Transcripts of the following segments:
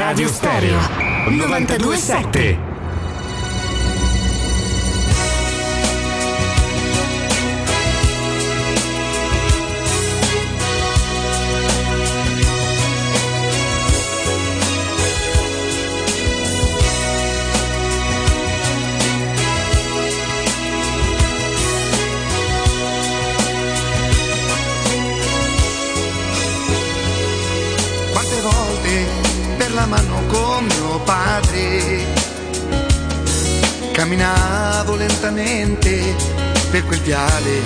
Radio Stereo 92.7. Mano con mio padre camminavo lentamente per quel viale,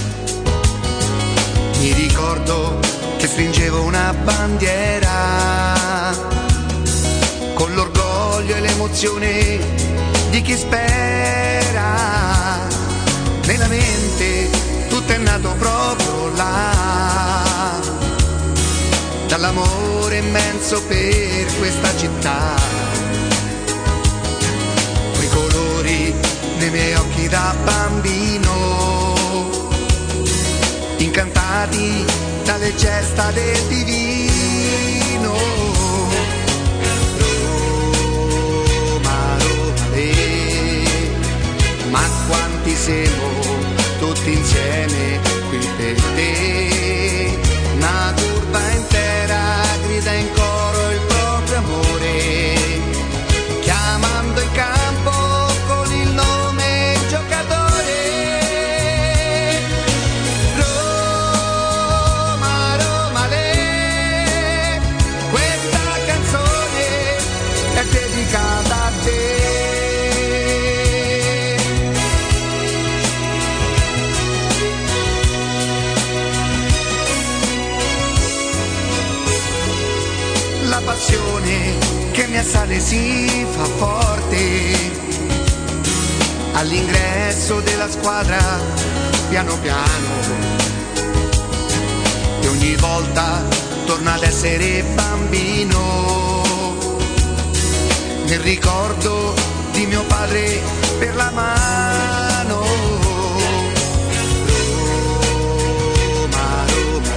mi ricordo che stringevo una bandiera con l'orgoglio e l'emozione di chi spera. Nella mente tutto è nato proprio là, dall'amore immenso per questa città, quei colori nei miei occhi da bambino, incantati dalle gesta del divino. Roma, Roma, ma quanti siamo tutti insieme qui per te, una curva intera grida in coro il proprio amore, chiamando in campo con il nome giocatore. Roma, Roma, questa canzone è dedicata a te. La passione che mi assale si fa forte all'ingresso della squadra, piano piano, e ogni volta torna ad essere bambino nel ricordo di mio padre per la mano. Roma, Roma,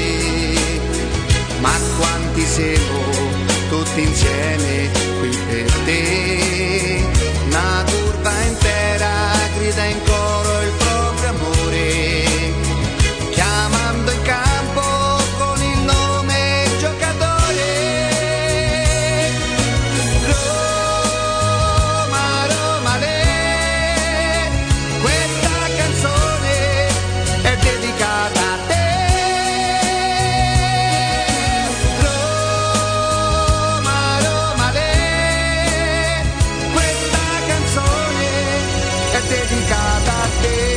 ma quanti siamo tutti insieme qui per te, una curva intera grida in coro il proprio amore, chiamando in campo con il nome giocatore. Roma, Roma, questa canzone è dedicata a te. Dedicata a te,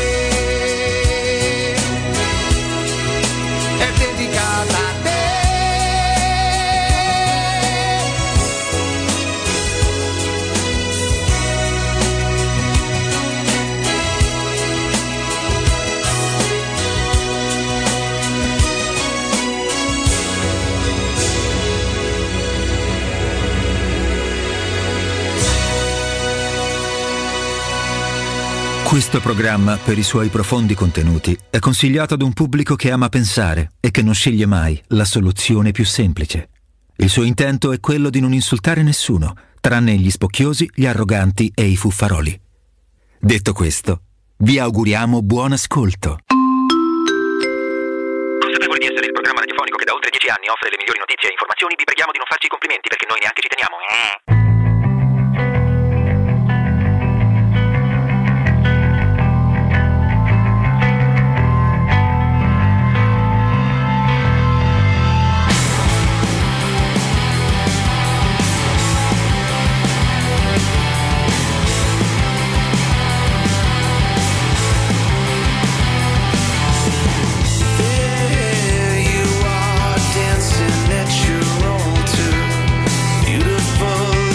è dedicata a te. Questo programma, per i suoi profondi contenuti, è consigliato ad un pubblico che ama pensare e che non sceglie mai la soluzione più semplice. Il suo intento è quello di non insultare nessuno, tranne gli spocchiosi, gli arroganti e i fuffaroli. Detto questo, vi auguriamo buon ascolto. Consapevoli di essere il programma radiofonico che da oltre 10 anni offre le migliori notizie e informazioni, vi preghiamo di non farci i complimenti perché noi neanche ci teniamo. There you are dancing at your own tune, beautiful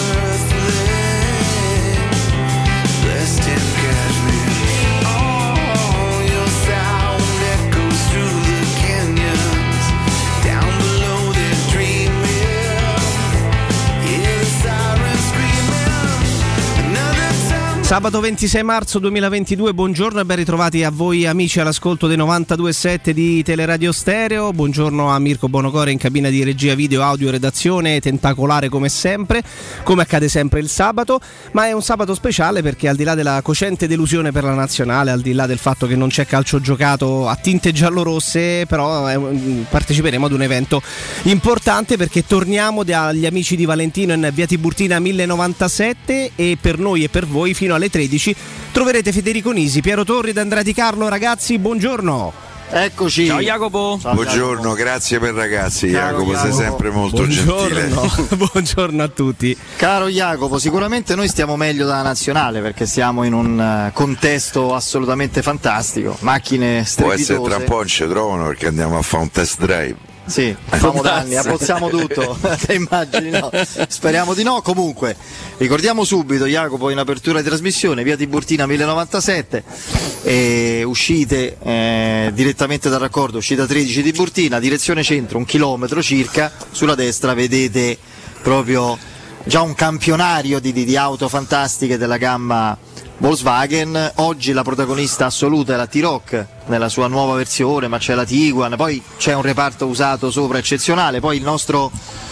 Sabato 26 marzo 2022, buongiorno e ben ritrovati a voi amici all'ascolto dei 92.7 di Teleradio Stereo. Buongiorno a Mirko Bonocore in cabina di regia video, audio, redazione, tentacolare come sempre, come accade sempre il sabato, ma è un sabato speciale perché al di là della cocente delusione per la nazionale, al di là del fatto che non c'è calcio giocato a tinte giallorosse, però parteciperemo ad un evento importante perché torniamo dagli amici di Valentino in via Tiburtina 1097 e per noi e per voi fino alle 13 troverete Federico Nisi, Piero Torri ed Andrea Di Carlo. Ragazzi, buongiorno. Eccoci. Ciao Jacopo. Ciao, buongiorno, Jacopo. Grazie per ragazzi. Jacopo, sei sempre molto gentile. Buongiorno a tutti. Caro Jacopo, sicuramente noi stiamo meglio dalla nazionale perché siamo in un contesto assolutamente fantastico. Macchine strepitose. Può essere tra un po' non ci trovano perché andiamo a fare un test drive. Sì, famo danni, abbozziamo tutto. Te immagini? No. Speriamo di no. Comunque, ricordiamo subito, Jacopo, in apertura di trasmissione, via Tiburtina 1097, uscite direttamente dal raccordo, uscita 13 Tiburtina, direzione centro, 1 chilometro circa, sulla destra vedete proprio già un campionario di auto fantastiche della gamma Volkswagen. Oggi la protagonista assoluta è la T-Roc nella sua nuova versione, ma c'è la Tiguan, poi c'è un reparto usato sopra eccezionale, poi il nostro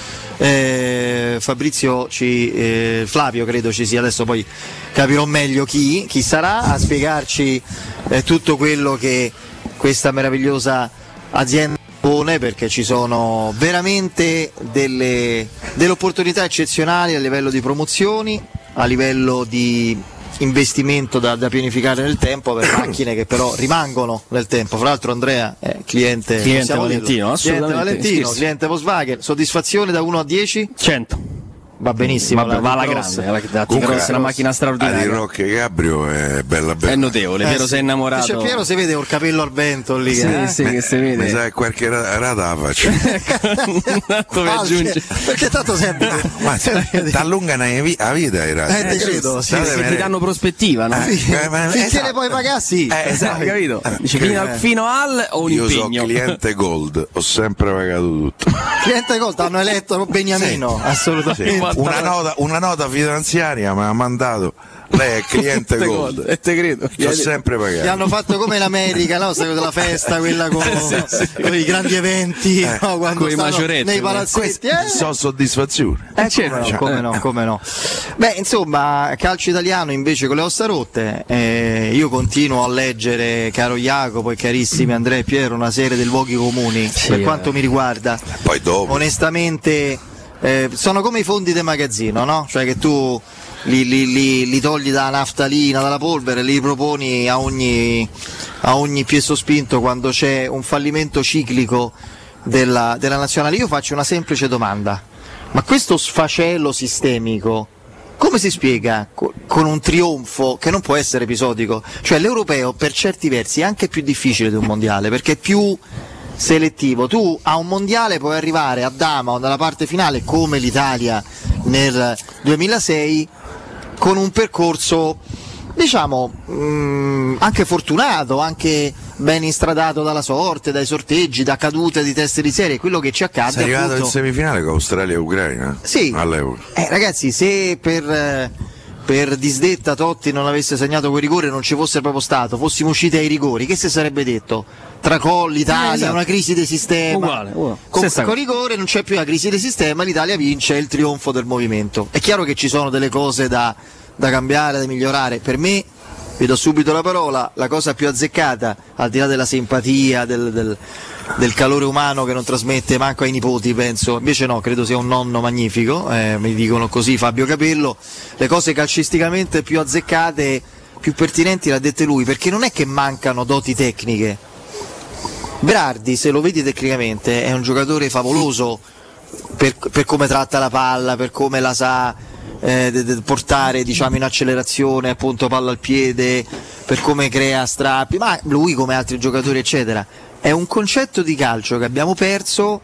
Flavio credo ci sia, adesso poi capirò meglio chi sarà a spiegarci tutto quello che questa meravigliosa azienda pone, perché ci sono veramente delle opportunità eccezionali a livello di promozioni, a livello di investimento da pianificare nel tempo per macchine che però rimangono nel tempo. Fra l'altro Andrea è cliente Valentino, assolutamente cliente Volkswagen. Soddisfazione da 1 a 10? 100. Va benissimo, va alla grande. La T-Cross è una macchina straordinaria. La T-Roc Cabrio è bella. È notevole, Piero, sei innamorato. Cioè, Piero si vede col capello al vento lì. Sì, che si vede. Mi sa che qualche rata la faccio. Perché tanto sempre. Ma ti allungano la vita i rati. Te credo, ti danno prospettiva, no? Finché le puoi pagare, sì. Esatto, capito? Dice fino al o un io impegno. Io sono cliente Gold, ho sempre pagato tutto. Cliente Gold, hanno eletto Beniamino, assolutamente. Una nota finanziaria mi ha mandato, lei è cliente Gold e te credo, ti ho sempre pagato. Gli hanno fatto come in America, no? Della festa, quella con i grandi eventi, no? Quando con i maggioretti nei palazzetti, so soddisfazione. Come no. Beh, insomma, calcio italiano invece con le ossa rotte. Io continuo a leggere, caro Jacopo e carissimi Andrea e Piero, una serie dei luoghi comuni, per quanto mi riguarda. Poi dopo, onestamente, sono come i fondi del magazzino, no? Cioè che tu li togli dalla naftalina, dalla polvere, li proponi a ogni piè sospinto quando c'è un fallimento ciclico della nazionale. Io faccio una semplice domanda: ma questo sfacelo sistemico come si spiega con un trionfo che non può essere episodico? Cioè l'europeo per certi versi è anche più difficile di un mondiale perché è più selettivo. Tu a un mondiale puoi arrivare a dama o nella parte finale come l'Italia nel 2006 con un percorso diciamo anche fortunato, anche ben instradato dalla sorte, dai sorteggi, da cadute di teste di serie. Quello che ci accade sei arrivato in semifinale con Australia e Ucraina? Sì, all'Euro. Ragazzi, se per disdetta Totti non avesse segnato quel rigore, non ci fosse proprio stato, fossimo usciti ai rigori, che si sarebbe detto? Tracolli, Italia, esatto. Una crisi di sistema. Uguale. Con rigore non c'è più la crisi di sistema, l'Italia vince, è il trionfo del movimento. È chiaro che ci sono delle cose da cambiare, da migliorare. Per me, vi do subito la parola, la cosa più azzeccata, al di là della simpatia, del calore umano che non trasmette manco ai nipoti, penso, invece no, credo sia un nonno magnifico, mi dicono così Fabio Capello, le cose calcisticamente più azzeccate, più pertinenti l'ha dette lui, perché non è che mancano doti tecniche. Berardi, se lo vedi tecnicamente, è un giocatore favoloso per come tratta la palla, per come la sa portare, diciamo, in accelerazione, appunto palla al piede, per come crea strappi, ma lui come altri giocatori eccetera. È un concetto di calcio che abbiamo perso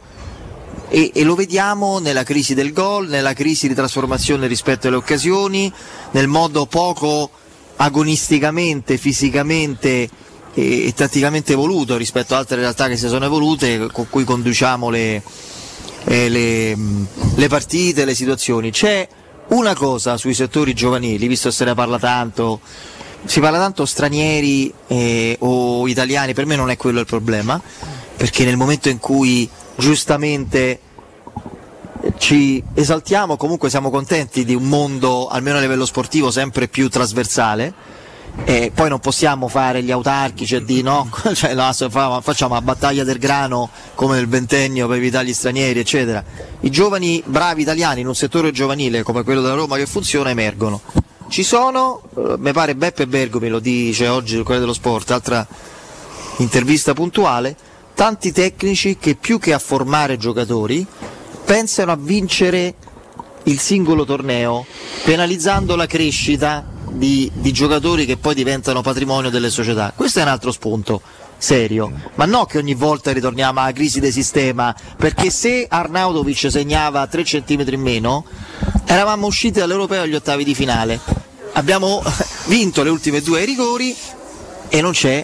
e lo vediamo nella crisi del gol, nella crisi di trasformazione rispetto alle occasioni, nel modo poco agonisticamente, fisicamente e tatticamente evoluto rispetto ad altre realtà che si sono evolute, con cui conduciamo le partite, le situazioni. C'è Una cosa sui settori giovanili, visto che se ne parla tanto, si parla tanto stranieri o italiani, per me non è quello il problema, perché nel momento in cui giustamente ci esaltiamo, comunque siamo contenti di un mondo, almeno a livello sportivo, sempre più trasversale, e poi non possiamo fare gli autarchici e di no, cioè, facciamo la battaglia del grano come nel ventennio per evitare gli stranieri, eccetera. I giovani bravi italiani in un settore giovanile come quello della Roma che funziona emergono. Ci sono, mi pare Beppe Bergomi lo dice oggi il Corriere dello Sport, altra intervista puntuale, tanti tecnici che più che a formare giocatori pensano a vincere il singolo torneo, penalizzando la crescita di giocatori che poi diventano patrimonio delle società. Questo è un altro spunto serio, ma no che ogni volta ritorniamo alla crisi del sistema, perché se Arnautovic segnava 3 centimetri in meno eravamo usciti dall'Europeo agli ottavi di finale, abbiamo vinto le ultime 2 ai rigori e non c'è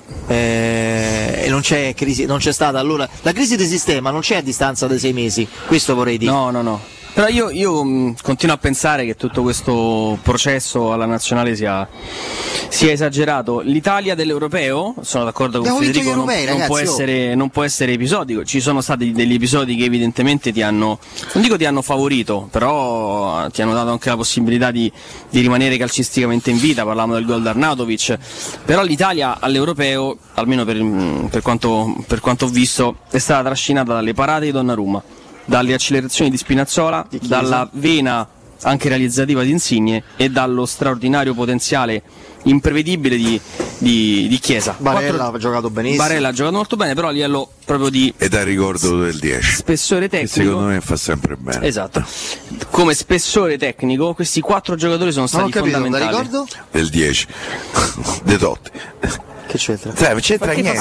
crisi, non c'è stata. Allora la crisi del sistema non c'è a distanza dei 6 mesi, questo vorrei dire. No. Però io continuo a pensare che tutto questo processo alla nazionale sia esagerato. L'Italia dell'europeo, sono d'accordo con Federico, europei, non può essere episodico. Ci sono stati degli episodi che evidentemente non dico ti hanno favorito, però ti hanno dato anche la possibilità di rimanere calcisticamente in vita. Parlavamo del gol di Arnautovic, però l'Italia all'europeo, almeno per quanto ho visto, è stata trascinata dalle parate di Donnarumma, dalle accelerazioni di Spinazzola, dalla vena anche realizzativa di Insigne e dallo straordinario potenziale imprevedibile di Chiesa. Barella ha giocato benissimo. Barella ha giocato molto bene, però a livello proprio di e dal ricordo del 10 spessore tecnico, che secondo me fa sempre bene. Esatto. Come spessore tecnico questi 4 giocatori sono stati fondamentali. Dal ricordo? Del 10 De Totti. Che c'entra? C'entra niente,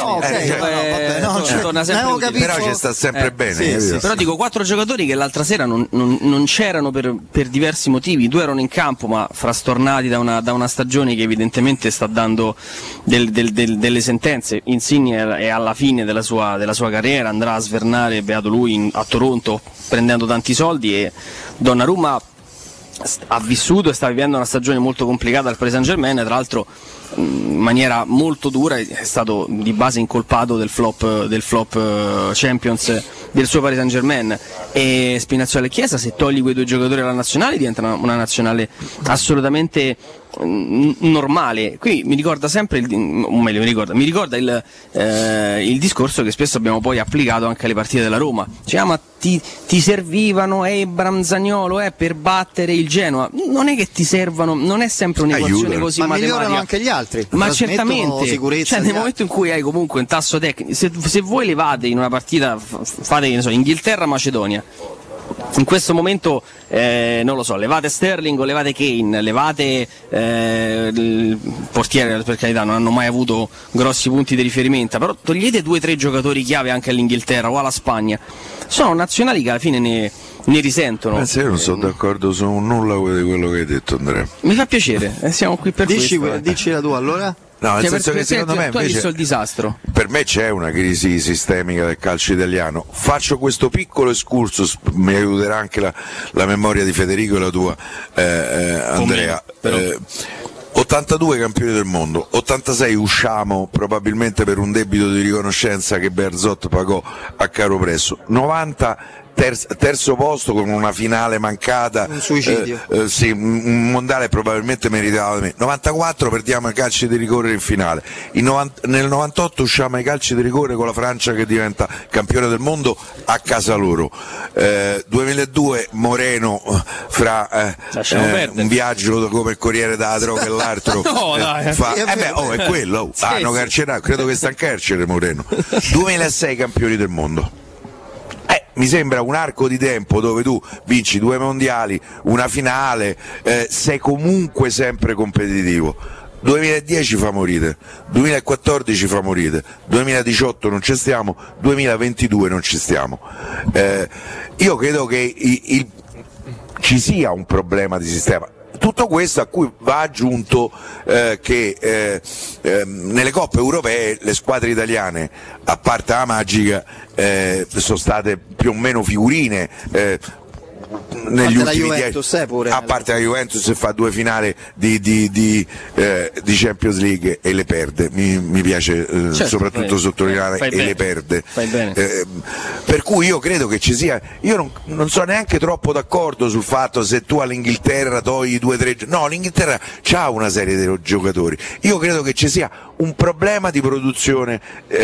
però ci sta sempre bene. Sì. Però dico 4 giocatori che l'altra sera non c'erano per diversi motivi. 2 erano in campo ma frastornati da una stagione che evidentemente sta dando delle sentenze. Insigne è alla fine della sua carriera, andrà a svernare, beato lui, a Toronto prendendo tanti soldi, e Donnarumma ha vissuto e sta vivendo una stagione molto complicata al Paris Saint-Germain, tra l'altro in maniera molto dura, è stato di base incolpato del flop Champions del suo Paris Saint-Germain. E Spinazzola e Chiesa, se togli quei 2 giocatori alla nazionale, diventa una nazionale assolutamente normale. Qui mi ricorda sempre mi ricorda il discorso che spesso abbiamo poi applicato anche alle partite della Roma. Cioè, ma ti servivano Ebram, Zaniolo per battere il Genoa? Non è che ti servano, non è sempre un'equazione così ma matematica. Migliorano anche gli altri, ma certamente, cioè, nel momento in cui hai comunque un tasso tecnico, se voi levate in una partita, fate Inghilterra-Macedonia, in questo momento non lo so, levate Sterling o levate Kane, levate il portiere, per carità non hanno mai avuto grossi punti di riferimento, però togliete 2-3 giocatori chiave anche all'Inghilterra o alla Spagna, sono nazionali che alla fine ne risentono. Io non sono d'accordo su nulla di quello che hai detto, Andrea. Mi fa piacere, siamo qui per questo. Dici la tua allora? No, nel senso che secondo me tu hai visto il disastro. Per me c'è una crisi sistemica del calcio italiano. Faccio questo piccolo excursus, mi aiuterà anche la memoria di Federico e la tua, Andrea. 82 campioni del mondo, 86 usciamo probabilmente per un debito di riconoscenza che Bearzot pagò a caro prezzo, 90 terzo posto con una finale mancata, un suicidio, sì, un mondiale probabilmente meritato da me. 94 perdiamo i calci di rigore in finale, nel 98 usciamo ai calci di rigore con la Francia che diventa campione del mondo a casa loro, 2002 Moreno fra un viaggio come il Corriere della Droga e l'altro è quello, hanno carcerato, credo che sta in carcere Moreno. 2006 campioni del mondo. Mi sembra un arco di tempo dove tu vinci 2 mondiali, una finale, sei comunque sempre competitivo. 2010 fa morire, 2014 fa morire, 2018 non ci stiamo, 2022 non ci stiamo. Io credo che ci sia un problema di sistema. Tutto questo a cui va aggiunto che nelle coppe europee le squadre italiane, a parte la Magica, sono state più o meno figurine. negli ultimi Juventus, 10, pure. a parte la Juventus, fa 2 finali di Champions League e le perde, mi piace soprattutto sottolineare fai e bene, le perde, fai bene. Per cui io credo che ci sia, io non sono neanche troppo d'accordo sul fatto se tu all'Inghilterra togli 2-3, no, l'Inghilterra c'ha una serie di giocatori, io credo che ci sia un problema di produzione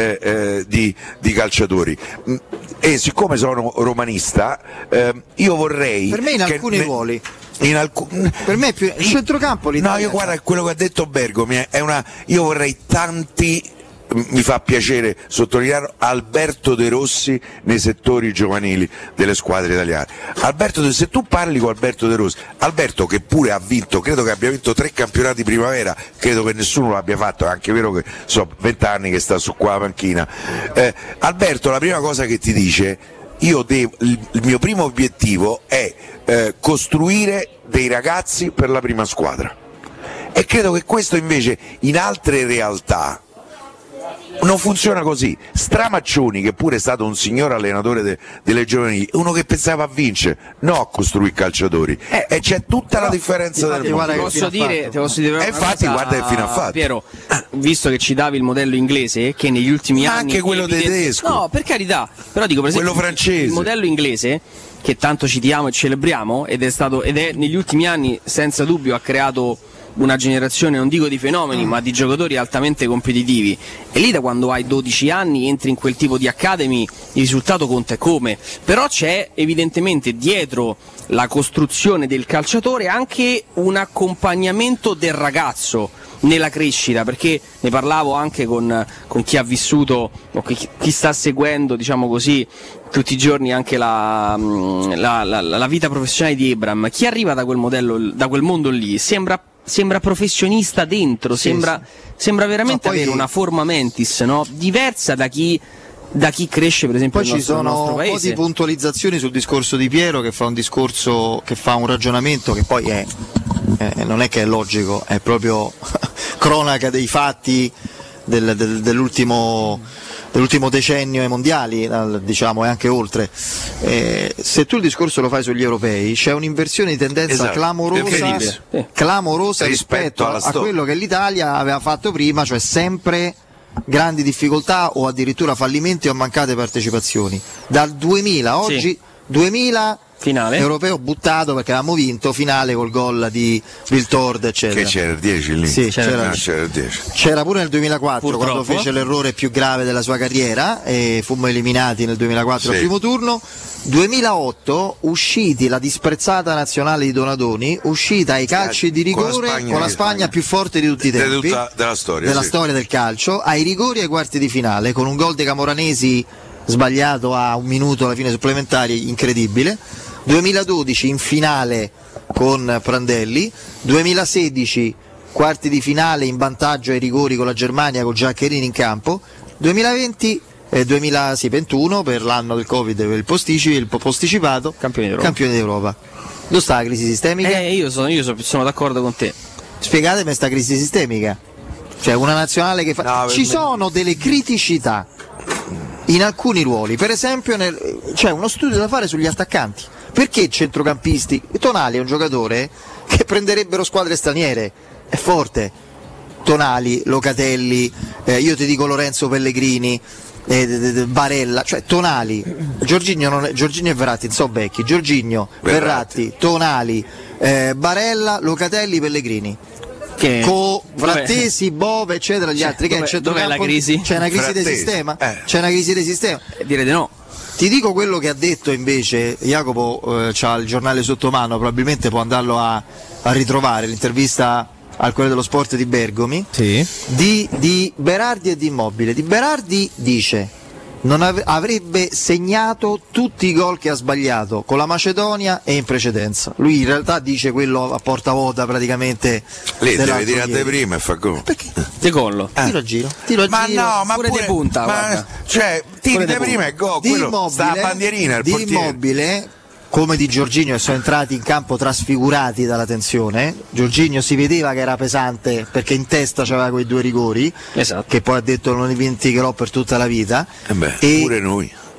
di calciatori, e siccome sono romanista io vorrei, per me in alcuni ruoli per me è più il centrocampo l'Italia. No, io guarda quello che ha detto Bergomi io vorrei tanti, mi fa piacere sottolineare, Alberto De Rossi nei settori giovanili delle squadre italiane. Se tu parli con Alberto De Rossi, Alberto che pure ha vinto, credo che abbia vinto 3 campionati primavera, credo che nessuno l'abbia fatto, è anche vero che so 20 anni che sta su qua la panchina, Alberto la prima cosa che ti dice: il mio primo obiettivo è costruire dei ragazzi per la prima squadra, e credo che questo invece in altre realtà non funziona così. Stramaccioni, che pure è stato un signor allenatore delle giovanili, uno che pensava a vincere, no a costruire calciatori, e c'è tutta la differenza del mondo. Ti posso dire infatti guarda che fino a fatto, Piero, visto che citavi il modello inglese, che negli ultimi anni, anche quello tedesco, no, per carità, però dico per esempio quello francese, il modello inglese che tanto citiamo e celebriamo, ed è negli ultimi anni senza dubbio ha creato una generazione, non dico di fenomeni, ma di giocatori altamente competitivi, e lì da quando hai 12 anni entri in quel tipo di academy, il risultato conta e come, però c'è evidentemente dietro la costruzione del calciatore anche un accompagnamento del ragazzo nella crescita, perché ne parlavo anche con chi ha vissuto o chi sta seguendo, diciamo così, tutti i giorni anche la vita professionale di Ebram. Chi arriva da quel modello, da quel mondo lì, sembra professionista dentro, sembra veramente avere una forma mentis, no? Diversa da chi cresce per esempio nel nostro paese. Poi ci sono un po' di puntualizzazioni sul discorso di Piero, che fa un discorso, che fa un ragionamento che poi non è che è logico, è proprio cronaca dei fatti dell'ultimo decennio ai mondiali, diciamo, e anche oltre. Se tu il discorso lo fai sugli europei, c'è un'inversione di tendenza clamorosa rispetto a quello che l'Italia aveva fatto prima, cioè sempre grandi difficoltà o addirittura fallimenti o mancate partecipazioni. Dal 2000 oggi, 2000 finale europeo buttato perché avevamo vinto, finale col gol di Viltord, eccetera. Che c'era il 10 lì? Sì, c'era il 10. C'era pure nel 2004, purtroppo, quando fece l'errore più grave della sua carriera e fummo eliminati nel 2004 al primo turno. 2008 usciti la disprezzata nazionale di Donadoni, uscita ai calci di rigore con la Spagna più forte di tutti i tempi della storia del calcio, ai rigori e ai quarti di finale con un gol di Camoranesi sbagliato a un minuto alla fine supplementari, incredibile. 2012 in finale con Prandelli, 2016 quarti di finale in vantaggio ai rigori con la Germania con Giaccherini in campo, 2021 per l'anno del Covid, per il posticipato, campioni d'Europa. Dove sta la crisi sistemica? Io sono d'accordo con te. Spiegatemi questa crisi sistemica. Cioè una nazionale che fa... Ci sono delle criticità in alcuni ruoli, per esempio c'è uno studio da fare sugli attaccanti. Perché centrocampisti? Tonali è un giocatore che prenderebbero squadre straniere, è forte. Tonali, Locatelli, io ti dico Lorenzo Pellegrini, Barella, cioè Tonali, Jorginho e Verratti, non so Becchi, Jorginho, Verratti, Tonali, Barella, Locatelli, Pellegrini. Frattesi, Bove, eccetera, gli altri. Dov'è la crisi? C'è una crisi del sistema? C'è una crisi del sistema? Direi di no. Ti dico quello che ha detto invece Jacopo, c'ha il giornale sotto mano, probabilmente può andarlo a ritrovare, l'intervista al Corriere dello Sport di Bergomi, sì, di Berardi e di Immobile. Di Berardi dice non avrebbe segnato tutti i gol che ha sbagliato con la Macedonia e in precedenza. Lui in realtà dice quello a porta vuota praticamente. Lì deve tirare prima e fa gol. Perché? Decollo. Tiro a giro. No, ma pure di punta, guarda. Cioè, tiri da prima e gol, quello sta a bandierina il portiere. Di Immobile, come di Jorginho, che sono entrati in campo trasfigurati dalla tensione. Jorginho si vedeva che era pesante perché in testa c'aveva quei 2 rigori, esatto, che poi ha detto non li dimenticherò per tutta la vita. Pure noi.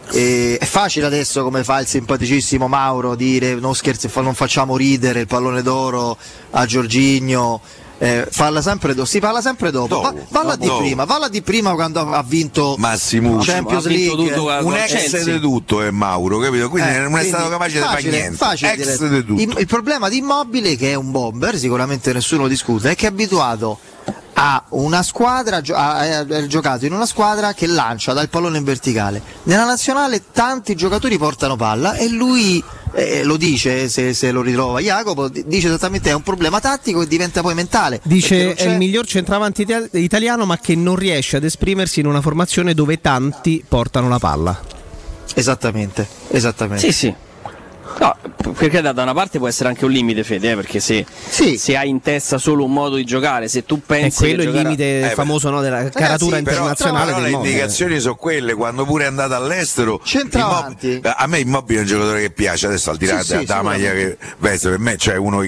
È facile adesso, come fa il simpaticissimo Mauro, dire non scherzi, non facciamo ridere il pallone d'oro a Jorginho. Falla sempre si parla sempre dopo. Valla di prima quando ha vinto Massimo Champions League, un ex di tutto è Mauro, capito? Quindi non è stato capace di fare niente. Ex di tutto. Il problema di Immobile, che è un bomber, sicuramente nessuno lo discute, è che è abituato a una squadra, ha giocato in una squadra che lancia dal pallone in verticale. Nella nazionale tanti giocatori portano palla e lui lo dice, se lo ritrova Jacopo, dice esattamente è un problema tattico che diventa poi mentale. Dice è il miglior centravanti italiano, ma che non riesce ad esprimersi in una formazione dove tanti portano la palla. Esattamente. Sì. No, perché da una parte può essere anche un limite, Fede, perché se hai in testa solo un modo di giocare, se tu pensi quello è il limite famoso, no, della caratura internazionale. Però le indicazioni sono quelle, quando pure è andato all'estero. Centravanti. A me Immobile è un giocatore che piace, adesso al di là della maglia che veste, per me c'è uno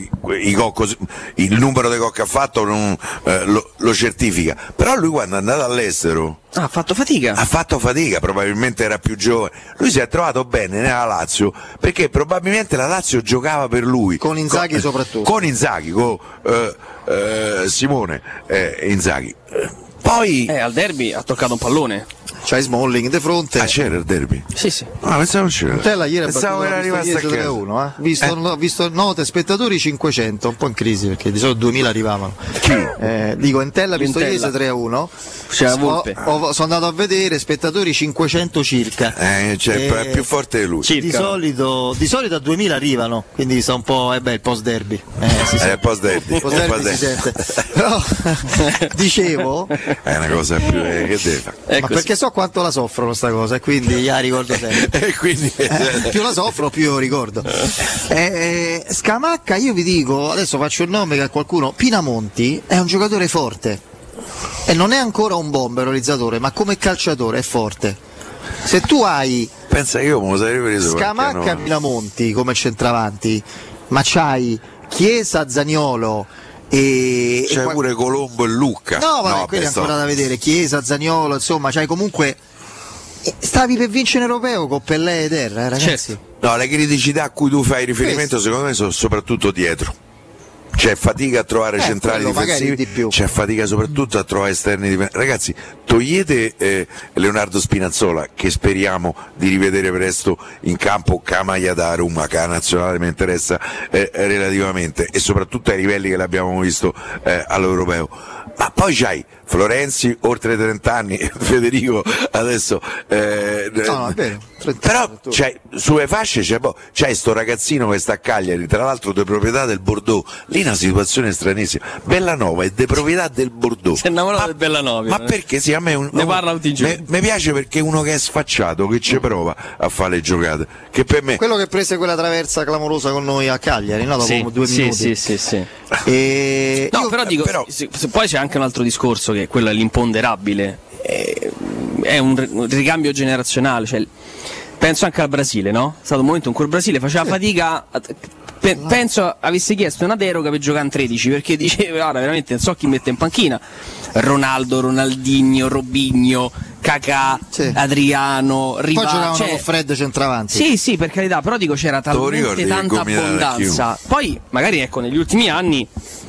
il numero di gol che ha fatto lo certifica. Però lui quando è andato all'estero ha fatto fatica, probabilmente era più giovane. Lui si è trovato bene nella Lazio perché probabilmente la Lazio giocava per lui. Con Inzaghi soprattutto. Con Inzaghi, con Simone Inzaghi. Poi al derby ha toccato un pallone. C'hai Smalling di fronte. C'era il derby? Sì. Ah, pensavo c'era. Montella ieri pensavo che era rimasta a 3-1, visto note spettatori 500, un po' in crisi perché di solito 2000 arrivavano. Dico Entella visto ieri 3-1. C'era Volpe. Sono andato a vedere spettatori 500 circa. È più forte di lui. Di solito a 2000 arrivano, quindi sta un po' il post derby. Post derby si sente. Però dicevo è una cosa più che deve fare. Ma perché so quanto la soffrono sta cosa e quindi la ricordo sempre. Più la soffro più io ricordo. Scamacca, io vi dico, adesso faccio il nome che a qualcuno, Pinamonti è un giocatore forte e non è ancora un bomber realizzatore, ma come calciatore è forte. Se tu hai pensa che io me lo sarei preso Scamacca e Pinamonti come centravanti, ma c'hai Chiesa, Zaniolo e c'è pure Colombo e Lucca. No, quelli ancora da vedere. Chiesa, Zaniolo, insomma, c'hai comunque. Stavi per vincere in europeo con Pellè e Terra, ragazzi. Certo. No, le criticità a cui tu fai riferimento secondo me sono soprattutto dietro. C'è fatica a trovare centrali difensivi, c'è fatica soprattutto a trovare esterni difensivi. Ragazzi, togliete Leonardo Spinazzola, che speriamo di rivedere presto in campo, Camaglia da Roma, che a nazionale mi interessa relativamente, e soprattutto ai livelli che l'abbiamo visto all'europeo. Ma poi c'hai Florenzi oltre 30 anni, Federico adesso è vero, però sulle fasce c'hai sto ragazzino che sta a Cagliari, tra l'altro di proprietà del Bordeaux, lì una situazione stranissima. Bellanova è di proprietà del Bordeaux. Si è innamorato del Bellanova. Ma perché sì, a me ne parla tutti i giorni. Mi piace perché è uno che è sfacciato, che ci prova a fare le giocate, che per me quello che prese quella traversa clamorosa con noi a Cagliari, no? Dopo 2 minuti. Sì. Però poi c'è anche un altro discorso, che è quello dell'imponderabile, è un ricambio generazionale, cioè, penso anche al Brasile, no? È stato un momento in cui il Brasile faceva fatica, penso avesse chiesto una deroga per giocare in 13, perché diceva ora veramente non so chi mette in panchina. Ronaldo, Ronaldinho, Robinho, Kakà, Adriano, Riva. Poi giocavano con Fred centravanti. Sì, per carità, però dico c'era talmente tanta abbondanza. Poi magari negli ultimi anni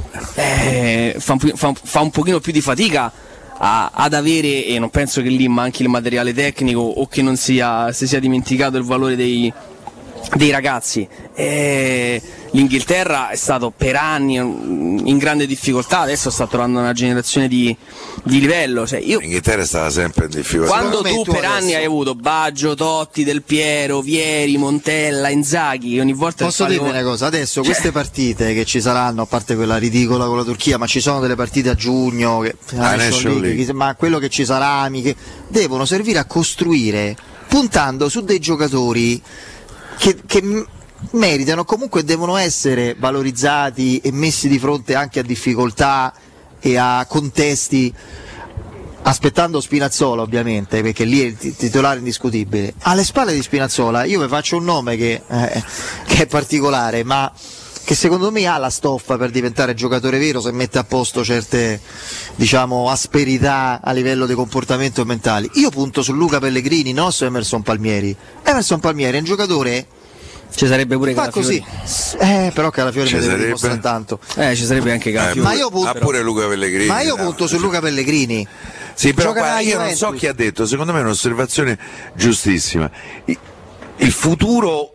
fa un pochino più di fatica ad avere, e non penso che lì manchi il materiale tecnico o che non si sia dimenticato il valore dei ragazzi. L'Inghilterra è stato per anni in grande difficoltà, adesso sta trovando una generazione di livello. L'Inghilterra è stata sempre in difficoltà. Quando tu per anni hai avuto Baggio, Totti, Del Piero, Vieri, Montella, Inzaghi, ogni volta posso dirvi una cosa, adesso queste partite che ci saranno, a parte quella ridicola con la Turchia, ma ci sono delle partite a giugno ma quello che ci sarà, che devono servire a costruire puntando su dei giocatori che meritano, comunque devono essere valorizzati e messi di fronte anche a difficoltà e a contesti, aspettando Spinazzola ovviamente, perché lì è il titolare indiscutibile. Alle spalle di Spinazzola io vi faccio un nome che è particolare, ma che secondo me ha la stoffa per diventare giocatore vero se mette a posto certe, diciamo, asperità a livello di comportamento mentali. Io punto su Luca Pellegrini, non su Emerson Palmieri. Emerson Palmieri è un giocatore, ci sarebbe pure Calafiori. Però Calafiori mi deve dimostrare tanto. Ci sarebbe anche Calafiori. Ma io punto, pure Luca Pellegrini. Ma io punto su Luca Pellegrini. Sì, però guarda, io non so chi ha detto, secondo me è un'osservazione giustissima. Il futuro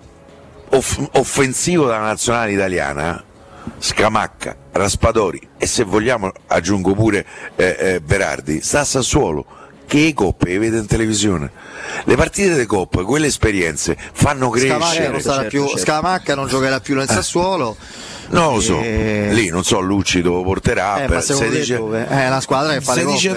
offensivo della nazionale italiana, Scamacca, Raspadori e se vogliamo aggiungo pure Berardi, sta a Sassuolo. Che coppe vede in televisione? Le partite di coppa, quelle esperienze fanno crescere. Scamacca non giocherà più nel Sassuolo. Non lo so, lì non so Lucci dove porterà. Ma è una squadra che fa le coppe. Se dice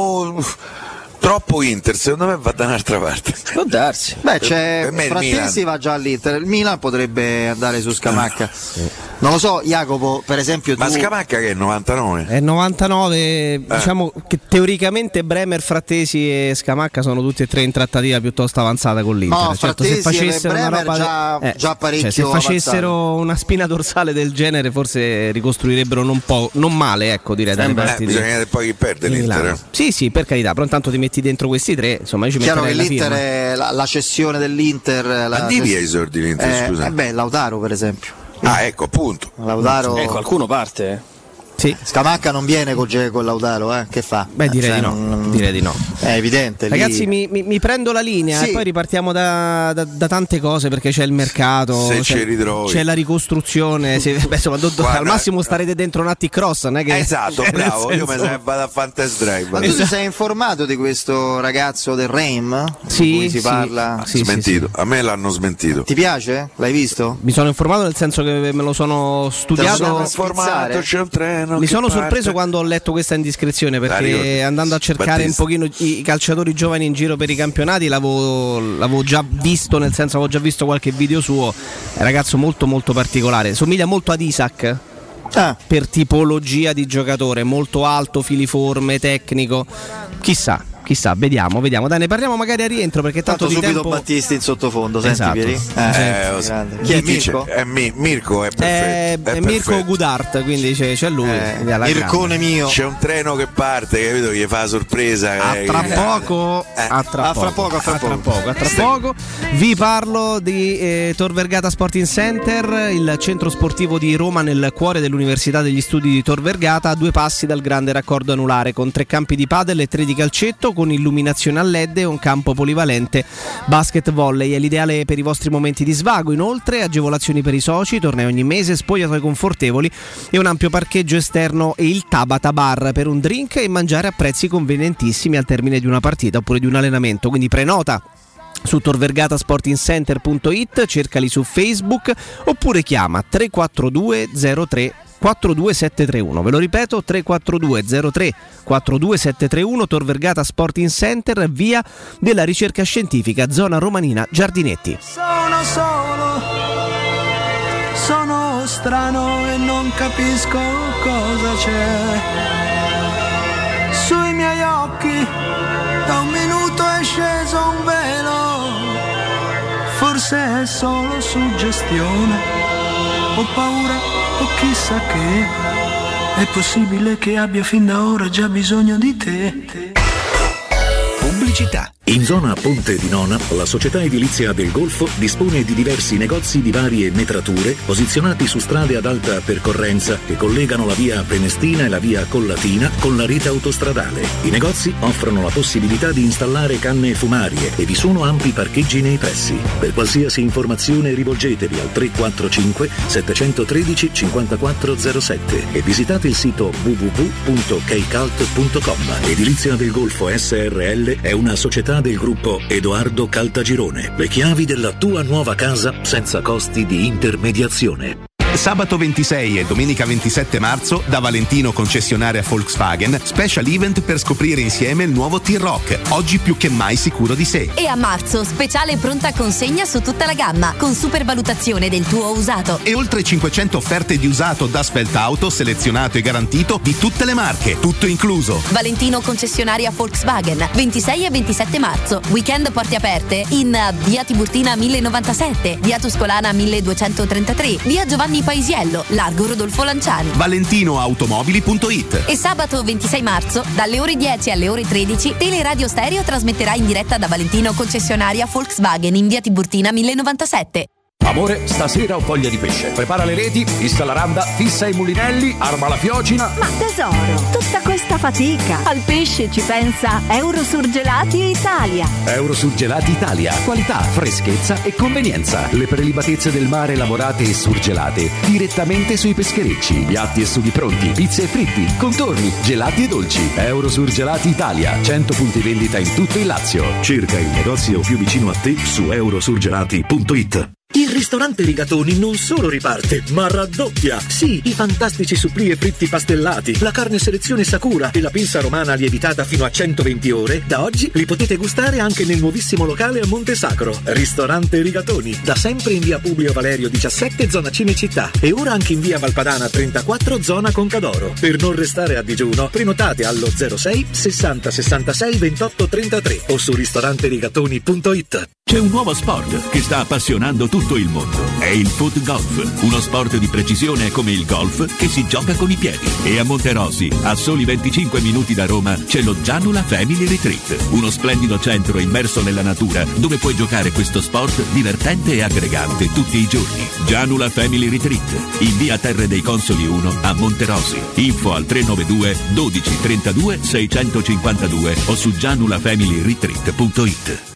troppo Inter, secondo me va da un'altra parte. Può darsi. Frattesi va già all'Inter, il Milan potrebbe andare su Scamacca. Non lo so, Jacopo, per esempio tu... Ma Scamacca che è 99? È 99, diciamo che teoricamente Bremer, Frattesi e Scamacca sono tutti e tre in trattativa piuttosto avanzata con l'Inter. No, certo, se facessero una roba già parecchio, se facessero una spina dorsale del genere forse ricostruirebbero non male, ecco, direi. Bisogna vedere poi chi perde l'Inter. Sì, per carità, però intanto ti metti dentro questi tre, insomma io ci chiaro che metterei l'Inter è la cessione dell'Inter. Andivi ai esordi l'Inter, scusa. Lautaro per esempio. Ecco, appunto. Lautaro. Qualcuno parte? Sì. Scamacca non viene con Lautaro, che fa? Direi di no. Direi di no. È evidente. Ragazzi, mi prendo la linea e poi ripartiamo da tante cose perché c'è il mercato, c'è la ricostruzione. Al massimo starete dentro un Atticross, non è che. Esatto, bravo. Io vado a Fantasy Drive. Ma tu ti sei informato di questo ragazzo del Reim? Sì. Di cui si parla? Smentito. A me l'hanno smentito. Ti piace? L'hai visto? Mi sono informato nel senso che me lo sono studiato. C'è un treno. Mi sono sorpreso quando ho letto questa indiscrezione perché andando a cercare un pochino i calciatori giovani in giro per i campionati l'avevo già visto, nel senso avevo già visto qualche video suo. È un ragazzo molto molto particolare, somiglia molto ad Isaac per tipologia di giocatore, molto alto, filiforme, tecnico, chissà, vediamo. Dai, ne parliamo magari a rientro perché tanto di subito tempo... Battisti in sottofondo, senti Pieri? Chi è Mirko? Mirko è perfetto. È Mirko Goodart, quindi c'è lui. Mircone mio. C'è un treno che parte, capito? Gli fa la sorpresa. A tra poco. Vi parlo di Tor Vergata Sporting Center, il centro sportivo di Roma nel cuore dell'Università degli Studi di Tor Vergata, a 2 passi dal grande raccordo anulare, con 3 campi di padel e 3 di calcetto, con illuminazione a LED e un campo polivalente basket volley. È l'ideale per i vostri momenti di svago. Inoltre agevolazioni per i soci, tornei ogni mese, spogliatoi confortevoli e un ampio parcheggio esterno e il Tabata Bar per un drink e mangiare a prezzi convenientissimi al termine di una partita oppure di un allenamento. Quindi prenota su torvergatasportingcenter.it, cercali su Facebook oppure chiama 342 03 42731. Ve lo ripeto, 342 03 42731, Tor Vergata Sporting Center, via della Ricerca Scientifica, zona romanina Giardinetti. Sono strano e non capisco cosa c'è sui miei occhi. Da un minuto è sceso un velo, forse è solo suggestione. Ho paura o chissà che, è possibile che abbia fin da ora già bisogno di te. Pubblicità. In zona Ponte di Nona, la società edilizia del Golfo dispone di diversi negozi di varie metrature posizionati su strade ad alta percorrenza che collegano la via Prenestina e la via Collatina con la rete autostradale. I negozi offrono la possibilità di installare canne fumarie e vi sono ampi parcheggi nei pressi. Per qualsiasi informazione rivolgetevi al 345 713 5407 e visitate il sito www.keicalt.com. Edilizia del Golfo SRL è una società del gruppo Edoardo Caltagirone. Le chiavi della tua nuova casa senza costi di intermediazione. Sabato 26 e domenica 27 marzo da Valentino concessionaria Volkswagen, special event per scoprire insieme il nuovo T-Roc, oggi più che mai sicuro di sé. E a marzo speciale pronta consegna su tutta la gamma con supervalutazione del tuo usato. E oltre 500 offerte di usato da Sveltauto selezionato e garantito di tutte le marche, tutto incluso. Valentino concessionaria Volkswagen, 26 e 27 marzo. Weekend porte aperte in via Tiburtina 1097, via Tuscolana 1233, via Giovanni Giovanni Paisiello, largo Rodolfo Lanciani. ValentinoAutomobili.it. E sabato 26 marzo, dalle ore 10 alle ore 13, Teleradio Stereo trasmetterà in diretta da Valentino, concessionaria Volkswagen in via Tiburtina 1097. Amore, stasera ho voglia di pesce. Prepara le reti, fissa la randa, fissa i mulinelli, arma la fiocina. Ma tesoro, tutta questa fatica. Al pesce ci pensa Eurosurgelati Italia. Eurosurgelati Italia. Qualità, freschezza e convenienza. Le prelibatezze del mare lavorate e surgelate direttamente sui pescherecci. Piatti e sughi pronti, pizze e fritti, contorni, gelati e dolci. Eurosurgelati Italia. 100 punti vendita in tutto il Lazio. Cerca il negozio più vicino a te su eurosurgelati.it. Il ristorante Rigatoni non solo riparte, ma raddoppia! Sì, i fantastici supplì e fritti pastellati, la carne selezione Sakura e la pinza romana lievitata fino a 120 ore, da oggi li potete gustare anche nel nuovissimo locale a Monte Sacro. Ristorante Rigatoni, da sempre in via Publio Valerio 17, zona Cinecittà, e ora anche in via Valpadana 34, zona Concadoro. Per non restare a digiuno, prenotate allo 06 60 66 28 33 o su ristoranterigatoni.it. C'è un nuovo sport che sta appassionando tutto il mondo. È il foot golf, uno sport di precisione come il golf che si gioca con i piedi. E a Monterosi, a soli 25 minuti da Roma, c'è lo Gianula Family Retreat, uno splendido centro immerso nella natura dove puoi giocare questo sport divertente e aggregante tutti i giorni. Gianula Family Retreat, in via Terre dei Consoli 1 a Monterosi. Info al 392 12 32 652 o su gianulafamilyretreat.it.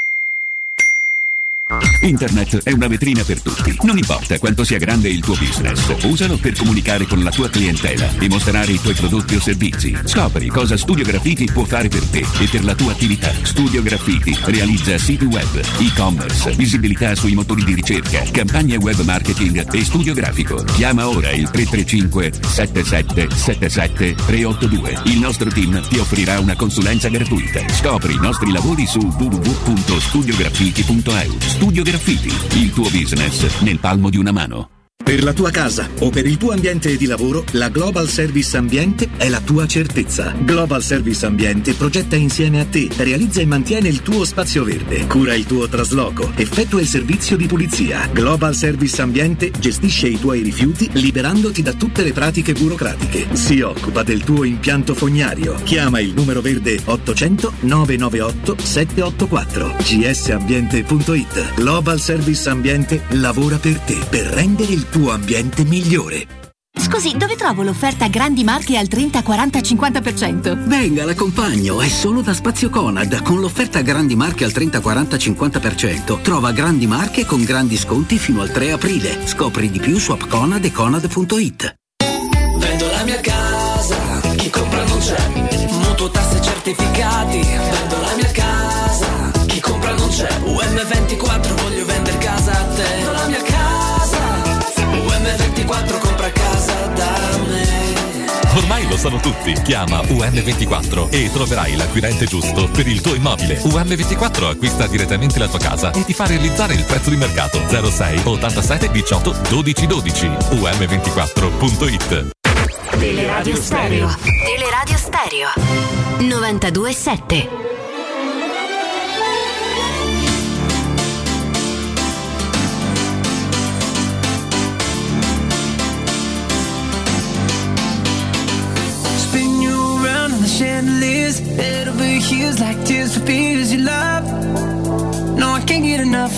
Internet è una vetrina per tutti. Non importa quanto sia grande il tuo business, usalo per comunicare con la tua clientela e mostrare i tuoi prodotti o servizi. Scopri cosa Studio Graffiti può fare per te e per la tua attività. Studio Graffiti realizza siti web, e-commerce, visibilità sui motori di ricerca, campagne web marketing e studio grafico. Chiama ora il 335 77 77 382. Il nostro team ti offrirà una consulenza gratuita. Scopri i nostri lavori su www.studiograffiti.eu. Studio Graffiti, il tuo business nel palmo di una mano. Per la tua casa o per il tuo ambiente di lavoro, la Global Service Ambiente è la tua certezza. Global Service Ambiente progetta insieme a te, realizza e mantiene il tuo spazio verde, cura il tuo trasloco, effettua il servizio di pulizia. Global Service Ambiente gestisce i tuoi rifiuti liberandoti da tutte le pratiche burocratiche. Si occupa del tuo impianto fognario. Chiama il numero verde 800 998 784. gsambiente.it. Global Service Ambiente lavora per te, per rendere il tuo ambiente migliore. Scusi, dove trovo l'offerta grandi marche al 30, 40, 50%? Venga, l'accompagno, è solo da Spazio Conad. Con l'offerta grandi marche al 30, 40, 50%. Trova grandi marche con grandi sconti fino al 3 aprile. Scopri di più su appconad e conad.it. Vendo la mia casa, chi compra non c'è. Mutuo, tasse, certificati. Vendo la mia casa, chi compra non c'è. UM24, voglio vendere casa a te. Vendo la mia casa, UM24 compra casa da me. Ormai lo sanno tutti. Chiama UM24 e troverai l'acquirente giusto per il tuo immobile. UM24 acquista direttamente la tua casa e ti fa realizzare il prezzo di mercato. 06 87 18 12 12. UM24.it. Teleradio Stereo. Teleradio Stereo 92.7. Chandeliers, head over heels like tears for fears you love. No, I can't get enough.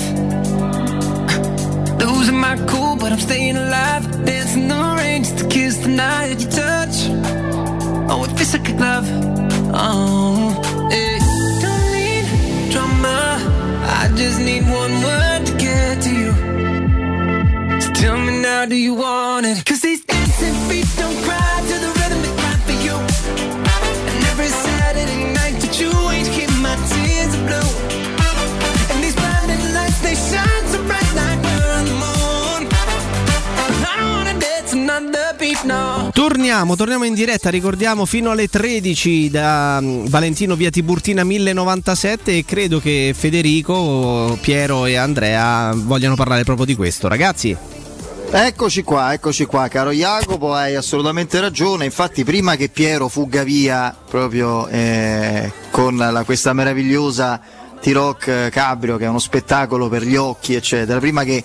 Losing my cool, but I'm staying alive. Dancing the rain just to kiss the night you touch. Oh, it feels like a glove. Oh, hey. Don't need drama. I just need one word to get to you. So tell me now, do you want it? 'Cause these dancing feet don't cry to the rhythm they cry for you. Every Saturday night that you ain't keep my tears blue. And these blinding lights, they shine so bright like we're on the moon. I don't wanna dance another beat, no. Torniamo in diretta, ricordiamo, fino alle 13 da Valentino via Tiburtina 1097 e credo che Federico, Piero e Andrea vogliano parlare proprio di questo, ragazzi. Eccoci qua, caro Jacopo, hai assolutamente ragione. Infatti, prima che Piero fugga via proprio con questa meravigliosa T-Roc Cabrio, che è uno spettacolo per gli occhi, eccetera, prima che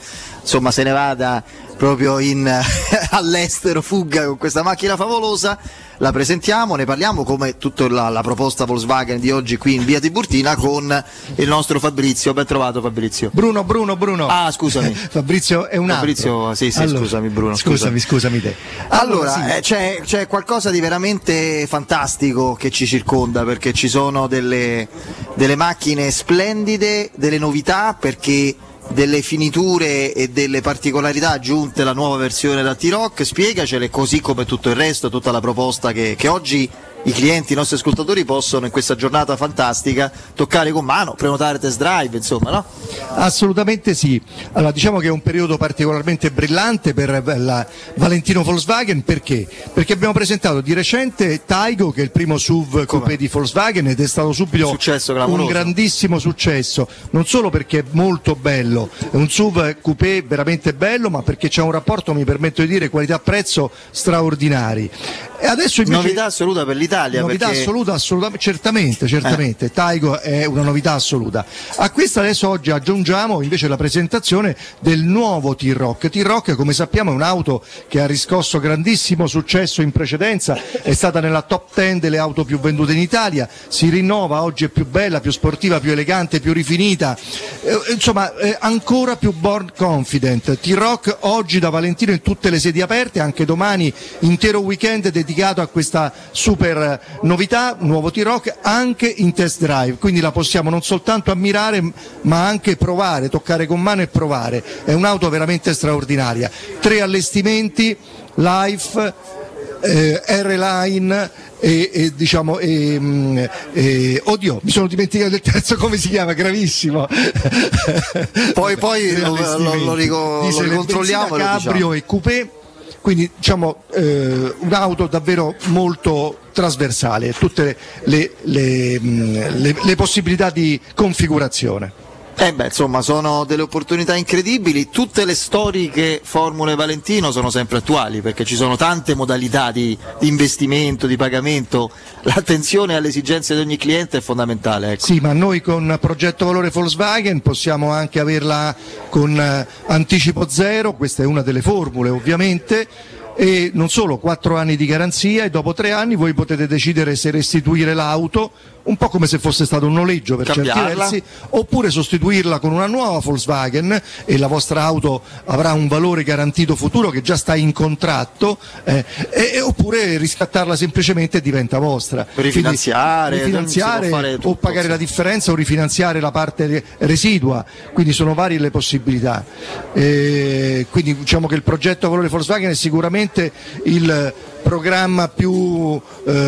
insomma se ne vada proprio all'estero, fugga con questa macchina favolosa. La presentiamo, ne parliamo come tutta la proposta Volkswagen di oggi qui in via Tiburtina con il nostro Fabrizio. Ben trovato Fabrizio. Bruno. Ah, scusami. Fabrizio è un altro. Fabrizio, sì, allora, scusami Bruno. Scusami te. Allora, sì. C'è qualcosa di veramente fantastico che ci circonda, perché ci sono delle macchine splendide, delle novità, perché delle finiture e delle particolarità aggiunte alla nuova versione da T-Roc. Spiegacele, così come tutto il resto, tutta la proposta che oggi i clienti, i nostri ascoltatori possono in questa giornata fantastica toccare con mano, prenotare test drive, insomma, no? Assolutamente sì. Allora, diciamo che è un periodo particolarmente brillante per la Valentino Volkswagen, perché? Perché abbiamo presentato di recente Taigo, che è il primo SUV coupé di Volkswagen, ed è stato subito un grandissimo successo, non solo perché è molto bello, è un SUV coupé veramente bello, ma perché c'è un rapporto, mi permetto di dire, qualità-prezzo straordinari. E adesso invece novità assoluta per l'Italia. Novità assoluta, certamente. Taigo è una novità assoluta. A questa adesso oggi aggiungiamo invece la presentazione del nuovo T-Roc. T-Roc, come sappiamo, è un'auto che ha riscosso grandissimo successo in precedenza, è stata nella top 10 delle auto più vendute in Italia, si rinnova, oggi è più bella, più sportiva, più elegante, più rifinita, insomma ancora più born confident. T-Roc oggi da Valentino in tutte le sedi aperte, anche domani intero weekend dedicato a questa super novità, nuovo T-Roc, anche in test drive, quindi la possiamo non soltanto ammirare ma anche provare, toccare con mano e provare. È un'auto veramente straordinaria. 3 allestimenti, Life, R-Line oddio, mi sono dimenticato del terzo, come si chiama, gravissimo. poi lo ricontrolliamo, cabrio e coupé. Quindi diciamo un'auto davvero molto trasversale, tutte le possibilità di configurazione. Insomma, sono delle opportunità incredibili. Tutte le storiche formule Valentino sono sempre attuali, perché ci sono tante modalità di investimento, di pagamento. L'attenzione alle esigenze di ogni cliente è fondamentale, ecco. Sì, ma noi con Progetto Valore Volkswagen possiamo anche averla con anticipo zero, questa è una delle formule ovviamente, e non solo, 4 anni di garanzia, e dopo 3 anni voi potete decidere se restituire l'auto, un po' come se fosse stato un noleggio per certi versi, oppure sostituirla con una nuova Volkswagen, e la vostra auto avrà un valore garantito futuro che già sta in contratto, oppure riscattarla semplicemente e diventa vostra. Rifinanziare o pagare la differenza o rifinanziare la parte residua, quindi sono varie le possibilità. Quindi diciamo che il progetto Valore Volkswagen è sicuramente il programma più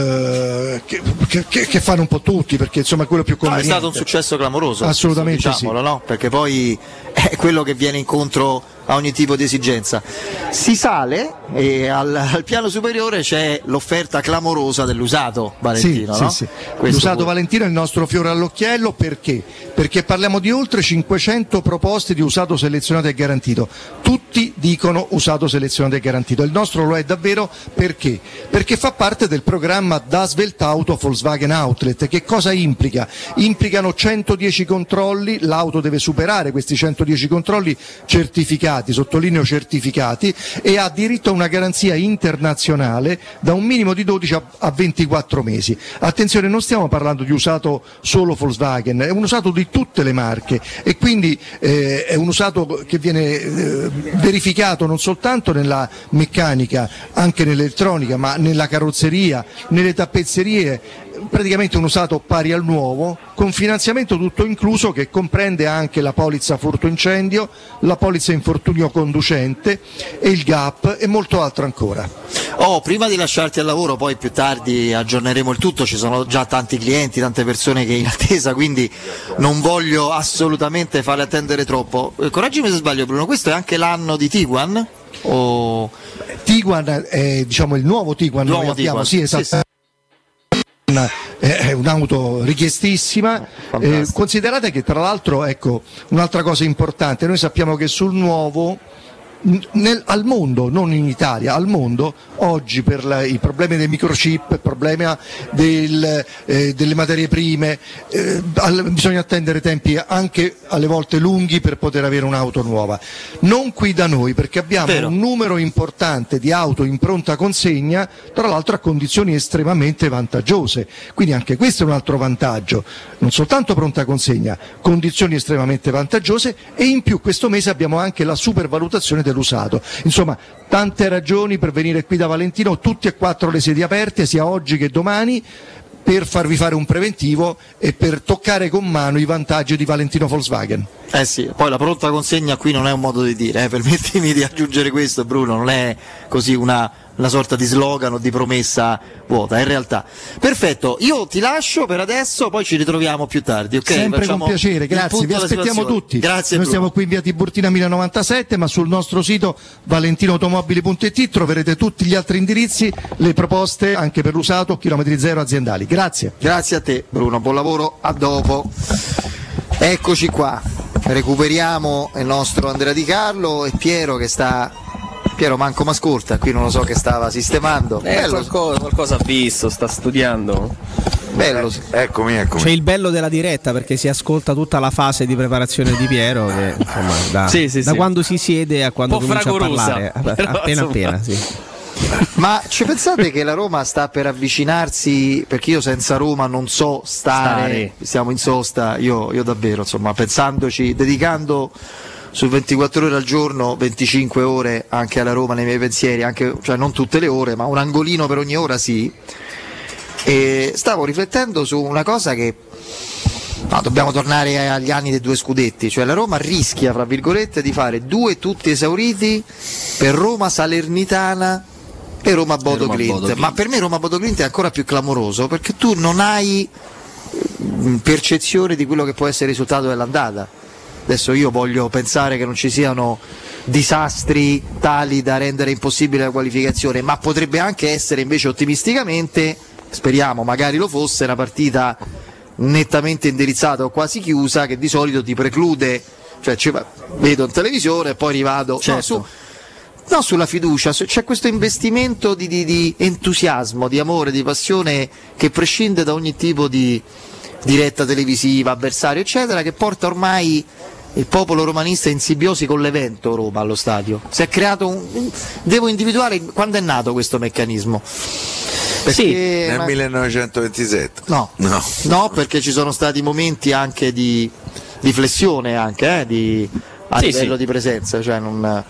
che fanno un po' tutti, perché insomma è quello più conveniente. È stato un successo clamoroso, assolutamente, diciamolo, sì, no? Perché poi è quello che viene incontro a ogni tipo di esigenza. Si sale e al piano superiore c'è l'offerta clamorosa dell'usato Valentino, sì, no? Sì. L'usato Valentino è il nostro fiore all'occhiello, perché? Perché parliamo di oltre 500 proposte di usato selezionato e garantito. Tutti dicono usato selezionato e garantito. Il nostro lo è davvero, perché? Perché fa parte del programma Das Weltauto Volkswagen Outlet. Che cosa implica? Implicano 110 controlli, l'auto deve superare questi 110 controlli certificati, sottolineo certificati, e ha diritto a una garanzia internazionale da un minimo di 12 a 24 mesi. Attenzione, non stiamo parlando di usato solo Volkswagen, è un usato di tutte le marche, e quindi è un usato che viene verificato non soltanto nella meccanica, anche nell'elettronica, ma nella carrozzeria, nelle tappezzerie. Praticamente un usato pari al nuovo, con finanziamento tutto incluso, che comprende anche la polizza furto incendio, la polizza infortunio conducente e il GAP e molto altro ancora. Prima di lasciarti al lavoro, poi più tardi aggiorneremo il tutto, ci sono già tanti clienti, tante persone che in attesa, quindi non voglio assolutamente farle attendere troppo. Correggimi se sbaglio Bruno, questo è anche l'anno di Tiguan? Tiguan è diciamo il nuovo Tiguan, noi abbiamo, sì, esatto. È un'auto richiestissima, considerate che tra l'altro, ecco, un'altra cosa importante, noi sappiamo che sul nuovo al mondo, non in Italia, al mondo oggi per i problemi dei microchip, il problema delle materie prime, bisogna attendere tempi anche alle volte lunghi per poter avere un'auto nuova. Non qui da noi, perché abbiamo un numero importante di auto in pronta consegna, tra l'altro a condizioni estremamente vantaggiose, quindi anche questo è un altro vantaggio, non soltanto pronta consegna, condizioni estremamente vantaggiose, e in più questo mese abbiamo anche la supervalutazione dell'usato. Insomma, tante ragioni per venire qui da Valentino, tutte e 4 le sedi aperte, sia oggi che domani, per farvi fare un preventivo e per toccare con mano i vantaggi di Valentino Volkswagen. Sì, poi la pronta consegna qui non è un modo di dire, permettimi di aggiungere questo, Bruno, non è così una sorta di slogan o di promessa vuota, è in realtà. Perfetto, io ti lascio per adesso, poi ci ritroviamo più tardi, ok? Sempre con piacere, grazie, vi aspettiamo tutti. Grazie. Noi stiamo qui in via Tiburtina 1097, ma sul nostro sito valentinoautomobili.it troverete tutti gli altri indirizzi, le proposte anche per l'usato, chilometri zero aziendali. Grazie. Grazie a te, Bruno, buon lavoro, a dopo. Eccoci qua, recuperiamo il nostro Andrea Di Carlo e Piero che sta... Piero manco m'ascolta, qui non lo so che stava sistemando. Qualcosa ha visto, sta studiando. Bello. Eccomi. C'è il bello della diretta, perché si ascolta tutta la fase di preparazione di Piero, che insomma da quando si siede a quando comincia a parlare, appena. Sì. Ma ci pensate che la Roma sta per avvicinarsi, perché io senza Roma non so stare. Siamo in sosta, io davvero, insomma, pensandoci, dedicando su 24 ore al giorno 25 ore anche alla Roma nei miei pensieri, cioè non tutte le ore, ma un angolino per ogni ora sì. E stavo riflettendo su una cosa che dobbiamo tornare agli anni dei 2 scudetti, cioè la Roma rischia, fra virgolette, di fare 2 tutti esauriti per Roma Salernitana e Roma Bodo Glimt. Ma per me Roma Bodo Glimt è ancora più clamoroso, perché tu non hai percezione di quello che può essere il risultato dell'andata. Adesso io voglio pensare che non ci siano disastri tali da rendere impossibile la qualificazione, ma potrebbe anche essere invece ottimisticamente, speriamo magari lo fosse, una partita nettamente indirizzata o quasi chiusa che di solito ti preclude, cioè vedo in televisione e poi rivado sulla fiducia, c'è questo investimento di entusiasmo, di amore, di passione che prescinde da ogni tipo di diretta televisiva, avversario eccetera, che porta ormai il popolo romanista in simbiosi con l'evento Roma allo stadio. Si è creato devo individuare quando è nato questo meccanismo. Nel 1927. No, perché ci sono stati momenti anche di flessione anche, a livello di presenza, cioè non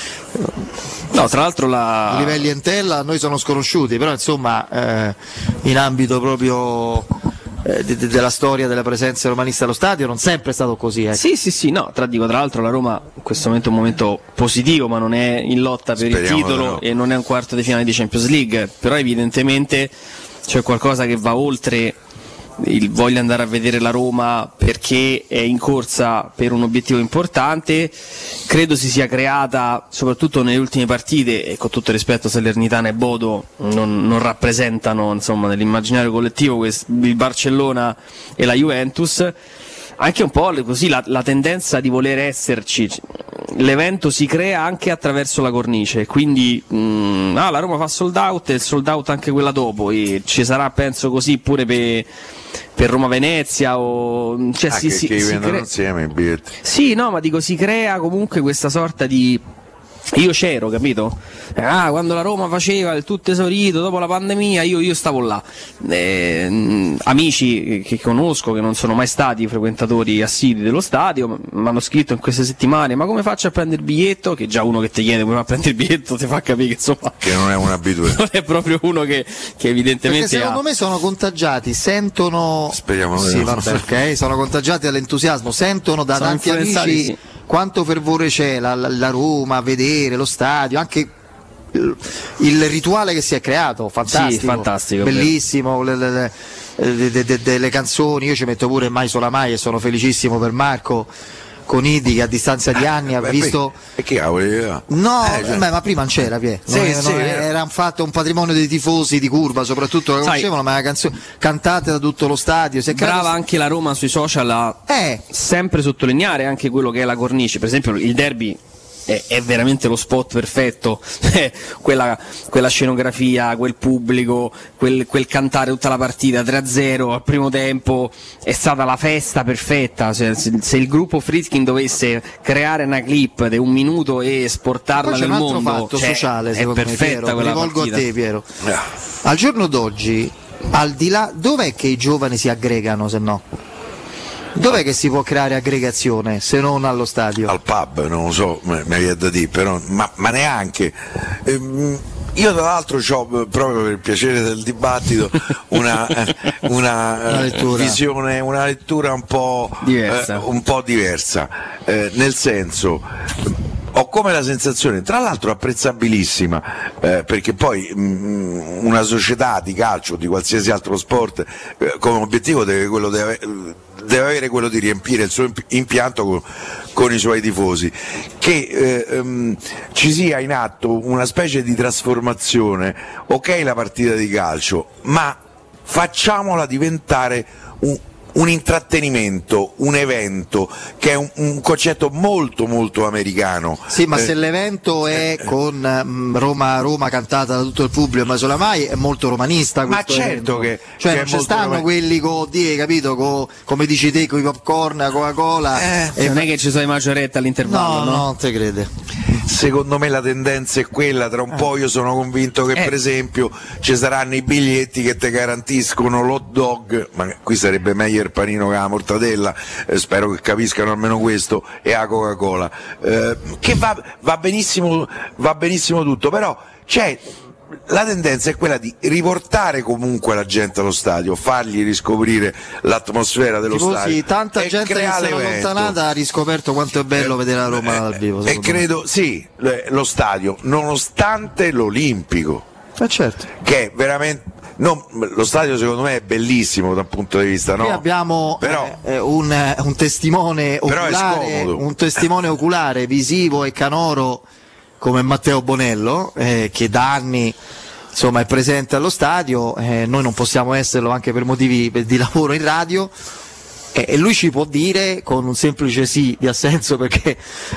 tra l'altro i livelli Entella a noi sono sconosciuti, però insomma in ambito proprio della storia della presenza romanista allo stadio non sempre è stato così. Tra l'altro la Roma in questo momento è un momento positivo, ma non è in lotta per il titolo e non è un quarto di finale di Champions League, però evidentemente c'è qualcosa che va oltre il voglio andare a vedere la Roma perché è in corsa per un obiettivo importante. Credo si sia creata, soprattutto nelle ultime partite, e con tutto il rispetto Salernitana e Bodo non rappresentano insomma nell'immaginario collettivo il Barcellona e la Juventus, anche un po' così la tendenza di voler esserci. L'evento si crea anche attraverso la cornice, quindi la Roma fa sold out e il sold out anche quella dopo, e ci sarà penso così pure per Roma-Venezia si vendono insieme i biglietti. Si crea comunque questa sorta di... Io c'ero, capito? Quando la Roma faceva il tutto esaurito dopo la pandemia, io stavo là. Amici che conosco, che non sono mai stati frequentatori assidui dello stadio, mi hanno scritto in queste settimane: ma come faccio a prendere il biglietto? Che già uno che ti chiede come va a prendere il biglietto ti fa capire che insomma che non è un abituato. Non è proprio uno che evidentemente perché secondo me sono contagiati, sentono. Speriamo ok, sono contagiati dall'entusiasmo, sentono da tanti amici quanto fervore c'è la Roma, a vedere lo stadio, anche il rituale che si è creato, fantastico, bellissimo, delle canzoni. Io ci metto pure Mai Sola Mai e sono felicissimo per Marco Conidi, che a distanza di anni ha visto. E che cavoli? Ma prima non c'era, era un patrimonio dei tifosi di curva, soprattutto che conoscevano, ma canzoni cantate da tutto lo stadio. Brava anche la Roma sui social a sempre sottolineare anche quello che è la cornice. Per esempio il derby è veramente lo spot perfetto. quella scenografia, quel pubblico, quel cantare tutta la partita 3-0 al primo tempo, è stata la festa perfetta. Se il gruppo Friedkin dovesse creare una clip di 1 minuto e esportarla nel mondo, c'è un altro fatto sociale, secondo me, perfetta. Piero, quella mi rivolgo partita. a te, Piero. Al giorno d'oggi, al di là, dov'è che i giovani si aggregano, se no? Dov'è che si può creare aggregazione se non allo stadio? Al pub, non lo so, mi viene da dire, però, ma neanche. Io tra l'altro ho, proprio per il piacere del dibattito, una visione, una lettura un po' diversa, nel senso, ho come la sensazione, tra l'altro apprezzabilissima, perché poi una società di calcio, di qualsiasi altro sport, come obiettivo deve avere quello di riempire il suo impianto con i suoi tifosi, che ci sia in atto una specie di trasformazione, ok la partita di calcio, ma facciamola diventare un intrattenimento, un evento, che è un concetto molto molto americano. Sì, ma se l'evento è con Roma cantata da tutto il pubblico, ma solo mai è molto romanista. Ma certo che cioè non ci stanno quelli capito, come dici te, con i popcorn, la Coca-Cola. Non è che ci sono i Maggioretta all'intervallo, no? Non te crede. Secondo me la tendenza è quella, tra un po' io sono convinto che per esempio ci saranno i biglietti che ti garantiscono l'hot dog, ma qui sarebbe meglio il panino che la mortadella, spero che capiscano almeno questo, e la Coca-Cola, che va benissimo tutto, però la tendenza è quella di riportare comunque la gente allo stadio, fargli riscoprire l'atmosfera dello stadio. Sì, tanta gente che si è allontanata ha riscoperto quanto è bello vedere la Roma dal vivo. E credo, sì, lo stadio, nonostante l'Olimpico, certo, che è veramente... lo stadio secondo me è bellissimo da un punto di vista, no? Qui abbiamo un testimone oculare, visivo e canoro come Matteo Bonello, che da anni insomma è presente allo stadio, noi non possiamo esserlo anche per motivi di lavoro in radio, e lui ci può dire con un semplice sì di assenso, perché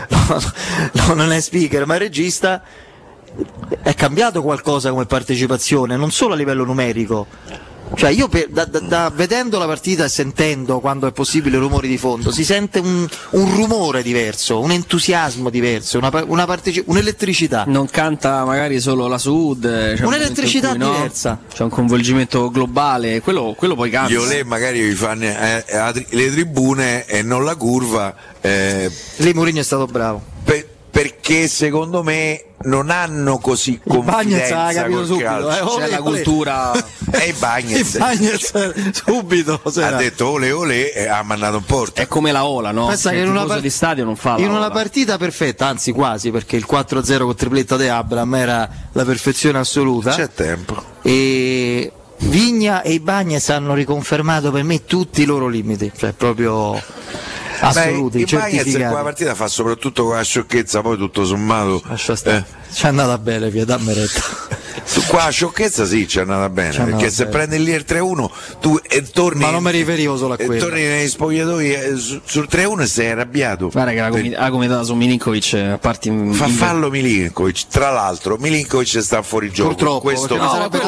non è speaker ma è regista. È cambiato qualcosa come partecipazione, non solo a livello numerico, cioè io vedendo la partita e sentendo quando è possibile rumori di fondo, si sente un rumore diverso, un entusiasmo diverso, un'elettricità. Non canta magari solo la Sud, un'elettricità diversa, c'è un coinvolgimento globale, quello poi cambia. Gli Olè magari vi fanno le tribune e non la curva. Lì Mourinho è stato bravo. Perché secondo me non hanno così confidenza col calcio. C'è la cultura e Bagnez subito ha detto ole e ha mandato un porto. È come la Ola, no? Pensa che in una di stadio non fa in una partita perfetta, anzi quasi, perché il 4-0 con tripletta di Abraham era la perfezione assoluta. C'è tempo. E Vigna e i Bagnez hanno riconfermato per me tutti i loro limiti, cioè proprio assoluti, il Bagnez in quella partita fa soprattutto con la sciocchezza, poi tutto sommato c'è andata bene, dammi retta. Su qua la sciocchezza sì, c'è andata bene, perché se prendi lì il 3-1 tu torni, ma non mi riferivo solo a quello, torni nei spogliatoi sul 3-1 e sei arrabbiato. Guarda che la comitata su Milinkovic a parte fa fallo Milinkovic, tra l'altro Milinkovic sta fuori gioco, purtroppo, questo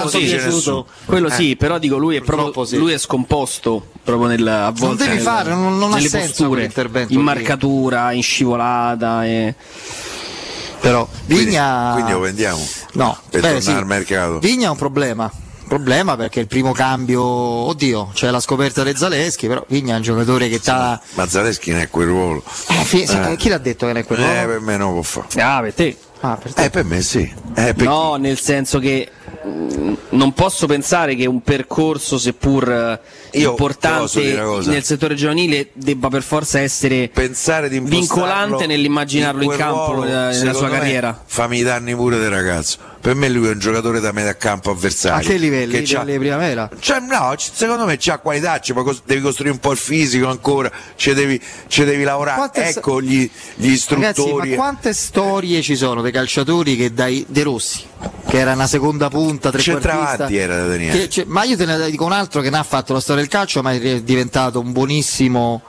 quello sì, però dico lui è proprio lui è scomposto proprio a volte non devi fare, non ha senso l'intervento in marcatura, in scivolata però Vigna quindi lo vendiamo? No, per tornare al mercato. Vigna è un problema perché il primo cambio, c'è la scoperta di Zaleschi, però Vigna è un giocatore che ma Zaleschi non è quel ruolo. Chi l'ha detto che non è quel ruolo? Per me no può fare. Per te. Per me sì. No, nel senso che non posso pensare che un percorso, seppur importante nel settore giovanile, debba per forza essere vincolante nell'immaginarlo in campo nella sua carriera. Fammi i danni pure del ragazzo. Per me lui è un giocatore da metà campo avversario. A che livelli? Delle primavera? Secondo me c'ha qualità, devi costruire un po' il fisico ancora, ci devi lavorare. Ecco gli istruttori. Ragazzi, ma quante storie ci sono dei calciatori che De Rossi, che era una seconda punta, trequartista, era da Daniele. Ma io te ne dico un altro che ne ha fatto la storia del calcio, ma è diventato un buonissimo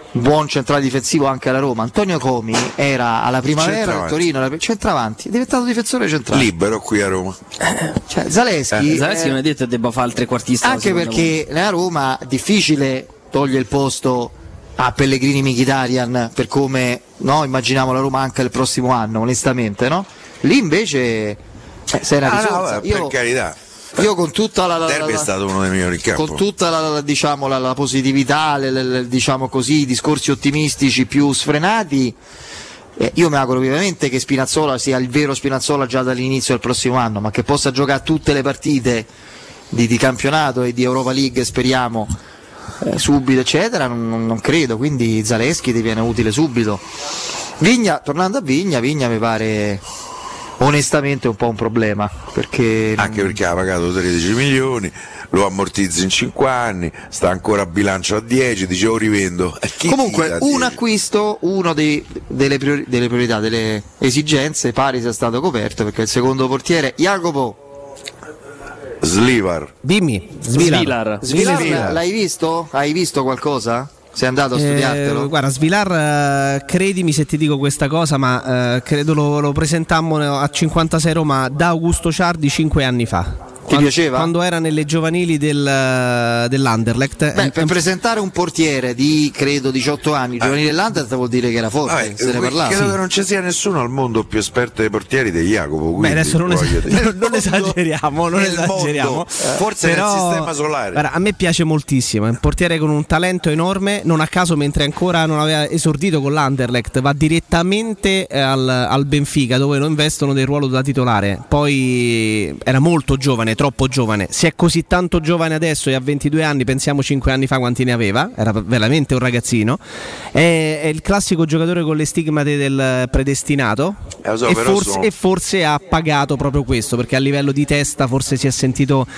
buon centrale difensivo anche alla Roma. Antonio Comi era alla Primavera al Torino, centravanti, è diventato difensore centrale. Libero qui a Roma. Cioè, Zaleschi non è detto che debba fare il trequartista. Anche perché nella Roma difficile toglie il posto a Pellegrini Mkhitaryan per come immaginavo la Roma anche il prossimo anno, onestamente, no? Lì invece se era risorsa. Per carità. Io con tutta Derby è stato uno dei migliori in campo. Con tutta la positività, diciamo così, i discorsi ottimistici più sfrenati, io mi auguro vivamente che Spinazzola sia il vero Spinazzola già dall'inizio del prossimo anno, ma che possa giocare tutte le partite di campionato e di Europa League, speriamo, subito eccetera, non credo, quindi Zaleschi diviene utile subito. Vigna, tornando a Vigna mi pare onestamente un po' un problema, perché anche perché ha pagato 13 milioni, lo ammortizzi in 5 anni, sta ancora a bilancio a 10, dicevo rivendo. Comunque un acquisto, uno delle priorità, delle esigenze, pare sia stato coperto, perché il secondo portiere Jacopo Svilar. L'hai visto? Hai visto qualcosa? Sei andato a studiartelo? Guarda, Svilar, credimi se ti dico questa cosa, ma credo lo presentammo a 56 Roma da Augusto Ciardi 5 anni fa. Ti piaceva? Quando era nelle giovanili dell'Anderlecht. Per presentare un portiere di credo 18 anni, giovanili dell'Anderlecht, vuol dire che era forte. Se ne parlava. Credo che non ci sia nessuno al mondo più esperto dei portieri di Jacopo. Adesso non esageriamo. Forse però, nel sistema solare. Guarda, a me piace moltissimo. È un portiere con un talento enorme. Non a caso, mentre ancora non aveva esordito con l'Anderlecht, va direttamente al Benfica, dove lo investono del ruolo da titolare. Poi era molto giovane, troppo giovane. Se è così tanto giovane adesso e ha 22 anni, pensiamo 5 anni fa quanti ne aveva, era veramente un ragazzino. È il classico giocatore con le stigmate del predestinato, e forse ha pagato proprio questo, perché a livello di testa forse si è sentito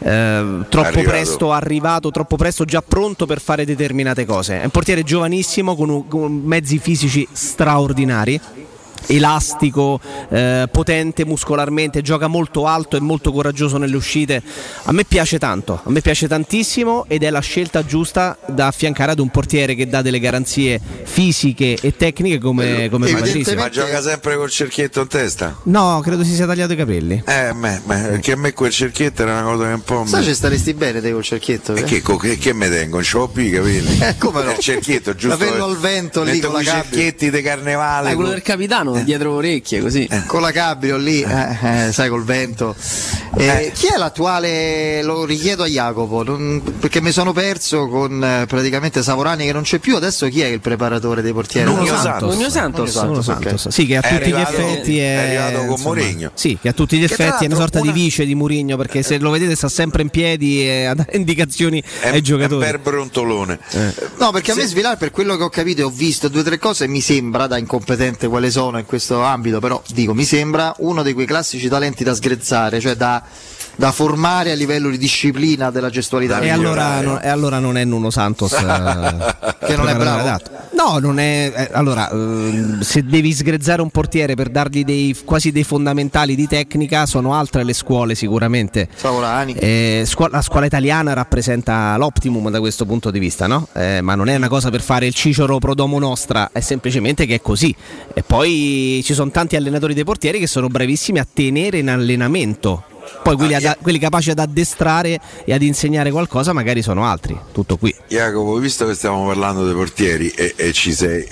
troppo arrivato troppo presto, già pronto per fare determinate cose. È un portiere giovanissimo con mezzi fisici straordinari, elastico, potente muscolarmente, gioca molto alto e molto coraggioso nelle uscite. A me piace tanto, a me piace tantissimo, ed è la scelta giusta da affiancare ad un portiere che dà delle garanzie fisiche e tecniche come Patrizio. Ma gioca sempre col cerchietto in testa? No, credo si sia tagliato i capelli. Perché a me quel cerchietto era una cosa che un po'. Sai, ci staresti bene te col cerchietto? Che me tengo? Non c'ho più i capelli. Come no? Il cerchietto, giusto? Capello al vento lì con la cerchietti di carnevale. Quello del capitano dietro le orecchie, così. Con la cabrio lì, sai, col vento. Chi è l'attuale? Lo richiedo a Jacopo, perché mi sono perso con praticamente Savorani che non c'è più. Adesso chi è il preparatore dei portieri? Nuno Santos. Okay. Sì, che a tutti gli effetti è arrivato con Mourinho. Sì, che a tutti gli effetti è una sorta di vice di Mourinho, perché se lo vedete sta sempre in piedi e a dare indicazioni ai giocatori. È per brontolone. No, perché a me Svilar, per quello che ho capito e ho visto 2 o 3 cose, mi sembra, da incompetente quale sono in questo ambito, però dico, mi sembra uno di quei classici talenti da sgrezzare, cioè da formare a livello di disciplina della gestualità. E allora non è Nuno Santos che non è bravo. Adatto. No, non è. Allora, se devi sgrezzare un portiere per dargli quasi dei fondamentali di tecnica, sono altre le scuole sicuramente. Savorani. La scuola italiana rappresenta l'optimum da questo punto di vista, no? Ma non è una cosa per fare il Cicero pro domo nostra, è semplicemente che è così. E poi ci sono tanti allenatori dei portieri che sono bravissimi a tenere in allenamento. Poi quelli capaci ad addestrare e ad insegnare qualcosa magari sono altri. Tutto qui. Jacopo, visto che stiamo parlando dei portieri e ci sei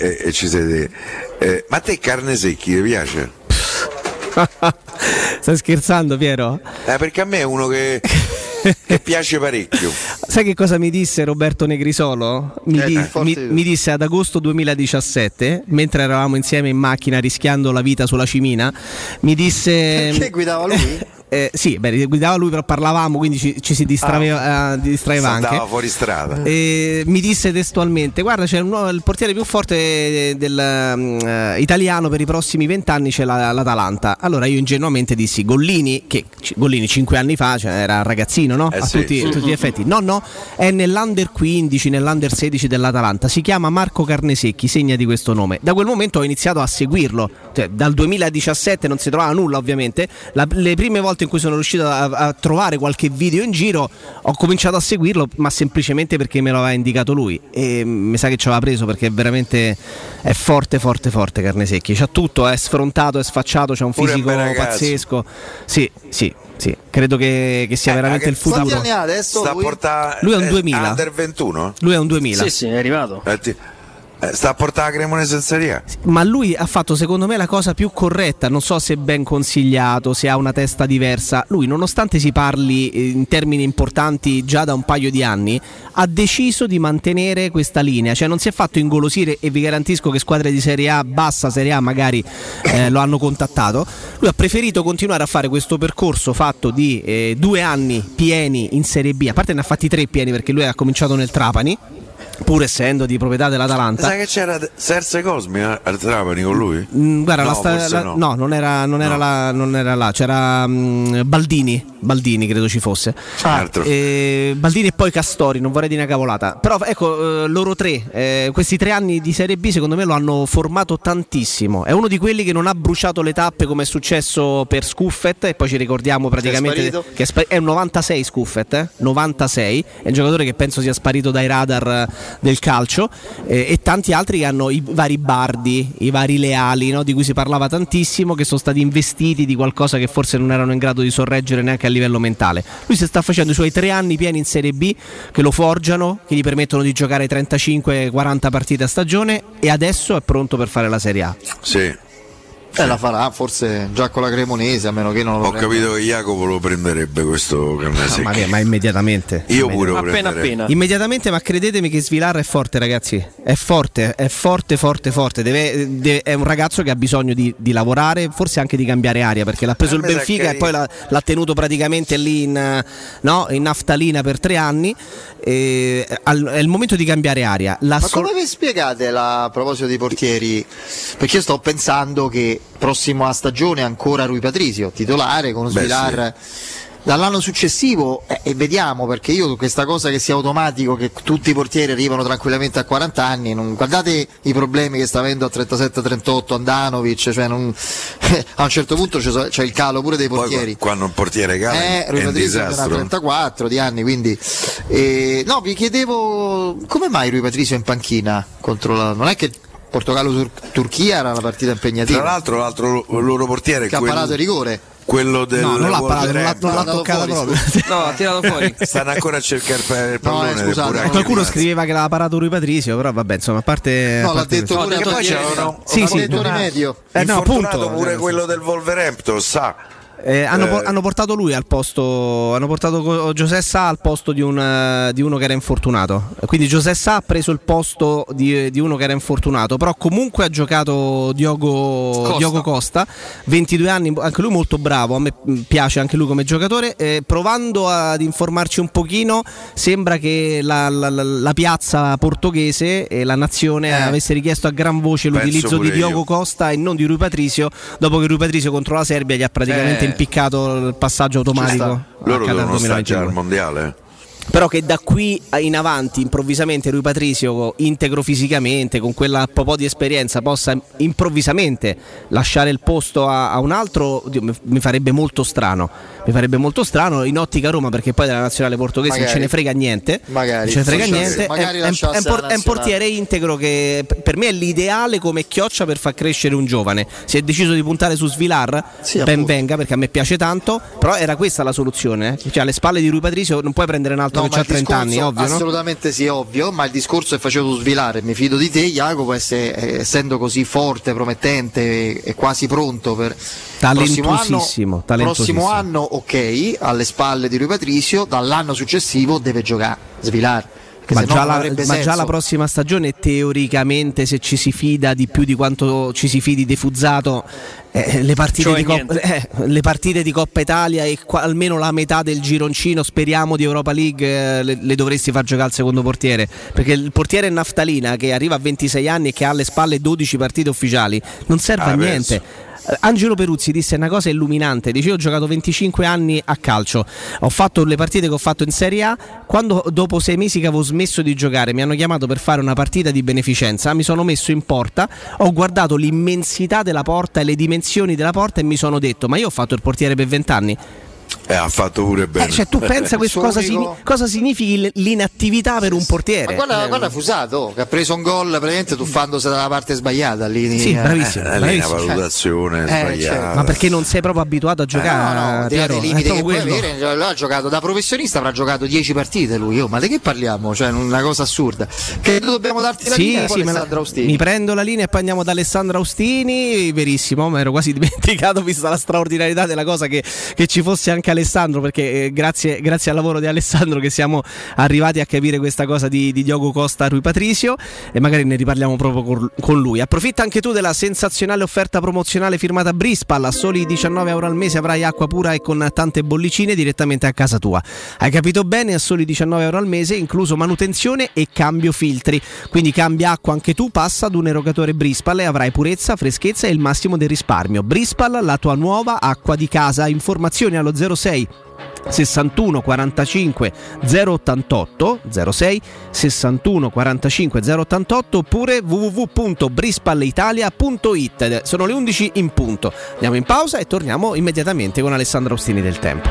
ma a te Carnesecchi ti piace? Stai scherzando, Piero? Perché a me è uno che piace parecchio. Sai che cosa mi disse Roberto Negrisolo? Mi disse ad agosto 2017, mentre eravamo insieme in macchina rischiando la vita sulla Cimina, mi disse... Che guidava lui? Sì, guidava lui, però parlavamo, quindi ci si distraeva anche. Andava fuori strada. Mi disse testualmente: guarda, c'è il portiere più forte italiano per i prossimi 20 anni, c'è l'Atalanta. Allora io ingenuamente dissi Gollini, che Gollini 5 anni fa era ragazzino, no? Tutti gli effetti. No, è nell'Under 15, nell'Under 16 dell'Atalanta. Si chiama Marco Carnesecchi, segnati questo nome. Da quel momento ho iniziato a seguirlo. Cioè, dal 2017 non si trovava nulla, ovviamente. Le prime volte volte in cui sono riuscito a trovare qualche video in giro ho cominciato a seguirlo, ma semplicemente perché me lo aveva indicato lui, e mi sa che ci aveva preso, perché veramente è forte Carnesecchi, c'ha tutto, è sfrontato, è sfacciato, c'ha un fisico pazzesco. Sì, credo che sia veramente il futuro. Quanti anni ha adesso lui è un 2000. Under 21? Lui è un 2000. Sì, è arrivato. Sta a portare la Cremonese in Serie A. Ma lui ha fatto secondo me la cosa più corretta, non so se ben consigliato, se ha una testa diversa. Lui, nonostante si parli in termini importanti già da un paio di anni, ha deciso di mantenere questa linea, cioè non si è fatto ingolosire, e vi garantisco che squadre di Serie A, bassa Serie A magari lo hanno contattato. Lui ha preferito continuare a fare questo percorso fatto di 2 anni pieni in Serie B, a parte ne ha fatti 3 pieni perché lui ha cominciato nel Trapani, pur essendo di proprietà dell'Atalanta. Sai che c'era Serse Cosmi al Trapani con lui? Guarda, no, non era là, c'era Baldini credo ci fosse. Baldini e poi Castori, non vorrei dire una cavolata. Però ecco, loro tre, questi 3 anni di Serie B secondo me lo hanno formato tantissimo. È uno di quelli che non ha bruciato le tappe come è successo per Scuffet, e poi ci ricordiamo praticamente che è un 96 Scuffet, 96, è un giocatore che penso sia sparito dai radar del calcio, e tanti altri che hanno i vari Bardi, i vari Leali, no? Di cui si parlava tantissimo, che sono stati investiti di qualcosa che forse non erano in grado di sorreggere neanche a livello mentale. Lui si sta facendo i suoi 3 anni pieni in Serie B che lo forgiano, che gli permettono di giocare 35-40 partite a stagione, e adesso è pronto per fare la Serie A. Sì. La farà forse già con la Cremonese, a meno che non lo Ho capito che Jacopo lo prenderebbe questo Carnesecchi. Ma immediatamente. Io pure lo appena. Immediatamente, ma credetemi che Svilar è forte, ragazzi. È forte. È un ragazzo che ha bisogno di lavorare, forse anche di cambiare aria, perché l'ha preso il Benfica e poi l'ha tenuto praticamente lì in naftalina per 3 anni. È il momento di cambiare aria. Come vi spiegate a proposito dei portieri? Perché io sto pensando che prossima stagione ancora Rui Patrizio titolare con Svilar dall'anno successivo, e vediamo, perché io questa cosa che sia automatico, che tutti i portieri arrivano tranquillamente a 40 anni, guardate i problemi che sta avendo a 37-38 Andanovic, cioè a un certo punto c'è il calo pure dei portieri. Poi, quando un portiere cala Rui è un Patrizio disastro. ha 34 di anni, quindi no, vi chiedevo come mai Rui Patrizio è in panchina contro non è che Portogallo-Turchia era una partita impegnativa. Tra l'altro loro portiere che ha parato il rigore. Quello del non l'ha parato, non l'ha toccato proprio. No, ha tirato fuori. Stanno ancora a cercare il pallone. Qualcuno scriveva che l'aveva parato Rui Patrizio, però vabbè, insomma, a parte. No, l'ha detto pure poi c'erano rimedio. Infortunato pure quello del Wolverhampton, sa. Hanno portato lui al posto, hanno portato José Sá al posto di uno che era infortunato, quindi José Sá ha preso il posto di uno che era infortunato, però comunque ha giocato Diogo Costa, 22 anni, anche lui molto bravo, a me piace anche lui come giocatore. Provando ad informarci un pochino, sembra che la piazza portoghese e la nazione avesse richiesto a gran voce l'utilizzo di Diogo Costa e non di Rui Patrizio, dopo che Rui Patrizio contro la Serbia gli ha praticamente impiccato il passaggio automatico. Loro devono stare già al mondiale. Però che da qui in avanti improvvisamente Rui Patrizio, integro fisicamente, con quella po' di esperienza, possa improvvisamente lasciare il posto a un altro, mi farebbe molto strano. Mi farebbe molto strano in ottica Roma, perché poi della nazionale portoghese non ce ne frega niente. Magari, non ce ne frega niente. È un portiere integro che per me è l'ideale come chioccia per far crescere un giovane. Si è deciso di puntare su Svilar, ben venga, perché a me piace tanto, però era questa la soluzione. Cioè alle spalle di Rui Patrizio non puoi prendere un altro che ha 30 anni, ovvio, assolutamente no? Sì, ovvio, ma il discorso che facevo su Svilar, mi fido di te Jacopo, essendo così forte, promettente e quasi pronto per prossimo anno, ok, alle spalle di Rui Patrizio, dall'anno successivo deve giocare Svilar. Ma già la prossima stagione teoricamente, se ci si fida di più di quanto ci si fidi di Fuzzato, le partite di Coppa Italia e almeno la metà del gironcino, speriamo, di Europa League le dovresti far giocare al secondo portiere, perché il portiere naftalina che arriva a 26 anni e che ha alle spalle 12 partite ufficiali non serve a niente. Angelo Peruzzi disse una cosa illuminante, dice: io ho giocato 25 anni a calcio, ho fatto le partite che ho fatto in Serie A, quando dopo 6 mesi che avevo smesso di giocare mi hanno chiamato per fare una partita di beneficenza, mi sono messo in porta, ho guardato l'immensità della porta e le dimensioni della porta e mi sono detto: ma io ho fatto il portiere per 20 anni, Ha fatto pure bene. Cioè, tu pensa cosa significhi l'inattività per un portiere? Ma guarda Fusato che ha preso un gol praticamente tuffandosi dalla parte sbagliata lì. Sì, bravissimo. Lì una valutazione sbagliata. Ma perché non sei proprio abituato a giocare? No, dei limiti che puoi avere. Ha giocato da professionista, avrà giocato 10 partite lui. Ma di che parliamo? Cioè, una cosa assurda. Che dobbiamo darti la linea poi Alessandro Austini. Mi prendo la linea e poi andiamo da Alessandro Austini. Verissimo, mi ero quasi dimenticato vista la straordinarietà della cosa che ci fosse anche Alessandro, perché grazie al lavoro di Alessandro che siamo arrivati a capire questa cosa di Diogo Costa Rui Patricio, e magari ne riparliamo proprio con lui. Approfitta anche tu della sensazionale offerta promozionale firmata Brispal. A soli €19 al mese avrai acqua pura e con tante bollicine direttamente a casa tua. Hai capito bene? A soli €19 al mese, incluso manutenzione e cambio filtri. Quindi cambia acqua anche tu, passa ad un erogatore Brispal e avrai purezza, freschezza e il massimo del risparmio. Brispal, la tua nuova acqua di casa. Informazioni allo 06 61 45 088 06 61 45 088 oppure www.brispalitalia.it. Sono le 11 in punto. Andiamo in pausa e torniamo immediatamente con Alessandro Austini del Tempo.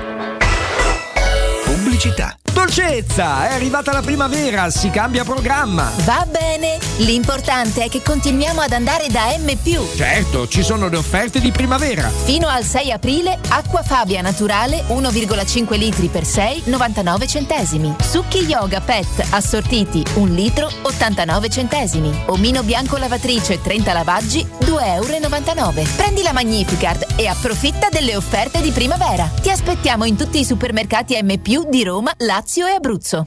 Pubblicità. Dolcezza, è arrivata la primavera, si cambia programma. Va bene, l'importante è che continuiamo ad andare da M+. Certo, ci sono le offerte di primavera. Fino al 6 aprile, acqua Fabia naturale 1,5 litri per 6, 99 centesimi. Succhi Yoga Pet assortiti 1 litro, 89 centesimi. Omino bianco lavatrice 30 lavaggi, €2,99. Prendi la Magnificard e approfitta delle offerte di primavera. Ti aspettiamo in tutti i supermercati M+ di Roma, Lazio e Abruzzo.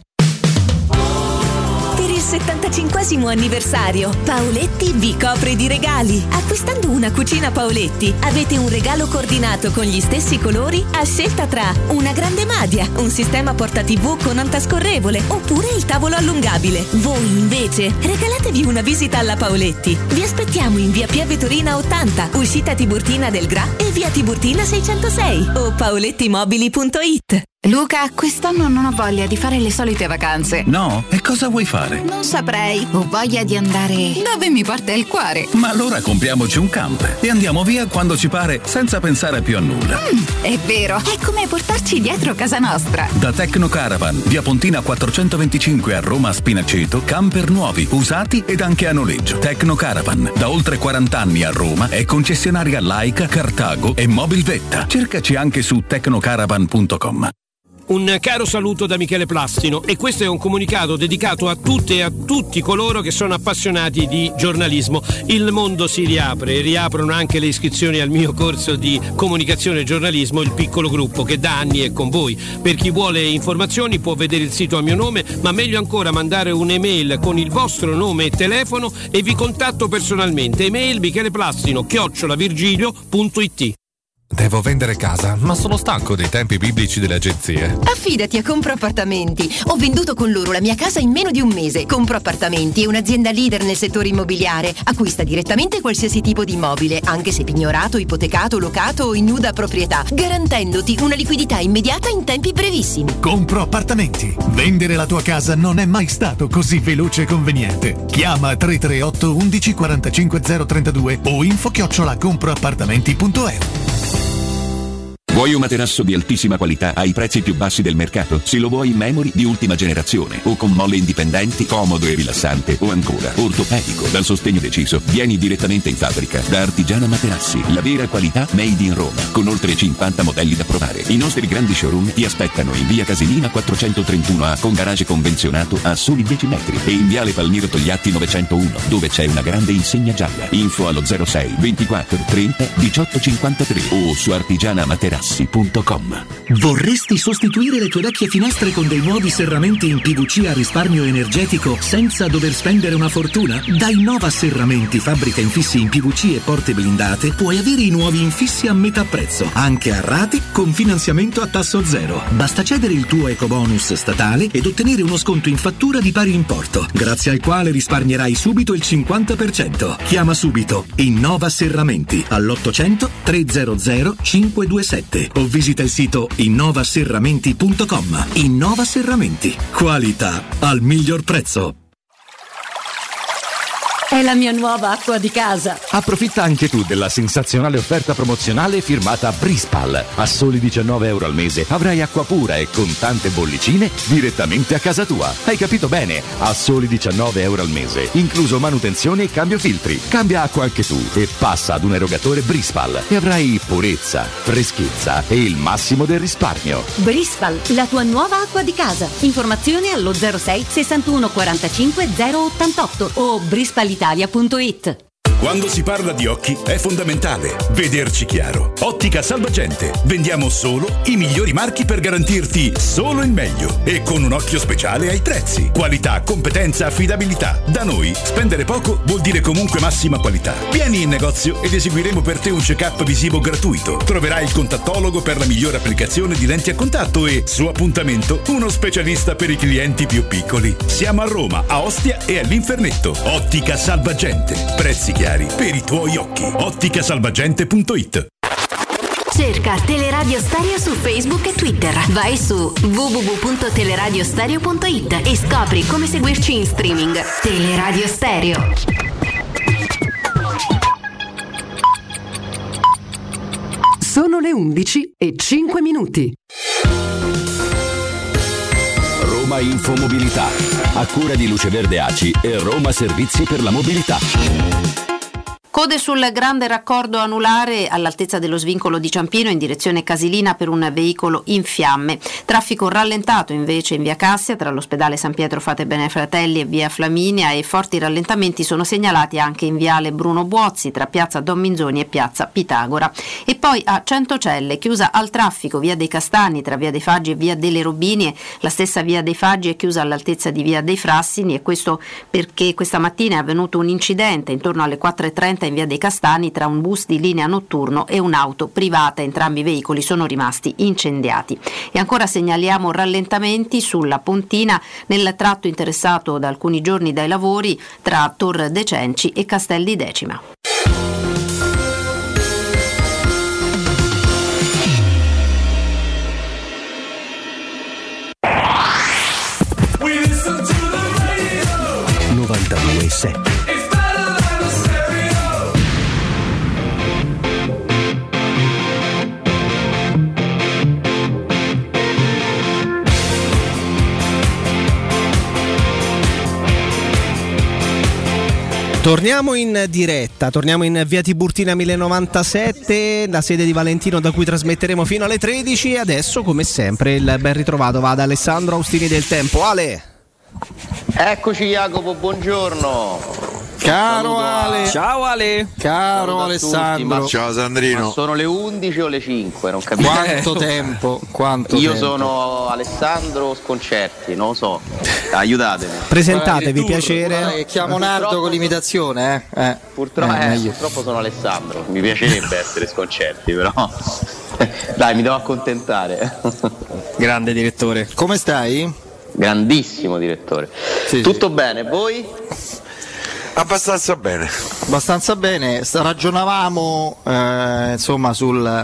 Per il 75° anniversario, Paoletti vi copre di regali. Acquistando una cucina Paoletti, avete un regalo coordinato con gli stessi colori a scelta tra una grande madia, un sistema porta TV con antascorrevole oppure il tavolo allungabile. Voi invece regalatevi una visita alla Paoletti. Vi aspettiamo in via Pieve Torina 80, uscita Tiburtina del Gra e via Tiburtina 606 o paolettimobili.it. Luca, quest'anno non ho voglia di fare le solite vacanze. No? E cosa vuoi fare? Non saprei. Ho voglia di andare dove mi porta il cuore. Ma allora compriamoci un camper e andiamo via quando ci pare, senza pensare più a nulla. È vero, è come portarci dietro casa nostra. Da Tecnocaravan, via Pontina 425 a Roma Spinaceto, camper nuovi, usati ed anche a noleggio. Tecnocaravan, da oltre 40 anni a Roma, è concessionaria Laika, Cartago e Mobilvetta. Cercaci anche su tecnocaravan.com. Un caro saluto da Michele Plastino, e questo è un comunicato dedicato a tutte e a tutti coloro che sono appassionati di giornalismo. Il mondo si riaprono anche le iscrizioni al mio corso di comunicazione e giornalismo, il piccolo gruppo, che da anni è con voi. Per chi vuole informazioni può vedere il sito a mio nome, ma meglio ancora mandare un'email con il vostro nome e telefono e vi contatto personalmente. Email micheleplastino@virgilio.it. Devo vendere casa, ma sono stanco dei tempi biblici delle agenzie. Affidati a Compro Appartamenti. Ho venduto con loro la mia casa in meno di un mese. Compro Appartamenti è un'azienda leader nel settore immobiliare. Acquista direttamente qualsiasi tipo di immobile, anche se pignorato, ipotecato, locato o in nuda proprietà, garantendoti una liquidità immediata in tempi brevissimi. Compro Appartamenti. Vendere la tua casa non è mai stato così veloce e conveniente. Chiama 338 11 45 032 o info@comproappartamenti.eu. Vuoi un materasso di altissima qualità ai prezzi più bassi del mercato? Se lo vuoi in memory di ultima generazione o con molle indipendenti, comodo e rilassante, o ancora ortopedico dal sostegno deciso, vieni direttamente in fabbrica da Artigiana Materassi, la vera qualità made in Roma, con oltre 50 modelli da provare. I nostri grandi showroom ti aspettano in via Casilina 431A con garage convenzionato a soli 10 metri e in viale Palmiro Togliatti 901, dove c'è una grande insegna gialla. Info allo 06 24 30 18 53 o su artigianamaterassi.com. Vorresti sostituire le tue vecchie finestre con dei nuovi serramenti in PVC a risparmio energetico senza dover spendere una fortuna? Da Innova Serramenti, fabbrica infissi in PVC e porte blindate, puoi avere i nuovi infissi a metà prezzo, anche a rate con finanziamento a tasso zero. Basta cedere il tuo ecobonus statale ed ottenere uno sconto in fattura di pari importo, grazie al quale risparmierai subito il 50%. Chiama subito Innova Serramenti all'800 300 527 o visita il sito innovaserramenti.com. Innova Serramenti, qualità al miglior prezzo. È la mia nuova acqua di casa. Approfitta anche tu della sensazionale offerta promozionale firmata Brispal. A soli €19 al mese avrai acqua pura e con tante bollicine direttamente a casa tua. Hai capito bene? A soli €19 al mese, incluso manutenzione e cambio filtri. Cambia acqua anche tu e passa ad un erogatore Brispal e avrai purezza, freschezza e il massimo del risparmio. Brispal, la tua nuova acqua di casa. Informazioni allo 06 61 45 088 o brispalitalia.it. Quando si parla di occhi è fondamentale vederci chiaro. Ottica Salvagente. Vendiamo solo i migliori marchi per garantirti solo il meglio e con un occhio speciale ai prezzi. Qualità, competenza, affidabilità. Da noi spendere poco vuol dire comunque massima qualità. Vieni in negozio ed eseguiremo per te un check-up visivo gratuito. Troverai il contattologo per la migliore applicazione di lenti a contatto e, su appuntamento, uno specialista per i clienti più piccoli. Siamo a Roma, a Ostia e all'Infernetto. Ottica Salvagente. Prezzi chiari per i tuoi occhi. Otticasalvagente.it. Cerca Teleradio Stereo su Facebook e Twitter. Vai su www.teleradiostereo.it e scopri come seguirci in streaming. Teleradio Stereo. Sono le 11:05. Roma Infomobilità, a cura di Luce Verde ACI e Roma Servizi per la Mobilità. Code sul grande raccordo anulare all'altezza dello svincolo di Ciampino in direzione Casilina per un veicolo in fiamme. Traffico rallentato invece in via Cassia tra l'ospedale San Pietro Fate Bene Fratelli e via Flaminia, e forti rallentamenti sono segnalati anche in viale Bruno Buozzi tra piazza Don Minzoni e piazza Pitagora. E poi a Centocelle, chiusa al traffico via dei Castani tra via dei Faggi e via delle Robinie. La stessa via dei Faggi è chiusa all'altezza di via dei Frassini, e questo perché questa mattina è avvenuto un incidente intorno alle 4:30 in via dei Castani tra un bus di linea notturno e un'auto privata. Entrambi i veicoli sono rimasti incendiati. E ancora segnaliamo rallentamenti sulla Pontina nel tratto interessato da alcuni giorni dai lavori tra Tor De Cenci e Castel di Decima. Torniamo in diretta, torniamo in via Tiburtina 1097, la sede di Valentino da cui trasmetteremo fino alle 13, e adesso come sempre il ben ritrovato va ad Alessandro Austini del Tempo. Ale! Eccoci Jacopo, buongiorno. Caro Ale. Ciao Ale. Caro Alessandro. Ciao Sandrino. Ma sono le 11 o le 5? Non capisco. Quanto tempo? Io sono Alessandro Sconcerti, non lo so. Aiutatemi. Presentatevi, piacere. Chiamo Nardo con l'imitazione, Purtroppo sono Alessandro. Mi piacerebbe essere Sconcerti, però. Dai, mi devo accontentare. Grande direttore. Come stai? Grandissimo direttore. Sì, tutto bene, voi? Abbastanza bene. Abbastanza bene. Ragionavamo insomma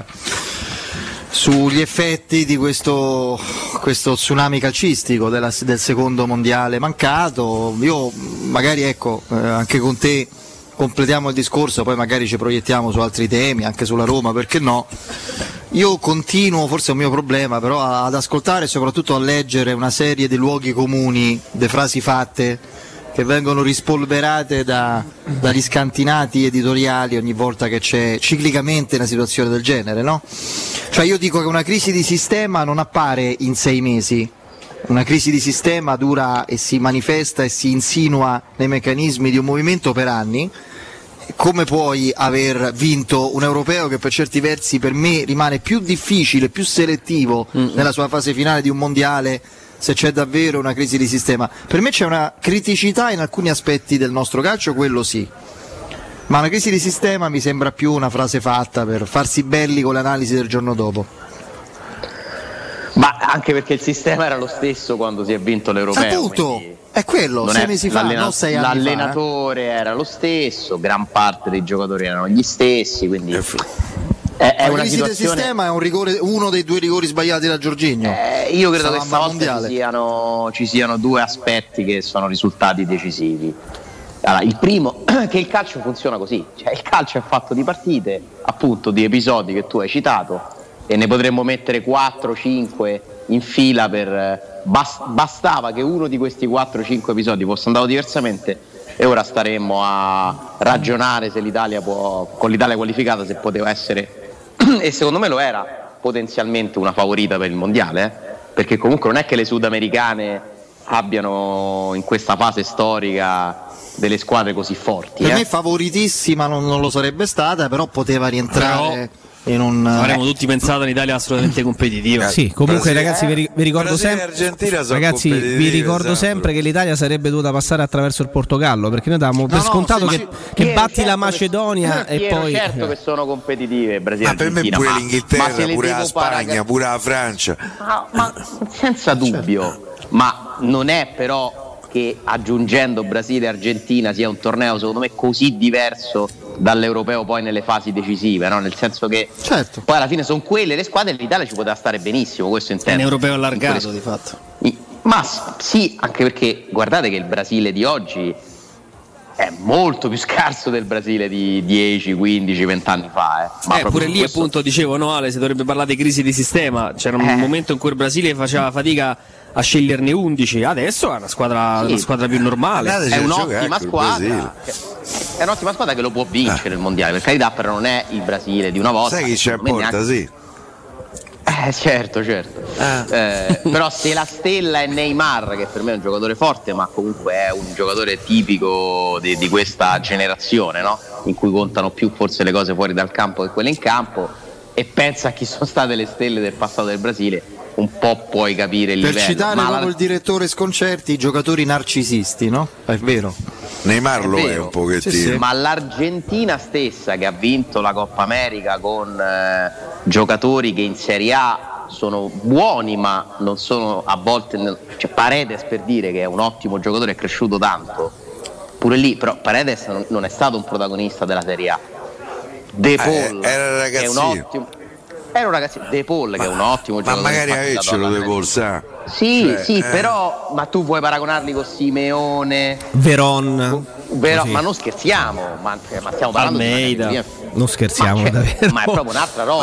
sugli effetti di questo tsunami calcistico del secondo mondiale mancato. Io magari anche con te completiamo il discorso, poi magari ci proiettiamo su altri temi, anche sulla Roma, perché no? Io continuo, forse è un mio problema, però ad ascoltare e soprattutto a leggere una serie di luoghi comuni, di frasi fatte che vengono rispolverate dagli scantinati editoriali ogni volta che c'è ciclicamente una situazione del genere, no? Cioè io dico che una crisi di sistema non appare in 6 mesi, una crisi di sistema dura e si manifesta e si insinua nei meccanismi di un movimento per anni. Come puoi aver vinto un europeo che per certi versi per me rimane più difficile, più selettivo nella sua fase finale di un mondiale, se c'è davvero una crisi di sistema? Per me c'è una criticità in alcuni aspetti del nostro calcio, quello sì, ma una crisi di sistema mi sembra più una frase fatta per farsi belli con l'analisi del giorno dopo. Ma anche perché il sistema era lo stesso quando si è vinto l'europeo. Appunto, è quello, 6 mesi fa, non 6 anni fa. L'allenatore era lo stesso, gran parte dei giocatori erano gli stessi, quindi è una crisi del sistema è un rigore, uno dei 2 rigori sbagliati da Jorginho. Io credo che stavolta ci siano 2 aspetti che sono risultati decisivi. Allora, il primo che il calcio funziona così, cioè il calcio è fatto di partite, appunto di episodi che tu hai citato, e ne potremmo mettere 4-5 in fila per bastava che uno di questi 4-5 episodi fosse andato diversamente e ora staremmo a ragionare se l'Italia con l'Italia qualificata, se poteva essere e secondo me lo era potenzialmente una favorita per il mondiale, perché comunque non è che le sudamericane abbiano in questa fase storica delle squadre così forti. Per me favoritissima non lo sarebbe stata, però poteva rientrare in un... Avremmo tutti pensato all'Italia assolutamente competitiva. Sì, comunque ragazzi vi ricordo sempre, ragazzi, vi ricordo sempre che l'Italia sarebbe dovuta passare attraverso il Portogallo, perché noi davamo per scontato che batti la Macedonia e poi certo che sono competitive Brasile, per me pure l'Inghilterra, pure la Spagna, pure la Francia, ma senza dubbio, ma non è però che aggiungendo Brasile e Argentina sia un torneo secondo me così diverso dall'europeo poi nelle fasi decisive, no? Nel senso che poi alla fine sono quelle le squadre, l'Italia ci poteva stare benissimo, questo intendo. È un europeo allargato di fatto. Ma sì, anche perché guardate che il Brasile di oggi è molto più scarso del Brasile di 10, 15, 20 anni fa. Ma pure lì appunto dicevo, no Ale, si dovrebbe parlare di crisi di sistema, c'era un momento in cui il Brasile faceva fatica a sceglierne 11, adesso è una squadra più normale, è un'ottima squadra, è un'ottima squadra che lo può vincere il mondiale, per carità, però non è il Brasile di una volta. Sai chi c'è a porta, sì. Certo. Però se la stella è Neymar, che per me è un giocatore forte, ma comunque è un giocatore tipico di questa generazione, no? In cui contano più forse le cose fuori dal campo che quelle in campo, e pensa a chi sono state le stelle del passato del Brasile, un po' puoi capire il livello. Per citare proprio il direttore Sconcerti, i giocatori narcisisti, no? È vero. Neymar lo è un pochettino. Sì. Ma l'Argentina stessa, che ha vinto la Coppa America con giocatori che in Serie A sono buoni ma non sono a volte, cioè Paredes, per dire, che è un ottimo giocatore, è cresciuto tanto pure lì, però Paredes non è stato un protagonista della Serie A. De Paul era un ottimo, era un ragazzino. De Paul che è un ottimo giocatore, ma magari avecelo De Paul, sa? Sì, però ma tu vuoi paragonarli con Simeone, Veron, ma non scherziamo, ma stiamo parlando Almeida. Non scherziamo, davvero. Ma è proprio un'altra roba.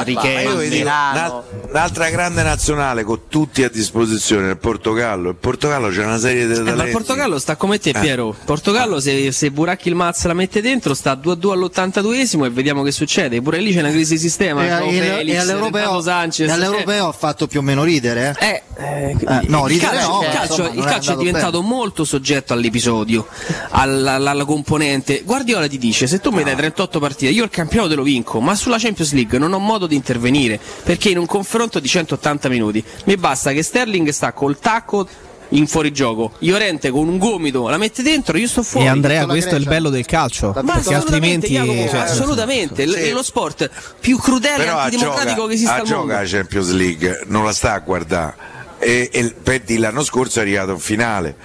Un'altra grande nazionale con tutti a disposizione, il Portogallo. Il Portogallo c'è una serie di talenti. Ma il Portogallo sta come te, Piero. Il Portogallo, se Buracchi il Maz la mette dentro, sta 2-2 all'82esimo e vediamo che succede. Pure lì c'è una crisi di sistema. E all'europeo ha fatto più o meno ridere. Il calcio è diventato molto soggetto all'episodio, alla componente. Guardiola ti dice: se tu mi dai 38 partite, io il campionato te lo vinco, ma sulla Champions League non ho modo di intervenire, perché in un confronto di 180 minuti mi basta che Sterling sta col tacco in fuorigioco, Llorente con un gomito la mette dentro, io sto fuori. E Andrea, questo è il bello del calcio, perché altrimenti assolutamente è lo sport più crudele e antidemocratico che esista al mondo. Gioca la Champions League, non la sta a guardare, e per dire, l'anno scorso è arrivato in finale.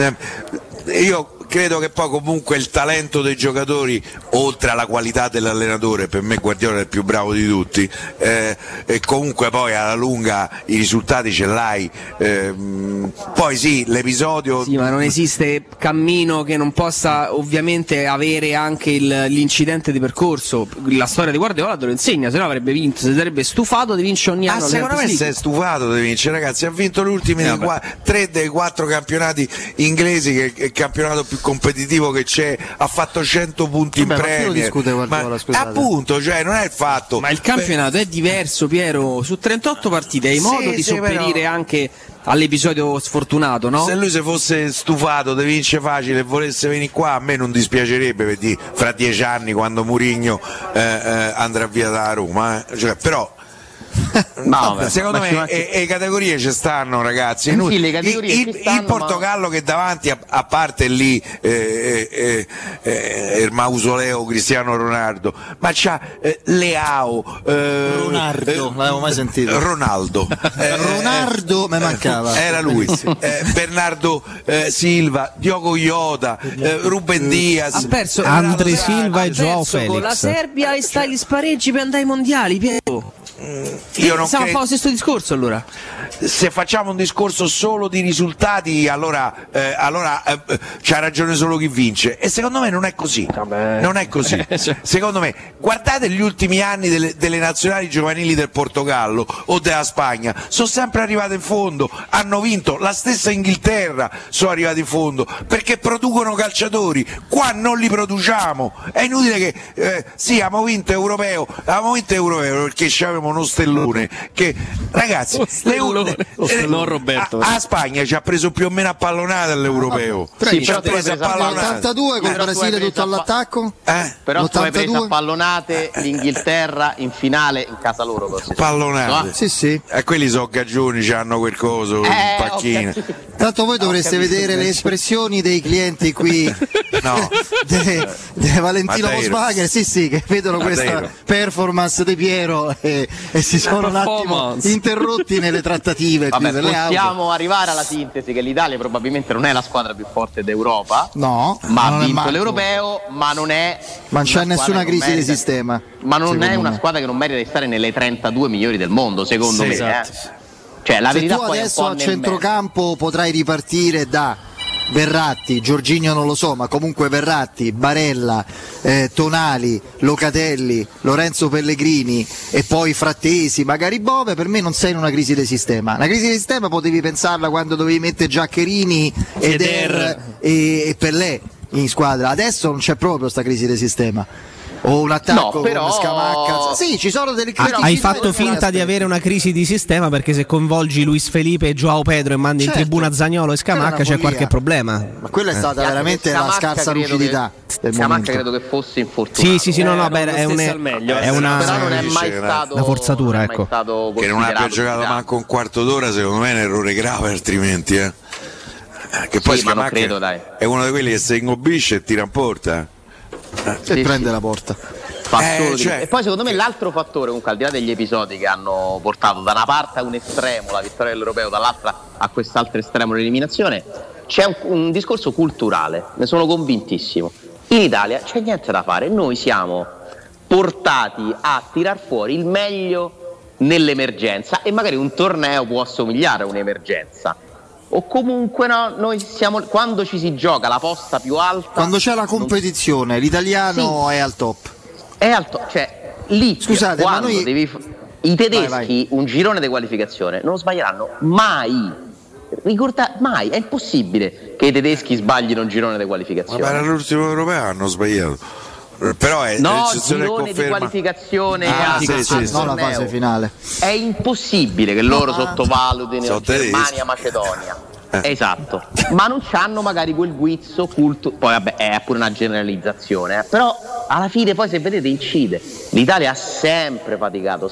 Io credo che poi comunque il talento dei giocatori, oltre alla qualità dell'allenatore, per me Guardiola è il più bravo di tutti, e comunque poi alla lunga i risultati ce l'hai, poi sì, l'episodio... Sì, ma non esiste cammino che non possa ovviamente avere anche l'incidente di percorso. La storia di Guardiola te lo insegna, se no avrebbe vinto, se sarebbe stufato di vincere ogni anno. Secondo me si è stufato di vincere, ragazzi, ha vinto gli ultimi 3 dei 4 campionati inglesi, che è il campionato più competitivo che c'è, ha fatto 100 punti in Premier, appunto, cioè non è il fatto, ma il campionato è diverso, Piero, su 38 partite hai modo di sopperire anche all'episodio sfortunato, no? Se lui si fosse stufato di vincere facile e volesse venire qua, a me non dispiacerebbe, perché fra 10 anni, quando Mourinho andrà via da Roma, cioè, però secondo me le categorie ci stanno, ragazzi. Il Portogallo che davanti, a parte lì il mausoleo Cristiano Ronaldo, ma c'ha Leao, Ronaldo, non l'avevo mai sentito. Ronaldo mi mancava, era lui. Bernardo Silva, Diogo Jota, Ruben Diaz, ha perso Andre Silva e Joao Felix. Con la Serbia e gli spareggi per andare ai mondiali, Piero. Io non stiamo a fare lo stesso discorso, allora. se facciamo un discorso solo di risultati allora c'ha ragione solo chi vince, e secondo me non è così. Non è così. Secondo me, guardate gli ultimi anni delle nazionali giovanili del Portogallo o della Spagna, sono sempre arrivate in fondo, hanno vinto. La stessa Inghilterra sono arrivati in fondo perché producono calciatori, qua non li produciamo. È inutile che sì, abbiamo vinto europeo perché avevamo uno stellone che, ragazzi, non Roberto, a Spagna ci ha preso più o meno a pallonate all'europeo. Sì, ci ha preso a pallonate. L'82 con il Brasile tutto all'attacco. Però tu hai preso a pallonate l'Inghilterra in finale in casa loro. Pallonate. Sì. E quelli sono gagioni, c'hanno quel coso, pacchine. Tanto voi dovreste vedere le espressioni dei clienti qui. No. De Valentino Volkswagen, sì, che vedono questa performance di Piero e si sono un attimo interrotti nelle trattative. Vabbè, possiamo arrivare alla sintesi che l'Italia probabilmente non è la squadra più forte d'Europa, no, ma ha vinto l'europeo, ma non c'è nessuna crisi di sistema. Ma non è una squadra che non merita di stare nelle 32 migliori del mondo, secondo me. Esatto. Cioè, la verità tu poi adesso a centrocampo potrai ripartire da Verratti, Jorginho non lo so, ma comunque Verratti, Barella, Tonali, Locatelli, Lorenzo Pellegrini e poi Frattesi, magari Bove. Per me non sei in una crisi di sistema. Una crisi di sistema potevi pensarla quando dovevi mettere Giaccherini, Eder e Pellè in squadra. Adesso non c'è proprio sta crisi di sistema. O un attacco con Scamacca. Sì, ci sono delle crisi. Hai fatto finta di avere una crisi di sistema perché se coinvolgi Luis Felipe e Joao Pedro e mandi in tribuna Zaniolo e Scamacca c'è qualche problema. Ma quella è stata veramente la scarsa lucidità del momento. Credo che fosse infortunato. Sì, no, è una però non è mai stato una forzatura, ecco. Che non abbia giocato manco un quarto d'ora, secondo me è un errore grave, altrimenti che poi Scamacca credo, dai. È uno di quelli che si ingobisce e tira in porta. E prende la porta. E poi secondo me l'altro fattore, comunque, al di là degli episodi che hanno portato da una parte a un estremo la vittoria dell'europeo, dall'altra a quest'altro estremo l'eliminazione, c'è un discorso culturale, ne sono convintissimo. In Italia c'è niente da fare, noi siamo portati a tirar fuori il meglio nell'emergenza, e magari un torneo può assomigliare a un'emergenza. O comunque no, noi siamo, quando ci si gioca la posta più alta, quando c'è la competizione, l'italiano è al top. È al top, cioè lì. Scusate, quando ma noi i tedeschi un girone di qualificazione non lo sbaglieranno mai. Mai, è impossibile che i tedeschi sbaglino un girone di qualificazione. Ma per l'ultimo europeo hanno sbagliato. Però è girone di qualificazione non la fase finale. È impossibile che loro sottovalutino Germania, Macedonia. Esatto, ma non c'hanno magari quel guizzo culto. Poi vabbè, è pure una generalizzazione, però alla fine poi, se vedete, incide. L'Italia ha sempre faticato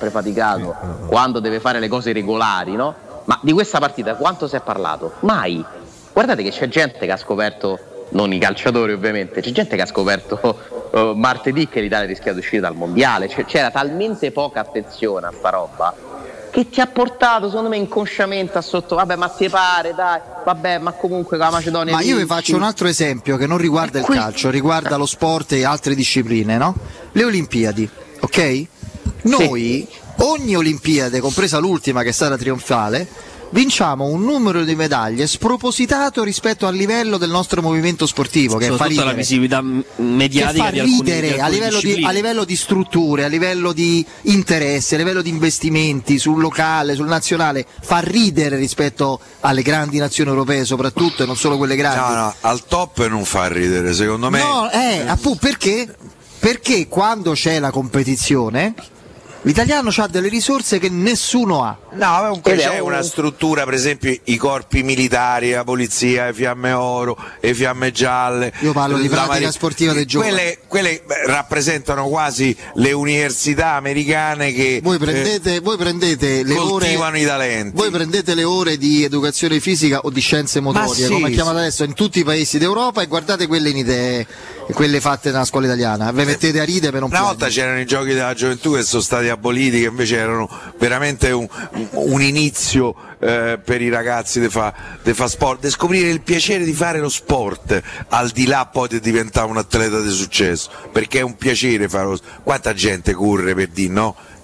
quando deve fare le cose regolari, no? Ma di questa partita quanto si è parlato? Mai. Guardate che c'è gente che ha scoperto, non i calciatori ovviamente, c'è gente che ha scoperto martedì che l'Italia rischia di uscire dal mondiale. C'era talmente poca attenzione a sta roba che ti ha portato, secondo me, inconsciamente a sotto. Vabbè, ma ti pare, dai, vabbè, ma comunque con la Macedonia. Ma io vi faccio un altro esempio che non riguarda il calcio, riguarda lo sport e altre discipline, no? Le Olimpiadi, ok? Noi ogni Olimpiade, compresa l'ultima che è stata trionfale, vinciamo un numero di medaglie spropositato rispetto al livello del nostro movimento sportivo, che fa ridere. La visibilità mediatica che fa ridere a livello di strutture, a livello di interessi, a livello di investimenti sul locale, sul nazionale, fa ridere rispetto alle grandi nazioni europee soprattutto, e non solo quelle grandi. No, al top non fa ridere, secondo me. No, appunto, perché quando c'è la competizione l'italiano ha delle risorse che nessuno ha. No, comunque c'è una struttura, per esempio i corpi militari, la polizia, le fiamme oro, le fiamme gialle. Io parlo di pratica sportiva dei giovani. Quelle rappresentano quasi le università americane che voi prendete le coltivano i talenti. Voi prendete le ore di educazione fisica o di scienze motorie, come è chiamata adesso, in tutti i paesi d'Europa, e guardate quelle in idee, quelle fatte nella scuola italiana. Vi mettete a ridere per non Una volta c'erano i giochi della gioventù che sono stati aboliti, che invece erano veramente un inizio per i ragazzi di fa sport, di scoprire il piacere di fare lo sport, al di là poi di diventare un atleta di successo, perché è un piacere fare quanta gente corre, per dire, no?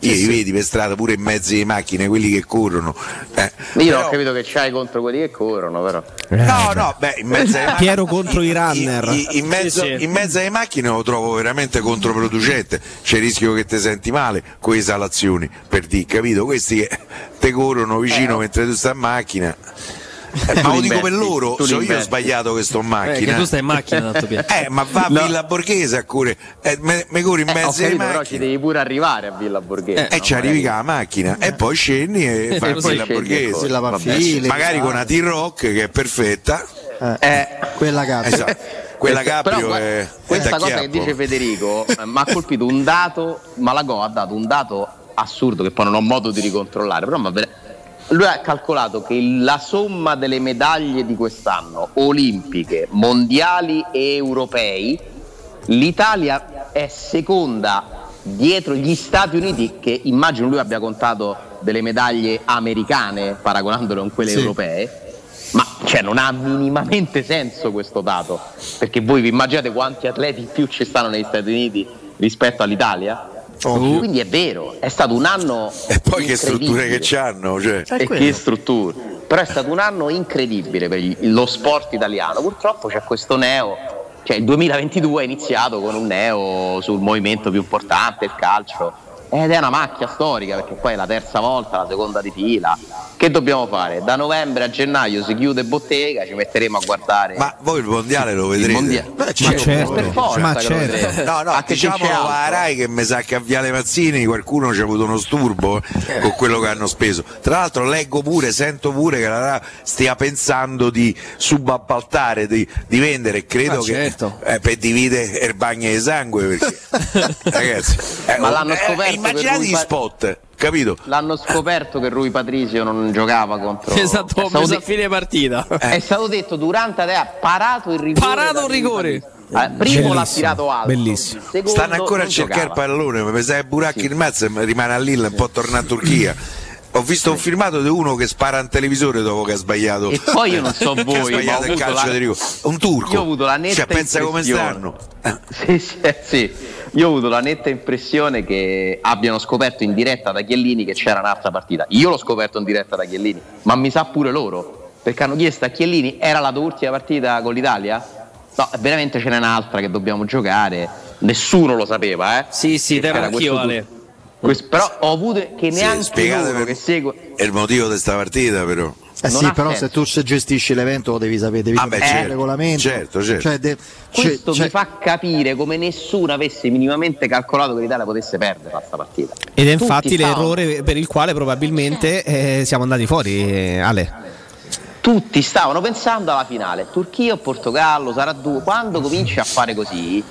li vedi per strada pure in mezzo alle macchine, quelli che corrono. Io non ho capito che c'hai contro quelli che corrono, però. No, in mezzo alle Piero contro i runner. In mezzo alle macchine lo trovo veramente controproducente. C'è il rischio che ti senti male con le esalazioni, per dire, capito? Questi che te corrono vicino mentre tu stai in macchina. Ma lo dico per loro, io ho sbagliato che sto in macchina. Che tu stai in macchina, tanto Piero. Ma va a Villa Borghese a correre, mi corri in mezzo alle macchine. Però ci devi pure arrivare a Villa Borghese. Ci arrivi con la macchina e poi scendi e fai Villa Borghese. Magari con una T-Rock che è perfetta. Quella Caprio. Esatto. Quella Caprio è questa cosa che dice Federico mi ha colpito un dato. Malagò ha dato un dato assurdo che poi non ho modo di ricontrollare, però lui ha calcolato che la somma delle medaglie di quest'anno, olimpiche, mondiali e europei, l'Italia è seconda dietro gli Stati Uniti, che immagino lui abbia contato delle medaglie americane paragonandole con quelle europee. Ma non ha minimamente senso questo dato, perché voi vi immaginate quanti atleti in più ci stanno negli Stati Uniti rispetto all'Italia? Quindi è vero, è stato un anno e poi che strutture che c'hanno, e che strutture, però è stato un anno incredibile per lo sport italiano. Purtroppo c'è questo neo, il 2022 è iniziato con un neo sul movimento più importante, il calcio, ed è una macchia storica, perché poi è la terza volta, la seconda di fila. Che dobbiamo fare? Da novembre a gennaio si chiude bottega, ci metteremo a guardare. Ma voi il mondiale lo vedrete? Certo. Per forza diciamolo a Rai che mi sa che a Viale Mazzini qualcuno ci ha avuto uno sturbo con quello che hanno speso. Tra l'altro sento pure che la Rai stia pensando di subappaltare, di vendere, credo che per dividere il bagno di sangue, perché ragazzi, ma l'hanno scoperto, immaginate gli spot, capito? L'hanno scoperto che Rui Patrizio non giocava contro. Esatto, a fine partita. È stato detto durante parato il rigore. Parato un rigore. Primo l'ha tirato alto. Bellissimo. Stanno ancora a cercare il pallone, mi sa che Buracchi il Mazza rimane a Lille, un po' tornato in Turchia. Ho visto un filmato di uno che spara un televisore dopo che ha sbagliato. E poi io non so voi, ha sbagliato il calcio di rigore. Un turco. Io ho avuto la netta pensa come stanno. Sì. Io ho avuto la netta impressione che abbiano scoperto in diretta da Chiellini che c'era un'altra partita. Io l'ho scoperto in diretta da Chiellini, ma mi sa pure loro, perché hanno chiesto a Chiellini: era la tua ultima partita con l'Italia? No, veramente ce n'è un'altra che dobbiamo giocare. Nessuno lo sapeva, Sì, te era anch'io, Ale. Però ho avuto che neanche loro che segue. È il motivo di questa partita, però. Però se tu gestisci l'evento lo devi sapere, devi sapere il regolamento. Certo. Questo mi fa capire come nessuno avesse minimamente calcolato che l'Italia potesse perdere questa partita. Ed è infatti l'errore per il quale probabilmente siamo andati fuori, Ale. Tutti stavano pensando alla finale, Turchia o Portogallo, sarà due. Quando cominci a fare così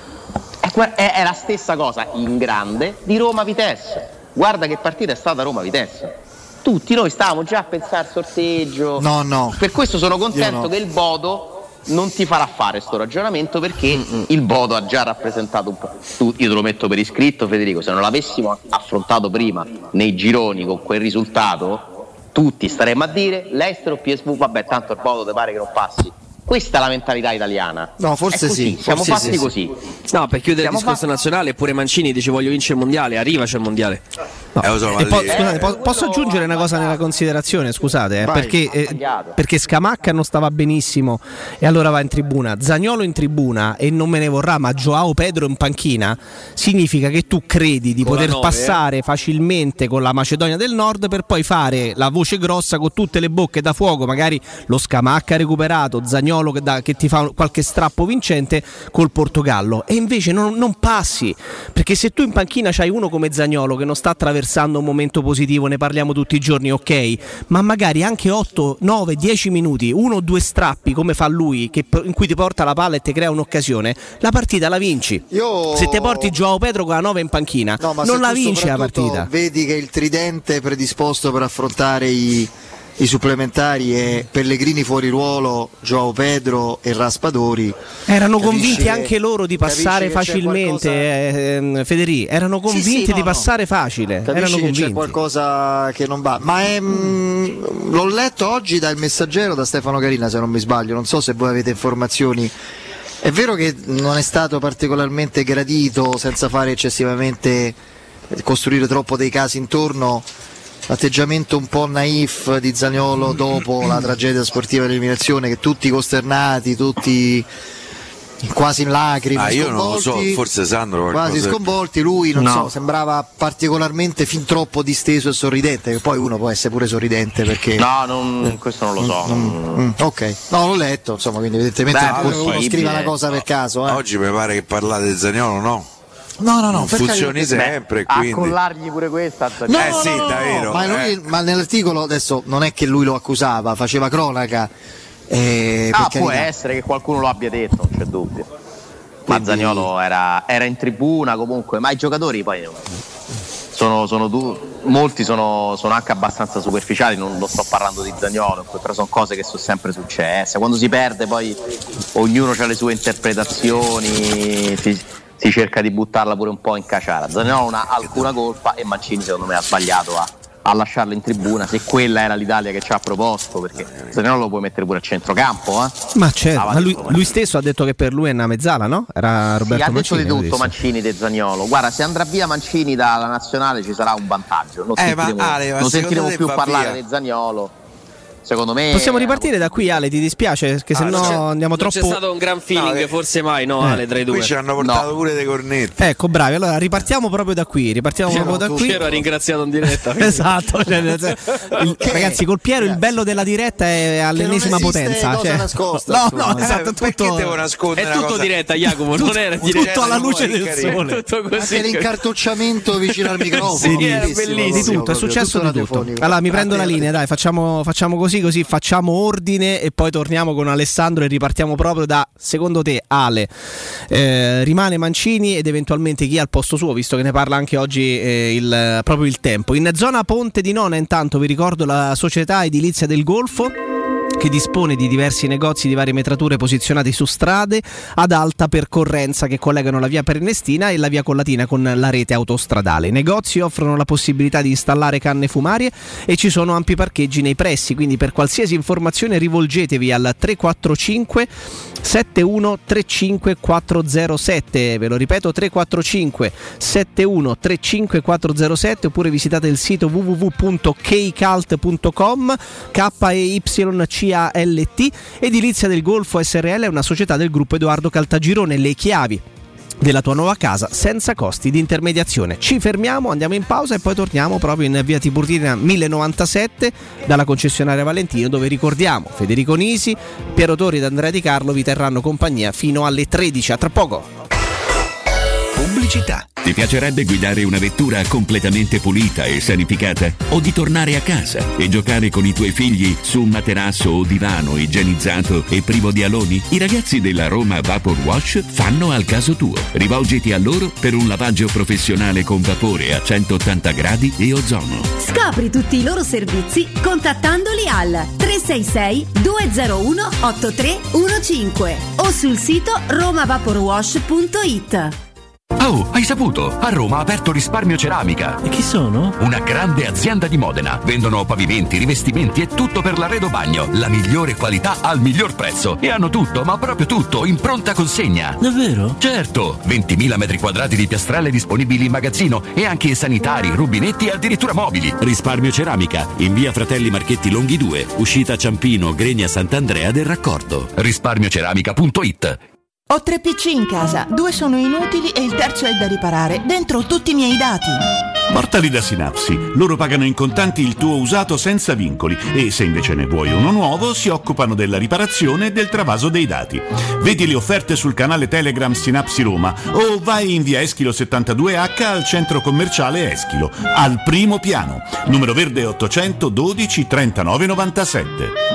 è la stessa cosa in grande di Roma-Vitesse. Guarda che partita è stata Roma-Vitesse. Tutti noi stavamo già a pensare al sorteggio. No. Per questo sono contento che il Bodo non ti farà fare sto ragionamento, perché il Bodo ha già rappresentato un po'. Io te lo metto per iscritto, Federico, se non l'avessimo affrontato prima nei gironi con quel risultato, tutti staremmo a dire l'Estero PSV, vabbè, tanto il Bodo ti pare che non passi. Questa è la mentalità italiana. No, forse sì. Siamo fatti così. No, per chiudere il discorso nazionale, pure Mancini dice voglio vincere il mondiale, arriva c'è il mondiale. No. Scusate, posso aggiungere una cosa nella considerazione? Scusate, perché Scamacca non stava benissimo e allora va in tribuna. Zaniolo in tribuna e non me ne vorrà, ma Joao Pedro in panchina significa che tu credi di poter passare facilmente con la Macedonia del Nord per poi fare la voce grossa con tutte le bocche da fuoco, magari lo Scamacca recuperato, Zaniolo che ti fa qualche strappo vincente col Portogallo, e invece non passi, perché se tu in panchina c'hai uno come Zaniolo che non sta attraversando un momento positivo, ne parliamo tutti i giorni, ok, ma magari anche 8, 9, 10 minuti, 1 o 2 strappi come fa lui, in cui ti porta la palla e ti crea un'occasione, la partita la vinci. Se ti porti Joao Pedro con la 9 in panchina, non la vinci la partita. Vedi che il tridente predisposto per affrontare i supplementari e Pellegrini fuori ruolo, Joao Pedro e Raspadori erano convinti anche loro di passare facilmente, Federico, erano convinti di passare facile, erano convinti. C'è qualcosa che non va, ma l'ho letto oggi dal Messaggero, da Stefano Carina se non mi sbaglio, non so se voi avete informazioni. È vero che non è stato particolarmente gradito, senza fare eccessivamente costruire troppo dei casi intorno. L'atteggiamento un po' naif di Zaniolo dopo la tragedia sportiva dell'eliminazione, che tutti costernati, tutti quasi in lacrime, io non lo so, forse Sandro quasi sconvolti, lui non so, sembrava particolarmente fin troppo disteso e sorridente, che poi uno può essere pure sorridente perché questo non lo so. Ok, no, l'ho letto, insomma, quindi evidentemente uno scrive una cosa per caso. Oggi mi pare che parlate di Zaniolo, no? No, funzioni sempre, quindi accollargli pure questa. Davvero. Ma nell'articolo adesso non è che lui lo accusava, faceva cronaca. Può essere che qualcuno lo abbia detto, non c'è dubbio. Ma Zaniolo era in tribuna comunque, ma i giocatori poi molti sono anche abbastanza superficiali, non sto parlando di Zaniolo, però sono cose che sono sempre successe. Quando si perde poi ognuno ha le sue interpretazioni, si cerca di buttarla pure un po' in caciara. Zaniolo non ha alcuna colpa e Mancini secondo me ha sbagliato a lasciarlo in tribuna, se quella era l'Italia che ci ha proposto, perché Zaniolo lo puoi mettere pure a centrocampo. Ma certo, ma lui stesso ha detto che per lui è una mezzala, no? Era Roberto Mancini. Ha detto di tutto Mancini di Zaniolo. Guarda, se andrà via Mancini dalla nazionale ci sarà un vantaggio, non sentiremo più parlare di Zaniolo. Secondo me possiamo ripartire da qui, Ale, ti dispiace? Perché se no andiamo troppo. Non c'è stato un gran feeling, forse mai, no, Ale, tra i due. Qui ci hanno portato pure dei cornetti. Ecco, bravi, allora ripartiamo proprio da qui. Piero ha ringraziato in diretta. Esatto, ragazzi, col Piero il bello della diretta è all'ennesima potenza. Nascosta, esatto, tutto devo nascondere? È tutto diretta, Jacopo, non era diretta. Tutto alla luce del sole. Tutto così. Anche l'incartocciamento vicino al microfono. Bellissimo. Di tutto, è successo di tutto. Allora mi prendo la linea, dai, facciamo così facciamo ordine e poi torniamo con Alessandro e ripartiamo proprio da, secondo te, Ale, rimane Mancini ed eventualmente chi è al posto suo, visto che ne parla anche oggi proprio il Tempo. In zona Ponte di Nona, intanto vi ricordo la società edilizia del Golfo, che dispone di diversi negozi di varie metrature posizionati su strade ad alta percorrenza che collegano la via Prenestina e la via Collatina con la rete autostradale. I negozi offrono la possibilità di installare canne fumarie e ci sono ampi parcheggi nei pressi, quindi per qualsiasi informazione rivolgetevi al 345 7135 407, ve lo ripeto, 345 7135 407, oppure visitate il sito www.keycalt.com. KEYCALT. Edilizia del Golfo SRL è una società del gruppo Edoardo Caltagirone, le chiavi della tua nuova casa senza costi di intermediazione. Ci fermiamo, andiamo in pausa e poi torniamo proprio in via Tiburtina 1097 dalla concessionaria Valentino, dove ricordiamo Federico Nisi, Piero Torri ed Andrea Di Carlo vi terranno compagnia fino alle 13. A tra poco. Pubblicità. Ti piacerebbe guidare una vettura completamente pulita e sanificata? O di tornare a casa e giocare con i tuoi figli su un materasso o divano igienizzato e privo di aloni? I ragazzi della Roma Vapor Wash fanno al caso tuo. Rivolgiti a loro per un lavaggio professionale con vapore a 180 gradi e ozono. Scopri tutti i loro servizi contattandoli al 366 201 8315 o sul sito romavaporwash.it. Oh, hai saputo? A Roma ha aperto Risparmio Ceramica. E chi sono? Una grande azienda di Modena. Vendono pavimenti, rivestimenti e tutto per l'arredo bagno. La migliore qualità al miglior prezzo. E hanno tutto, ma proprio tutto, in pronta consegna. Davvero? Certo! 20.000 metri quadrati di piastrelle disponibili in magazzino e anche sanitari, rubinetti e addirittura mobili. Risparmio Ceramica, in via Fratelli Marchetti Longhi 2, uscita Ciampino, Gregna Sant'Andrea del Raccordo. Risparmioceramica.it. Ho 3 PC in casa, 2 sono inutili e il terzo è da riparare. Dentro tutti i miei dati. Portali da Synapsi. Loro pagano in contanti il tuo usato senza vincoli e se invece ne vuoi uno nuovo si occupano della riparazione e del travaso dei dati. Vedi le offerte sul canale Telegram Synapsi Roma o vai in via Eschilo 72H al centro commerciale Eschilo, al primo piano. Numero verde 812 39 97.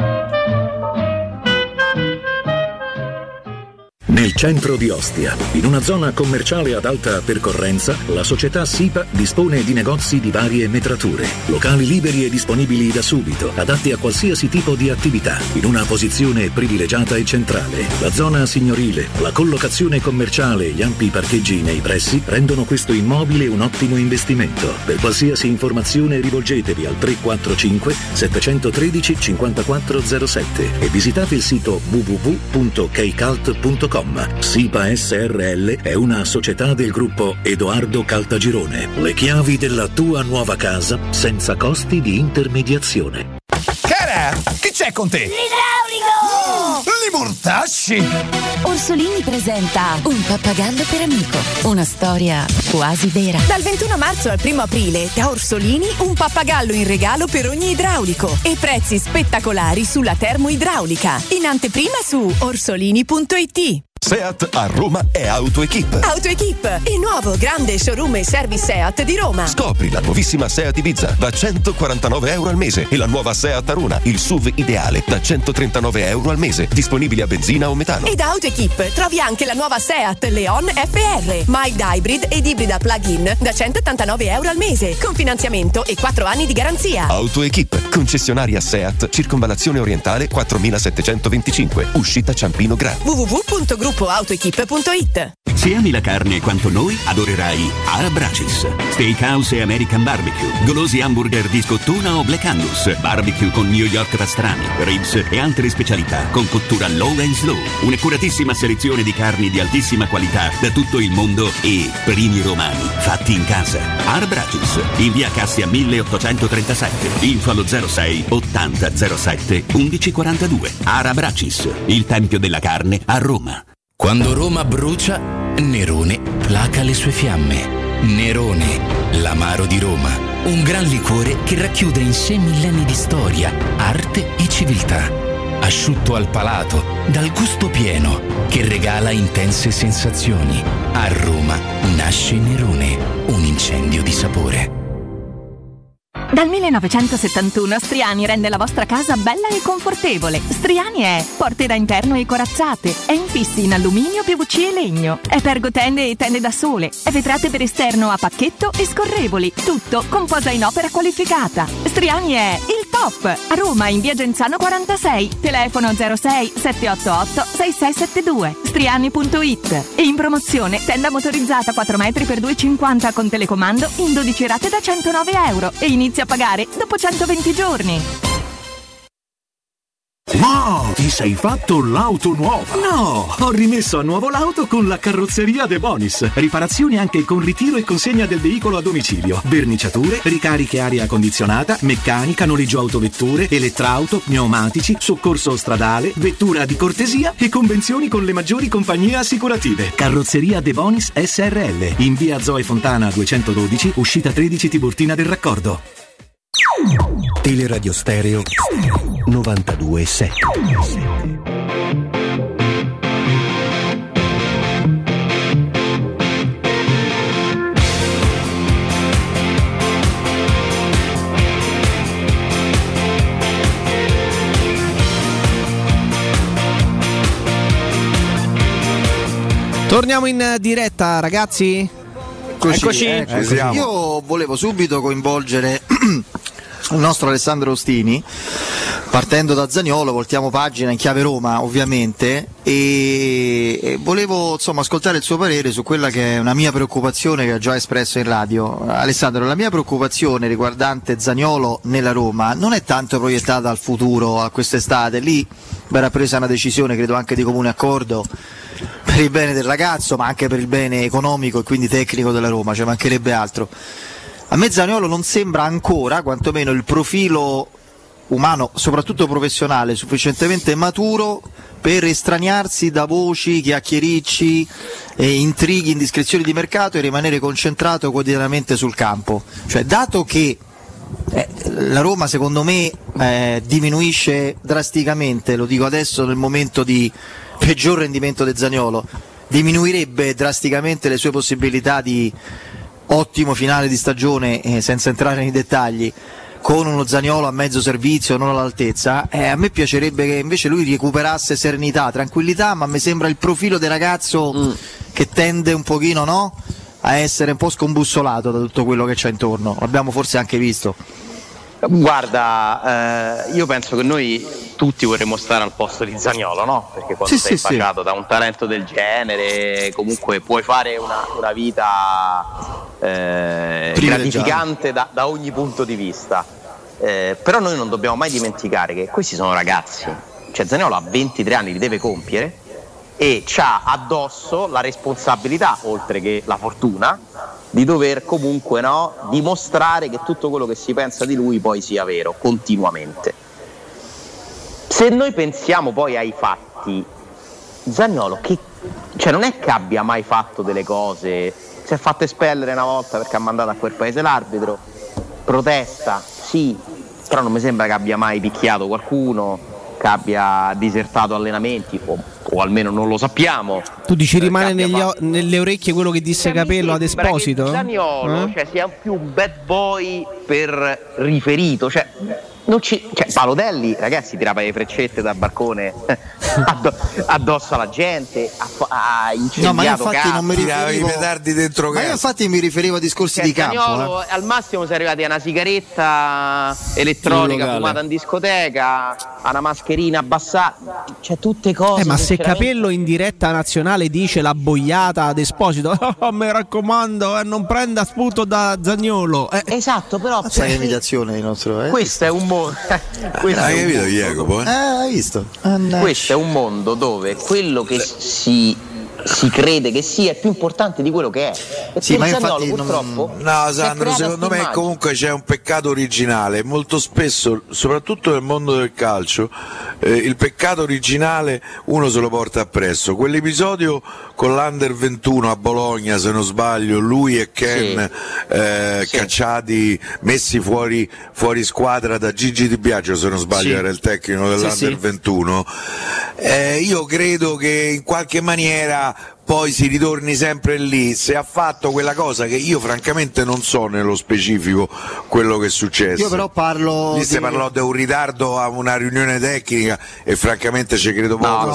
Nel centro di Ostia, in una zona commerciale ad alta percorrenza, la società SIPA dispone di negozi di varie metrature, locali liberi e disponibili da subito, adatti a qualsiasi tipo di attività, in una posizione privilegiata e centrale. La zona signorile, la collocazione commerciale e gli ampi parcheggi nei pressi rendono questo immobile un ottimo investimento. Per qualsiasi informazione rivolgetevi al 345 713 5407 e visitate il sito www.keycalt.com. SIPA.com. SIPA SRL è una società del gruppo Edoardo Caltagirone. Le chiavi della tua nuova casa senza costi di intermediazione. Cara, che c'è con te? L'idraulico! Li mortasci! Orsolini presenta Un pappagallo per amico. Una storia quasi vera. Dal 21 marzo al 1 aprile, da Orsolini, un pappagallo in regalo per ogni idraulico. E prezzi spettacolari sulla termoidraulica. In anteprima su orsolini.it. Seat a Roma è AutoEquip. AutoEquip, il nuovo grande showroom e service Seat di Roma. Scopri la nuovissima Seat Ibiza da €149 al mese e la nuova Seat Arona, il SUV ideale, da €139 al mese, disponibili a benzina o metano. E da AutoEquip trovi anche la nuova Seat Leon FR, mild hybrid ed ibrida plug-in da €189 al mese, con finanziamento e 4 anni di garanzia. AutoEquip, concessionaria Seat, circonvallazione orientale 4725, uscita Ciampino Grande. www.gruppoautoequip.it. Se ami la carne quanto noi, adorerai Arabracis. Steakhouse e American Barbecue, golosi hamburger di scottuna o Black Angus, barbecue con New York pastrami, ribs e altre specialità con cottura low and slow. Un'accuratissima selezione di carni di altissima qualità da tutto il mondo e primi romani fatti in casa. Arabracis, in via Cassia 1837, info allo 06 80 07 1142. Arabracis, il tempio della carne a Roma. Quando Roma brucia, Nerone placa le sue fiamme. Nerone, l'amaro di Roma. Un gran liquore che racchiude in sé millenni di storia, arte e civiltà. Asciutto al palato, dal gusto pieno, che regala intense sensazioni. A Roma nasce Nerone, un incendio di sapore. Dal 1971 Striani rende la vostra casa bella e confortevole. Striani è porte da interno e corazzate, è infissi in alluminio, PVC e legno, è pergotende e tende da sole, è vetrate per esterno a pacchetto e scorrevoli, tutto con posa in opera qualificata. Striani è il top! A Roma in via Genzano 46, telefono 06 788 6672, striani.it. E in promozione tenda motorizzata 4 metri per 2,50 con telecomando in 12 rate da €109 e inizia a pagare dopo 120 giorni. Wow, ti sei fatto l'auto nuova? No, ho rimesso a nuovo l'auto con la carrozzeria De Bonis. Riparazioni anche con ritiro e consegna del veicolo a domicilio. Verniciature, ricariche aria condizionata, meccanica, noleggio autovetture, elettrauto, pneumatici, soccorso stradale, vettura di cortesia e convenzioni con le maggiori compagnie assicurative. Carrozzeria De Bonis SRL, in via Zoe Fontana 212, uscita 13 Tiburtina del Raccordo. Teleradio Stereo 92.7. Torniamo in diretta, ragazzi. Eccoci. Io volevo subito coinvolgere il nostro Alessandro Ostini, partendo da Zaniolo, voltiamo pagina in chiave Roma ovviamente, e volevo ascoltare il suo parere su quella che è una mia preoccupazione che ho già espresso in radio. Alessandro, la mia preoccupazione riguardante Zaniolo nella Roma non è tanto proiettata al futuro, a quest'estate, lì verrà presa una decisione, credo anche di comune accordo, per il bene del ragazzo ma anche per il bene economico e quindi tecnico della Roma, ci mancherebbe altro. A me Zaniolo non sembra ancora, quantomeno il profilo umano, soprattutto professionale, sufficientemente maturo per estraniarsi da voci, chiacchiericci, intrighi, indiscrezioni di mercato e rimanere concentrato quotidianamente sul campo. Cioè, dato che la Roma secondo me diminuisce drasticamente, lo dico adesso nel momento di peggior rendimento di Zaniolo, diminuirebbe drasticamente le sue possibilità di ottimo finale di stagione, senza entrare nei dettagli, con uno Zaniolo a mezzo servizio, non all'altezza. A me piacerebbe che invece lui recuperasse serenità, tranquillità, ma mi sembra il profilo del ragazzo che tende un pochino a essere un po' scombussolato da tutto quello che c'è intorno. L'abbiamo forse anche visto. Guarda, io penso che noi tutti vorremmo stare al posto di Zaniolo, no? Perché quando sei baciato da un talento del genere, comunque puoi fare una vita gratificante da ogni punto di vista. Però noi non dobbiamo mai dimenticare che questi sono ragazzi. Cioè Zaniolo ha 23 anni, li deve compiere, e c'ha addosso la responsabilità, oltre che la fortuna, di dover comunque dimostrare che tutto quello che si pensa di lui poi sia vero continuamente. Se noi pensiamo poi ai fatti, Zaniolo non è che abbia mai fatto delle cose, si è fatto espellere una volta perché ha mandato a quel paese l'arbitro, protesta, sì, però non mi sembra che abbia mai picchiato qualcuno, che disertato allenamenti, o almeno non lo sappiamo. Tu dici rimane nelle orecchie quello che disse Capello ad Esposito? Che Zaniolo sia più un bad boy per riferito, Balotelli, ragazzi, tirava le freccette dal balcone addosso alla gente, ha incendiato tirava i petardi dentro casa. Ma io infatti mi riferivo a discorsi di campo. Zaniolo, al massimo si è arrivati a una sigaretta elettronica fumata in discoteca, a una mascherina abbassata, tutte cose. Ma se Capello in diretta nazionale dice la boiata ad Esposito, mi raccomando, non prenda spunto da Zaniolo. Esatto, però sai l'imitazione di nostro. Questo è un mondo. Hai capito, Jacopo? Hai visto? Questo è un mondo dove quello che si crede che sia è più importante di quello che è. Sì, ma Zaniolo, infatti purtroppo no, Sandro, secondo me comunque c'è un peccato originale. Molto spesso, soprattutto nel mondo del calcio, il peccato originale uno se lo porta appresso. Quell'episodio con l'Under 21 a Bologna, se non sbaglio, lui e Ken cacciati, messi fuori squadra da Gigi Di Biagio, se non sbaglio era il tecnico dell'Under 21. Io credo che in qualche maniera poi si ritorni sempre lì. Se ha fatto quella cosa, che io francamente non so nello specifico quello che è successo. Io però parlo lì si parlò di un ritardo a una riunione tecnica e francamente ci credo poco.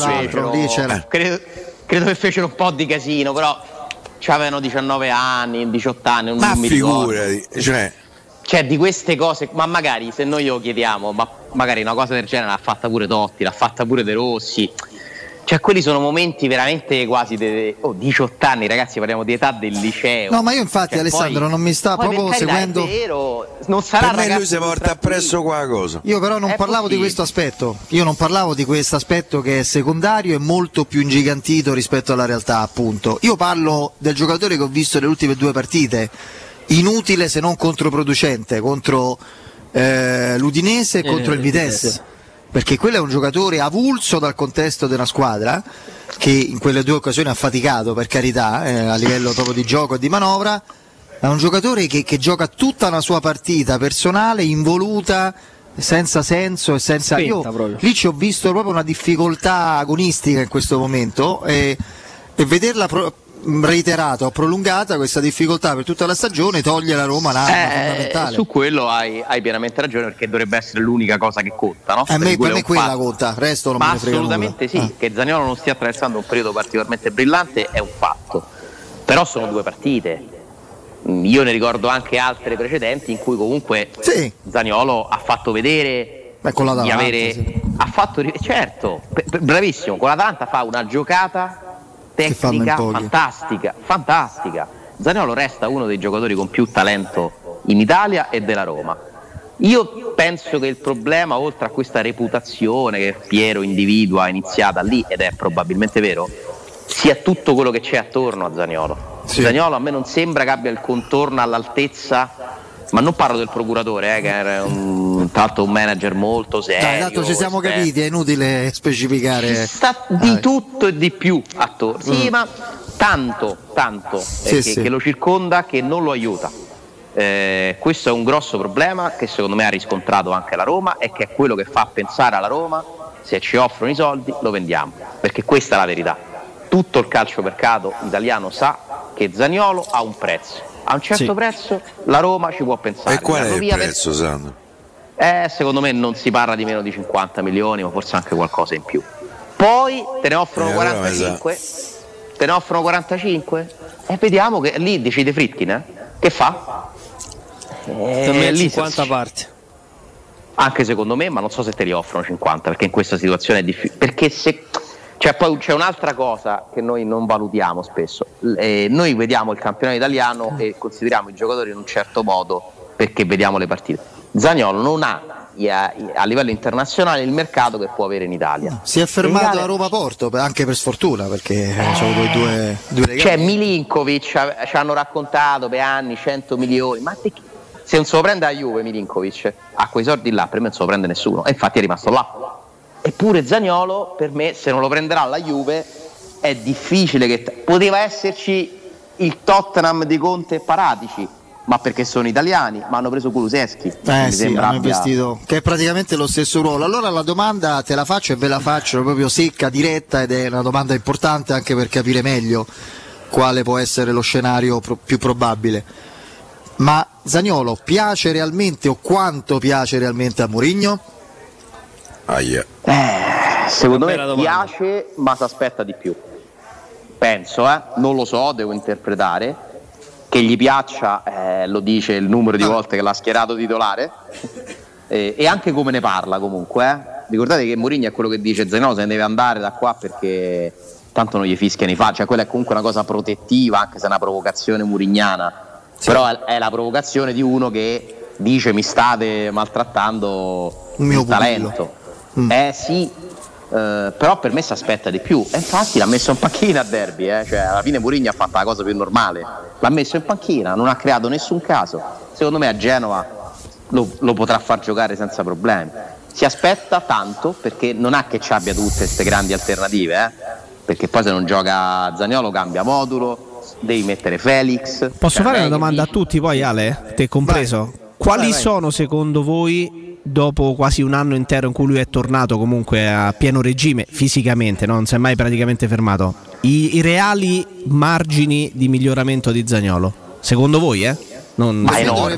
Credo che fecero un po' di casino, però avevano 19 anni, 18 anni, ma non mi figurati, cioè di queste cose, ma magari se noi glielo chiediamo, ma magari una cosa del genere l'ha fatta pure Totti, l'ha fatta pure De Rossi. Quelli sono momenti veramente quasi 18 anni, ragazzi, parliamo di età del liceo. No, ma io infatti Alessandro non mi sta proprio seguendo. È vero, non sarà, per me lui si porta appresso qua cosa. Io però non parlavo di questo aspetto. Io non parlavo di questo aspetto che è secondario e molto più ingigantito rispetto alla realtà, appunto. Io parlo del giocatore che ho visto nelle ultime 2 partite, inutile se non controproducente, contro l'Udinese e contro il Vitesse. Perché quello è un giocatore avulso dal contesto della squadra, che in quelle 2 occasioni ha faticato, per carità, a livello proprio di gioco e di manovra. È un giocatore che gioca tutta una sua partita personale, involuta, senza senso e senza... Io lì ci ho visto proprio una difficoltà agonistica in questo momento e vederla reiterata o prolungata, questa difficoltà per tutta la stagione toglie alla Roma l'arma fondamentale. Su quello hai pienamente ragione, perché dovrebbe essere l'unica cosa che conta, no? Per me quella conta, resto non me ne frega assolutamente nulla. Sì, che Zaniolo non stia attraversando un periodo particolarmente brillante è un fatto, però sono 2 partite. Io ne ricordo anche altre precedenti in cui comunque Zaniolo ha fatto vedere di avere bravissimo, con l'Atalanta fa una giocata tecnica fantastica. Zaniolo resta uno dei giocatori con più talento in Italia e della Roma. Io penso che il problema, oltre a questa reputazione che Piero individua iniziata lì, ed è probabilmente vero, sia tutto quello che c'è attorno a Zaniolo. Zaniolo a me non sembra che abbia il contorno all'altezza, ma non parlo del procuratore, che era tra l'altro un manager molto serio. Tanto ci siamo capiti, è inutile specificare. Sta di tutto e di più attorno. Sì, ma tanto che lo circonda, che non lo aiuta. Questo è un grosso problema che secondo me ha riscontrato anche la Roma, e che è quello che fa pensare alla Roma: se ci offrono i soldi lo vendiamo, perché questa è la verità. Tutto il calciomercato italiano sa che Zaniolo ha un prezzo. A un certo prezzo la Roma ci può pensare. E qual è il prezzo, Sandro? Secondo me non si parla di meno di 50 milioni, ma forse anche qualcosa in più. Poi te ne offrono 45? Te ne offrono 45? E vediamo che lì decide Friedkin, che fa? Per me lì 50 parti. Anche secondo me, ma non so se te li offrono 50, perché in questa situazione è difficile. Perché poi c'è un'altra cosa che noi non valutiamo spesso. Noi vediamo il campionato italiano e consideriamo i giocatori in un certo modo perché vediamo le partite. Zaniolo non ha a livello internazionale il mercato che può avere in Italia. Si è fermato a Roma-Porto anche per sfortuna, perché sono quei due ragazzi. Cioè Milinkovic ci hanno raccontato per anni 100 milioni, ma se non se lo prende la Juve Milinkovic a quei soldi là, per me non se lo prende nessuno, e infatti è rimasto là. Eppure Zaniolo, per me, se non lo prenderà la Juve è difficile che poteva esserci il Tottenham di Conte e Paratici, ma perché sono italiani, ma hanno preso Kulusevski. Hanno investito, che è praticamente lo stesso ruolo. Allora la domanda te la faccio e ve la faccio proprio secca, diretta, ed è una domanda importante anche per capire meglio quale può essere lo scenario più probabile. Ma Zaniolo piace realmente, o quanto piace realmente a Mourinho? Secondo me piace, ma si aspetta di più. Penso, non lo so, devo interpretare. Che gli piaccia, lo dice il numero di volte che l'ha schierato titolare, e anche come ne parla comunque. Ricordate che Mourinho è quello che dice: Zaniolo se ne deve andare da qua perché tanto non gli fischiano i faccia. Cioè, quella è comunque una cosa protettiva, anche se è una provocazione mourignana. Sì. Però è la provocazione di uno che dice: mi state maltrattando il mio talento. Sì, però per me si aspetta di più, e infatti l'ha messo in panchina a derby, cioè alla fine Mourinho ha fatto la cosa più normale, l'ha messo in panchina, non ha creato nessun caso. Secondo me a Genova lo potrà far giocare senza problemi. Si aspetta tanto perché non ha che ci abbia tutte queste grandi alternative, perché poi se non gioca Zaniolo cambia modulo, devi mettere Felix. Posso fare una domanda a tutti poi, Ale, te compreso? Quali sono secondo voi, dopo quasi un anno intero in cui lui è tornato comunque a pieno regime fisicamente, non si è mai praticamente fermato, i reali margini di miglioramento di Zaniolo? Secondo voi, Ma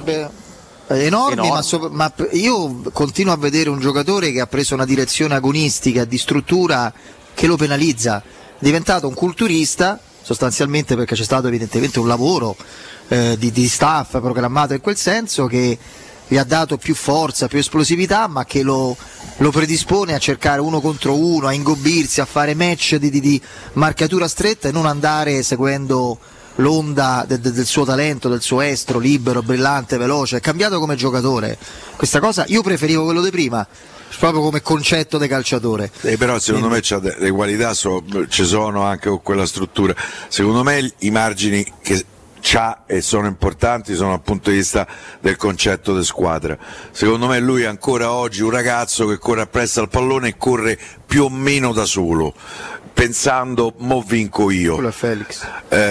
enormi. Ma io continuo a vedere un giocatore che ha preso una direzione agonistica di struttura che lo penalizza. È diventato un culturista sostanzialmente, perché c'è stato evidentemente un lavoro di staff programmato in quel senso, che gli ha dato più forza, più esplosività, ma che lo predispone a cercare uno contro uno, a ingobbirsi, a fare match di marcatura stretta e non andare seguendo l'onda del suo talento, del suo estro libero, brillante, veloce. È cambiato come giocatore. Questa cosa io preferivo quello di prima, proprio come concetto di calciatore. Però secondo me le qualità ci sono anche con quella struttura. Secondo me i margini che c'ha e sono importanti sono dal punto di vista del concetto di squadra. Secondo me lui è ancora oggi un ragazzo che corre appresso al pallone e corre più o meno da solo, pensando mo vinco io. Quello è Felix.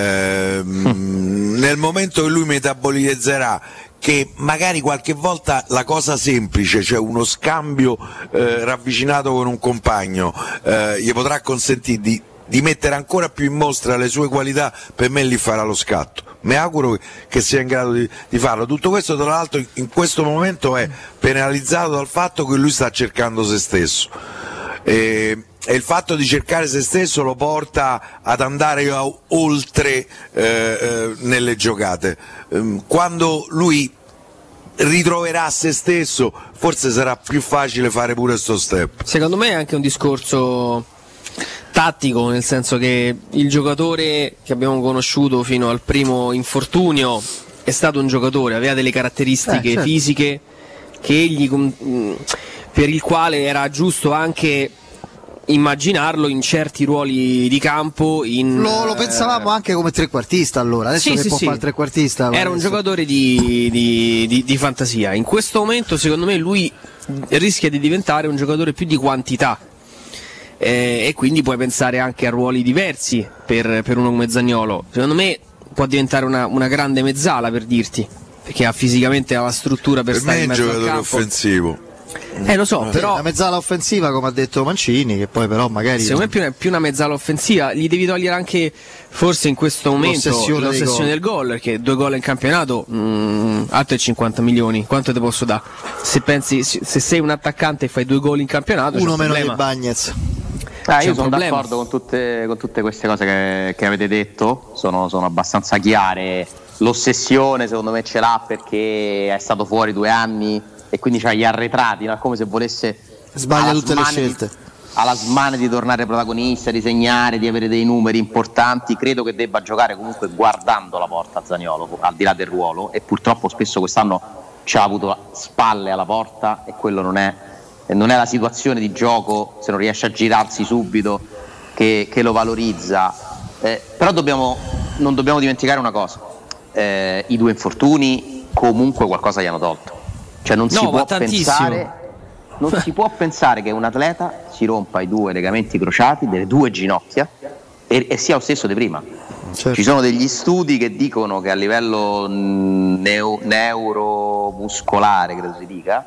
Nel momento che lui metabolizzerà che magari qualche volta la cosa semplice, cioè uno scambio ravvicinato con un compagno, gli potrà consentire di mettere ancora più in mostra le sue qualità, per me lì farà lo scatto. Mi auguro che sia in grado di farlo. Tutto questo tra l'altro in questo momento è penalizzato dal fatto che lui sta cercando se stesso, e il fatto di cercare se stesso lo porta ad andare oltre nelle giocate. Quando lui ritroverà se stesso forse sarà più facile fare pure sto step. Secondo me è anche un discorso tattico, nel senso che il giocatore che abbiamo conosciuto fino al primo infortunio è stato un giocatore, aveva delle caratteristiche fisiche che per il quale era giusto anche immaginarlo in certi ruoli di campo. Lo pensavamo anche come trequartista, allora adesso può fare il trequartista. Era un giocatore di fantasia. In questo momento secondo me lui rischia di diventare un giocatore più di quantità, e quindi puoi pensare anche a ruoli diversi per uno come Zaniolo. Secondo me può diventare una grande mezzala, per dirti, perché fisicamente ha la struttura per stare in mezzo al campo. È un giocatore offensivo. Lo so, però una mezzala offensiva, come ha detto Mancini, che poi però magari secondo me è più una mezzala offensiva. Gli devi togliere anche, forse in questo momento, l'ossessione del gol, perché 2 gol in campionato, altri 50 milioni, quanto ti posso dare? Se sei un attaccante e fai 2 gol in campionato, uno meno di Bagnez. Io sono d'accordo con tutte queste cose che avete detto, sono abbastanza chiare. L'ossessione secondo me ce l'ha perché è stato fuori 2 anni e quindi c'ha gli arretrati, no? Come se volesse, sbaglia tutte le scelte, ha la smania di tornare protagonista, di segnare, di avere dei numeri importanti. Credo che debba giocare comunque guardando la porta Zaniolo, al di là del ruolo, e purtroppo spesso quest'anno c'ha avuto spalle alla porta e quello non è la situazione di gioco, se non riesce a girarsi subito, che lo valorizza. Però non dobbiamo dimenticare una cosa, i 2 infortuni comunque qualcosa gli hanno tolto, cioè non si può pensare che un atleta si rompa i 2 legamenti crociati delle 2 ginocchia e sia lo stesso di prima. Certo. Ci sono degli studi che dicono che a livello neuromuscolare, credo si dica,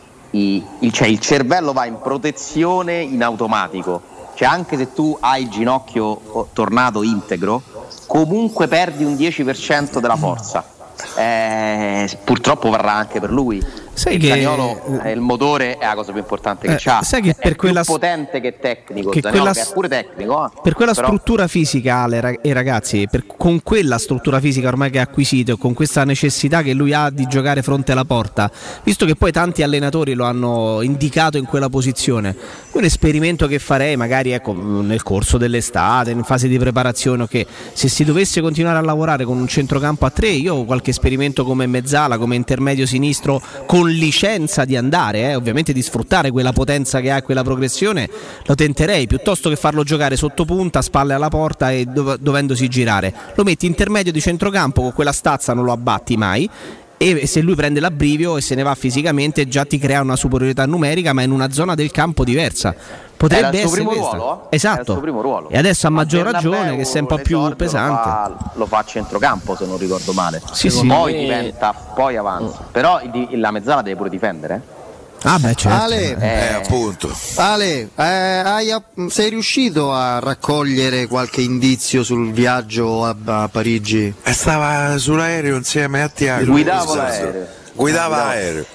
il cervello va in protezione in automatico, cioè anche se tu hai il ginocchio tornato integro comunque perdi un 10% della forza. Purtroppo varrà anche per lui. Sai il che Zaniolo, il motore è la cosa più importante che c'ha. Sai che per è quella più potente che tecnico, che Zaniolo, quella, che è pure tecnico. Per quella però... struttura fisica, Ale e ragazzi, con quella struttura fisica ormai che ha acquisito, con questa necessità che lui ha di giocare fronte alla porta, visto che poi tanti allenatori lo hanno indicato in quella posizione, un esperimento che farei magari nel corso dell'estate, in fase di preparazione, che se si dovesse continuare a lavorare con un centrocampo a 3, io qualche esperimento come mezzala, come intermedio sinistro, con licenza di andare, ovviamente di sfruttare quella potenza che ha e quella progressione, lo tenterei, piuttosto che farlo giocare sotto punta, spalle alla porta e dovendosi girare. Lo metti intermedio di centrocampo, con quella stazza non lo abbatti mai, e se lui prende l'abbrivio e se ne va fisicamente già ti crea una superiorità numerica, ma in una zona del campo diversa. Potrebbe essere questa. Ruolo? Esatto. Era il suo primo ruolo. E adesso a maggior ragione che sei un po' più pesante. Lo fa a centrocampo, se non ricordo male. Sì. Poi avanza. Però la mezzala deve pure difendere. Ah beh, certo. Ale, appunto. Ale, sei riuscito a raccogliere qualche indizio sul viaggio a Parigi? Stava sull'aereo insieme a Tiago. Guidava l'aereo.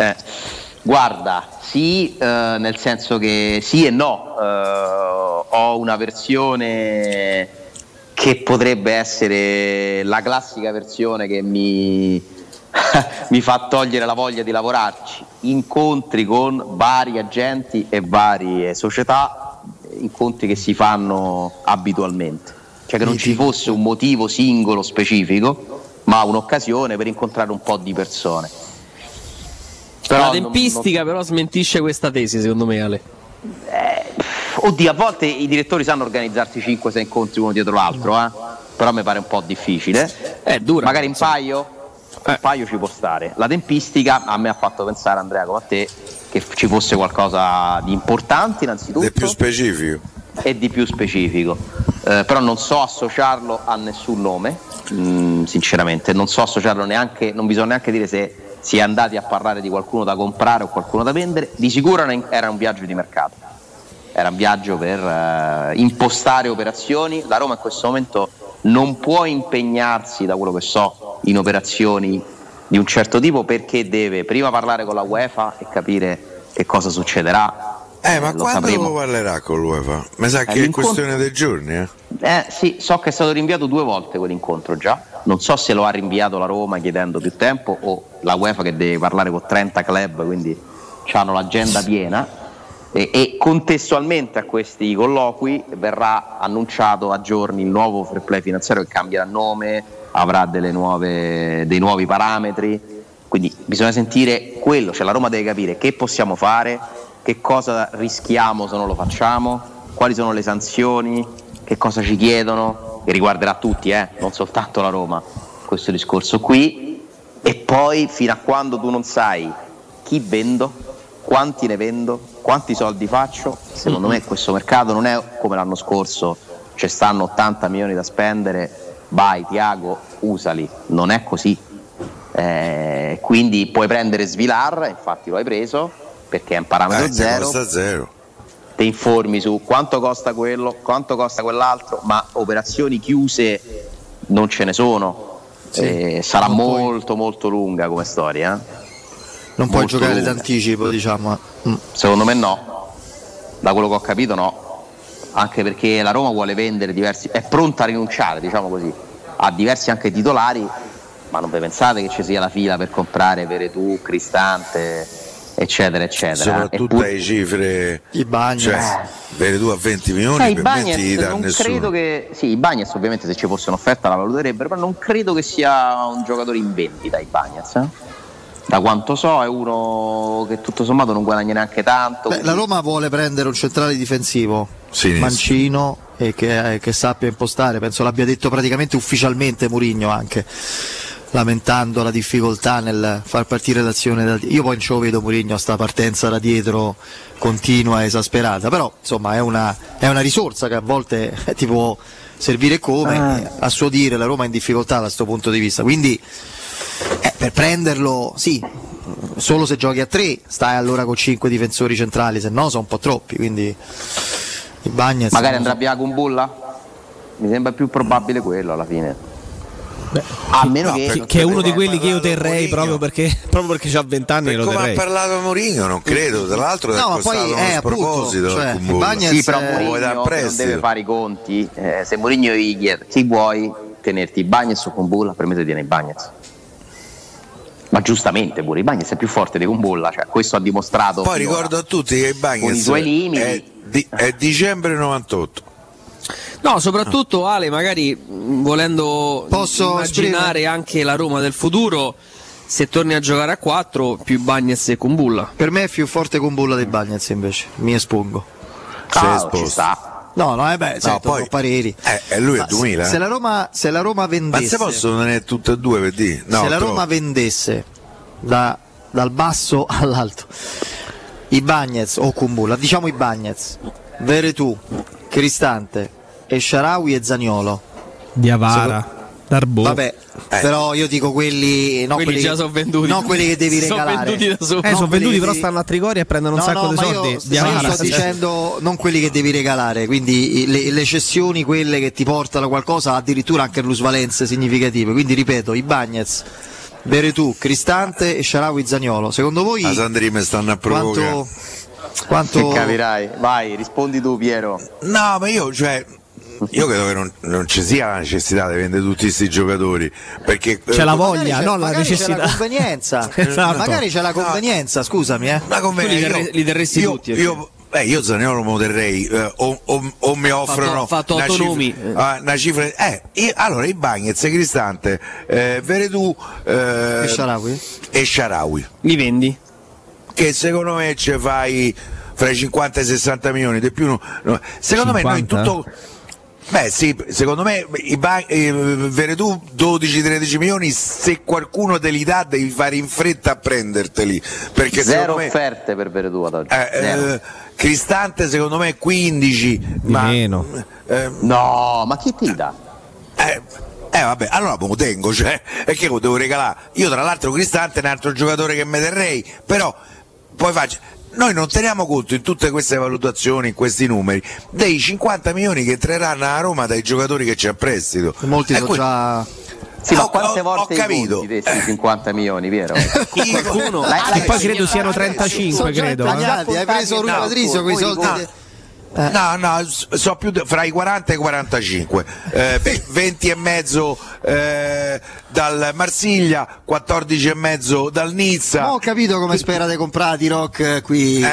Guarda, sì, nel senso che sì e no. Ho una versione che potrebbe essere la classica versione che mi fa togliere la voglia di lavorarci. Incontri con vari agenti e varie società, incontri che si fanno abitualmente, cioè che non ci fosse un motivo singolo specifico, ma un'occasione per incontrare un po' di persone. Però la tempistica però smentisce questa tesi, secondo me, Ale. Oddio, a volte i direttori sanno organizzarsi 5-6 incontri uno dietro l'altro, però mi pare un po' difficile. È dura. Magari un paio ci può stare. La tempistica a me ha fatto pensare, Andrea, come a te, che ci fosse qualcosa di importante innanzitutto. Di più specifico. E di più specifico. Però non so associarlo a nessun nome, sinceramente. Non so associarlo neanche, non bisogna neanche dire se si è andati a parlare di qualcuno da comprare o qualcuno da vendere. Di sicuro era un viaggio di mercato. Era un viaggio per impostare operazioni. La Roma in questo momento non può impegnarsi, da quello che so, in operazioni di un certo tipo, perché deve prima parlare con la UEFA e capire che cosa succederà. Ma quando lo parlerà con l'UEFA? Mi sa che è questione dei giorni. Sì, so che è stato rinviato 2 volte quell'incontro già. Non so se lo ha rinviato la Roma chiedendo più tempo o la UEFA che deve parlare con 30 club, quindi hanno l'agenda piena. E contestualmente a questi colloqui verrà annunciato a giorni il nuovo fair play finanziario, che cambierà nome, avrà dei nuovi parametri, quindi bisogna sentire quello, cioè la Roma deve capire che possiamo fare, che cosa rischiamo se non lo facciamo, quali sono le sanzioni, che cosa ci chiedono, che riguarderà tutti, non soltanto la Roma, questo discorso qui. E poi fino a quando tu non sai chi vendo, quanti ne vendo, quanti soldi faccio, secondo me questo mercato non è come l'anno scorso, ci stanno 80 milioni da spendere, vai Tiago, usali, non è così. Quindi puoi prendere Svilar, infatti lo hai preso perché è un parametro zero, costa zero, ti informi su quanto costa quello, quanto costa quell'altro, ma operazioni chiuse non ce ne sono. Sarà molto molto lunga come storia. Non puoi giocare d'anticipo, diciamo. Secondo me no, da quello che ho capito no, anche perché la Roma vuole vendere diversi, è pronta a rinunciare, diciamo così, a diversi anche titolari, ma non vi pensate che ci sia la fila per comprare Veretù, Cristante, eccetera eccetera. Soprattutto ai cifre, i Bagnets, cioè, Veretù a 20 milioni i Bagnets non nessuno. Credo che i Bagnets ovviamente se ci fosse un'offerta la valuterebbero, però non credo che sia un giocatore in vendita i Bagnets. Da quanto so è uno che tutto sommato non guadagna neanche tanto. La Roma vuole prendere un centrale difensivo, mancino, e che sappia impostare. Penso l'abbia detto praticamente ufficialmente Mourinho, anche lamentando la difficoltà nel far partire l'azione da dietro. Io poi non ce lo vedo Mourinho sta partenza da dietro continua, esasperata, però insomma è una risorsa che a volte ti può servire come, a suo dire la Roma è in difficoltà da questo punto di vista, quindi per prenderlo sì, solo se giochi a 3 stai allora con 5 difensori centrali, se no sono un po' troppi, quindi i Bagnez magari andrà via con Bulla? Mi sembra più probabile quello alla fine. A meno che è uno di quelli che io terrei proprio perché c'ha 20 anni, lo terrei. Come ha parlato Mourinho, non credo, tra l'altro è costato uno sproposito, cioè, sì, però Mourinho non deve fare i conti, se Mourinho gli chiede chi vuoi tenerti, Bagnez o Kumbulla, per me ti tiene i Bagnez. Ma giustamente pure i Bagnez è più forte di Kumbulla, cioè questo ha dimostrato. Poi ricordo a tutti che i Bagnez con i suoi limiti è dicembre 98. No, soprattutto Ale, magari volendo immaginare anche la Roma del futuro, se torni a giocare a 4 più Bagnez e Kumbulla. Per me è più forte Kumbulla dei Bagnez, invece mi espongo. Ci sta. No, poi pareri. Lui è 2000. Se la Roma vendesse, ma se possono tenere tutte e due per dire? No, se la Roma vendesse dal basso all'alto i Bagnez o Kumbulla, diciamo i Bagnez, Veretù, Cristante, e Shaarawy e Zaniolo, Diawara, Darboe. Vabbè, però io dico quelli, no, quelli già sono venduti, non quelli che devi regalare. Sono venduti, però stanno a Trigoria e prendono un sacco di soldi. Io sto dicendo non quelli che devi regalare, quindi le cessioni, quelle che ti portano qualcosa, addirittura anche plusvalenze significative. Quindi ripeto, i Bagnez, Veretù, Cristante e Shaarawy, Zaniolo. Secondo voi a Sandri mi stanno a provocare? Quanto capirai? Vai, rispondi tu, Piero. No, ma io credo che non ci sia la necessità di vendere tutti questi giocatori, perché c'è la voglia, non la necessità. C'è la convenienza. Esatto. Magari c'è la convenienza, scusami, La convenienza. Li terresti tutti. Io Zaniolo lo terrei, o mi offrono fatto autonomi. Una cifra. Allora i Bagnez, Cristante, Veretù e Shaarawy. Li vendi? Che secondo me ci fai fra i 50 e i 60 milioni di più. Secondo 50? Me noi tutto. Beh sì, secondo me Veretù 12-13 milioni, se qualcuno te li dà devi fare in fretta a prenderteli, perché zero offerte per Veretù ad oggi. Cristante secondo me 15 meno. No, ma chi ti dà? Vabbè, allora me lo tengo, cioè, e che lo devo regalare? Io tra l'altro Cristante è un altro giocatore che mi terrei, però poi noi non teniamo conto in tutte queste valutazioni, in questi numeri, dei 50 milioni che entreranno a Roma dai giocatori che c'è a prestito. Molti sono già. Sì, ma quante volte ho capito questi 50 milioni, vero? Qualcuno. E poi credo siano 35, credo. Hai preso Rui Patricio quei soldi. No, so più fra i 40 e i 45, 20 e mezzo dal Marsiglia, 14 e mezzo dal Nizza. Ho capito come spera di comprare di Rock qui.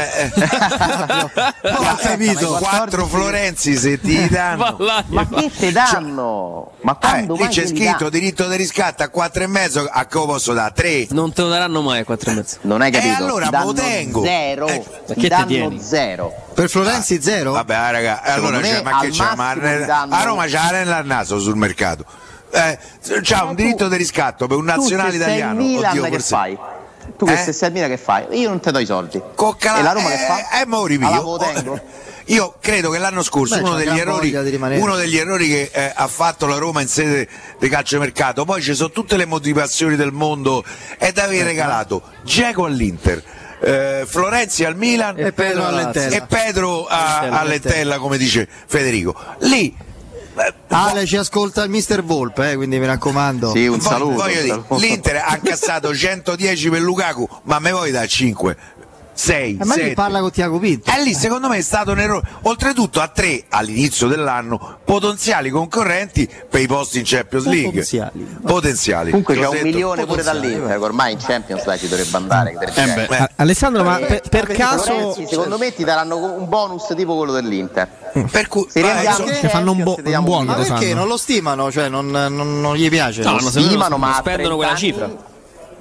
Ho capito. 4 Florenzi se ti danno. Ma che ti danno? Ma quando lì c'è scritto diritto di riscatto a 4 e mezzo, a che lo posso dare? 3? Non te lo daranno mai a 4 e mezzo. Non hai capito? Allora me lo tengo. Zero. Perché ti tieni? Zero. Per Florenzi zero? Vabbè, raga, allora ma che c'è? A Roma c'è l'arena al naso sul mercato. C'ha un diritto di riscatto per un nazionale italiano. Oddio, che fai? Tu che sei al Milan che fai? Io non te do i soldi. E la Roma che fa? Io credo che l'anno scorso uno degli errori che ha fatto la Roma in sede di calciomercato, poi ci sono tutte le motivazioni del mondo, è da aver regalato Dzeko all'Inter, Florenzi al Milan e Pedro all'Entella, come dice Federico. Lì Ale ci ascolta il mister Volpe, quindi mi raccomando. Sì, un saluto. L'Inter ha incassato 110 per Lukaku, ma me vuoi da 5? 6, ma lì parla con Tiago Pinto. Lì secondo me è stato un errore. Oltretutto a 3 all'inizio dell'anno potenziali concorrenti per i posti in Champions League. Potenziali. Comunque c'è 1 milione pure dall'Inter, che ormai in Champions League ci dovrebbe andare. Alessandro, ma per caso secondo me ti daranno un bonus tipo quello dell'Inter. Per cui che fanno un buono. Ma perché non lo stimano? Cioè non gli piace? No, lo stimano, ma spendono quella cifra.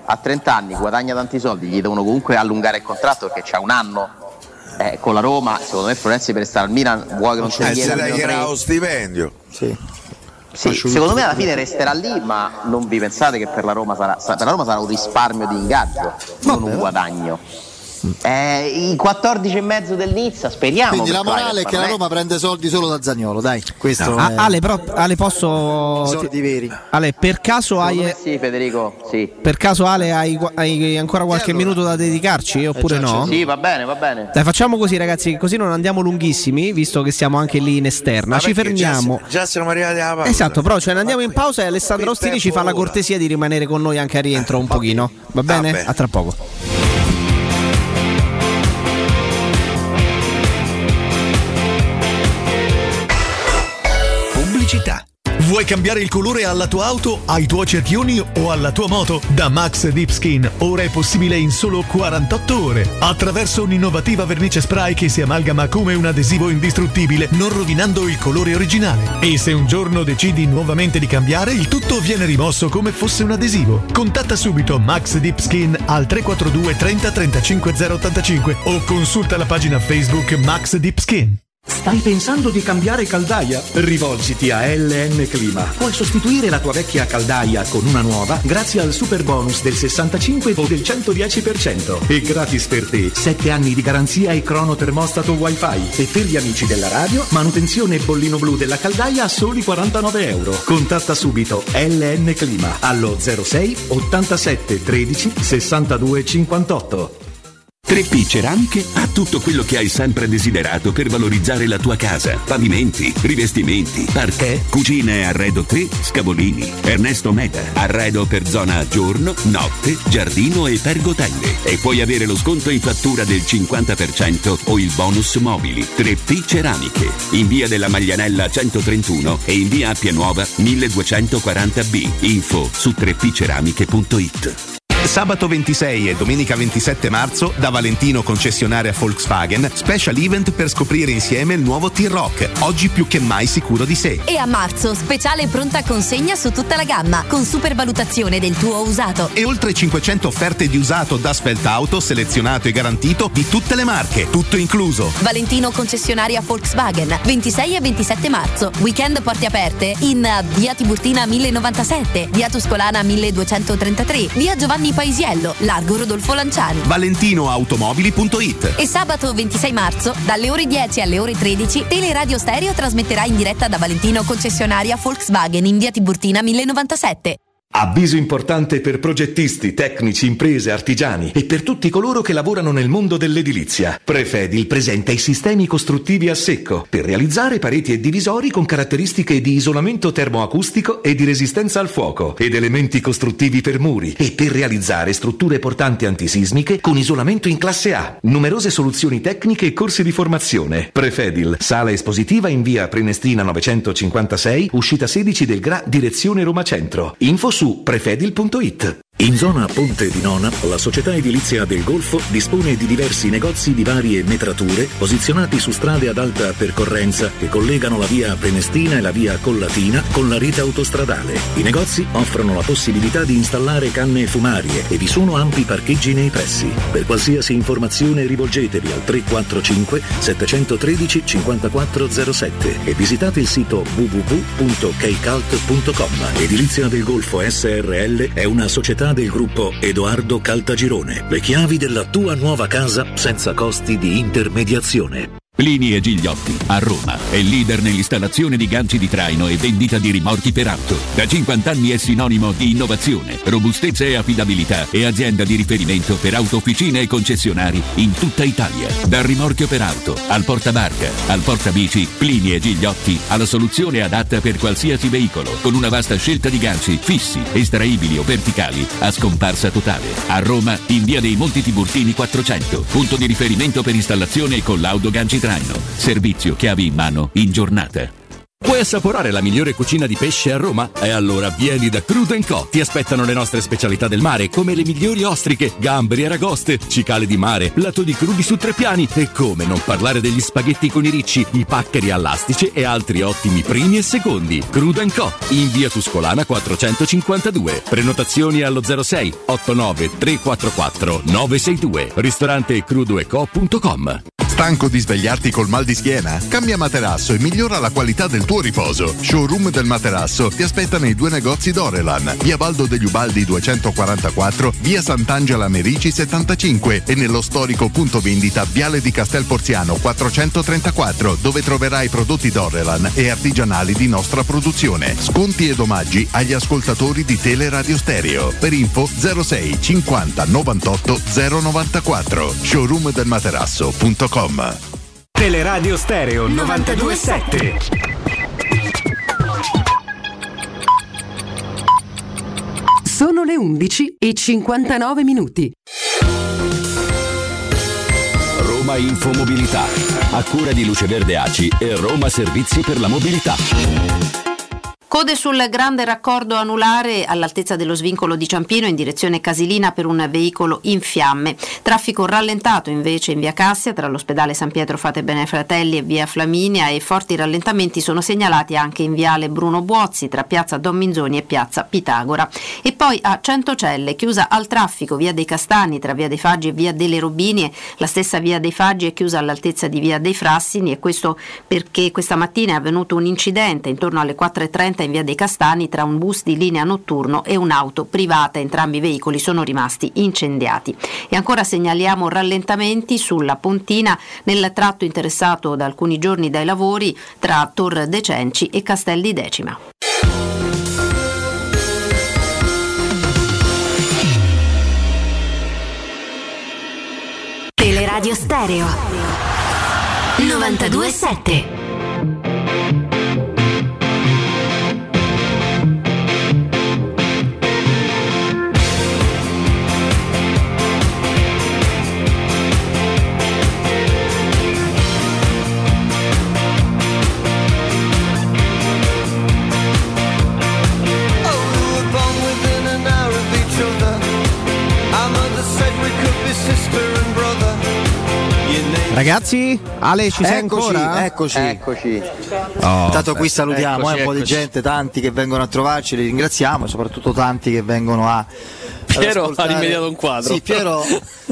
a 30 anni guadagna tanti soldi, gli devono comunque allungare il contratto perché c'ha un anno con la Roma. Secondo me Florenzi per stare al Milan vuoi che non te ne chieda almeno 3. lo stipendio. Sì, secondo me alla fine resterà lì, ma non vi pensate che per la Roma sarà un risparmio di ingaggio, non un guadagno. I 14,5 del Nizza, speriamo. Quindi la morale è che la Roma prende soldi solo da Zaniolo, dai. Questo è... Ale, posso soldi veri. Ale, per caso hai sì, Federico, sì. Per caso Ale hai ancora qualche minuto da dedicarci oppure no? Sì, va bene. Dai, facciamo così ragazzi, così non andiamo lunghissimi, visto che siamo anche lì in esterna. Ci fermiamo. Già siamo arrivati alla pausa. Esatto, però ne andiamo in pausa e Alessandro Ostini ci fa la cortesia di rimanere con noi anche a rientro un pochino. Va bene? A tra poco. Vuoi cambiare il colore alla tua auto, ai tuoi cerchioni o alla tua moto? Da Max Deep Skin ora è possibile in solo 48 ore attraverso un'innovativa vernice spray che si amalgama come un adesivo indistruttibile, non rovinando il colore originale. E se un giorno decidi nuovamente di cambiare, il tutto viene rimosso come fosse un adesivo. Contatta subito Max Deep Skin al 342 30 35 085 o consulta la pagina Facebook Max Deep Skin. Stai pensando di cambiare caldaia? Rivolgiti a LN Clima. Puoi sostituire la tua vecchia caldaia con una nuova grazie al super bonus del 65 o del 110%. E gratis per te 7 anni di garanzia e cronotermostato wifi. E per gli amici della radio, manutenzione e bollino blu della caldaia a soli €49. Contatta subito LN Clima allo 06 87 13 62 58. 3P Ceramiche ha tutto quello che hai sempre desiderato per valorizzare la tua casa. Pavimenti, rivestimenti, parquet, cucina e arredo 3, Scavolini. Ernesto Meda, arredo per zona giorno, notte, giardino e pergotelle. E puoi avere lo sconto in fattura del 50% o il bonus mobili. 3P Ceramiche, in via della Maglianella 131 e in via Appia Nuova 1240B. Info su 3pceramiche.it. Sabato 26 e domenica 27 marzo da Valentino concessionaria Volkswagen, special event per scoprire insieme il nuovo T-Roc, oggi più che mai sicuro di sé. E a marzo speciale pronta consegna su tutta la gamma con supervalutazione del tuo usato. E oltre 500 offerte di usato da Sveltauto selezionato e garantito di tutte le marche, tutto incluso. Valentino concessionaria Volkswagen, 26 e 27 marzo, weekend porte aperte in via Tiburtina 1097, via Tuscolana 1233, via Giovanni Paisiello, largo Rodolfo Lanciani. ValentinoAutomobili.it. E sabato 26 marzo, dalle ore 10 alle ore 13, Teleradio Stereo trasmetterà in diretta da Valentino concessionaria Volkswagen in via Tiburtina 1097. Avviso importante per progettisti, tecnici, imprese, artigiani e per tutti coloro che lavorano nel mondo dell'edilizia. Prefedil presenta i sistemi costruttivi a secco per realizzare pareti e divisori con caratteristiche di isolamento termoacustico e di resistenza al fuoco ed elementi costruttivi per muri e per realizzare strutture portanti antisismiche con isolamento in classe A. Numerose soluzioni tecniche e corsi di formazione. Prefedil, sala espositiva in via Prenestina 956, uscita 16 del GRA, direzione Roma Centro. Info su prefedil.it. In zona Ponte di Nona, la società edilizia del Golfo dispone di diversi negozi di varie metrature posizionati su strade ad alta percorrenza che collegano la via Prenestina e la via Collatina con la rete autostradale. I negozi offrono la possibilità di installare canne fumarie e vi sono ampi parcheggi nei pressi. Per qualsiasi informazione rivolgetevi al 345 713 5407 e visitate il sito www.keicalt.com. Edilizia del Golfo SRL è una società del gruppo Edoardo Caltagirone. Le chiavi della tua nuova casa senza costi di intermediazione. Plini e Gigliotti, a Roma, è leader nell'installazione di ganci di traino e vendita di rimorchi per auto. Da 50 anni è sinonimo di innovazione, robustezza e affidabilità e azienda di riferimento per autofficine e concessionari in tutta Italia. Dal rimorchio per auto, al portabarca, al portabici, Plini e Gigliotti ha la soluzione adatta per qualsiasi veicolo, con una vasta scelta di ganci fissi, estraibili o verticali, a scomparsa totale. A Roma, in via dei Monti Tiburtini 400, punto di riferimento per installazione e collaudo ganci traino. Servizio chiavi in mano in giornata. Vuoi assaporare la migliore cucina di pesce a Roma? E allora vieni da Crudo & Co. Ti aspettano le nostre specialità del mare, come le migliori ostriche, gamberi, aragoste, cicale di mare, latoni crudi su 3 piani e come non parlare degli spaghetti con i ricci, i paccheri all'astice e altri ottimi primi e secondi. Crudo & Co. in via Tuscolana 452. Prenotazioni allo 06 89 344 962. Ristorante crudoeco.com. Stanco di svegliarti col mal di schiena? Cambia materasso e migliora la qualità del tuo riposo. Showroom del materasso ti aspetta nei 2 negozi Dorelan, via Baldo degli Ubaldi 244, via Sant'Angela Merici 75 e nello storico punto vendita Viale di Castel Porziano 434, dove troverai prodotti Dorelan e artigianali di nostra produzione. Sconti ed omaggi agli ascoltatori di Teleradio Stereo. Per info 06 50 98 094. showroomdelmaterasso.com. Teleradio Stereo 92.7. Sono le 11:59. Roma Infomobilità, a cura di Luce Verde ACI e Roma Servizi per la Mobilità. Code sul grande raccordo anulare all'altezza dello svincolo di Ciampino in direzione Casilina per un veicolo in fiamme. Traffico rallentato invece in via Cassia tra l'ospedale San Pietro Fate Bene Fratelli e via Flaminia, e forti rallentamenti sono segnalati anche in viale Bruno Buozzi tra piazza Don Minzoni e piazza Pitagora. E poi a Centocelle, chiusa al traffico via dei Castani tra via dei Faggi e via delle Robinie. La stessa via dei Faggi è chiusa all'altezza di via dei Frassini, e questo perché questa mattina è avvenuto un incidente intorno alle 4:30 in via dei Castani tra un bus di linea notturno e un'auto privata. Entrambi i veicoli sono rimasti incendiati. E ancora segnaliamo rallentamenti sulla Pontina nel tratto interessato da alcuni giorni dai lavori tra Tor De Cenci e Castel di Decima. Teleradio Stereo 92.7. Ragazzi, Ale, ci sei ancora? Eccoci. Intanto qui salutiamo un po' di gente, tanti che vengono a trovarci, li ringraziamo, e soprattutto tanti che vengono a Piero ha rimediato un quadro. Sì, Piero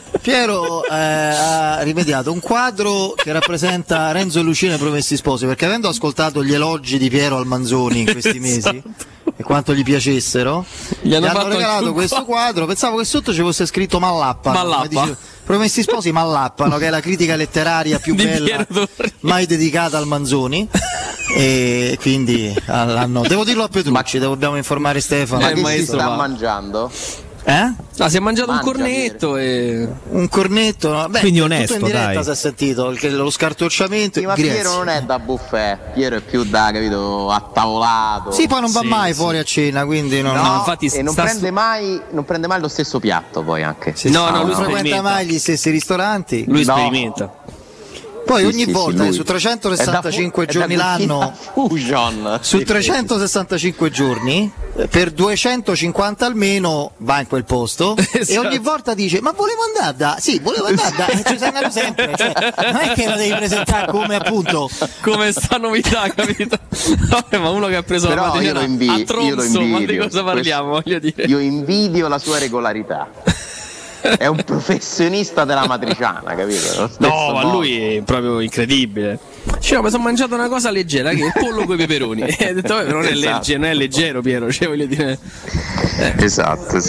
ha rimediato un quadro che rappresenta Renzo e Lucina Promessi Sposi, perché avendo ascoltato gli elogi di Piero al Manzoni in questi mesi e quanto gli piacessero, gli hanno regalato questo quadro. Pensavo che sotto ci fosse scritto Mallappa. Promessi Sposi Mallappano, che è la critica letteraria più bella mai dedicata al Manzoni. E quindi devo dirlo a Petrucci, dobbiamo informare Stefano. Ma che si sta mangiando? Si è mangiato un cornetto un cornetto, no? Beh, quindi onesto, tutto in diretta, dai. si è sentito lo scartocciamento. Sì, ma Piero non è da buffet, Piero è più da, capito, attavolato. Sì, poi non va mai fuori a cena, quindi non, infatti non prende mai lo stesso piatto, poi anche. Non frequenta mai gli stessi ristoranti. Lui sperimenta. Poi ogni volta su 365 giorni l'anno, su 365 giorni, per 250 almeno va in quel posto, esatto. E ogni volta dice: ma volevo andare volevo andare ci sei andato sempre, non è che lo devi presentare come appunto come sta novità, capito? Vabbè, ma uno che ha preso la mattina a tronzo, ma di cosa parliamo? Voglio dire, io invidio la sua regolarità. È un professionista della matriciana, capito? No, ma lui è proprio incredibile. Cioè, mi sono mangiato una cosa leggera, che è il pollo coi peperoni. E ho detto, non è leggero, non è leggero, Piero. Cioè, voglio dire. Esatto.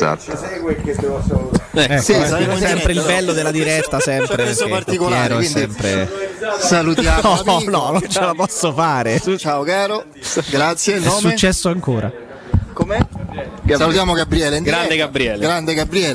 Sempre il bello della diretta, sempre. Particolare, Piero, sempre. Salutiamo. No, non ce la posso fare. Ciao caro, grazie. Il nome? È successo ancora. Com'è? Salutiamo Gabriele. Grande Gabriele.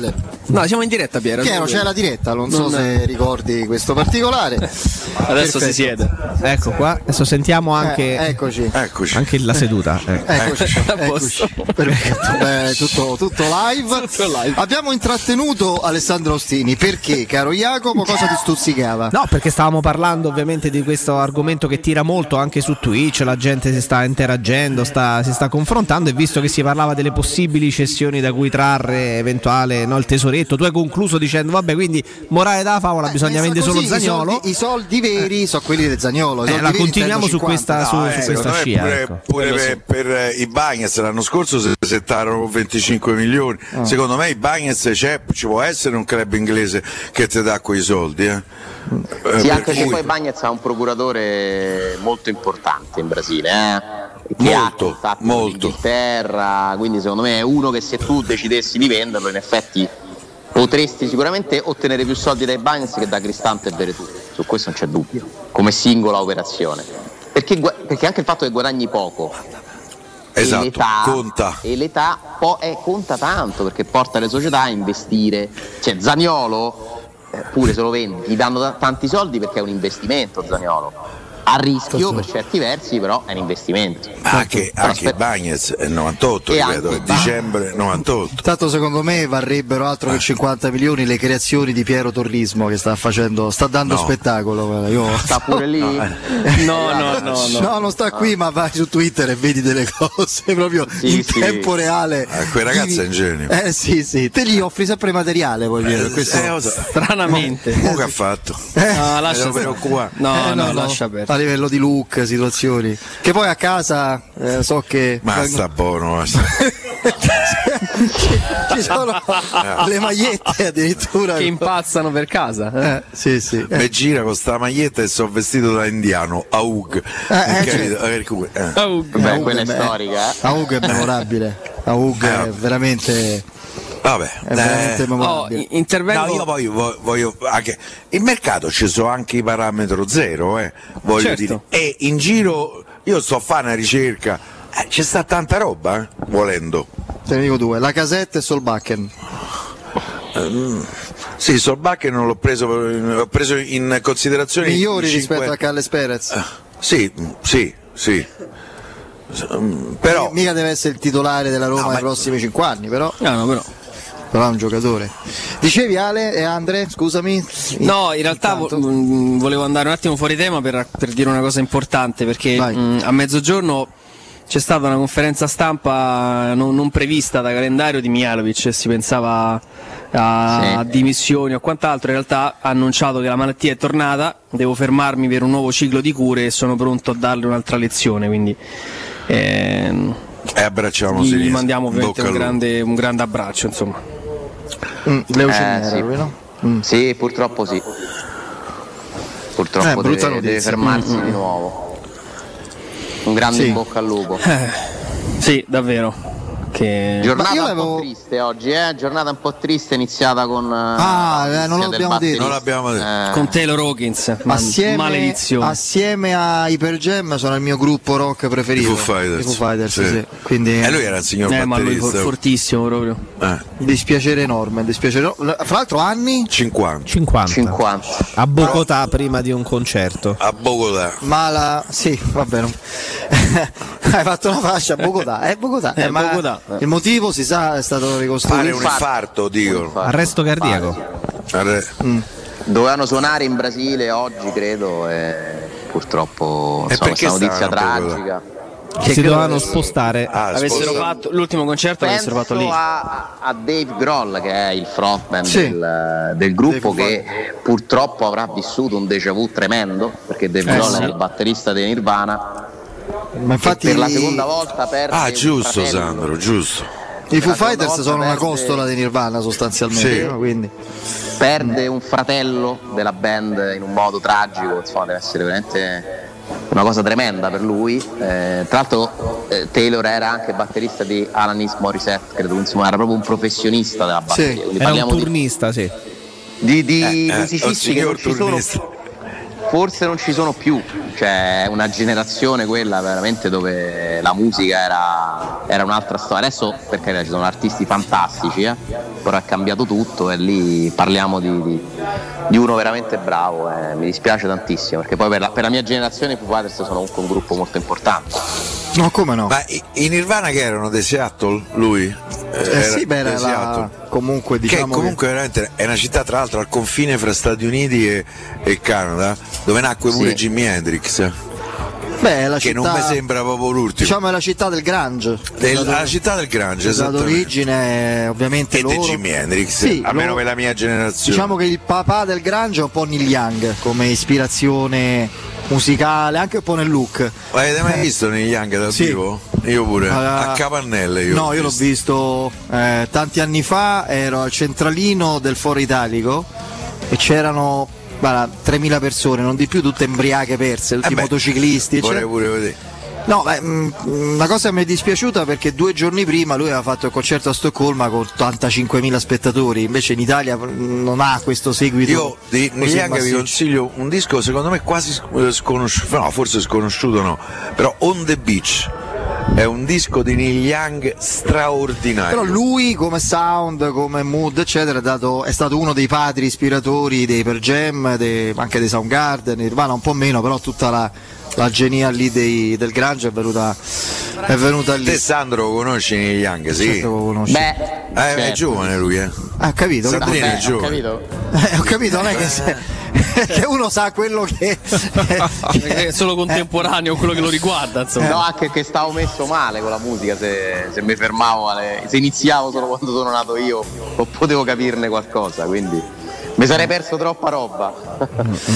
No, siamo in diretta, Piero. C'è la diretta, non so se ricordi questo particolare. Adesso si siede. Ecco qua, adesso sentiamo anche eccoci. Anche la seduta. Eccoci. Perfetto. Tutto live. Abbiamo intrattenuto Alessandro Ostini perché, caro Jacopo, cosa ti stuzzicava? No, perché stavamo parlando ovviamente di questo argomento che tira molto anche su Twitch, la gente si sta interagendo, si sta confrontando, e visto che si parlava delle possibili cessioni da cui trarre eventuale il tesoretto, tu hai concluso dicendo vabbè, quindi morale della favola, bisogna vendere solo Zaniolo. I soldi veri sono quelli del Zaniolo. La continuiamo su questa scia. Pure per i Bagnets l'anno scorso si settarono 25 milioni. Secondo me i Bagnets ci può essere un club inglese che ti dà quei soldi. Sì, anche se poi Bagnets ha un procuratore molto importante in Brasile, che ha contatti con l'Inghilterra, quindi secondo me è uno che, se tu decidessi di venderlo, in effetti potresti sicuramente ottenere più soldi dai Bagnets che da Cristante e Veretout, su questo non c'è dubbio, come singola operazione, perché anche il fatto che guadagni poco, esatto, l'età conta tanto, perché porta le società a investire. Cioè Zaniolo, pure se lo vendi ti danno tanti soldi perché è un investimento. Zaniolo a rischio per certi versi, però è un investimento. Anche Bagnets è 98, ripeto, è dicembre 98. Tanto secondo me varrebbero altro che 50 milioni le creazioni di Piero Torrismo, che sta dando spettacolo. Sta pure lì? No, non sta qui, ma vai su Twitter e vedi delle cose proprio in tempo reale. Quel ragazzo è un genio. Sì, te gli offri sempre materiale, poi Piero. Stranamente. Che ha fatto? Lascia perdere. A livello di look, situazioni che poi a casa so che sta buono. ci sono le magliette addirittura che impazzano per casa. Sì. Beh, gira con sta maglietta e sono vestito da indiano Aug. Beh, quella è storica. Aug è memorabile. Aug è veramente. Vabbè, è veramente memorabile. Intervengo. No, io voglio anche il mercato, ci sono anche i parametro zero, voglio dire. E in giro io sto a fare una ricerca, c'è sta tanta roba, volendo. Te ne dico due, la Casette e Solbakken. Sì, Solbakken non l'ho preso in considerazione. Migliori rispetto a Carles Perez. Sì. Però mica deve essere il titolare della Roma nei prossimi 5 anni, però. Però è un giocatore. Dicevi Ale e Andre, scusami? No, in realtà volevo andare un attimo fuori tema per dire una cosa importante, perché a mezzogiorno c'è stata una conferenza stampa non prevista da calendario di Mihajlovic, si pensava a dimissioni o quant'altro. In realtà ha annunciato che la malattia è tornata, devo fermarmi per un nuovo ciclo di cure e sono pronto a darle un'altra lezione, quindi abbracciamo gli mandiamo ovviamente un grande abbraccio, insomma. No? Sì, purtroppo sì. Purtroppo deve fermarsi di nuovo. Un grande in bocca al lupo. Sì, davvero. Giornata un po' triste oggi, giornata un po' triste, iniziata con non l'abbiamo detto. Con Taylor Hawkins, maledizione. Assieme a Hypergem sono il mio gruppo rock preferito. I Foo Fighters, sì. Quindi lui era il signor batterista. Ma lui fortissimo proprio. Dispiacere enorme. Fra l'altro anni 50. A Bogotà prima di un concerto. A Bogotà. Sì, va bene. Hai fatto una fascia a Bogotà. Bogotà. Bogotà. Il motivo si sa, è stato ricostruito. Fare un infarto, dico. Arresto cardiaco. Dovevano suonare in Brasile oggi, credo, e purtroppo è una notizia tragica. Che si dovevano spostare. Avessero fatto l'ultimo concerto, avessero fatto lì. A Dave Grohl, che è il frontman del gruppo, che purtroppo avrà vissuto un déjà vu tremendo, perché Dave Grohl era il batterista di Nirvana. Ma infatti per la seconda volta perde giusto Sandro, giusto. I Foo Fighters sono una costola di Nirvana sostanzialmente, no? Quindi perde un fratello della band in un modo tragico, insomma deve essere veramente una cosa tremenda per lui. Tra l'altro Taylor era anche batterista di Alanis Morissette, credo, insomma era proprio un professionista della batteria. Era un turnista, di musicisti che non ci sono. forse non ci sono più, cioè una generazione quella veramente dove la musica era un'altra storia. Adesso perché ci sono artisti fantastici, però è cambiato tutto e lì parliamo di uno veramente bravo, mi dispiace tantissimo perché poi per la mia generazione i Foo Fighters sono comunque un gruppo molto importante. No, come no? Ma i Nirvana che erano di Seattle, lui? Sì, beh, era comunque diciamo che comunque veramente è una città tra l'altro al confine fra Stati Uniti e Canada, dove nacque pure Jimi Hendrix. Beh, la che città, non mi sembra proprio l'ultimo. Diciamo è la città del grunge. La città del grunge, esattamente. D'origine ovviamente e loro. di Jimi Hendrix, sì, almeno per la mia generazione. Diciamo che il papà del grunge è un po' Neil Young come ispirazione musicale, anche un po' nel look. Avete mai visto Neil Young dal vivo? Io pure, a Capannelle. Io l'ho visto tanti anni fa, ero al centralino del Foro Italico e c'erano 3.000 persone, non di più, tutte embriache perse, tutti motociclisti. Vorrei pure vedere. No, una cosa mi è dispiaciuta perché 2 giorni prima lui aveva fatto il concerto a Stoccolma con 85.000 spettatori, invece in Italia non ha questo seguito. Io di Neil Young vi consiglio un disco secondo me quasi sconosciuto, no, forse sconosciuto no, però On the Beach. È un disco di Neil Young straordinario. Però lui come sound, come mood eccetera è stato uno dei padri ispiratori dei Pearl Jam, anche dei Soundgarden, Nirvana un po' meno, però tutta la genia lì del grunge è venuta lì. Te Sandro conosci Neil Young? Sì. Certo, lo conosci. Certo. È giovane lui, ho capito. Sandrino è giovane. Ho capito, non è che uno sa quello che è solo contemporaneo, quello che lo riguarda, insomma. No, anche che stavo messo male con la musica, se mi fermavo se iniziavo solo quando sono nato io o potevo capirne qualcosa, quindi mi sarei perso troppa roba.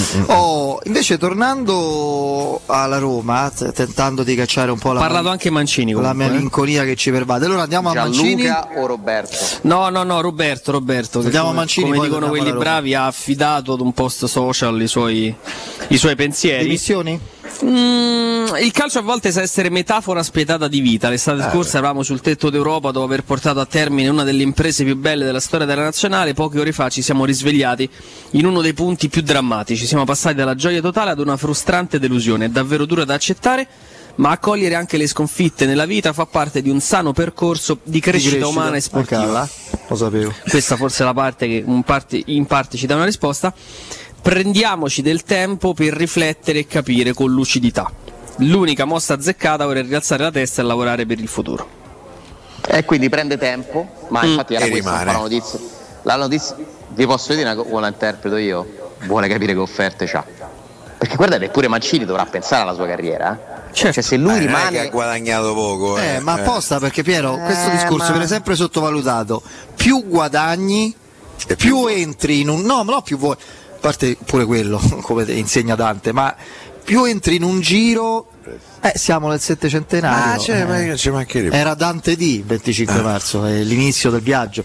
Invece tornando alla Roma, tentando di cacciare un po' anche Mancini comunque, la malinconia che ci pervade. Allora andiamo a Mancini. Gianluca o Roberto? No, Roberto. Andiamo a Mancini, come dicono quelli bravi, ha affidato ad un post social i suoi pensieri. Dimissioni? Il calcio a volte sa essere metafora spietata di vita. L'estate scorsa eravamo sul tetto d'Europa dopo aver portato a termine una delle imprese più belle della storia della nazionale. Poche ore fa ci siamo risvegliati in uno dei punti più drammatici. Siamo passati dalla gioia totale ad una frustrante delusione. È davvero dura da accettare, ma accogliere anche le sconfitte nella vita fa parte di un sano percorso di crescita umana e sportiva. Lo sapevo. Questa forse è la parte che in parte ci dà una risposta. Prendiamoci del tempo per riflettere e capire con lucidità. L'unica mossa azzeccata ora è rialzare la testa e lavorare per il futuro. E quindi prende tempo, ma infatti era questa la notizia. La notizia, vi posso dire come la interpreto io? Vuole capire che offerte c'ha. Perché guardate, pure Mancini dovrà pensare alla sua carriera. Certo. Cioè se lui rimane. Non è che ha guadagnato poco. Ma apposta perché Piero, questo discorso viene sempre sottovalutato. Più guadagni, più entri in un. No, ma no, più vuoi. A parte pure quello, come insegna Dante, ma più entri in un giro, siamo nel settecentenario. Ci mancherebbe. Era Dante D, 25 marzo, è l'inizio del viaggio.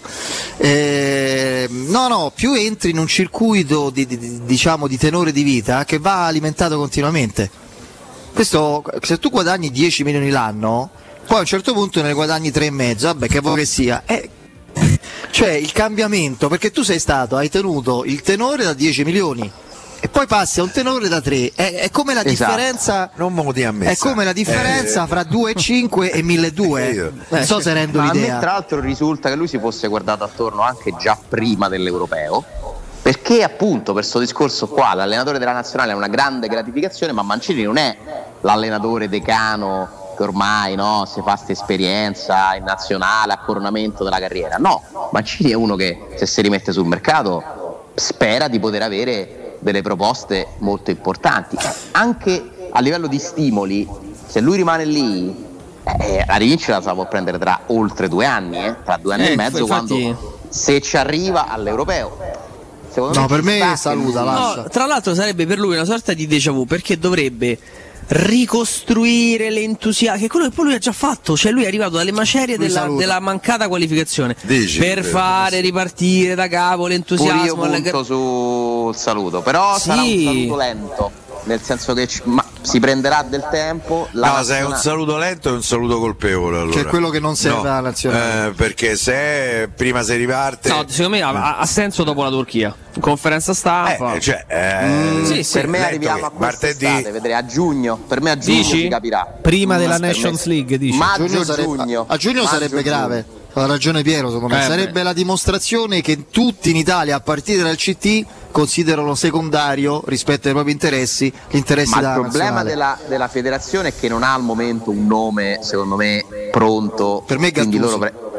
Più entri in un circuito di tenore di vita che va alimentato continuamente. Questo, se tu guadagni 10 milioni l'anno, poi a un certo punto ne guadagni 3,5, vabbè, che vuoi che sia. Cioè il cambiamento, perché tu hai tenuto il tenore da 10 milioni e poi passi a un tenore da 3, è come la differenza. Non modi a me. È come la differenza fra 2,5 e 1.200. Non so se rendo l'idea. A me tra l'altro risulta che lui si fosse guardato attorno anche già prima dell'europeo, perché appunto per questo discorso qua l'allenatore della nazionale è una grande gratificazione, ma Mancini non è l'allenatore decano che ormai si fa questa esperienza in nazionale a coronamento della carriera. No, Mancini è uno che se si rimette sul mercato spera di poter avere delle proposte molto importanti, anche a livello di stimoli. Se lui rimane lì, la rivincita la può prendere tra oltre 2 anni, tra 2 anni e mezzo, quando se ci arriva all'europeo. No, per me saluta, lascia. No, tra l'altro sarebbe per lui una sorta di déjà vu, perché dovrebbe ricostruire l'entusiasmo, che è quello che poi lui ha già fatto, cioè lui è arrivato dalle macerie della mancata qualificazione. Per fare ripartire da capo l'entusiasmo. Pure io punto sul saluto, però sarà un saluto lento. nel senso che si prenderà del tempo. Se è un saluto lento è un saluto colpevole, allora. Che è quello che non serve alla nazionale. Perché se prima si riparte. No, secondo me ha senso dopo la Turchia. Conferenza stampa. Per me arriviamo a quest'estate, vedrei a giugno. Per me a giugno si capirà. Prima della Nations League, dici? Giugno. A giugno sarebbe grave. Ha ragione Piero, secondo me. Sarebbe la dimostrazione che tutti in Italia, a partire dal CT, considerano secondario rispetto ai propri interessi gli interessi della nazionale. Il problema della federazione è che non ha al momento un nome, secondo me, pronto. Per me Gattuso.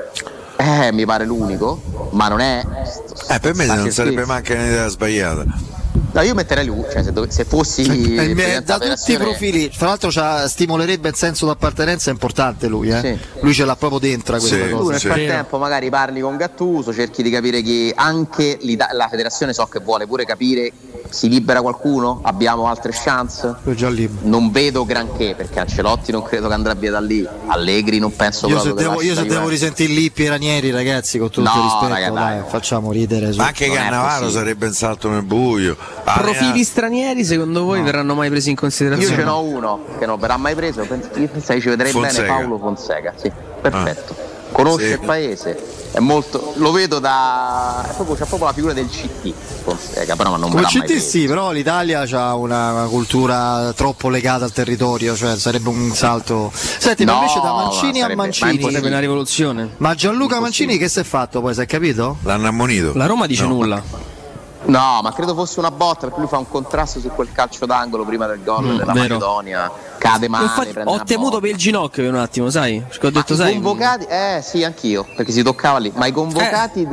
Mi pare l'unico, ma non è. Per me non sarebbe manca un'idea sbagliata. No, io metterei lui, cioè se fossi da tutti i profili, tra l'altro stimolerebbe il senso d'appartenenza importante lui, Sì. Lui ce l'ha proprio dentro questa cosa. Tu nel frattempo magari parli con Gattuso, cerchi di capire che anche la federazione so che vuole pure capire, si libera qualcuno, abbiamo altre chance. Non vedo granché, perché Ancelotti non credo che andrà via da lì, Allegri non penso proprio che io se devo risentire Lippi e Ranieri, ragazzi, con tutto il rispetto, dai, facciamo ridere su. Anche Cannavaro sarebbe un salto nel buio. Profili stranieri secondo voi verranno mai presi in considerazione? Io ce n'ho uno che non verrà mai preso, io pensavo ci vedrei bene Paolo Fonseca, sì, perfetto. Conosce il paese, è molto, lo vedo c'ha proprio la figura del CT Fonseca, però non come verrà CT mai preso. Sì, però l'Italia ha una cultura troppo legata al territorio, cioè sarebbe un salto. Senti, ma invece da Mancini a Mancini sarebbe una rivoluzione. Ma Gianluca Mancini che si è fatto poi, si è capito? L'hanno ammonito. La Roma dice nulla. No, ma credo fosse una botta, perché lui fa un contrasto su quel calcio d'angolo prima del gol della Macedonia, cade male. Ho temuto per il ginocchio per un attimo, sai? Perché ho detto, sai. I convocati, sì, anch'io, perché si toccava lì, ma i convocati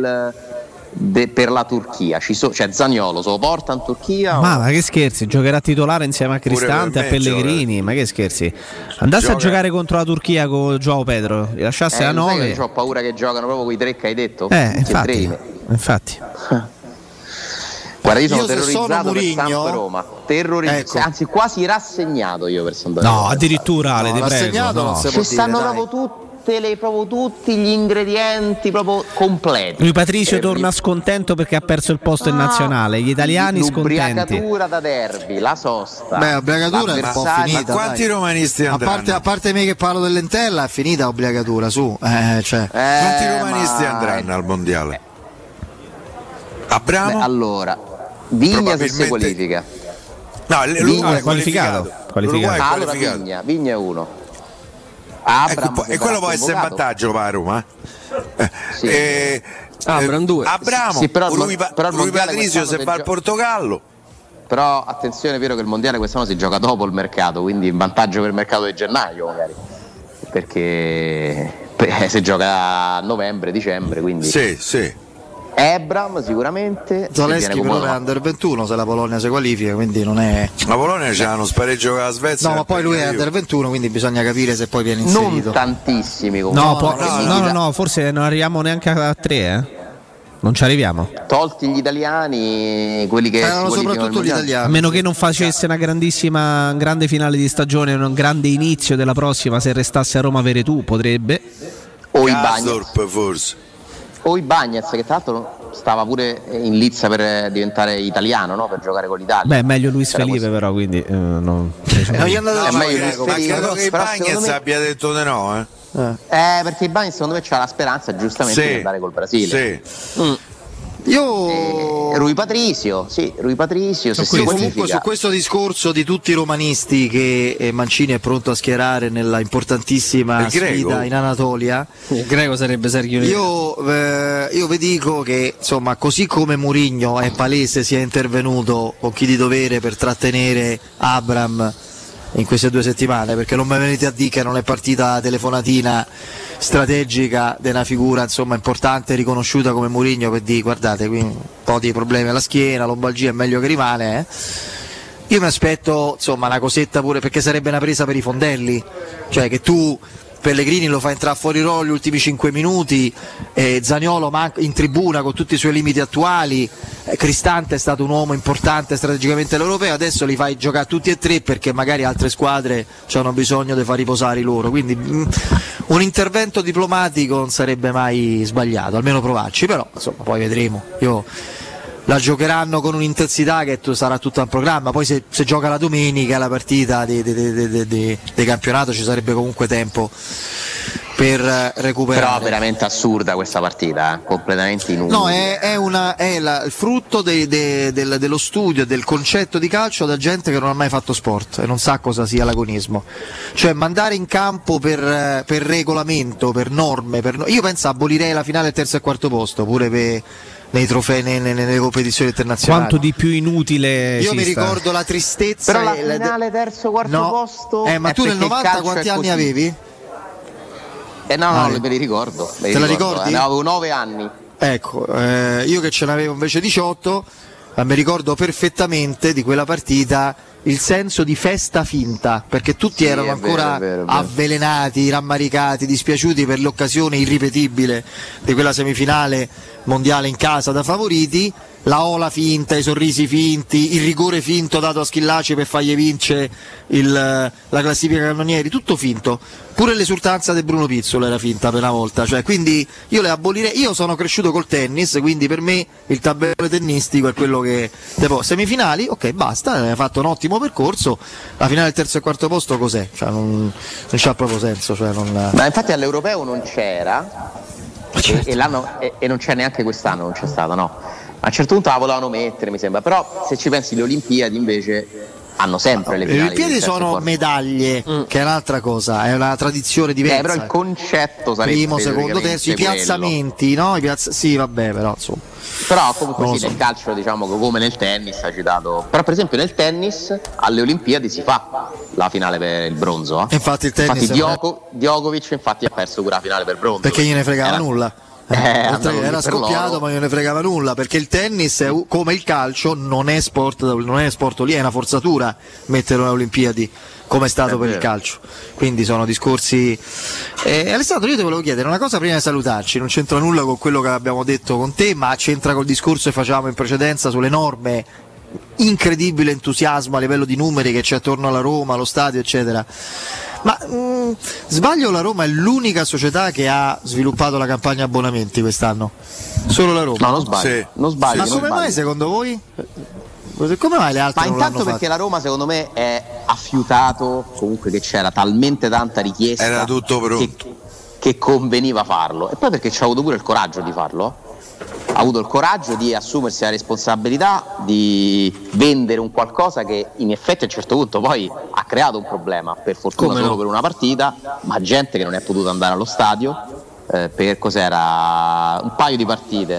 per la Turchia, cioè Zaniolo se lo porta in Turchia? Ma che scherzi, giocherà titolare insieme a Cristante, a Pellegrini, ma che scherzi. Andasse a giocare contro la Turchia con Joao Pedro, li lasciasse a 9. Io ho paura che giocano proprio quei tre che hai detto. Infatti. Guarda, io sono terrorizzato per Samp Roma, anzi quasi rassegnato io per Sampdoria. No, addirittura Ale, ti prego. Ci stanno proprio tutti gli ingredienti proprio completi. Rui Patricio torna scontento perché ha perso il posto in nazionale, gli italiani scontenti. L'ubriacatura da derby, la sosta. L'ubriacatura è un po' finita. Ma quanti romanisti andranno? A parte me che parlo dell'Entella, è finita l'ubriacatura, su. Quanti romanisti andranno al mondiale? Abramo? Allora Vigna se si qualifica. No, Vigna è qualificato. Allora Vigna è uno. Abramo e quello può essere in vantaggio per Roma. Abramo 2. Abramo, sì, però Rui Patricio se va al Portogallo. Però attenzione, è vero che il mondiale quest'anno si gioca dopo il mercato, quindi in vantaggio per il mercato di gennaio magari. Perché si gioca a novembre, dicembre, quindi. Sì. Ebram sicuramente. Zaleschi però è under 21 se la Polonia si qualifica, quindi non è. La Polonia c'ha uno spareggio con la Svezia. No, ma poi lui è under 21, quindi bisogna capire se poi viene inserito. Non tantissimi comunque. No, forse non arriviamo neanche a 3, Non ci arriviamo. Tolti gli italiani, quelli che erano soprattutto gli italiani. A meno che non facesse una grande finale di stagione, un grande inizio della prossima, se restasse a Roma Veretù potrebbe. O i Bagnets. Forse. O i Bagnets, che tra l'altro stava pure in lizza per diventare italiano, no? Per giocare con l'Italia. Beh, meglio Luis Felipe però, quindi non è meglio ma credo che i Bagnets abbia detto di no, perché i Bagnets secondo me c'ha la speranza giustamente di andare col Brasile. Rui Patricio se si qualifica. Su questo discorso di tutti i romanisti che Mancini è pronto a schierare nella importantissima sfida in Anatolia, il greco sarebbe Sergio Io vi dico che insomma, così come Mourinho è palese sia intervenuto con chi di dovere per trattenere Abram in queste 2 settimane, perché non mi venite a dire che non è partita la telefonatina strategica di una figura insomma importante riconosciuta come Mourinho per dire guardate qui un po' di problemi alla schiena, lombalgia è meglio che rimane. Io mi aspetto insomma una cosetta pure, perché sarebbe una presa per i fondelli, cioè che tu Pellegrini lo fa entrare fuori ruolo gli ultimi 5 minuti, Zaniolo in tribuna con tutti i suoi limiti attuali, Cristante è stato un uomo importante strategicamente all'Europeo, adesso li fai giocare tutti e 3 perché magari altre squadre hanno bisogno di far riposare loro, quindi un intervento diplomatico non sarebbe mai sbagliato, almeno provarci, però insomma poi vedremo. Io la giocheranno con un'intensità che sarà tutta un programma. Poi se gioca la domenica la partita di campionato ci sarebbe comunque tempo per recuperare. Però veramente assurda questa partita, completamente inutile. No, è il frutto dello studio, del concetto di calcio da gente che non ha mai fatto sport e non sa cosa sia l'agonismo. Cioè mandare in campo per regolamento, per norme, io penso abolirei la finale terzo e quarto posto pure nei trofei, nelle competizioni internazionali. Quanto di più inutile io mi ricordo la tristezza. Però la finale terzo quarto posto ma tu nel 90 quanti anni avevi? No, me li ricordo. Te la ricordi? Avevo 9 anni. Ecco, io che ce n'avevo invece 18, mi ricordo perfettamente di quella partita il senso di festa finta, perché tutti erano ancora vero. Avvelenati, rammaricati, dispiaciuti per l'occasione irripetibile di quella semifinale mondiale in casa da favoriti, la ola finta, i sorrisi finti, il rigore finto dato a Schillaci per fargli vincere la classifica cannonieri, tutto finto. Pure l'esultanza di Bruno Pizzolo era finta per una volta, cioè, quindi io le abolirei. Io sono cresciuto col tennis, quindi per me il tabellone tennistico è quello che semifinali, ok, basta, hai fatto un ottimo percorso. La finale del terzo e quarto posto cos'è? Cioè, non c'ha proprio senso, cioè Ma infatti all'Europeo non c'era, certo. e non c'è neanche quest'anno, non c'è stata, no. A un certo punto la volevano mettere, mi sembra, però se ci pensi le Olimpiadi invece hanno sempre le finali. Le Olimpiadi sono medaglie, che è un'altra cosa, è una tradizione diversa. Però il concetto sarebbe primo, secondo, terzo, i piazzamenti, no? Sì, vabbè, però insomma. Però comunque nel calcio, diciamo che come nel tennis ha citato. Però per esempio nel tennis alle Olimpiadi si fa la finale per il bronzo. Infatti il tennis. Djokovic infatti ha perso pure la finale per bronzo. Perché gliene fregava nulla. Era scoppiato, ma non ne fregava nulla, perché il tennis è, come il calcio, non è sport lì, è una forzatura metterlo alle Olimpiadi come è stato per il calcio. Quindi sono discorsi. Alessandro, io ti volevo chiedere una cosa prima di salutarci, non c'entra nulla con quello che abbiamo detto con te, ma c'entra col discorso che facevamo in precedenza sulle norme. Incredibile entusiasmo a livello di numeri che c'è attorno alla Roma, allo stadio, eccetera. Ma sbaglio, la Roma è l'unica società che ha sviluppato la campagna abbonamenti quest'anno? Solo la Roma? No, non sbaglio. Sì. Non sbaglio. Ma come mai secondo voi? Come mai le altre Ma non intanto l'hanno perché fatto? la Roma secondo me è affiutato comunque che c'era talmente tanta richiesta. Era tutto pronto. Che conveniva farlo. E poi perché c'ha avuto pure il coraggio di farlo. Ha avuto il coraggio di assumersi la responsabilità di vendere un qualcosa che in effetti a un certo punto poi ha creato un problema, per fortuna solo per una partita, ma gente che non è potuta andare allo stadio per cos'era un paio di partite.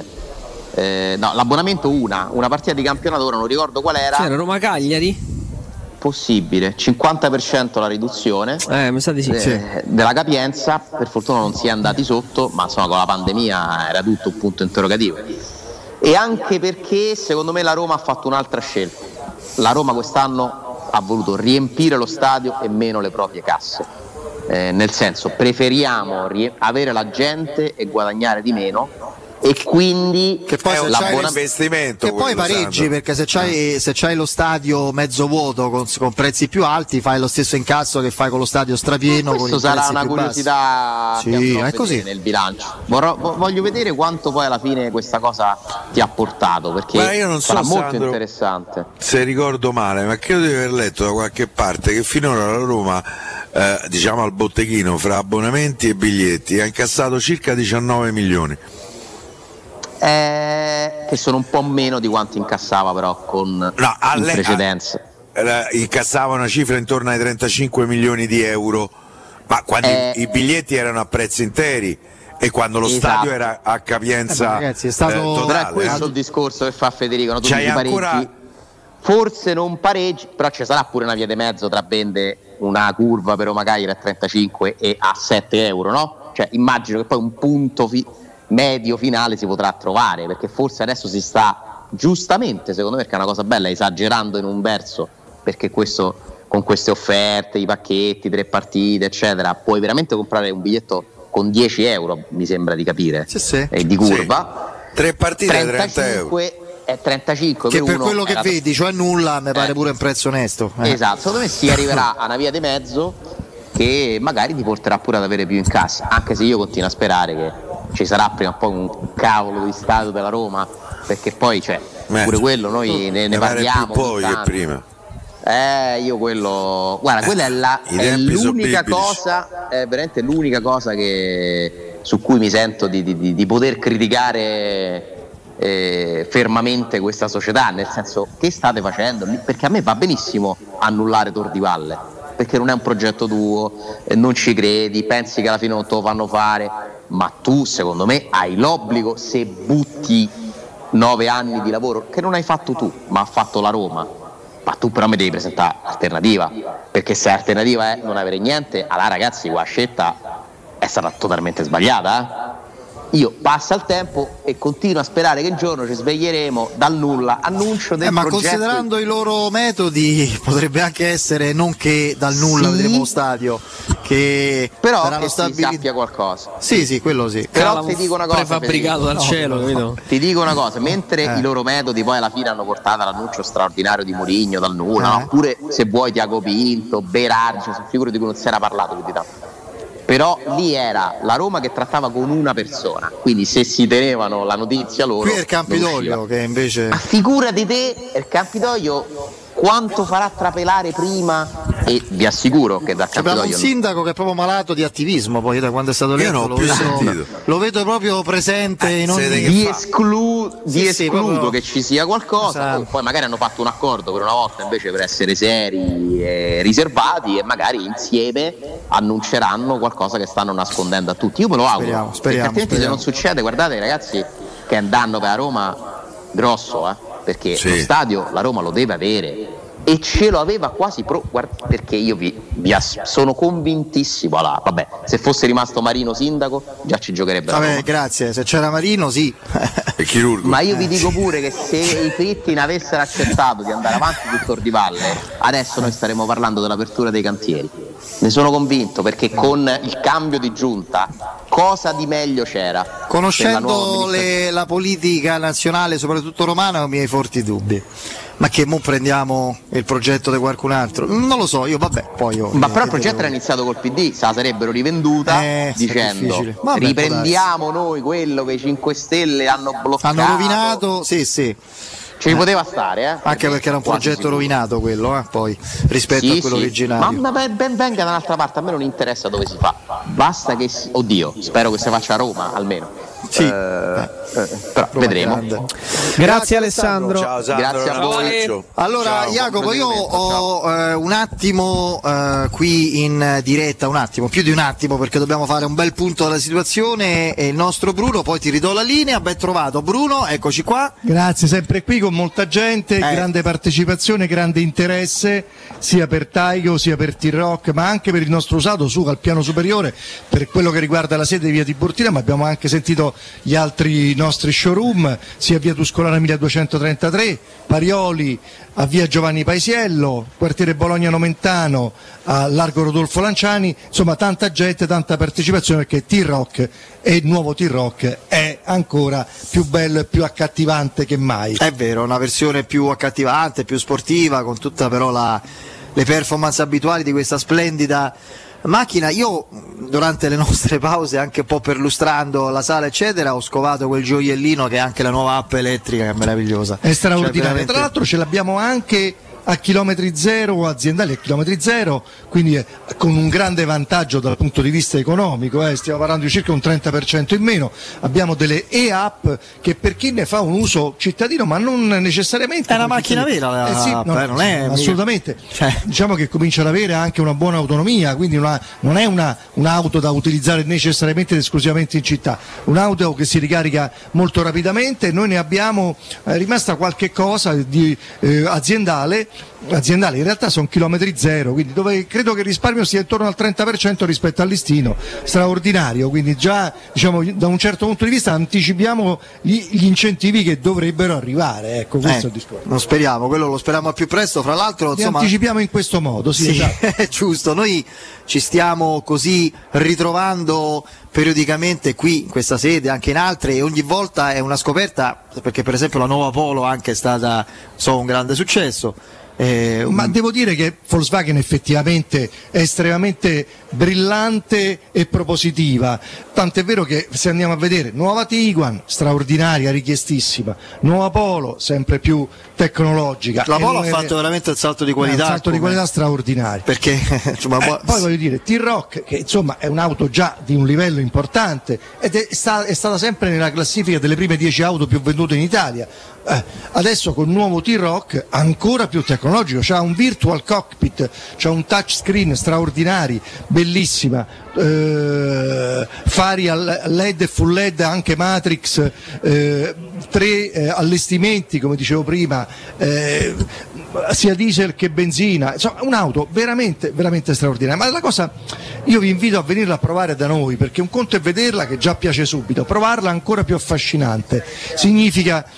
No, l'abbonamento una partita di campionato, ora non ricordo qual era. C'era Roma-Cagliari? Possibile, 50% la riduzione mi sa di sì. Della capienza, per fortuna non si è andati sotto, ma insomma con la pandemia era tutto un punto interrogativo. E anche perché secondo me la Roma ha fatto un'altra scelta. La Roma quest'anno ha voluto riempire lo stadio e meno le proprie casse, nel senso preferiamo avere la gente e guadagnare di meno. E quindi che poi è un investimento, che poi pareggi, perché se c'hai lo stadio mezzo vuoto con prezzi più alti fai lo stesso incasso che fai con lo stadio strapieno. Questo sarà una curiosità che è così nel bilancio. Voglio vedere quanto poi alla fine questa cosa ti ha portato, perché io non sarà so, molto Sandro, interessante. Se ricordo male, ma credo di aver letto da qualche parte che finora la Roma diciamo al botteghino fra abbonamenti e biglietti ha incassato circa 19 milioni. Che sono un po' meno di quanto incassava però in precedenza. Incassava una cifra intorno ai 35 milioni di euro, ma quando i biglietti erano a prezzi interi e quando lo stadio era a capienza ragazzi, è stato totale. È questo il discorso che fa Federico, no? Tu dici pareggi, forse non pareggi, però ci sarà pure una via di mezzo tra vende una curva per Roma Cagliari a 35 e a 7 euro, no? Cioè immagino che poi un punto medio finale si potrà trovare, perché forse adesso si sta giustamente, secondo me, perché è una cosa bella, esagerando in un verso, perché questo con queste offerte, i pacchetti, 3 partite eccetera, puoi veramente comprare un biglietto con 10 euro, mi sembra di capire, di curva, 3 partite 30 euro è 35 che per uno quello che vedi, cioè nulla, mi pare pure un prezzo onesto. Esatto, secondo me si arriverà a una via di mezzo che magari ti porterà pure ad avere più incassi, anche se io continuo a sperare che ci sarà prima o poi un cavolo di stadio della Roma, perché poi pure quello noi ne parliamo più poi che prima. Io quello, guarda, quella è l'unica cosa, è veramente l'unica cosa su cui mi sento di poter criticare fermamente questa società, nel senso, che state facendo? Perché a me va benissimo annullare Tor di Valle, perché non è un progetto tuo, non ci credi, pensi che alla fine non te lo fanno fare, ma tu secondo me hai l'obbligo, se butti 9 anni di lavoro che non hai fatto tu ma ha fatto la Roma, ma tu però mi devi presentare alternativa, perché se alternativa è non avere niente, allora ragazzi qua scelta è stata totalmente sbagliata. Io passa il tempo e continuo a sperare che un giorno ci sveglieremo dal nulla, annuncio del ma progetto. Considerando i loro metodi potrebbe anche essere non che dal nulla vedremo lo stadio, che però che si sappia qualcosa. Sì, quello sì. Però ti dico una cosa, prefabbricato dal cielo, capito? Ti dico una cosa, mentre i loro metodi poi alla fine hanno portato all'annuncio straordinario di Mourinho dal nulla, no? Oppure se vuoi Tiago Pinto, Berardi, cioè, sono figure di cui non si era parlato più di tanto. Però lì era la Roma che trattava con una persona, quindi se si tenevano la notizia loro. Qui è il Campidoglio che invece. Ma figurati te, il Campidoglio quanto farà trapelare prima, e vi assicuro che da Campidoglio. Abbiamo un sindaco che è proprio malato di attivismo, poi da quando è stato eletto lo vedo proprio presente in ogni. Escludo che ci sia qualcosa, poi magari hanno fatto un accordo per una volta invece per essere seri e riservati, e magari insieme annunceranno qualcosa che stanno nascondendo a tutti. Io me lo auguro, perché altrimenti se non succede, guardate ragazzi, che è un danno per la Roma grosso, perché lo stadio la Roma lo deve avere, e ce lo aveva quasi perché io sono convintissimo. Allora, vabbè, se fosse rimasto Marino sindaco già ci giocherebbe. Vabbè, grazie, se c'era Marino sì. È chirurgo. Ma io vi dico pure che se i Fritkin avessero accettato di andare avanti sul Tor di Valle, adesso noi staremmo parlando dell'apertura dei cantieri. Ne sono convinto, perché con il cambio di giunta cosa di meglio c'era? Conoscendo la politica nazionale, soprattutto romana, ho i miei forti dubbi. Ma che mo prendiamo il progetto di qualcun altro? Non lo so, ma però il progetto era iniziato col PD, se la sarebbero rivenduta dicendo riprendiamo noi quello che i 5 Stelle hanno bloccato. Hanno rovinato, sì. Ci poteva stare, anche perché era un progetto rovinato quello, poi rispetto a quello originario. Ma ben venga da un'altra parte, a me non interessa dove si fa, basta che oddio, spero che si faccia a Roma almeno. Sì, però vedremo. Grazie Alessandro. Ciao, grazie a voi. Allora Jacopo, io ho un attimo qui in diretta, più di un attimo, perché dobbiamo fare un bel punto della situazione, e il nostro Bruno, poi ti ridò la linea. Ben trovato Bruno, eccoci qua. Grazie, sempre qui con molta gente, grande partecipazione, grande interesse sia per Taigo sia per T-Rock, ma anche per il nostro usato su al piano superiore per quello che riguarda la sede di Via Tiburtina, ma abbiamo anche sentito gli altri nostri showroom, sia via Tuscolana 1233, Parioli a via Giovanni Paisiello, quartiere Bologna Nomentano, a largo Rodolfo Lanciani, insomma tanta gente, tanta partecipazione, perché T-Rock e il nuovo T-Rock è ancora più bello e più accattivante che mai. È vero, una versione più accattivante, più sportiva, con tutta però le performance abituali di questa splendida macchina. Io durante le nostre pause, anche un po' perlustrando la sala eccetera, ho scovato quel gioiellino che è anche la nuova app elettrica, che è meravigliosa, è straordinaria. Tra l'altro ce l'abbiamo anche a chilometri zero, aziendali a chilometri zero, quindi con un grande vantaggio dal punto di vista economico, stiamo parlando di circa un 30% in meno. Abbiamo delle e-app che per chi ne fa un uso cittadino, ma non necessariamente è una macchina vera, non è assolutamente, diciamo che comincia ad avere anche una buona autonomia, quindi non è un'auto da utilizzare necessariamente ed esclusivamente in città, un'auto che si ricarica molto rapidamente. Noi ne abbiamo rimasta qualche cosa di aziendale, in realtà sono chilometri zero, quindi dove credo che il risparmio sia intorno al 30% rispetto al listino, straordinario, quindi già diciamo da un certo punto di vista anticipiamo gli incentivi che dovrebbero arrivare, ecco, questo è il discorso. Lo speriamo, quello lo speriamo al più presto, fra l'altro insomma, anticipiamo in questo modo, sì, esatto. È giusto, noi ci stiamo così ritrovando periodicamente qui in questa sede, anche in altre, e ogni volta è una scoperta, perché per esempio la nuova Polo anche è stata un grande successo. Ma devo dire che Volkswagen effettivamente è estremamente brillante e propositiva, tant'è vero che se andiamo a vedere nuova Tiguan, straordinaria, richiestissima, nuova Polo, sempre più tecnologica. La Polo ha fatto veramente il salto di qualità. Un salto di qualità straordinario. Perché insomma, poi voglio dire, T-Roc, che insomma è un'auto già di un livello importante ed è stata sempre nella classifica delle prime 10 auto più vendute in Italia. Adesso con il nuovo T-Roc ancora più tecnologico, c'ha un virtual cockpit, c'ha un touchscreen straordinari, bellissima, fari al LED e full LED, anche Matrix, 3 allestimenti come dicevo prima, sia diesel che benzina, insomma un'auto veramente, veramente straordinaria. Ma la cosa, io vi invito a venirla a provare da noi, perché un conto è vederla che già piace subito, provarla ancora più affascinante, significa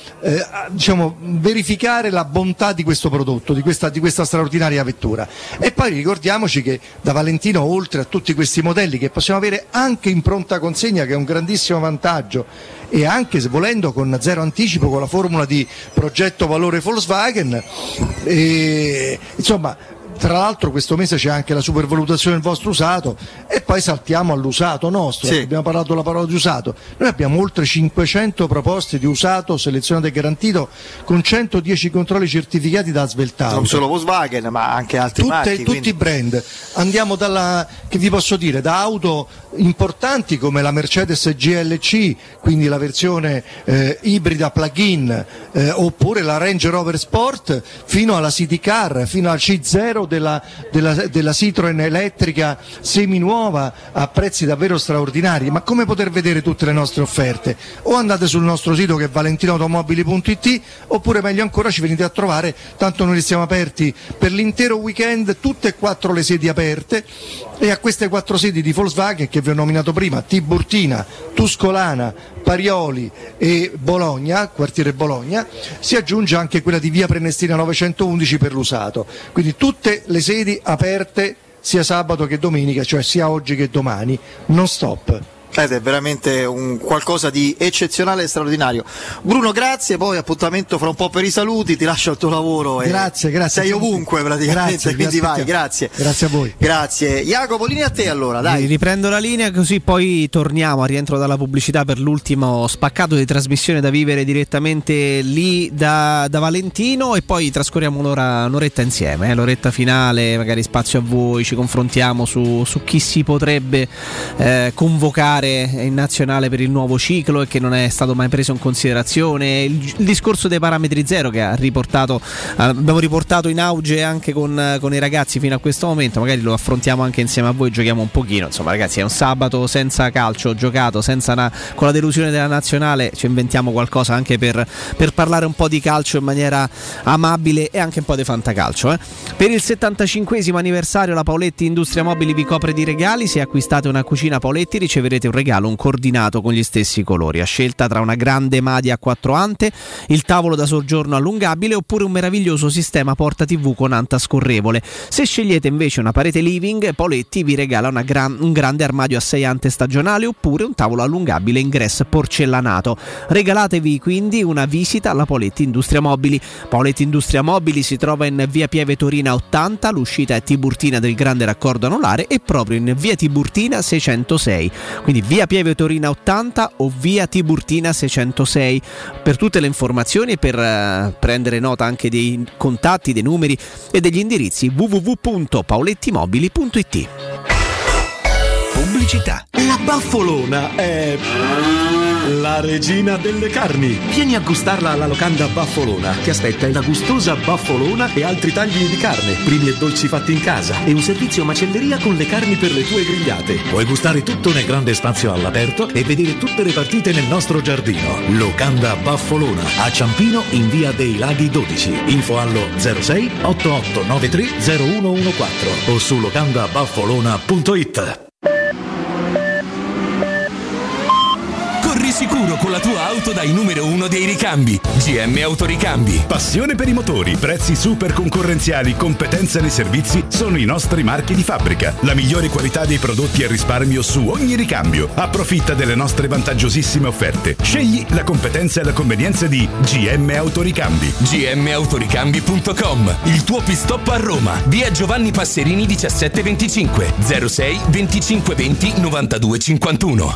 verificare la bontà di questo prodotto, di questa straordinaria vettura. E poi ricordiamoci che da Valentino, oltre a tutti questi modelli che possiamo avere anche in pronta consegna, che è un grandissimo vantaggio, e anche se volendo con zero anticipo con la formula di progetto valore Volkswagen, insomma, tra l'altro questo mese c'è anche la supervalutazione del vostro usato, e poi saltiamo all'usato nostro, sì. Abbiamo parlato della parola di usato, noi abbiamo oltre 500 proposte di usato selezionato e garantito, con 110 controlli certificati da Sveltauto. Non solo Volkswagen ma anche altri marchi, tutti i brand. Andiamo che vi posso dire, da auto importanti come la Mercedes GLC, quindi la versione ibrida plug-in, oppure la Range Rover Sport, fino alla City Car, fino alla C0 della Citroen elettrica seminuova a prezzi davvero straordinari. Ma come poter vedere tutte le nostre offerte? O andate sul nostro sito che è valentinoautomobili.it, oppure meglio ancora ci venite a trovare, tanto noi siamo aperti per l'intero weekend, tutte e 4 le sedi aperte, e a queste 4 sedi di Volkswagen che vi ho nominato prima, Tiburtina, Tuscolana, Parioli e Bologna, quartiere Bologna, si aggiunge anche quella di via Prenestina 911 per l'usato, quindi tutte le sedi aperte sia sabato che domenica, cioè sia oggi che domani, non stop. Ed è veramente un qualcosa di eccezionale e straordinario. Bruno, grazie, poi appuntamento fra un po' per i saluti, ti lascio al tuo lavoro. Grazie. Sei ovunque praticamente, quindi vai, grazie. Grazie a voi. Grazie. Jacopo, linea a te allora, dai. Riprendo la linea, così poi torniamo a rientro dalla pubblicità per l'ultimo spaccato di trasmissione da vivere direttamente lì da Valentino, e poi trascorriamo un'oretta insieme, l'oretta finale, magari spazio a voi, ci confrontiamo su chi si potrebbe convocare in nazionale per il nuovo ciclo e che non è stato mai preso in considerazione, il discorso dei parametri zero che abbiamo riportato in auge anche con i ragazzi fino a questo momento, magari lo affrontiamo anche insieme a voi, giochiamo un pochino, insomma ragazzi, è un sabato senza calcio giocato, con la delusione della nazionale ci inventiamo qualcosa anche per parlare un po' di calcio in maniera amabile e anche un po' di fantacalcio. Per il 75esimo anniversario la Paoletti Industria Mobili vi copre di regali. Se acquistate una cucina Paoletti riceverete un regalo, un coordinato con gli stessi colori, a scelta tra una grande Madia a 4 ante, il tavolo da soggiorno allungabile oppure un meraviglioso sistema porta TV con anta scorrevole. Se scegliete invece una parete living, Paoletti vi regala un grande armadio a 6 ante stagionale oppure un tavolo allungabile ingresso porcellanato. Regalatevi quindi una visita alla Paoletti Industria Mobili. Paoletti Industria Mobili si trova in via Pieve Torina 80, l'uscita è Tiburtina del grande raccordo anulare, e proprio in via Tiburtina 606, quindi via Pieve Torina 80 o via Tiburtina 606. Per tutte le informazioni e per prendere nota anche dei contatti, dei numeri e degli indirizzi, www.paolettimobili.it. Pubblicità. La Baffolona è la regina delle carni. Vieni a gustarla alla locanda Baffolona. Ti aspetta la gustosa Baffolona e altri tagli di carne, primi e dolci fatti in casa, e un servizio macelleria con le carni per le tue grigliate. Puoi gustare tutto nel grande spazio all'aperto e vedere tutte le partite nel nostro giardino. Locanda Baffolona a Ciampino in via dei Laghi 12. Info allo 06 8893 0114 o su locandabaffolona.it. sicuro con la tua auto dai numero 1 dei ricambi. GM Autoricambi. Passione per i motori, prezzi super concorrenziali, competenza nei servizi sono i nostri marchi di fabbrica. La migliore qualità dei prodotti e risparmio su ogni ricambio. Approfitta delle nostre vantaggiosissime offerte. Scegli la competenza e la convenienza di GM Autoricambi. gmautoricambi.com. Il tuo pit-stop a Roma. Via Giovanni Passerini 1725 06 25 20 92 51.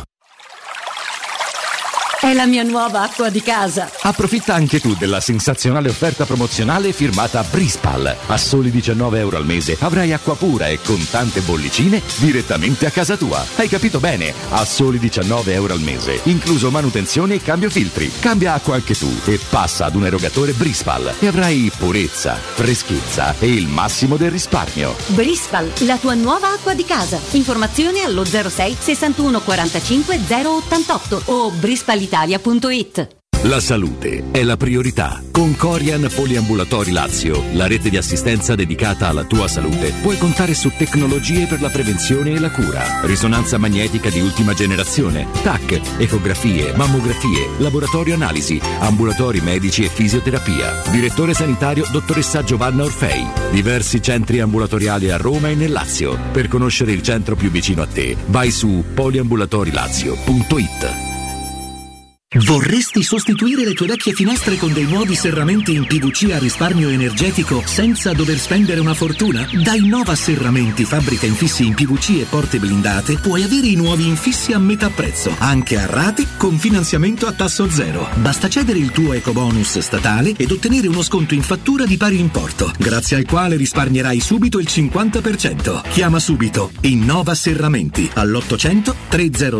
È la mia nuova acqua di casa. Approfitta anche tu della sensazionale offerta promozionale firmata Brispal. A soli 19 euro al mese avrai acqua pura e con tante bollicine direttamente a casa tua. Hai capito bene? A soli 19 euro al mese, incluso manutenzione e cambio filtri. Cambia acqua anche tu e passa ad un erogatore Brispal e avrai purezza, freschezza e il massimo del risparmio. Brispal, la tua nuova acqua di casa. Informazioni allo 06 61 45 088 o brispalitalia.it. La salute è la priorità. Con Corian Poliambulatori Lazio, la rete di assistenza dedicata alla tua salute, puoi contare su tecnologie per la prevenzione e la cura. Risonanza magnetica di ultima generazione, TAC, ecografie, mammografie, laboratorio analisi, ambulatori medici e fisioterapia. Direttore sanitario dottoressa Giovanna Orfei. Diversi centri ambulatoriali a Roma e nel Lazio. Per conoscere il centro più vicino a te, vai su poliambulatorilazio.it. Vorresti sostituire le tue vecchie finestre con dei nuovi serramenti in PVC a risparmio energetico senza dover spendere una fortuna? Da Innova Serramenti, fabbrica infissi in PVC e porte blindate, puoi avere i nuovi infissi a metà prezzo, anche a rate con finanziamento a tasso zero. Basta cedere il tuo ecobonus statale ed ottenere uno sconto in fattura di pari importo, grazie al quale risparmierai subito il 50%. Chiama subito Innova Serramenti all'800 300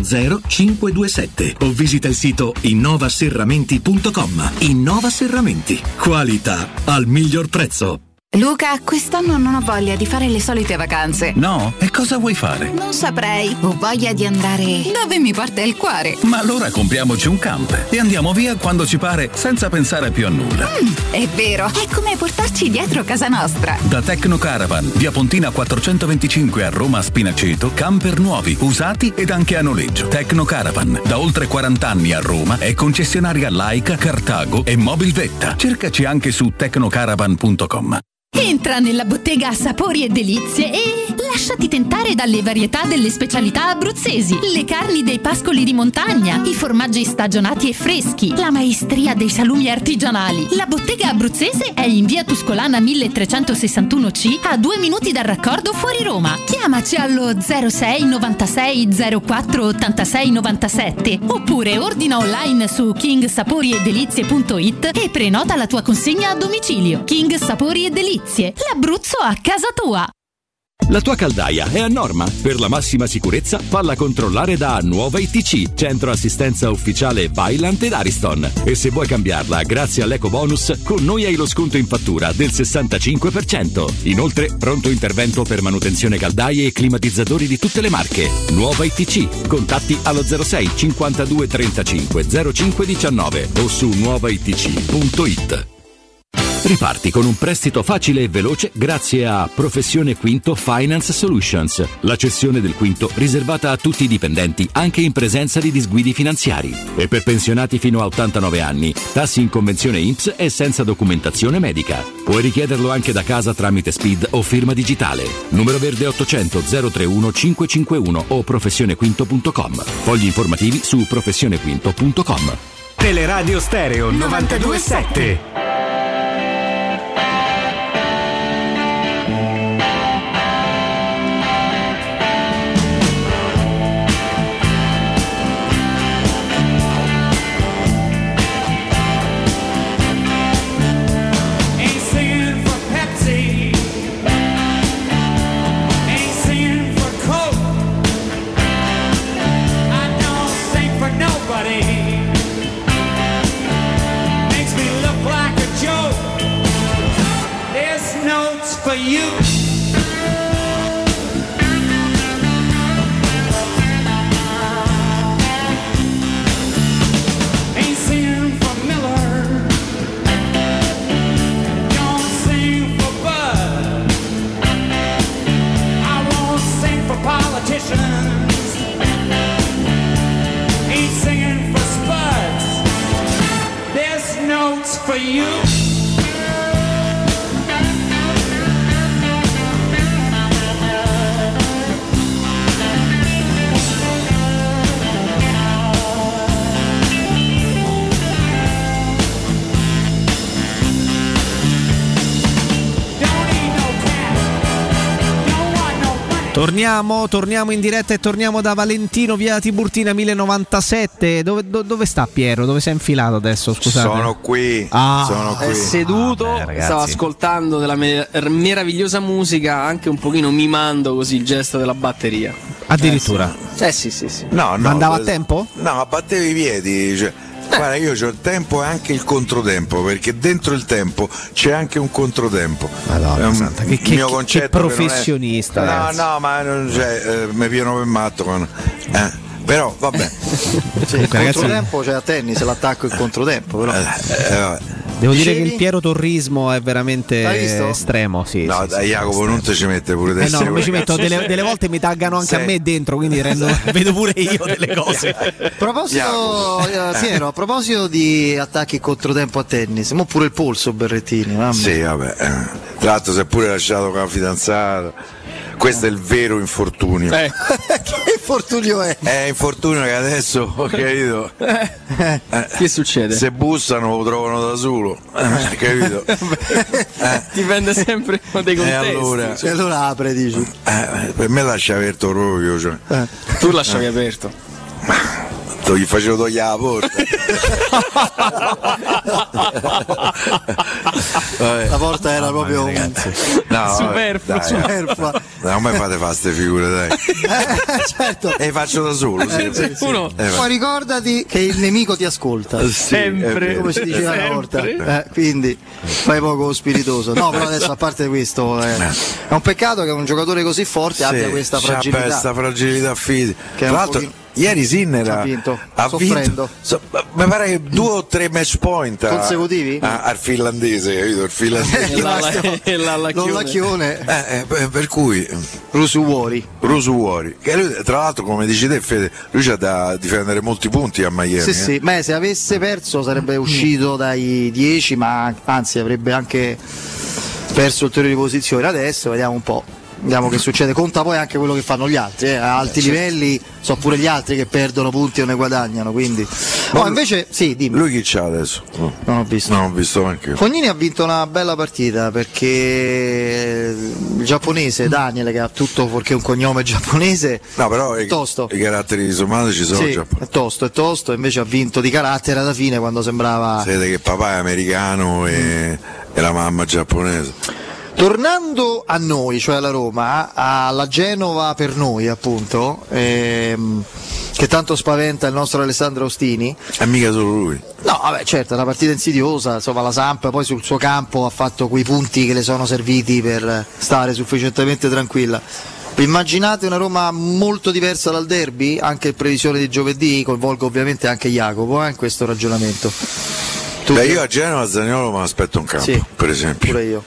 527 o visita il sito innovaserramenti.com. Innova Serramenti. Qualità al miglior prezzo. Luca, quest'anno non ho voglia di fare le solite vacanze. No? E cosa vuoi fare? Non saprei. Ho voglia di andare dove mi porta il cuore. Ma allora compriamoci un camper e andiamo via quando ci pare, senza pensare più a nulla. È vero, è come portarci dietro casa nostra. Da Tecno Caravan, via Pontina 425 a Roma Spinaceto, camper nuovi, usati ed anche a noleggio. Tecno Caravan, da oltre 40 anni a Roma, è concessionaria Laika, Cartago e Mobilvetta. Cercaci anche su tecnocaravan.com. Entra nella bottega Sapori e Delizie e lasciati tentare dalle varietà delle specialità abruzzesi, le carni dei pascoli di montagna, i formaggi stagionati e freschi, la maestria dei salumi artigianali. La bottega abruzzese è in via Tuscolana 1361C, a 2 minuti dal raccordo fuori Roma. Chiamaci allo 06 96 04 86 97 oppure ordina online su kingsaporiedelizie.it e prenota la tua consegna a domicilio. King Sapori e Delizie, l'Abruzzo a casa tua. La tua caldaia è a norma? Per la massima sicurezza falla controllare da Nuova ITC, centro assistenza ufficiale Vaillant ed Ariston. E se vuoi cambiarla grazie all'eco bonus, con noi hai lo sconto in fattura del 65%. Inoltre pronto intervento per manutenzione caldaie e climatizzatori di tutte le marche. Nuova ITC, contatti allo 06 52 35 05 19 o su nuovaitc.it. Riparti con un prestito facile e veloce grazie a Professione Quinto Finance Solutions, la cessione del quinto riservata a tutti i dipendenti anche in presenza di disguidi finanziari. E per pensionati fino a 89 anni, tassi in convenzione INPS e senza documentazione medica. Puoi richiederlo anche da casa tramite SPID o firma digitale. Numero verde 800 031 551 o professionequinto.com. Fogli informativi su professionequinto.com. Teleradio Stereo 92.7. Makes me look like for you. Torniamo in diretta e torniamo da Valentino, via Tiburtina 1097. Dove sta Piero? Dove sei infilato adesso? Scusate. Sono qui. Sono qui. È seduto, stavo ascoltando della meravigliosa musica, anche un pochino mimando così il gesto della batteria. Addirittura. Sì. No, ma andava a tempo? No, battevi i piedi, cioè. Guarda, io c'ho il tempo e anche il controtempo, perché dentro il tempo c'è anche un controtempo. Madonna santa, che mio concetto che professionista. No, ma non c'è, mi pieno per matto. Però vabbè. Sì, il controtempo c'è a tennis, l'attacco e il controtempo, però. Devo dire che il Piero Torrismo è veramente estremo. Sì, no, dai, Jacopo, non te ci mette pure te. No, non mi ci metto, delle volte mi taggano anche a me dentro, quindi vedo pure io delle cose. A proposito di attacchi e controtempo a tennis, ma pure il polso Berrettini. Mamma. Sì, vabbè. Tra l'altro si è pure lasciato con la fidanzata. Questo è il vero infortunio. Che infortunio è? È infortunio che adesso ho capito. Che succede? Se bussano lo trovano da solo. Capito? Dipende sempre dai contesti. E allora apre, dici. Per me lascia aperto proprio. Cioè. Tu lasciavi aperto. Gli facevo togliere la porta. La porta era proprio superflua. Non mi fate fare ste figure, dai. Certo. E faccio da solo. Ma ricordati che il nemico ti ascolta. Sempre. Come si diceva una volta. Quindi fai poco spiritoso. No, però adesso a parte questo è un peccato che un giocatore così forte abbia questa fragilità. Questa fragilità fisica. Tra l'altro ieri Sinner ha vinto. Mi pare che 2 o 3 match point consecutivi al finlandese, capito? Il finlandese l'Ollacchione. Per cui Rusuori, che lui, tra l'altro, come dici te, Fede, lui c'ha da difendere molti punti a Miami. Sì. Beh, se avesse perso sarebbe uscito dai 10, ma anzi avrebbe anche perso ulteriori posizioni. Adesso vediamo un po'. Vediamo che succede, conta poi anche quello che fanno gli altri, a alti livelli so pure gli altri che perdono punti o ne guadagnano, quindi invece sì, dimmi. Lui chi c'ha adesso? Non ho visto anche. Fognini ha vinto una bella partita perché il giapponese Daniele, che ha tutto fuorché un cognome giapponese, no, però è tosto. I caratteri somatici sono è tosto, invece ha vinto di carattere alla fine quando sembrava. Vede che papà è americano e la mamma giapponese. Tornando a noi, cioè alla Roma, alla Genova per noi appunto, che tanto spaventa il nostro Alessandro Austini. E mica solo lui. No, vabbè, certo, è una partita insidiosa, insomma la Samp poi sul suo campo ha fatto quei punti che le sono serviti per stare sufficientemente tranquilla. Vi immaginate una Roma molto diversa dal derby? Anche in previsione di giovedì? Coinvolgo ovviamente anche Jacopo in questo ragionamento. Io a Genova Zaniolo mi aspetto un campo, per esempio. Pure io.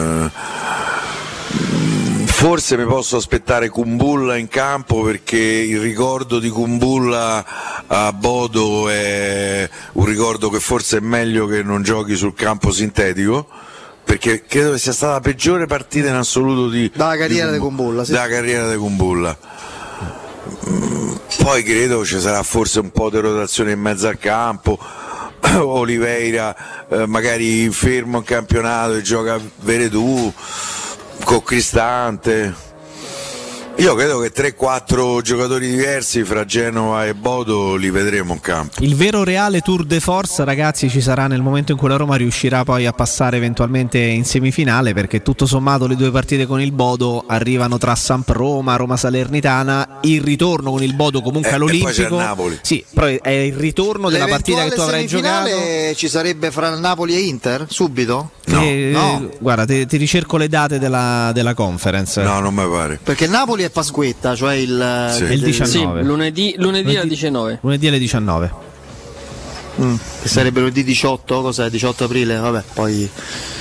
Forse mi posso aspettare Kumbulla in campo, perché il ricordo di Kumbulla a Bodo è un ricordo che forse è meglio che non giochi sul campo sintetico, perché credo che sia stata la peggiore partita in assoluto dalla carriera di Kumbulla. Dalla carriera di Kumbulla. Poi credo ci sarà forse un po' di rotazione in mezzo al campo. Oliveira magari fermo in campionato e gioca Veredù con Cristante. Io credo che 3-4 giocatori diversi fra Genova e Bodo li vedremo in campo. Il vero reale tour de force, ragazzi, ci sarà nel momento in cui la Roma riuscirà poi a passare eventualmente in semifinale, perché tutto sommato le 2 partite con il Bodo arrivano tra Samp Roma, Roma Salernitana, il ritorno con il Bodo comunque all'Olimpico. E poi c'è il Napoli. Sì, però è il ritorno della partita che tu avrai giocato. Ci sarebbe fra Napoli e Inter subito? No. Guarda, ti ricerco le date della conference. No, non mi pare. Perché Napoli è Pasquetta, cioè il 19. Sì, lunedì alle 19. Lunedì alle 19. Che sarebbe lunedì 18, cos'è? 18 aprile, vabbè, poi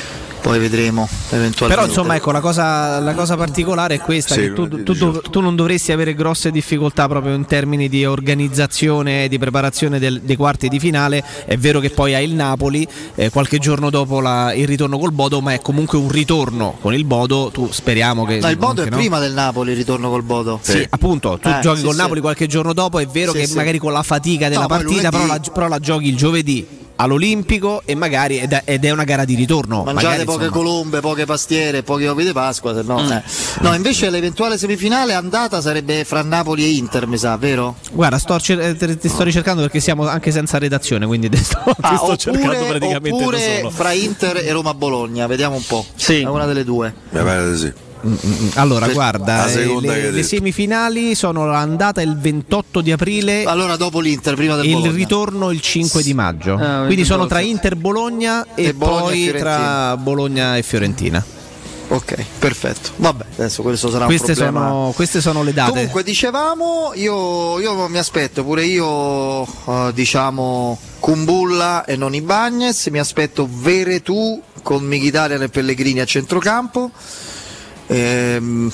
poi vedremo eventualmente. Però insomma, ecco, la cosa particolare è questa, che tu non dovresti avere grosse difficoltà proprio in termini di organizzazione e di preparazione dei quarti di finale. È vero che poi hai il Napoli qualche giorno dopo il ritorno col Bodo, ma è comunque un ritorno con il Bodo. Tu speriamo che... No, il Bodo è prima del Napoli, il ritorno col Bodo. Sì, appunto, tu giochi col Napoli qualche giorno dopo, è vero che magari con la fatica della partita, però la giochi il giovedì all'Olimpico e magari ed è una gara di ritorno. Mangiate magari, poche colombe, poche pastiere, pochi uovi di Pasqua, se no. No, invece l'eventuale semifinale andata sarebbe fra Napoli e Inter, mi sa, vero? Guarda, ti sto ricercando perché siamo anche senza redazione, quindi ti sto cercando praticamente da solo. Fra Inter e Roma-Bologna, vediamo un po'. Sì. È una delle due. Mi pare sì. Allora guarda, le semifinali sono l'andata il 28 di aprile, allora dopo l'Inter, prima del Bologna. Il ritorno il 5 di maggio, quindi sono tra Inter Bologna e poi tra Bologna e Fiorentina. Ok, perfetto. Vabbè, adesso questo sarà un problema. Queste sono le date. Comunque dicevamo, io mi aspetto pure io diciamo Kumbulla e non Ibañez, mi aspetto Veretù con Mkhitaryan e Pellegrini a centrocampo. Mi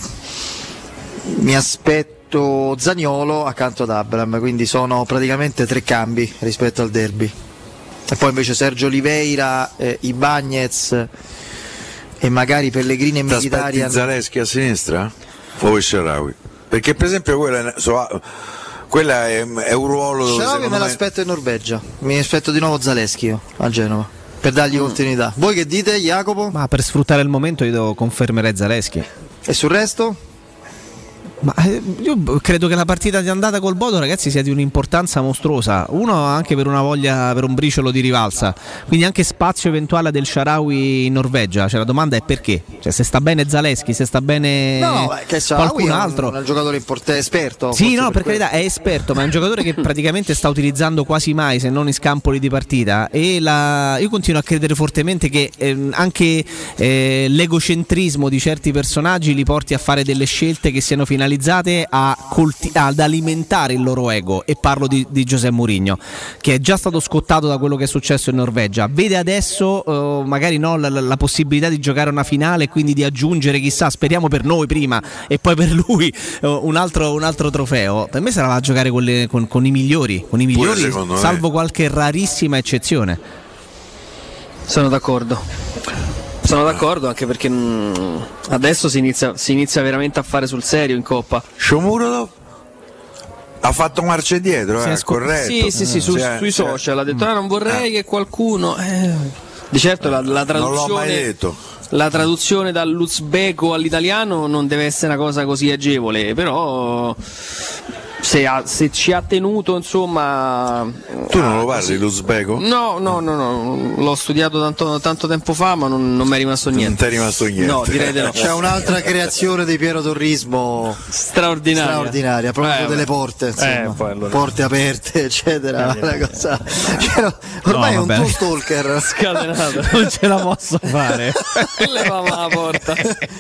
aspetto Zaniolo accanto ad Abraham, quindi sono praticamente 3 cambi rispetto al derby. E poi invece Sergio Oliveira, Ibañez e magari Pellegrini e Mkhitaryan. Zaleschi a sinistra o il Shaarawy? Perché per esempio quella è un ruolo dove Shaarawy me l'aspetto in Norvegia, mi aspetto di nuovo Zaleschi io a Genova per dargli continuità. Voi che dite, Jacopo? Ma per sfruttare il momento io confermerei Zaleschi. E sul resto? Ma io credo che la partita di andata col Bodo, ragazzi, sia di un'importanza mostruosa. Uno anche per una voglia, per un briciolo di rivalsa. Quindi anche spazio eventuale del Shaarawy in Norvegia. Cioè la domanda è perché? Cioè se sta bene Zaleschi, se sta bene qualcun altro. È un giocatore esperto. Sì, no, per carità, è esperto, ma è un giocatore che praticamente sta utilizzando quasi mai, se non in scampoli di partita. E io continuo a credere fortemente che anche l'egocentrismo di certi personaggi li porti a fare delle scelte che siano finalizzate ad alimentare il loro ego, e parlo di José Mourinho, che è già stato scottato da quello che è successo in Norvegia. Vede adesso magari la possibilità di giocare una finale e quindi di aggiungere, chissà, speriamo per noi prima e poi per lui un altro trofeo. Per me sarà da giocare con i migliori, salvo qualche rarissima eccezione. Sono d'accordo anche perché adesso si inizia veramente a fare sul serio in Coppa. Shomurodov ha fatto marcia indietro, corretto. Sì, sui social ha detto non vorrei che qualcuno di certo la traduzione, non l'ho mai detto. La traduzione dall'uzbeko all'italiano non deve essere una cosa così agevole, però se ci ha tenuto, insomma. Tu non lo parli l'uzbeko? No, l'ho studiato tanto tempo fa, ma non mi è rimasto niente. Non ti è rimasto niente? No, direi di no. C'è un'altra creazione di Piero Torrismo straordinaria, proprio delle porte, insomma. Porte aperte, eccetera. Una cosa. Ormai è un tuo stalker scatenato. Non ce la posso fare. Levava la porta.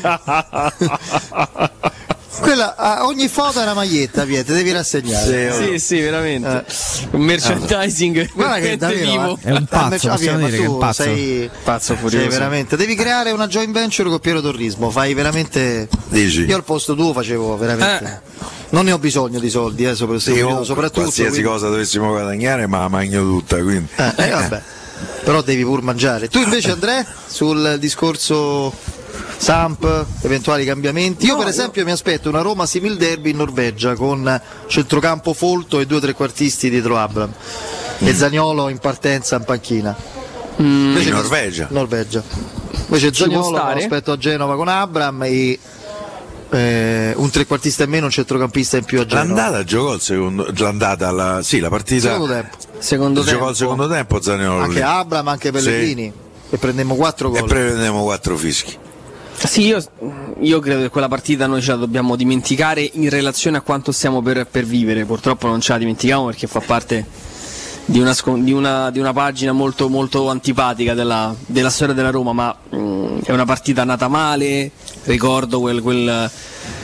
Quella, a ogni foto è una maglietta, Pietro, devi rassegnare. Sì, veramente. Un merchandising veramente vivo. È un pazzo, possiamo dire che è un pazzo. Sei pazzo furioso. Veramente. Devi creare una joint venture con Piero Torrismo, fai veramente. Dici? Io al posto tuo facevo veramente. Non ne ho bisogno di soldi, soprattutto. Qualsiasi cosa dovessimo guadagnare, ma la magno tutta, quindi. Vabbè. Però devi pur mangiare. Tu invece, Andrea, sul discorso Samp, eventuali cambiamenti? Io per esempio mi aspetto una Roma simil derby in Norvegia con centrocampo folto e 2 trequartisti dietro Abraham e Zaniolo in partenza in panchina. In Norvegia. Invece Zaniolo lo aspetto a Genova con Abraham e un trequartista in meno, un centrocampista in più a Genova. L'andata giocò la partita secondo tempo. Giocò al secondo tempo Zaniolo anche Abraham, anche Pellegrini, e prendemmo 4 gol e prendemmo 4 fischi. Sì, io credo che quella partita noi ce la dobbiamo dimenticare in relazione a quanto stiamo per vivere. Purtroppo non ce la dimentichiamo perché fa parte di una pagina molto, molto antipatica della storia della Roma, ma è una partita nata male. Ricordo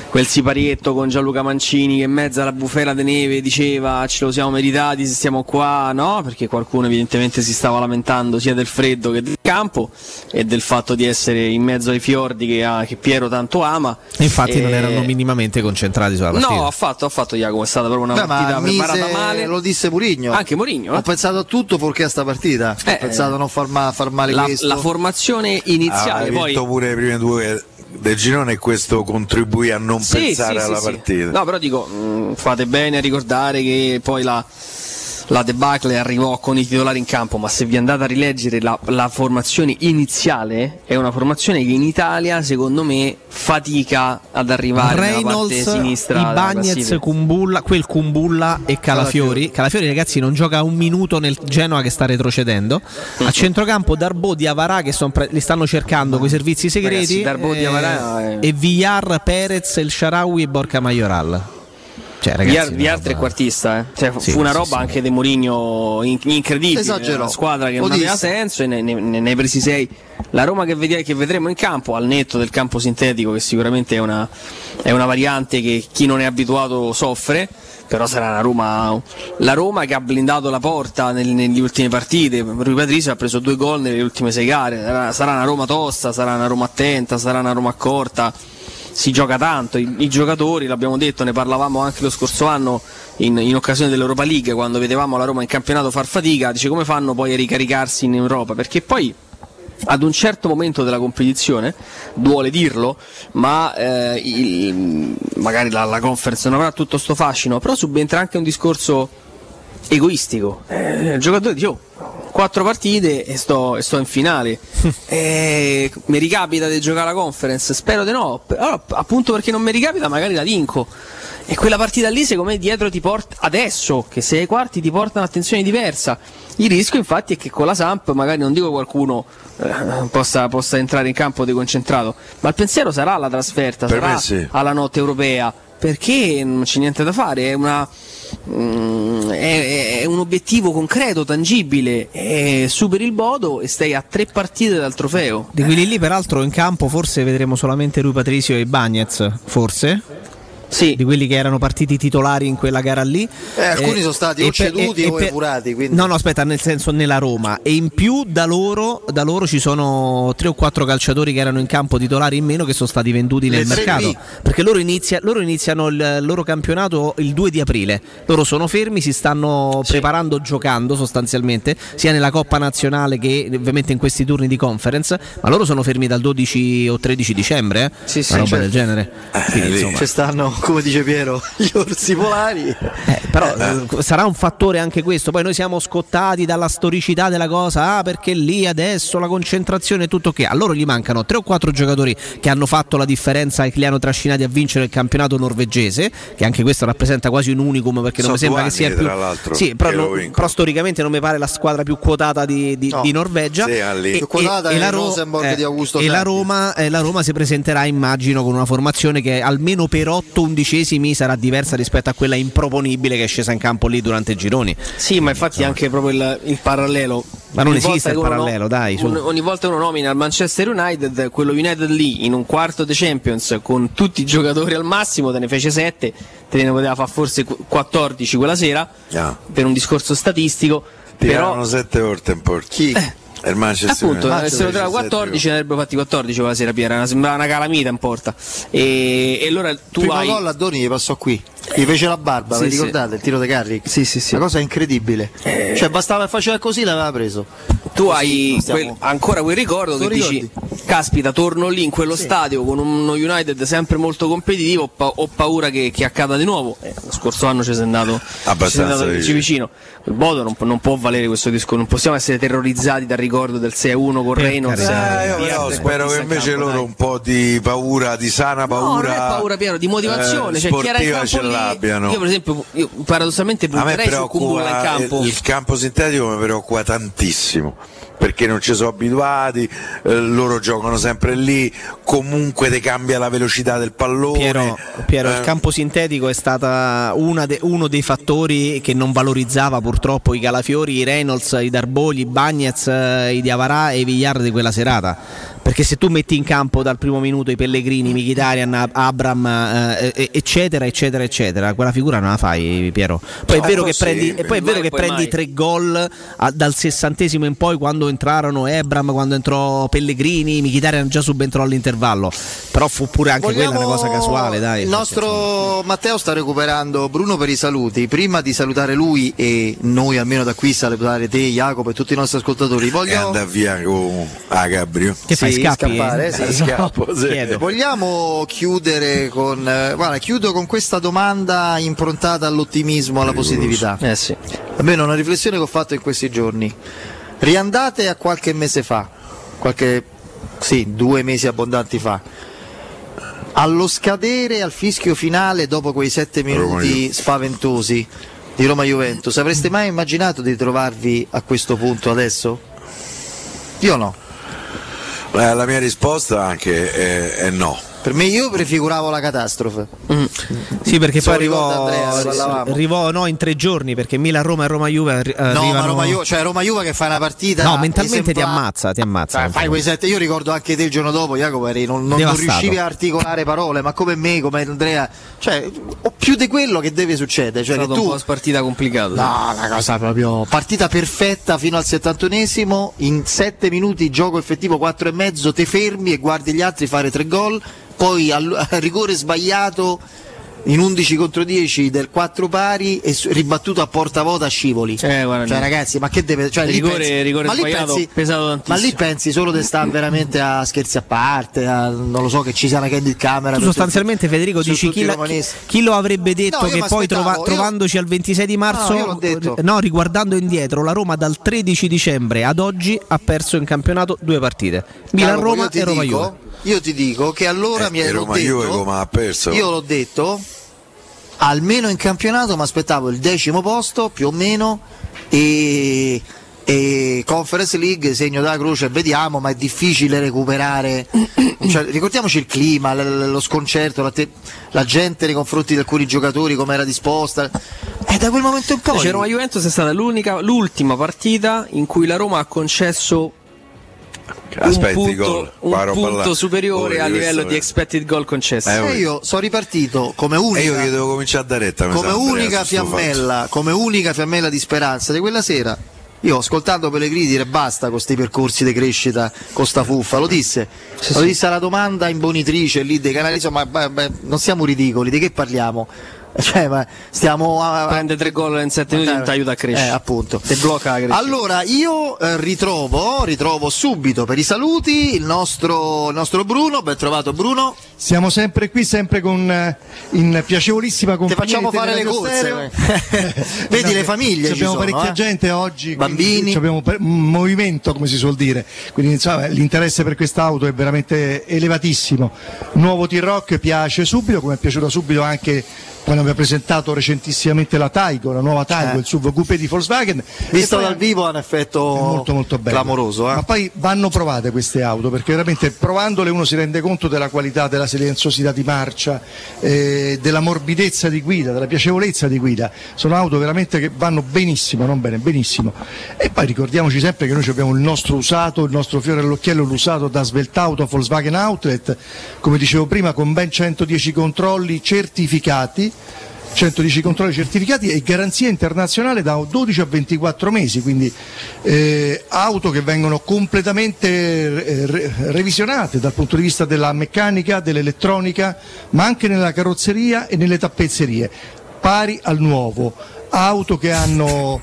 quel siparietto con Gianluca Mancini che in mezzo alla bufera di neve diceva ce lo siamo meritati se stiamo qua, no? Perché qualcuno evidentemente si stava lamentando sia del freddo che del campo e del fatto di essere in mezzo ai fiordi che Piero tanto ama. Infatti non erano minimamente concentrati sulla partita. No, affatto Jacopo, è stata proprio una partita preparata male. Lo disse Mourinho. Anche Mourinho. Ho pensato a tutto fuorché a sta partita. Ho pensato a non far male questo. La formazione iniziale. Ha vinto pure le prime due del girone e questo contribuì a non pensare alla partita. No, però dico, fate bene a ricordare che poi la debacle arrivò con i titolari in campo, ma se vi andate a rileggere la formazione iniziale è una formazione che in Italia secondo me fatica ad arrivare Reynolds, nella parte sinistra. Ibañez, Kumbulla e Calafiori. Calafiori, ragazzi, non gioca un minuto nel Genoa che sta retrocedendo. A centrocampo Darboe, Diawara che li stanno cercando coi servizi segreti, e Villar, Perez, El Shaarawy e Borja Mayoral. Villar trequartista, fu una roba anche di Mourinho incredibile. Esagerò. Una squadra che non aveva senso e ne hai presi 6. La Roma che vedremo in campo, al netto del campo sintetico, che sicuramente è una variante che chi non è abituato soffre, però sarà la Roma che ha blindato la porta nelle ultime partite. Rui Patricio ha preso 2 gol nelle ultime 6 gare. Sarà una Roma tosta, sarà una Roma attenta, sarà una Roma accorta. Si gioca tanto, i giocatori, l'abbiamo detto, ne parlavamo anche lo scorso anno in occasione dell'Europa League, quando vedevamo la Roma in campionato far fatica, dice come fanno poi a ricaricarsi in Europa, perché poi ad un certo momento della competizione, duole dirlo, ma magari la Conference non avrà tutto sto fascino, però subentra anche un discorso egoistico. Il giocatore dice 4 partite e sto in finale. Mi ricapita di giocare la Conference? Spero di no, però, appunto perché non mi ricapita magari la vinco. E quella partita lì secondo me dietro ti porta, adesso che sei ai quarti, ti porta un'attenzione diversa. Il rischio infatti è che con la Samp magari, non dico qualcuno possa entrare in campo deconcentrato, ma il pensiero sarà alla trasferta, per sarà alla notte europea, perché non c'è niente da fare, è un obiettivo concreto, tangibile, superi il Bodo e stai a 3 partite dal trofeo. Di quelli lì peraltro in campo forse vedremo solamente Rui Patricio e Ibañez, forse? Sì. Di quelli che erano partiti titolari in quella gara lì. Alcuni sono stati o ceduti o epurati. Quindi... No, aspetta, nel senso nella Roma. E in più da loro ci sono 3 o 4 calciatori che erano in campo titolari in meno che sono stati venduti nel mercato. Perché loro iniziano il loro campionato il 2 di aprile. Loro sono fermi, si stanno preparando, giocando sostanzialmente, sia nella Coppa Nazionale che ovviamente in questi turni di Conference. Ma loro sono fermi dal 12 o 13 dicembre. Una roba del genere. Quindi, insomma, ci stanno, come dice Piero, gli orsi polari. Però sarà un fattore anche questo. Poi noi siamo scottati dalla storicità della cosa, perché lì adesso la concentrazione è tutto ok. A loro gli mancano 3 o 4 giocatori che hanno fatto la differenza e che li hanno trascinati a vincere il campionato norvegese, che anche questo rappresenta quasi un unicum, perché non mi sembra che sia più... Sì, però storicamente non mi pare la squadra più quotata di Norvegia. Più quotata è la Rosenborg di Augusto Cervi. La Roma si presenterà, immagino, con una formazione che almeno per 8 undicesimi sarà diversa rispetto a quella improponibile che è scesa in campo lì durante i gironi. Sì, ma infatti anche proprio il parallelo. Ma non esiste il parallelo, dai. Ogni volta uno nomina il Manchester United, quello United lì in un quarto di Champions con tutti i giocatori al massimo, te ne fece 7, te ne poteva fare forse 14 quella sera, per un discorso statistico. Erano 7 volte in porta. Chi? Il Manchester appunto, se lo trova 14 ne avrebbero fatti 14 quella sera, Piera, sembrava una calamita in porta. E allora tu primo gol a Doni gli passò qui, gli fece la barba, vi ricordate? Il tiro di Carrick? Sì. Una cosa incredibile. Cioè bastava faceva così, l'aveva preso. Tu hai ancora quel ricordo che dici, caspita, torno lì in quello stadio con uno United sempre molto competitivo, ho paura che accada di nuovo. Lo scorso anno ci sei andato abbastanza vicino. Il Bodo non può valere questo discorso, non possiamo essere terrorizzati dal ricordo del 6-1 con Reynolds. Io però spero che invece loro un po' di paura, di sana paura. No, non è paura, Piero, di motivazione, cioè chi era in campo lì, l'abbiano. Io per esempio paradossalmente punterei su Kumbulla in campo. Il campo sintetico mi preoccupa tantissimo, perché non ci sono abituati, loro giocano sempre lì, comunque ti cambia la velocità del pallone. Piero, il campo sintetico è stata uno dei fattori che non valorizzava purtroppo i Calafiori, i Reynolds, i Darbogli, i Bagnez, i Diavarà e i Villar di quella serata, perché se tu metti in campo dal primo minuto i Pellegrini, Mkhitaryan, Abram, eccetera, quella figura non la fai, Piero. Poi è vero che prendi 3 gol dal 60esimo in poi, quando entrarono Abram, quando entrò Pellegrini, Mkhitaryan già subentrò all'intervallo, però fu pure anche quella una cosa casuale, dai. Il nostro Matteo sta recuperando Bruno per i saluti. Prima di salutare lui e noi, almeno da qui, salutare te, Jacopo e tutti i nostri ascoltatori, E andare via con Gabrio. Che fai, scappi? Scappare, sì. Scappo, sì. Vogliamo chiudere chiudo con questa domanda improntata all'ottimismo, alla positività. Sì. Almeno una riflessione che ho fatto in questi giorni. Riandate a qualche mese fa, 2 mesi abbondanti fa, allo scadere, al fischio finale, dopo quei 7 minuti spaventosi di Roma-Juventus, avreste mai immaginato di trovarvi a questo punto adesso? Io no. La mia risposta anche è no. Per me, io prefiguravo la catastrofe. Sì, perché poi arrivò in 3 giorni, perché Milan-Roma e Roma-Juve ma Roma-Juve che fa una partita. No, mentalmente ti ammazza. Fai quei 7. Io ricordo anche te il giorno dopo, Jacopo, non riuscivi a articolare parole, ma come me, come Andrea, o più di quello che deve succedere. È stata un po' partita complicata. No, una cosa proprio partita perfetta fino al 71esimo, in 7 minuti gioco effettivo 4,5, te fermi e guardi gli altri fare 3 gol. Poi al rigore sbagliato in 11 contro 10 del 4 pari e ribattuto a porta vuota, scivoli. Ragazzi, ma che deve. Rigore sbagliato, pesato tantissimo. Ma lì pensi solo di stare veramente a scherzi a parte, non lo so, che ci sia una candid camera. Tu sostanzialmente, Federico, dici chi lo avrebbe detto che poi trovandoci al 26 di marzo, riguardando indietro, la Roma dal 13 dicembre ad oggi ha perso in campionato 2 partite. Milan-Roma e Roma-Juve. Io ti dico che allora mi ero detto, come ha perso. Io l'ho detto, almeno in campionato mi aspettavo il 10° posto più o meno e Conference League segno della croce, vediamo, ma è difficile recuperare. Ricordiamoci il clima, lo sconcerto, la gente nei confronti di alcuni giocatori come era disposta, e da quel momento in poi Roma-Juventus è stata l'ultima partita in cui la Roma ha concesso un punto superiore a livello di expected goal concesso. Io sono ripartito come unica. Io che devo cominciare a dare retta, come unica fiammella di speranza di quella sera. Io, ascoltando Pellegrini dire basta con questi percorsi di crescita, con sta fuffa, lo disse alla domanda imbonitrice lì dei canali, insomma, non siamo ridicoli, di che parliamo? Ma stiamo prende 3 gol in 7 minuti, non ti aiuta a crescere, appunto, ti blocca la crescita. Allora io ritrovo subito per i saluti il nostro Bruno. Ben trovato, Bruno. Siamo sempre qui, sempre in piacevolissima compagnia. Ti facciamo fare le corse. Vedi le famiglie, abbiamo parecchia gente oggi, bambini, abbiamo un movimento, come si suol dire, quindi insomma, l'interesse per quest'auto è veramente elevatissimo. Nuovo T-Roc piace subito, come è piaciuto subito anche quando abbiamo presentato recentissimamente la Taigo, la nuova Taigo, il SUV coupé di Volkswagen. Visto dal vivo ha un effetto molto molto bello, clamoroso. Ma poi vanno provate queste auto, perché veramente provandole uno si rende conto della qualità, della silenziosità di marcia, della morbidezza di guida, della piacevolezza di guida. Sono auto veramente che vanno benissimo, non bene, benissimo. E poi ricordiamoci sempre che noi abbiamo il nostro usato, il nostro fiore all'occhiello, l'usato da Sveltauto Volkswagen Outlet, come dicevo prima, con ben 110 controlli certificati. 110 controlli certificati e garanzia internazionale da 12 a 24 mesi, quindi auto che vengono completamente revisionate dal punto di vista della meccanica, dell'elettronica, ma anche nella carrozzeria e nelle tappezzerie, pari al nuovo. Auto che hanno,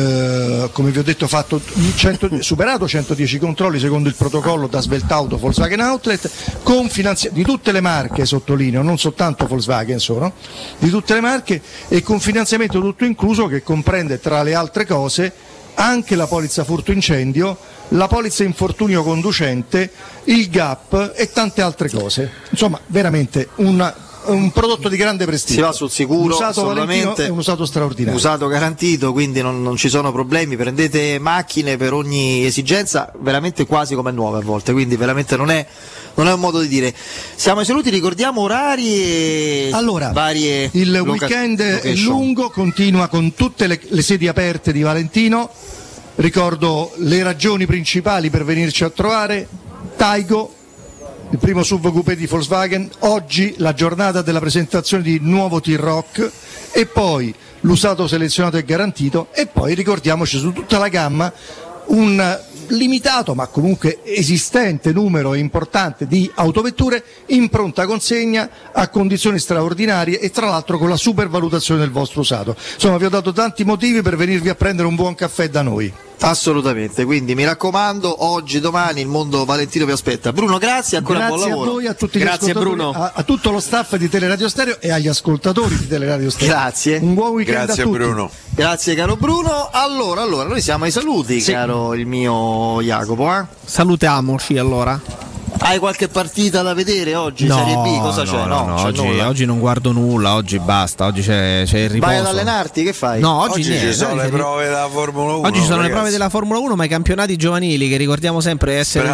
come vi ho detto, superato 110 controlli secondo il protocollo da Sveltauto Volkswagen Outlet, con di tutte le marche, sottolineo, non soltanto Volkswagen sono, di tutte le marche, e con finanziamento tutto incluso, che comprende tra le altre cose anche la polizza furto incendio, la polizza infortunio conducente, il GAP e tante altre cose. Insomma, veramente un prodotto di grande prestigio. Si va sul sicuro, l'usato Valentino assolutamente. è un usato straordinario. Usato garantito, quindi non ci sono problemi, prendete macchine per ogni esigenza, veramente quasi come nuove a volte, quindi veramente non è un modo di dire. Siamo ai saluti, ricordiamo orari e varie il weekend è lungo, continua con tutte le sedi aperte di Valentino. Ricordo le ragioni principali per venirci a trovare: Taigo, il primo SUV coupé di Volkswagen, oggi la giornata della presentazione di nuovo T-Roc, e poi l'usato selezionato e garantito, e poi ricordiamoci su tutta la gamma un limitato ma comunque esistente numero importante di autovetture in pronta consegna a condizioni straordinarie e tra l'altro con la supervalutazione del vostro usato. Insomma, vi ho dato tanti motivi per venirvi a prendere un buon caffè da noi. Assolutamente, quindi mi raccomando, oggi, domani il mondo Valentino vi aspetta. Bruno, grazie, ancora buon lavoro. Grazie a voi, a tutti gli ascoltatori, Bruno. a tutto lo staff di Teleradio Stereo e agli ascoltatori di Teleradio Stereo. Grazie. Un buon weekend Grazie a tutti. Bruno. Grazie caro Bruno. Allora, noi siamo ai saluti, caro il mio Jacopo. Salutiamoci allora. Hai qualche partita da vedere oggi? Serie B, cosa c'è? Oggi non guardo nulla, oggi basta, oggi c'è il riposo. Vai ad allenarti, che fai? No, oggi ci sono le prove della Formula 1. Oggi ci sono ragazzi. le prove della Formula 1, ma i campionati giovanili, che ricordiamo sempre essere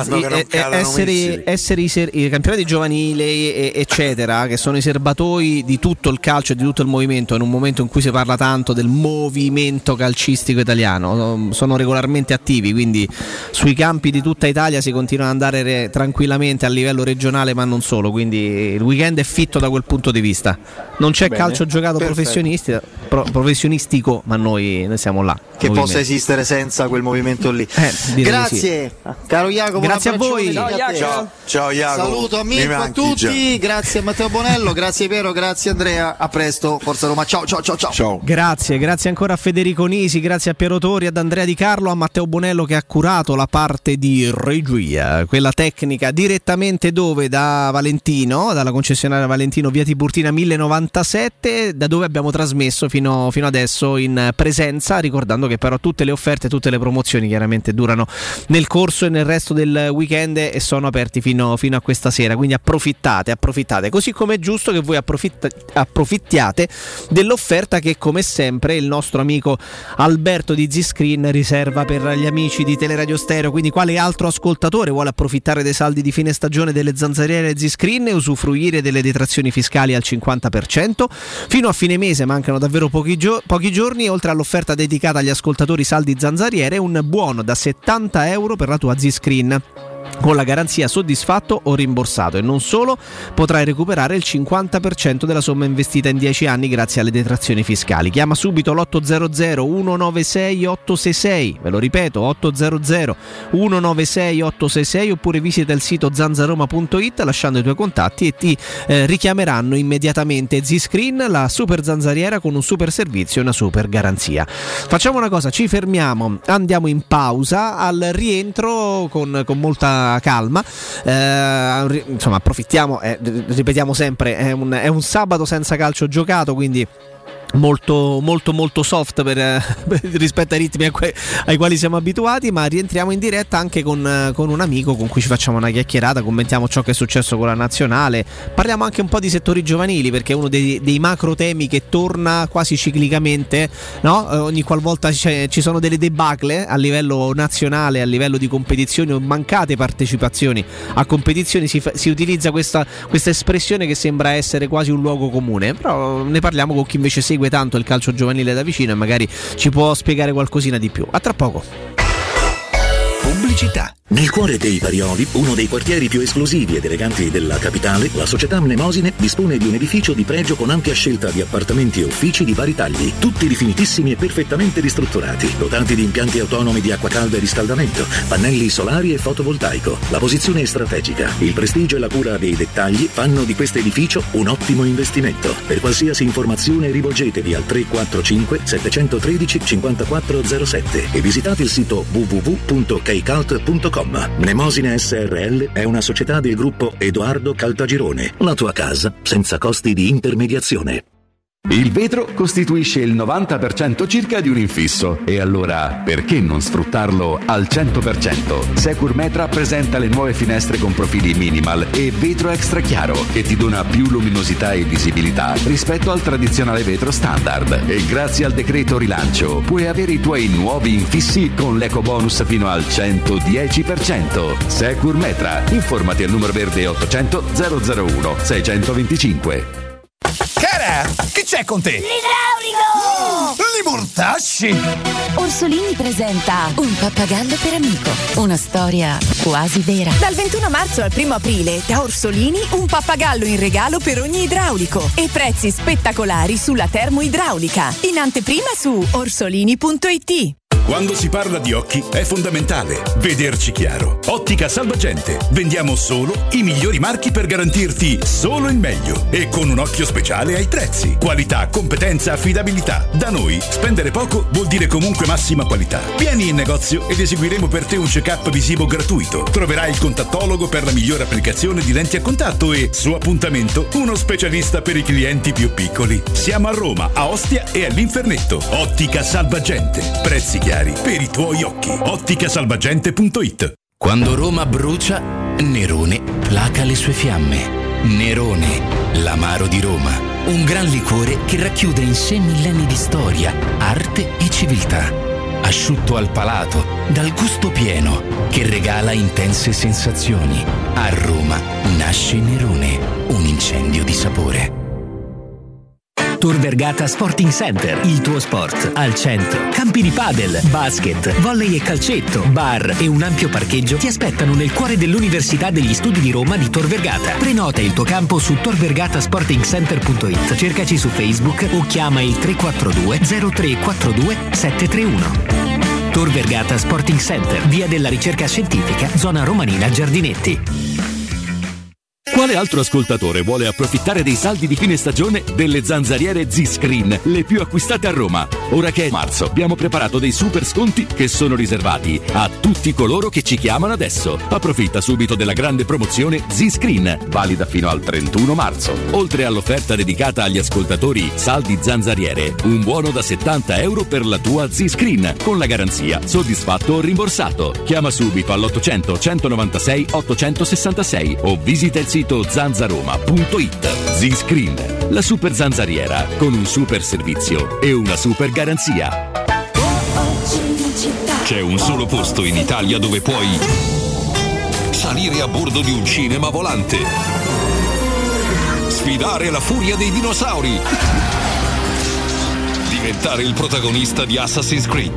i campionati giovanili, eccetera, che sono i serbatoi di tutto il calcio e di tutto il movimento, in un momento in cui si parla tanto del movimento calcistico italiano. Sono regolarmente attivi, quindi sui campi di tutta Italia si continua ad andare tranquillamente a livello regionale, ma non solo, quindi il weekend è fitto da quel punto di vista. Non c'è calcio giocato professionistico, ma noi siamo là. Che possa esistere senza quel movimento lì. Grazie, caro Jacopo. Grazie a voi. Ciao Jacopo. Saluto a Mirko, a tutti. Grazie a Matteo Bonello, grazie Piero, grazie Andrea. A presto, Forza Roma. Ciao. Grazie ancora a Federico Nisi, grazie a Piero Tori, ad Andrea Di Carlo, a Matteo Bonello che ha curato la parte di regia, quella tecnica, direttamente dove? Da Valentino, dalla concessionaria Valentino, via Tiburtina 1097, da dove abbiamo trasmesso fino adesso in presenza, ricordando che però tutte le offerte, tutte le promozioni chiaramente durano nel corso e nel resto del weekend e sono aperti fino a questa sera, quindi approfittate, così come è giusto che voi approfittiate dell'offerta che come sempre il nostro amico Alberto di Z-Screen riserva per gli amici di Teleradio Stereo. Quindi quale altro ascoltatore vuole approfittare dei saldi di fine stagione delle zanzariere Z-Screen e usufruire delle detrazioni fiscali al 50%? Fino a fine mese mancano davvero pochi giorni. Oltre all'offerta dedicata agli ascoltatori saldi zanzariere, un buono da €70 per la tua Z-Screen con la garanzia soddisfatto o rimborsato, e non solo, potrai recuperare il 50% della somma investita in 10 anni grazie alle detrazioni fiscali. Chiama subito l'800 196 866, ve lo ripeto, 800 196 866, oppure visita il sito zanzaroma.it lasciando i tuoi contatti e ti richiameranno immediatamente. Z-Screen, la super zanzariera con un super servizio e una super garanzia. Facciamo una cosa, ci fermiamo, andiamo in pausa, al rientro con molta calma, insomma approfittiamo, ripetiamo sempre, è un sabato senza calcio giocato, quindi molto soft rispetto ai ritmi ai quali siamo abituati, ma rientriamo in diretta anche con un amico con cui ci facciamo una chiacchierata, commentiamo ciò che è successo con la nazionale, parliamo anche un po' di settori giovanili, perché è uno dei macro temi che torna quasi ciclicamente, no? Ogni qualvolta ci sono delle debacle a livello nazionale, a livello di competizioni o mancate partecipazioni a competizioni, si utilizza questa espressione che sembra essere quasi un luogo comune, però ne parliamo con chi invece segue tanto il calcio giovanile da vicino e magari ci può spiegare qualcosina di più. A tra poco. Pubblicità. Nel cuore dei Parioli, uno dei quartieri più esclusivi ed eleganti della capitale, la società Mnemosine dispone di un edificio di pregio con ampia scelta di appartamenti e uffici di vari tagli, tutti rifinitissimi e perfettamente ristrutturati, dotati di impianti autonomi di acqua calda e riscaldamento, pannelli solari e fotovoltaico. La posizione è strategica, il prestigio e la cura dei dettagli fanno di questo edificio un ottimo investimento. Per qualsiasi informazione rivolgetevi al 345 713 5407 e visitate il sito www.kcult.com. Mnemosine SRL è una società del gruppo Edoardo Caltagirone. La tua casa senza costi di intermediazione. Il vetro costituisce il 90% circa di un infisso e allora perché non sfruttarlo al 100%? Securmetra presenta le nuove finestre con profili minimal e vetro extra chiaro che ti dona più luminosità e visibilità rispetto al tradizionale vetro standard. E grazie al decreto rilancio puoi avere i tuoi nuovi infissi con l'ecobonus fino al 110%. Securmetra, informati al numero verde 800 001 625. Cara, che c'è con te? L'idraulico! Li mortasci! Orsolini presenta Un pappagallo per amico, una storia quasi vera. Dal 21 marzo al 1 aprile da Orsolini un pappagallo in regalo per ogni idraulico e prezzi spettacolari sulla termoidraulica. In anteprima su orsolini.it. Quando si parla di occhi è fondamentale vederci chiaro. Ottica Salvagente. Vendiamo solo i migliori marchi per garantirti solo il meglio e con un occhio speciale ai prezzi. Qualità, competenza, affidabilità. Da noi spendere poco vuol dire comunque massima qualità. Vieni in negozio ed eseguiremo per te un check-up visivo gratuito. Troverai il contattologo per la migliore applicazione di lenti a contatto e, su appuntamento, uno specialista per i clienti più piccoli. Siamo a Roma, a Ostia e all'Infernetto. Ottica Salvagente. Prezzi chiari per i tuoi occhi. Otticasalvagente.it. Quando Roma brucia, Nerone placa le sue fiamme. Nerone, l'amaro di Roma. Un gran liquore che racchiude in sé millenni di storia, arte e civiltà. Asciutto al palato, dal gusto pieno, che regala intense sensazioni. A Roma nasce Nerone, un incendio di sapore. Tor Vergata Sporting Center, il tuo sport al centro. Campi di padel, basket, volley e calcetto, bar e un ampio parcheggio ti aspettano nel cuore dell'Università degli Studi di Roma di Tor Vergata. Prenota il tuo campo su torvergatasportingcenter.it. Cercaci su Facebook o chiama il 342 0342 731. Tor Vergata Sporting Center, via della Ricerca Scientifica, zona Romanina Giardinetti. Quale altro ascoltatore vuole approfittare dei saldi di fine stagione delle zanzariere Z-Screen, le più acquistate a Roma? Ora che è marzo, abbiamo preparato dei super sconti che sono riservati a tutti coloro che ci chiamano adesso. Approfitta subito della grande promozione Z-Screen, valida fino al 31 marzo. Oltre all'offerta dedicata agli ascoltatori saldi zanzariere, un buono da €70 per la tua Z-Screen, con la garanzia soddisfatto o rimborsato. Chiama subito all'800 196 866 o visita il sito zanzaroma.it. Z-Screen, la super zanzariera con un super servizio e una super garanzia. C'è un solo posto in Italia dove puoi salire a bordo di un cinema volante, sfidare la furia dei dinosauri, diventare il protagonista di Assassin's Creed,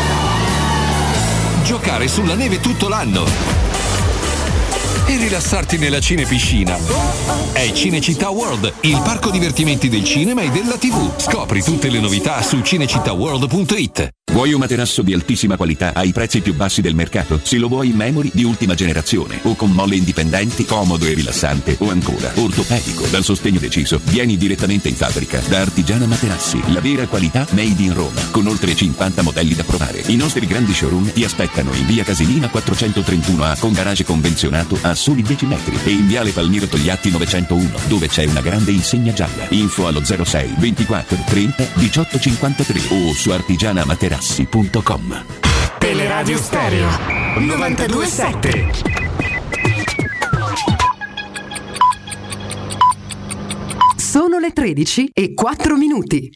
giocare sulla neve tutto l'anno e rilassarti nella cinepiscina. È Cinecittà World, il parco divertimenti del cinema e della TV. Scopri tutte le novità su cinecittàworld.it. Vuoi un materasso di altissima qualità ai prezzi più bassi del mercato? Se lo vuoi in memory di ultima generazione o con molle indipendenti, comodo e rilassante, o ancora ortopedico dal sostegno deciso, vieni direttamente in fabbrica da Artigiana Materassi, la vera qualità made in Roma, con oltre 50 modelli da provare. I nostri grandi showroom ti aspettano in via Casilina 431A con garage convenzionato a soli 10 metri e in viale Palmiro Togliatti 901 dove c'è una grande insegna gialla. Info allo 06 24 30 18 53 o su artigianamaterassi.com. Teleradio Stereo 92.7. Sono le 13:04.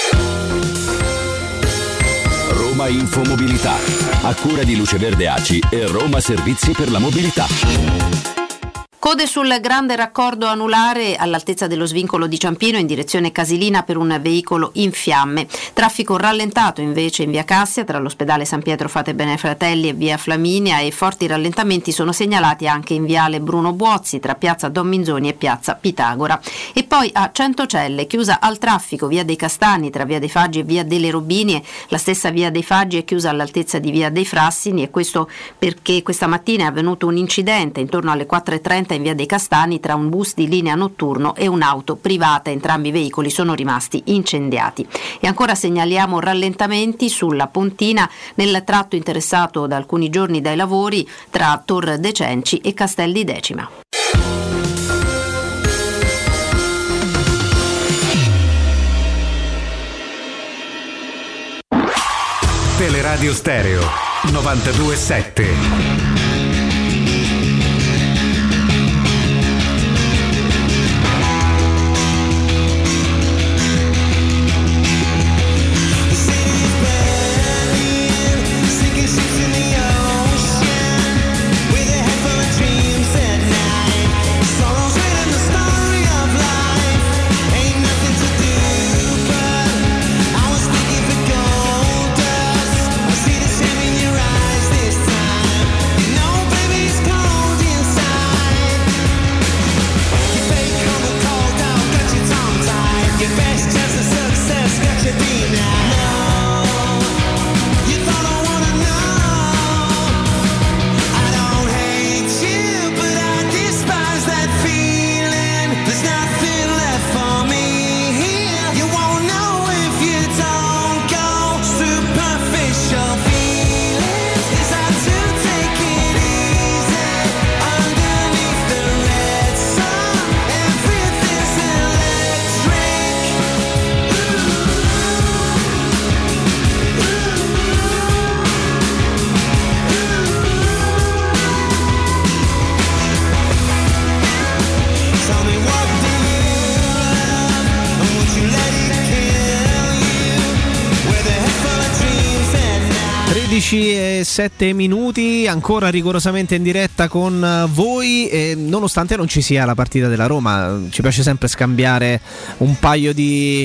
Roma Infomobilità, a cura di Luce Verde ACI e Roma Servizi per la Mobilità. Code sul grande raccordo anulare all'altezza dello svincolo di Ciampino in direzione Casilina per un veicolo in fiamme. Traffico rallentato invece in via Cassia tra l'ospedale San Pietro Fate Bene Fratelli e via Flaminia e forti rallentamenti sono segnalati anche in viale Bruno Buozzi tra piazza Don Minzoni e piazza Pitagora. E poi a Centocelle chiusa al traffico via dei Castani tra via dei Faggi e via delle Robinie. La stessa via dei Faggi è chiusa all'altezza di via dei Frassini e questo perché questa mattina è avvenuto un incidente intorno alle 4:30 in via dei Castani tra un bus di linea notturno e un'auto privata. Entrambi i veicoli sono rimasti incendiati. E ancora segnaliamo rallentamenti sulla Pontina nel tratto interessato da alcuni giorni dai lavori tra Tor De Cenci e Castel di Decima. Teleradio Stereo 92.7. e 7 minuti, ancora rigorosamente in diretta con voi, e nonostante non ci sia la partita della Roma ci piace sempre scambiare un paio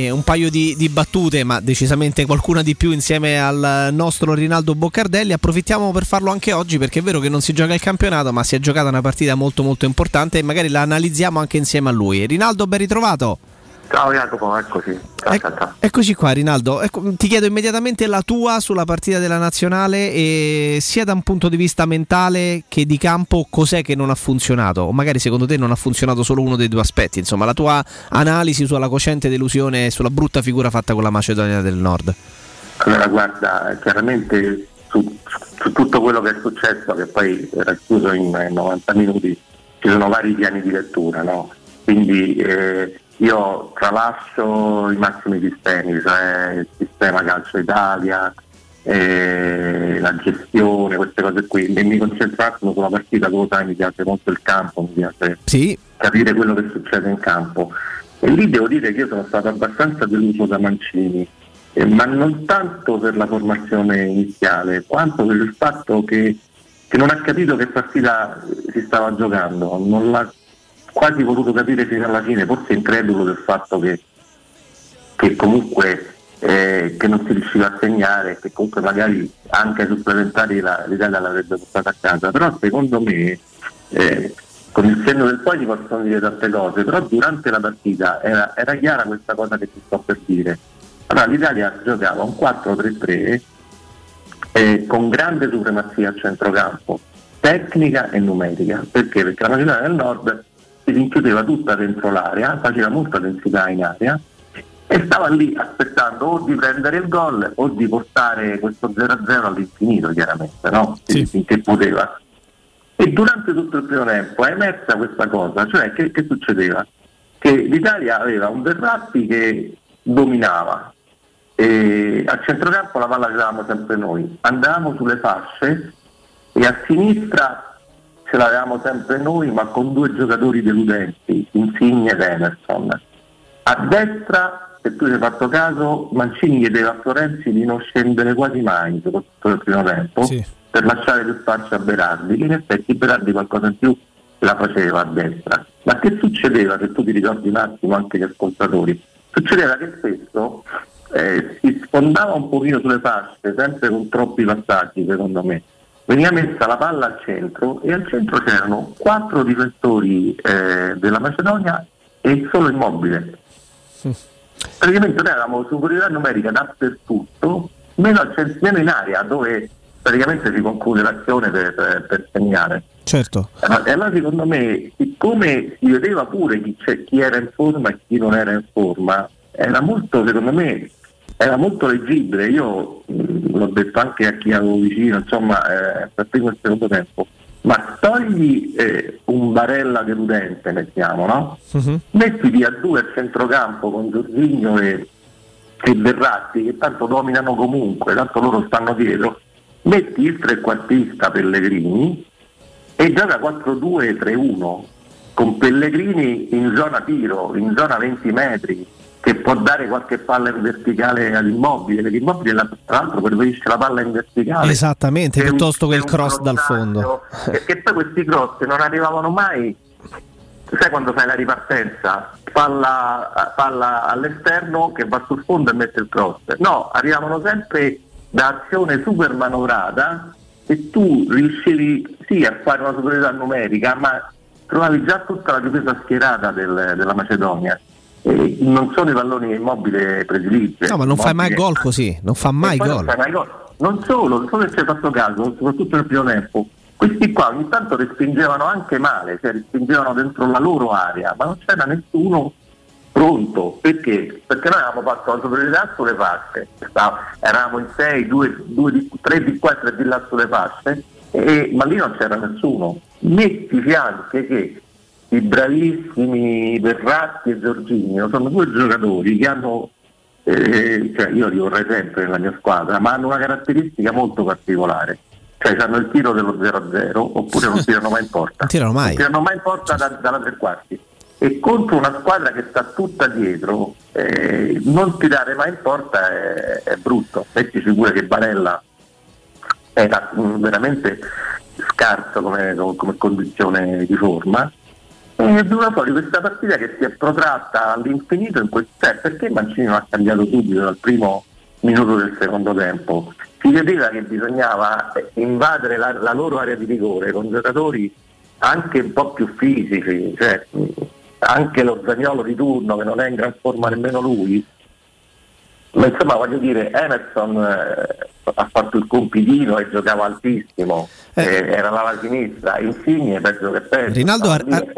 di battute, ma decisamente qualcuna di più insieme al nostro Rinaldo Boccardelli. Approfittiamo per farlo anche oggi, perché è vero che non si gioca il campionato, ma si è giocata una partita molto molto importante e magari la analizziamo anche insieme a lui. Rinaldo, ben ritrovato. Ciao Jacopo, eccoci. Ciao. Eccoci qua Rinaldo, ti chiedo immediatamente la tua sulla partita della nazionale, e sia da un punto di vista mentale che di campo, cos'è che non ha funzionato, o magari secondo te non ha funzionato solo uno dei due aspetti, insomma la tua analisi sulla cocente delusione e sulla brutta figura fatta con la Macedonia del Nord. Allora guarda, chiaramente su tutto quello che è successo, che poi era chiuso in 90 minuti, ci sono vari piani di lettura, no? Quindi io tralascio i massimi sistemi, cioè il sistema Calcio Italia, la gestione, queste cose qui, e mi concentro sulla partita. Come sai, mi piace molto il campo, mi piace capire quello che succede in campo, e lì devo dire che io sono stato abbastanza deluso da Mancini, ma non tanto per la formazione iniziale quanto per il fatto che non ha capito che partita si stava giocando, non l'ha quasi voluto capire fino alla fine, forse incredulo del fatto che comunque che non si riusciva a segnare, che comunque magari anche ai supplementari l'Italia l'avrebbe portata a casa. Però secondo me con il senno del poi si possono dire tante cose, però durante la partita era chiara questa cosa che ti sto per dire. Allora l'Italia giocava un 4-3-3 con grande supremazia a centrocampo, tecnica e numerica. Perché? Perché la Macedonia del Nord si rinchiudeva tutta dentro l'area, faceva molta densità in area e stava lì aspettando o di prendere il gol o di portare questo 0-0 all'infinito, chiaramente, no? Finché poteva. E durante tutto il primo tempo è emersa questa cosa, cioè che succedeva? Che l'Italia aveva un Verratti che dominava, e a centrocampo la palla ce l'avevamo sempre noi, andavamo sulle fasce e a sinistra ce l'avevamo sempre noi, ma con due giocatori deludenti, Insigne ed Emerson. A destra, se tu ci hai fatto caso, Mancini chiedeva a Florenzi di non scendere quasi mai, soprattutto nel primo tempo, per lasciare più spazio a Berardi, che in effetti Berardi qualcosa in più la faceva a destra. Ma che succedeva, se tu ti ricordi un attimo anche gli ascoltatori? Succedeva che spesso si sfondava un pochino sulle fasce, sempre con troppi passaggi, secondo me. Veniva messa la palla al centro e al centro c'erano 4 difensori della Macedonia e il solo Immobile. Praticamente noi avevamo superiorità numerica dappertutto, meno in area dove praticamente si conclude l'azione per segnare. Certo. E allora secondo me, siccome si vedeva pure chi era in forma e chi non era in forma, era molto, secondo me, era molto leggibile. Io l'ho detto anche a chi avevo vicino, insomma, per primo il secondo tempo, ma togli un Barella deludente, mettiamo, no? Metti via 2 a centrocampo con Jorginho e e Verratti, che tanto dominano comunque, tanto loro stanno dietro, metti il trequartista Pellegrini e gioca 4-2-3-1 con Pellegrini in zona tiro, in zona 20 metri, che può dare qualche palla in verticale all'Immobile, perché Immobile tra l'altro preferisce la palla in verticale. Esattamente, piuttosto che il cross dal fondo. Perché poi questi cross non arrivavano mai. Sai quando fai la ripartenza, palla all'esterno che va sul fondo e mette il cross? No, arrivavano sempre da azione super manovrata e tu riuscivi sì a fare una superiorità numerica, ma trovavi già tutta la difesa schierata della Macedonia. Non sono i palloni che Immobile predilige. No, ma non fai mai gol così, non fa mai gol. Non solo se ci hai fatto caso, soprattutto nel primo tempo. Questi qua ogni tanto respingevano anche male, cioè respingevano dentro la loro area, ma non c'era nessuno pronto. Perché? Perché noi avevamo fatto la superiorità sulle fasce, eravamo in 6, 3 di qua e 3 di là sulle fasce, ma lì non c'era nessuno. Metti anche che i bravissimi Verratti e Jorginho sono due giocatori che hanno, cioè io li vorrei sempre nella mia squadra, ma hanno una caratteristica molto particolare. Cioè hanno il tiro dello 0-0 oppure non tirano mai in porta. Non tirano mai in porta dalla tre quarti. E contro una squadra che sta tutta dietro, non tirare mai in porta è brutto. Metti sicuro che Barella era veramente scarso come condizione di forma. E è venuta fuori questa partita che si è protratta all'infinito perché Mancini non ha cambiato subito dal primo minuto del secondo tempo. Si vedeva che bisognava invadere la loro area di rigore con giocatori anche un po' più fisici, cioè anche lo Zaniolo di turno che non è in gran forma nemmeno lui, ma insomma voglio dire, Emerson ha fatto il compitino e giocava altissimo, era la sinistra, Insigne peggio che peggio. Rinaldo,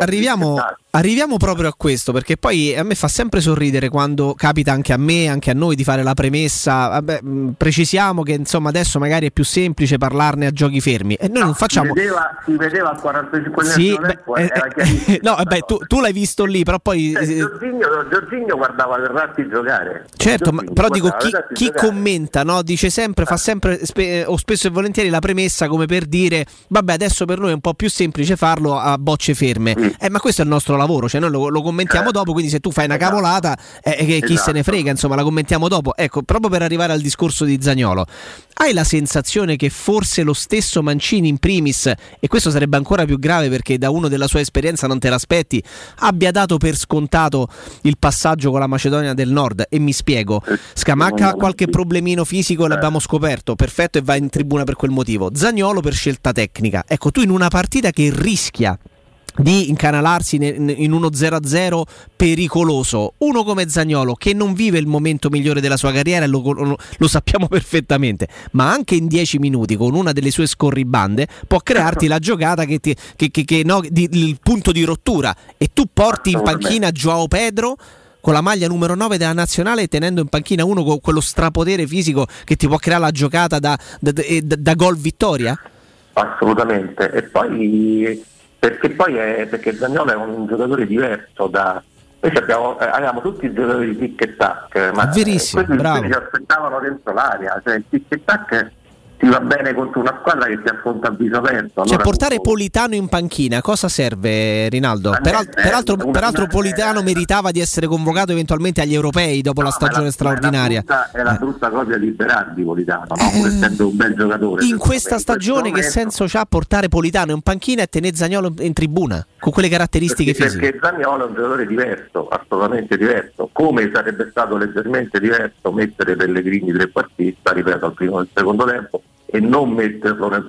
arriviamo proprio a questo, perché poi a me fa sempre sorridere quando capita anche a me, anche a noi, di fare la premessa. Vabbè, precisiamo che insomma adesso magari è più semplice parlarne a giochi fermi e noi non facciamo. Si vedeva al 45 tempo, era chiarissimo. Tu l'hai visto lì, però poi Jorginho guardava Verratti giocare. Certo, però dico chi commenta, no? Dice sempre, fa sempre o spesso e volentieri la premessa come per dire vabbè, adesso per noi è un po' più semplice farlo a bocce ferme. Ma questo è il nostro lavoro, cioè noi lo commentiamo dopo, quindi se tu fai una cavolata chi se ne frega, insomma, la commentiamo dopo. Ecco, proprio per arrivare al discorso di Zaniolo, hai la sensazione che forse lo stesso Mancini in primis, e questo sarebbe ancora più grave perché da uno della sua esperienza non te l'aspetti, abbia dato per scontato il passaggio con la Macedonia del Nord? E mi spiego, Scamacca ha qualche problemino fisico, l'abbiamo scoperto, perfetto, e va in tribuna per quel motivo. Zaniolo per scelta tecnica. Ecco, tu in una partita che rischia di incanalarsi in uno 0-0 pericoloso, uno come Zaniolo che non vive il momento migliore della sua carriera, lo sappiamo perfettamente, ma anche in 10 minuti con una delle sue scorribande può crearti la giocata il punto di rottura, e tu porti in panchina Joao Pedro con la maglia numero 9 della nazionale, tenendo in panchina uno con quello strapotere fisico che ti può creare la giocata da gol vittoria? Assolutamente. E poi perché Zaniolo è un giocatore diverso noi avevamo tutti i giocatori di tic e tac, ma verissimo, bravo. Ci aspettavano dentro l'area, cioè il tic e tac ti va bene contro una squadra che ti affronta a viso aperto. Cioè portare Politano in panchina cosa serve, Rinaldo? Peraltro Politano meritava di essere convocato eventualmente agli europei dopo la stagione straordinaria. È la brutta cosa di Berardi Politano, no? Pur essendo un bel giocatore. In questa stagione che senso c'ha portare Politano in panchina e tenere Zaniolo in tribuna con quelle caratteristiche fisiche? Perché Zaniolo è un giocatore diverso, assolutamente diverso, come sarebbe stato leggermente diverso mettere Pellegrini trequartista, ripeto, al primo e al secondo tempo, e non metterlo nel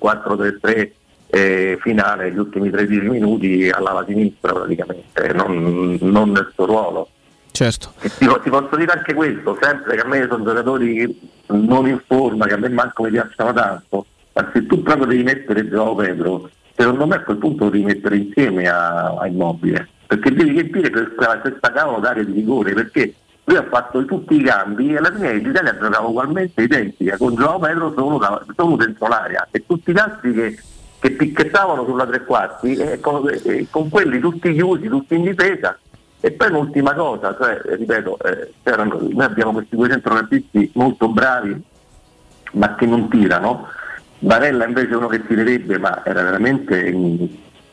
4-3-3 finale, gli ultimi 13 minuti alla sinistra praticamente, non nel suo ruolo. Certo. E ti posso dire anche questo, sempre che a me sono giocatori non in forma, che a me manco mi piacciono tanto, ma se tu proprio devi mettere Joao Pedro, secondo me a quel punto lo devi mettere insieme a Immobile, perché devi riempire questa cavolo d'area di rigore, perché lui ha fatto tutti i cambi e alla fine l'Italia giocava ugualmente identica, con Joao Pedro solo dentro l'area, e tutti gli altri che picchettavano sulla tre quarti con quelli tutti chiusi, tutti in difesa, E poi un'ultima cosa, cioè, ripeto, noi abbiamo questi due centrocampisti molto bravi ma che non tirano. Barella invece è uno che tirerebbe, ma era veramente in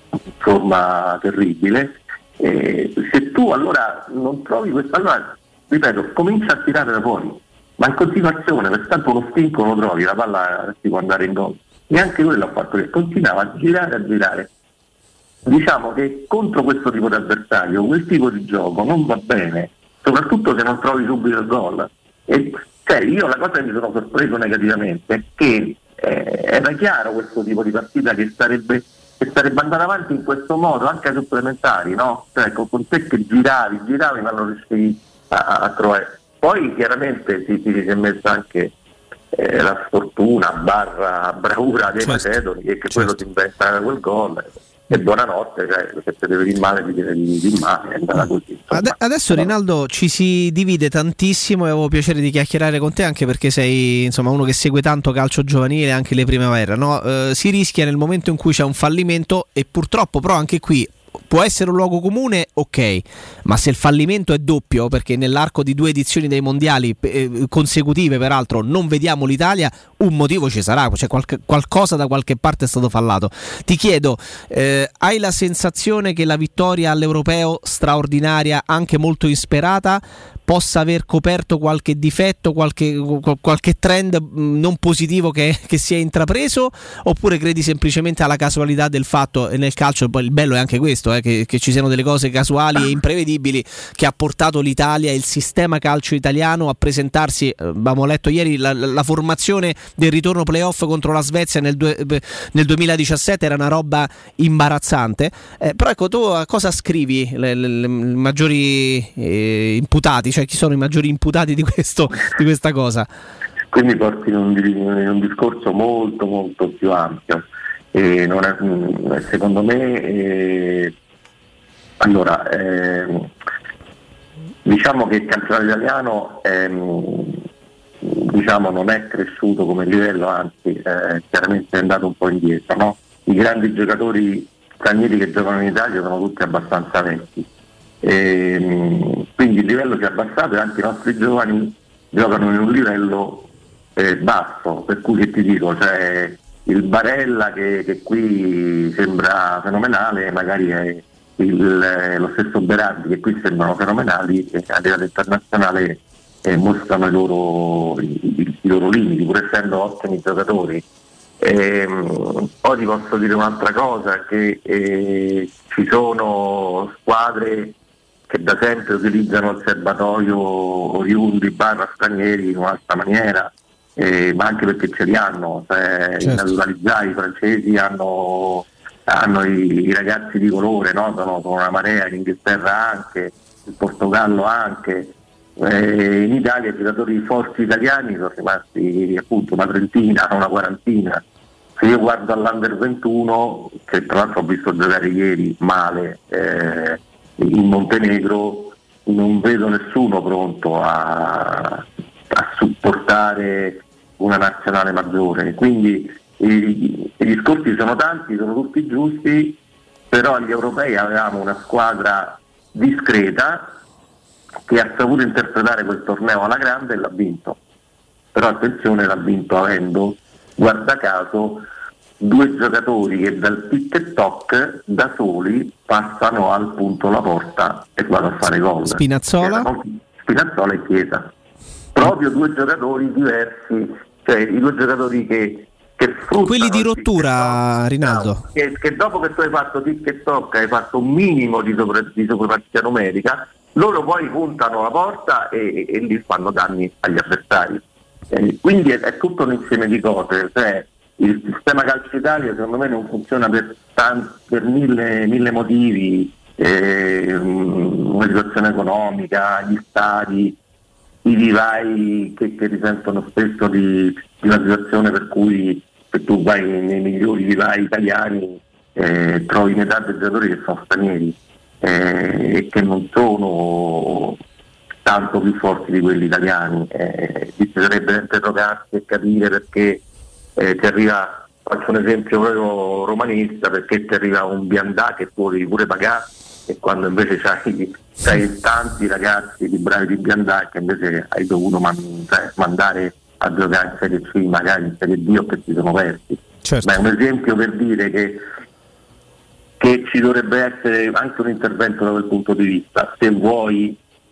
forma terribile. Se tu allora non trovi questa, allora ripeto, comincia a tirare da fuori, ma in continuazione, per tanto lo stinco lo trovi, la palla si può andare in gol. E anche quello ha fatto, che continuava a girare. Diciamo che contro questo tipo di avversario quel tipo di gioco non va bene, soprattutto se non trovi subito il gol. E cioè, io la cosa che mi sono sorpreso negativamente è che era chiaro questo tipo di partita che sarebbe andata avanti in questo modo anche ai supplementari, no? Cioè, con te che giravi ma non riuscivi a trovare. Poi chiaramente si è messa anche la sfortuna / bravura dei Macedoni, che quello si inventa quel gol. E buonanotte, cioè, se te deve dire male di male, è andata così. Adesso Rinaldo ci si divide tantissimo e avevo piacere di chiacchierare con te anche perché sei insomma uno che segue tanto calcio giovanile, anche le primavera, no? Si rischia nel momento in cui c'è un fallimento e purtroppo però anche qui può essere un luogo comune, ok, ma se il fallimento è doppio, perché nell'arco di 2 edizioni dei mondiali consecutive peraltro non vediamo l'Italia, un motivo ci sarà, cioè qualcosa da qualche parte è stato fallato. Ti chiedo, hai la sensazione che la vittoria all'Europeo straordinaria, anche molto insperata, possa aver coperto qualche difetto, qualche trend non positivo che si è intrapreso, oppure credi semplicemente alla casualità del fatto, e nel calcio poi il bello è anche questo, che ci siano delle cose casuali e imprevedibili, che ha portato l'Italia e il sistema calcio italiano a presentarsi, abbiamo letto ieri la formazione del ritorno playoff contro la Svezia nel 2017 era una roba imbarazzante, però ecco, tu a cosa scrivi i maggiori imputati? Cioè, chi sono i maggiori imputati di questa cosa? Quindi porti in un discorso molto molto più ampio. Secondo me diciamo che il campionato italiano non è cresciuto come livello, anzi chiaramente è andato un po' indietro, no? I grandi giocatori stranieri che giocano in Italia sono tutti abbastanza vecchi. Quindi il livello si è abbassato e anche i nostri giovani giocano in un livello basso, per cui che ti dico, cioè il Barella che qui sembra fenomenale, magari è lo stesso Berardi che qui sembrano fenomenali, e a livello internazionale mostrano i loro limiti, pur essendo ottimi giocatori. Poi ti posso dire un'altra cosa, che ci sono squadre che da sempre utilizzano il serbatoio oriundi / stranieri in un'altra maniera, ma anche perché ce li hanno, certo. I naturalizzati, i francesi hanno i ragazzi di colore, no? Sono una marea, in Inghilterra anche, il Portogallo anche. In Italia i giocatori forti italiani sono rimasti appunto una trentina, una quarantina. Se io guardo all'Under 21, che tra l'altro ho visto giocare ieri male in Montenegro, non vedo nessuno pronto a supportare una nazionale maggiore. Quindi i discorsi sono tanti, sono tutti giusti, però agli europei avevamo una squadra discreta che ha saputo interpretare quel torneo alla grande e l'ha vinto. Però attenzione, l'ha vinto avendo, guarda caso, 2 giocatori che dal tic e toc da soli passano al punto la porta e vanno a fare gol. Spinazzola e Chiesa. Proprio 2 giocatori diversi, cioè i 2 giocatori che fruttano quelli di rottura, Rinaldo. Che dopo che tu hai fatto tic e toc, hai fatto un minimo di sopraffazione numerica, loro poi puntano la porta e lì fanno danni agli avversari. Quindi è tutto un insieme di cose, cioè il sistema calcio Italia secondo me non funziona per mille motivi, una situazione economica, gli stadi, i vivai che risentono spesso di una situazione per cui se tu vai nei migliori vivai italiani trovi metà dei giocatori che sono stranieri e che non sono tanto più forti di quelli italiani. Bisognerebbe interrogarsi e capire perché ti arriva, faccio un esempio proprio romanista, perché ti arriva un Biandà che tu devi pure pagare e quando invece c'hai tanti ragazzi di bravi di Biandai che invece hai dovuto mandare a giocare in Serie C, magari in Serie D, o che si sono persi. Certo. Ma è un esempio per dire che ci dovrebbe essere anche un intervento da quel punto di vista, se vuoi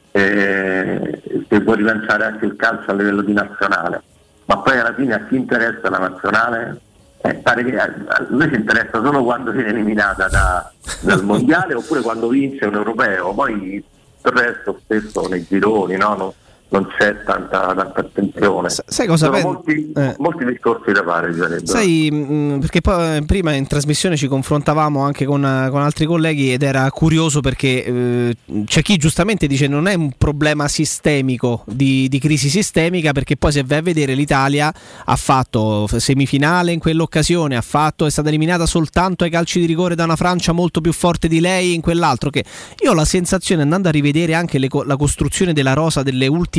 rilanciare anche il calcio a livello di nazionale. Ma poi alla fine a chi interessa la nazionale? Pare che a noi ci interessa solo quando viene eliminata dal mondiale oppure quando vince un europeo, poi il resto spesso nei gironi non c'è tanta attenzione. Sai cosa sono molti discorsi da fare, sai, perché poi prima in trasmissione ci confrontavamo anche con altri colleghi ed era curioso perché c'è chi giustamente dice non è un problema sistemico di crisi sistemica, perché poi se vai a vedere l'Italia ha fatto semifinale in quell'occasione, è stata eliminata soltanto ai calci di rigore da una Francia molto più forte di lei in quell'altro, che io ho la sensazione, andando a rivedere anche la costruzione della rosa degli ultimi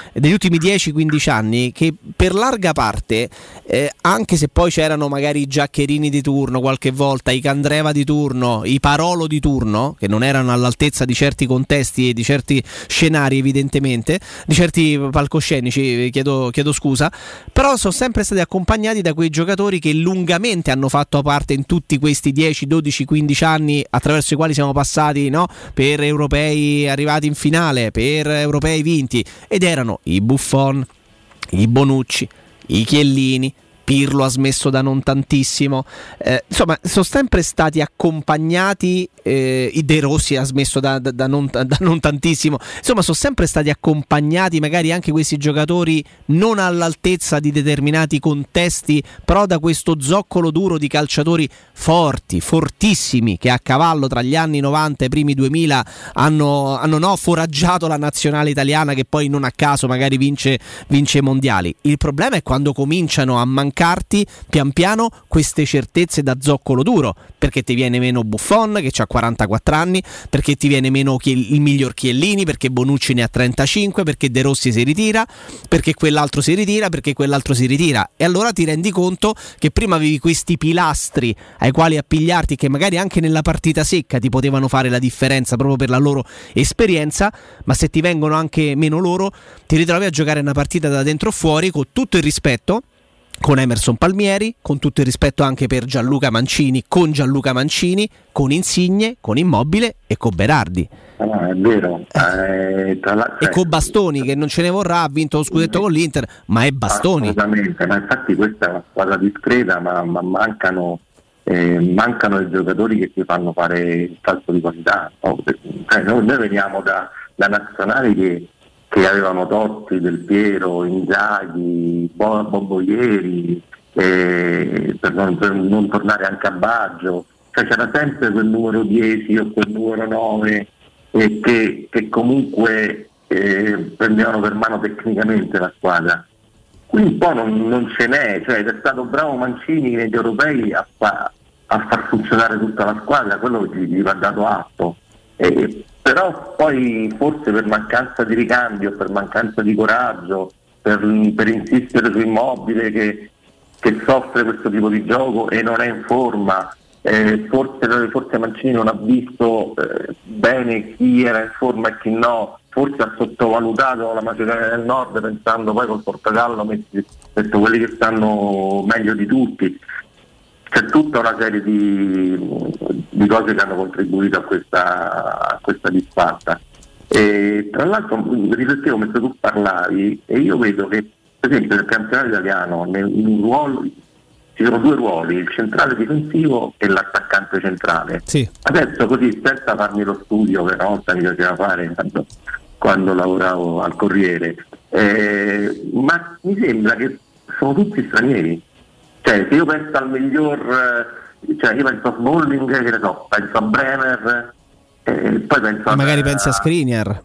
10-15 anni, che per larga parte anche se poi c'erano magari i Giaccherini di turno qualche volta, i Candreva di turno, i Parolo di turno, che non erano all'altezza di certi contesti e di certi scenari, evidentemente di certi palcoscenici, chiedo scusa, però sono sempre stati accompagnati da quei giocatori che lungamente hanno fatto parte in tutti questi 10, 12, 15 anni attraverso i quali siamo passati, per europei arrivati in finale, per europei vinti, ed erano i Buffon, i Bonucci, i Chiellini, Pirlo ha smesso da non tantissimo, insomma sono sempre stati accompagnati, i De Rossi ha smesso da non tantissimo, insomma sono sempre stati accompagnati magari anche questi giocatori non all'altezza di determinati contesti, però da questo zoccolo duro di calciatori fortissimi che a cavallo tra gli anni 90 e i primi 2000 hanno foraggiato la nazionale italiana, che poi non a caso magari vince i mondiali. Il problema è quando cominciano a mancarti pian piano queste certezze da zoccolo duro, perché ti viene meno Buffon che ha 44 anni, perché ti viene meno il miglior Chiellini, perché Bonucci ne ha 35, perché De Rossi si ritira, perché quell'altro si ritira, e allora ti rendi conto che prima avevi questi pilastri ai quali appigliarti, che magari anche nella partita secca ti potevano fare la differenza proprio per la loro esperienza, ma se ti vengono anche meno loro ti ritrovi a giocare una partita da dentro o fuori, con tutto il rispetto con Emerson Palmieri, con tutto il rispetto anche per Gianluca Mancini, con Insigne, con Immobile e con Berardi. È vero. E con Bastoni, che non ce ne vorrà, ha vinto lo scudetto con l'Inter, ma è Bastoni. Assolutamente, ma infatti questa è una squadra discreta, ma mancano i giocatori che ti fanno fare il salto di qualità. Noi veniamo da nazionali che avevano Totti, Del Piero, Inzaghi, Boboieri, per non tornare anche a Baggio, c'era sempre quel numero 10 o quel numero 9 che comunque prendevano per mano tecnicamente la squadra. Qui un po' non ce n'è, è stato bravo Mancini negli europei a far funzionare tutta la squadra, quello gli va dato atto. Però poi forse per mancanza di ricambio, per mancanza di coraggio, per insistere su Immobile che soffre questo tipo di gioco e non è in forma, forse Mancini non ha visto bene chi era in forma e chi no, forse ha sottovalutato la Macedonia del Nord pensando poi col Portogallo messo quelli che stanno meglio di tutti. C'è tutta una serie di cose che hanno contribuito a questa disfatta. E tra l'altro riflettevo mentre tu parlavi e io vedo che per esempio nel campionato italiano in un ruolo ci sono due ruoli, il centrale difensivo e l'attaccante centrale. Sì. Adesso così, senza farmi lo studio che una volta mi piaceva fare quando lavoravo al Corriere, ma mi sembra che sono tutti stranieri. Se io penso al miglior, io penso a Smalling, penso a Bremer, poi penso magari pensi a Skriniar,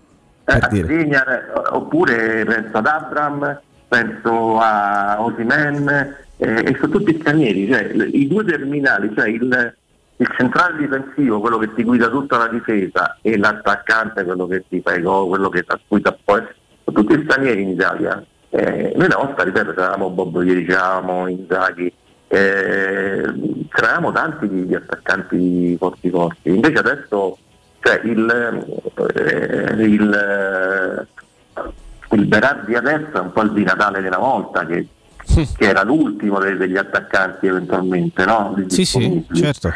oppure penso ad Abraham, penso a Osimhen, e sono tutti stranieri, i due terminali, il centrale difensivo, quello che ti guida tutta la difesa, e l'attaccante, quello che ti fa i gol, quello che ti guida poi, sono tutti stranieri in Italia. Noi una volta, ripeto, c'eravamo Boboieri, c'eravamo Inzaghi, c'eravamo tanti di attaccanti forti, invece adesso Cioè il Berardi adesso è un po' il di Natale della volta, che era l'ultimo degli attaccanti eventualmente, no? Sì, certo.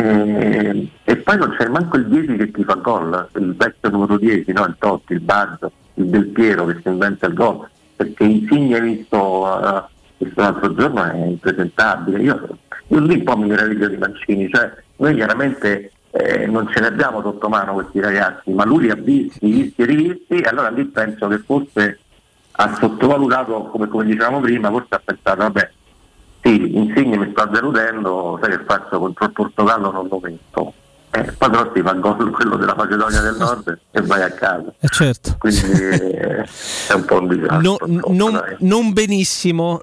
E poi non c'è manco il 10 che ti fa gol, il vecchio numero 10, no? Il Totti, il Baggio, il Del Piero che si inventa il gol, perché Insigne visto questo l'altro giorno è impresentabile. Io lì un po' mi meraviglio di Mancini, cioè noi chiaramente non ce ne abbiamo sotto mano questi ragazzi, ma lui li ha visti e rivisti, e allora lì penso che forse ha sottovalutato, come dicevamo prima, forse ha pensato, vabbè, sì, Insigne mi sta deludendo, sai che faccio contro il Portogallo, non lo metto. Poi però si fa gol quello della Macedonia del Nord e vai a casa. Certo. Quindi è un po' un disastro. Non benissimo.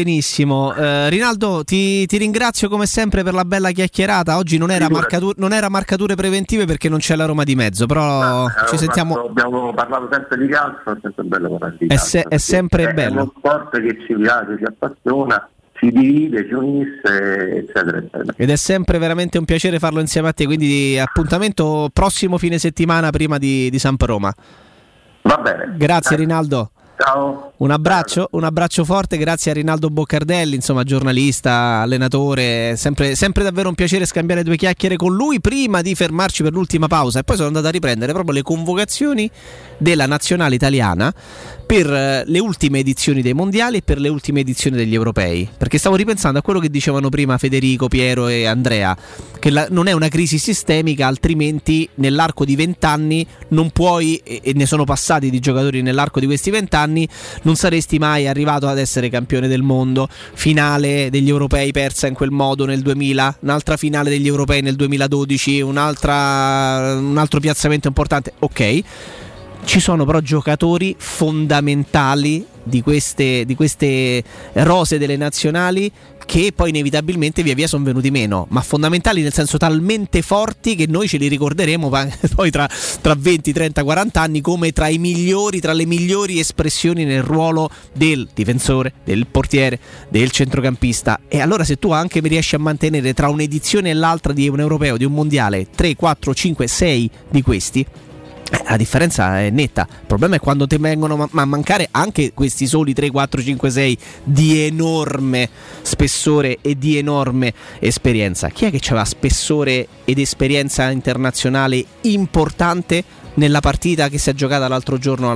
Rinaldo, ti ringrazio come sempre per la bella chiacchierata. Oggi non era marcature preventive perché non c'è la Roma di mezzo, però ci sentiamo. Abbiamo parlato sempre di calcio, è sempre bello parlare di calcio. È sempre bello. È uno sport che ci piace, ci appassiona, ci divide, ci unisce, eccetera, eccetera. Ed è sempre veramente un piacere farlo insieme a te, quindi appuntamento prossimo fine settimana prima di Samp Roma. Va bene. Grazie Rinaldo. Ciao. Un abbraccio forte, grazie a Rinaldo Boccardelli, insomma giornalista, allenatore, sempre davvero un piacere scambiare due chiacchiere con lui prima di fermarci per l'ultima pausa, e poi sono andato a riprendere proprio le convocazioni della nazionale italiana per le ultime edizioni dei mondiali e per le ultime edizioni degli europei, perché stavo ripensando a quello che dicevano prima Federico, Piero e Andrea, che non è una crisi sistemica, altrimenti nell'arco di 20 anni non puoi, e ne sono passati di giocatori nell'arco di questi 20 anni, non saresti mai arrivato ad essere campione del mondo. Finale degli europei persa in quel modo nel 2000, un'altra finale degli europei nel 2012, un altro piazzamento importante. Ok, ci sono però giocatori fondamentali di queste rose delle nazionali che poi inevitabilmente via via sono venuti meno, ma fondamentali nel senso talmente forti che noi ce li ricorderemo poi tra 20, 30, 40 anni come tra le migliori espressioni nel ruolo del difensore, del portiere, del centrocampista. E allora se tu anche mi riesci a mantenere tra un'edizione e l'altra di un europeo, di un mondiale, 3, 4, 5, 6 di questi, la differenza è netta. Il problema è quando ti vengono a mancare anche questi soli 3, 4, 5, 6 di enorme spessore e di enorme esperienza. Chi è che aveva spessore ed esperienza internazionale importante nella partita che si è giocata l'altro giorno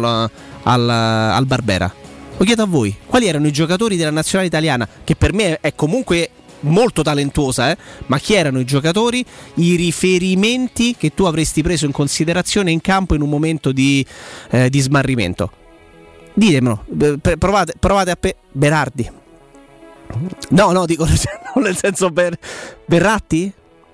al Barbera? Lo chiedo a voi, quali erano i giocatori della nazionale italiana, che per me è comunque molto talentuosa, ma chi erano i giocatori, i riferimenti che tu avresti preso in considerazione in campo in un momento di smarrimento? Ditemelo, provate a Berardi. No, dico nel senso Berratti?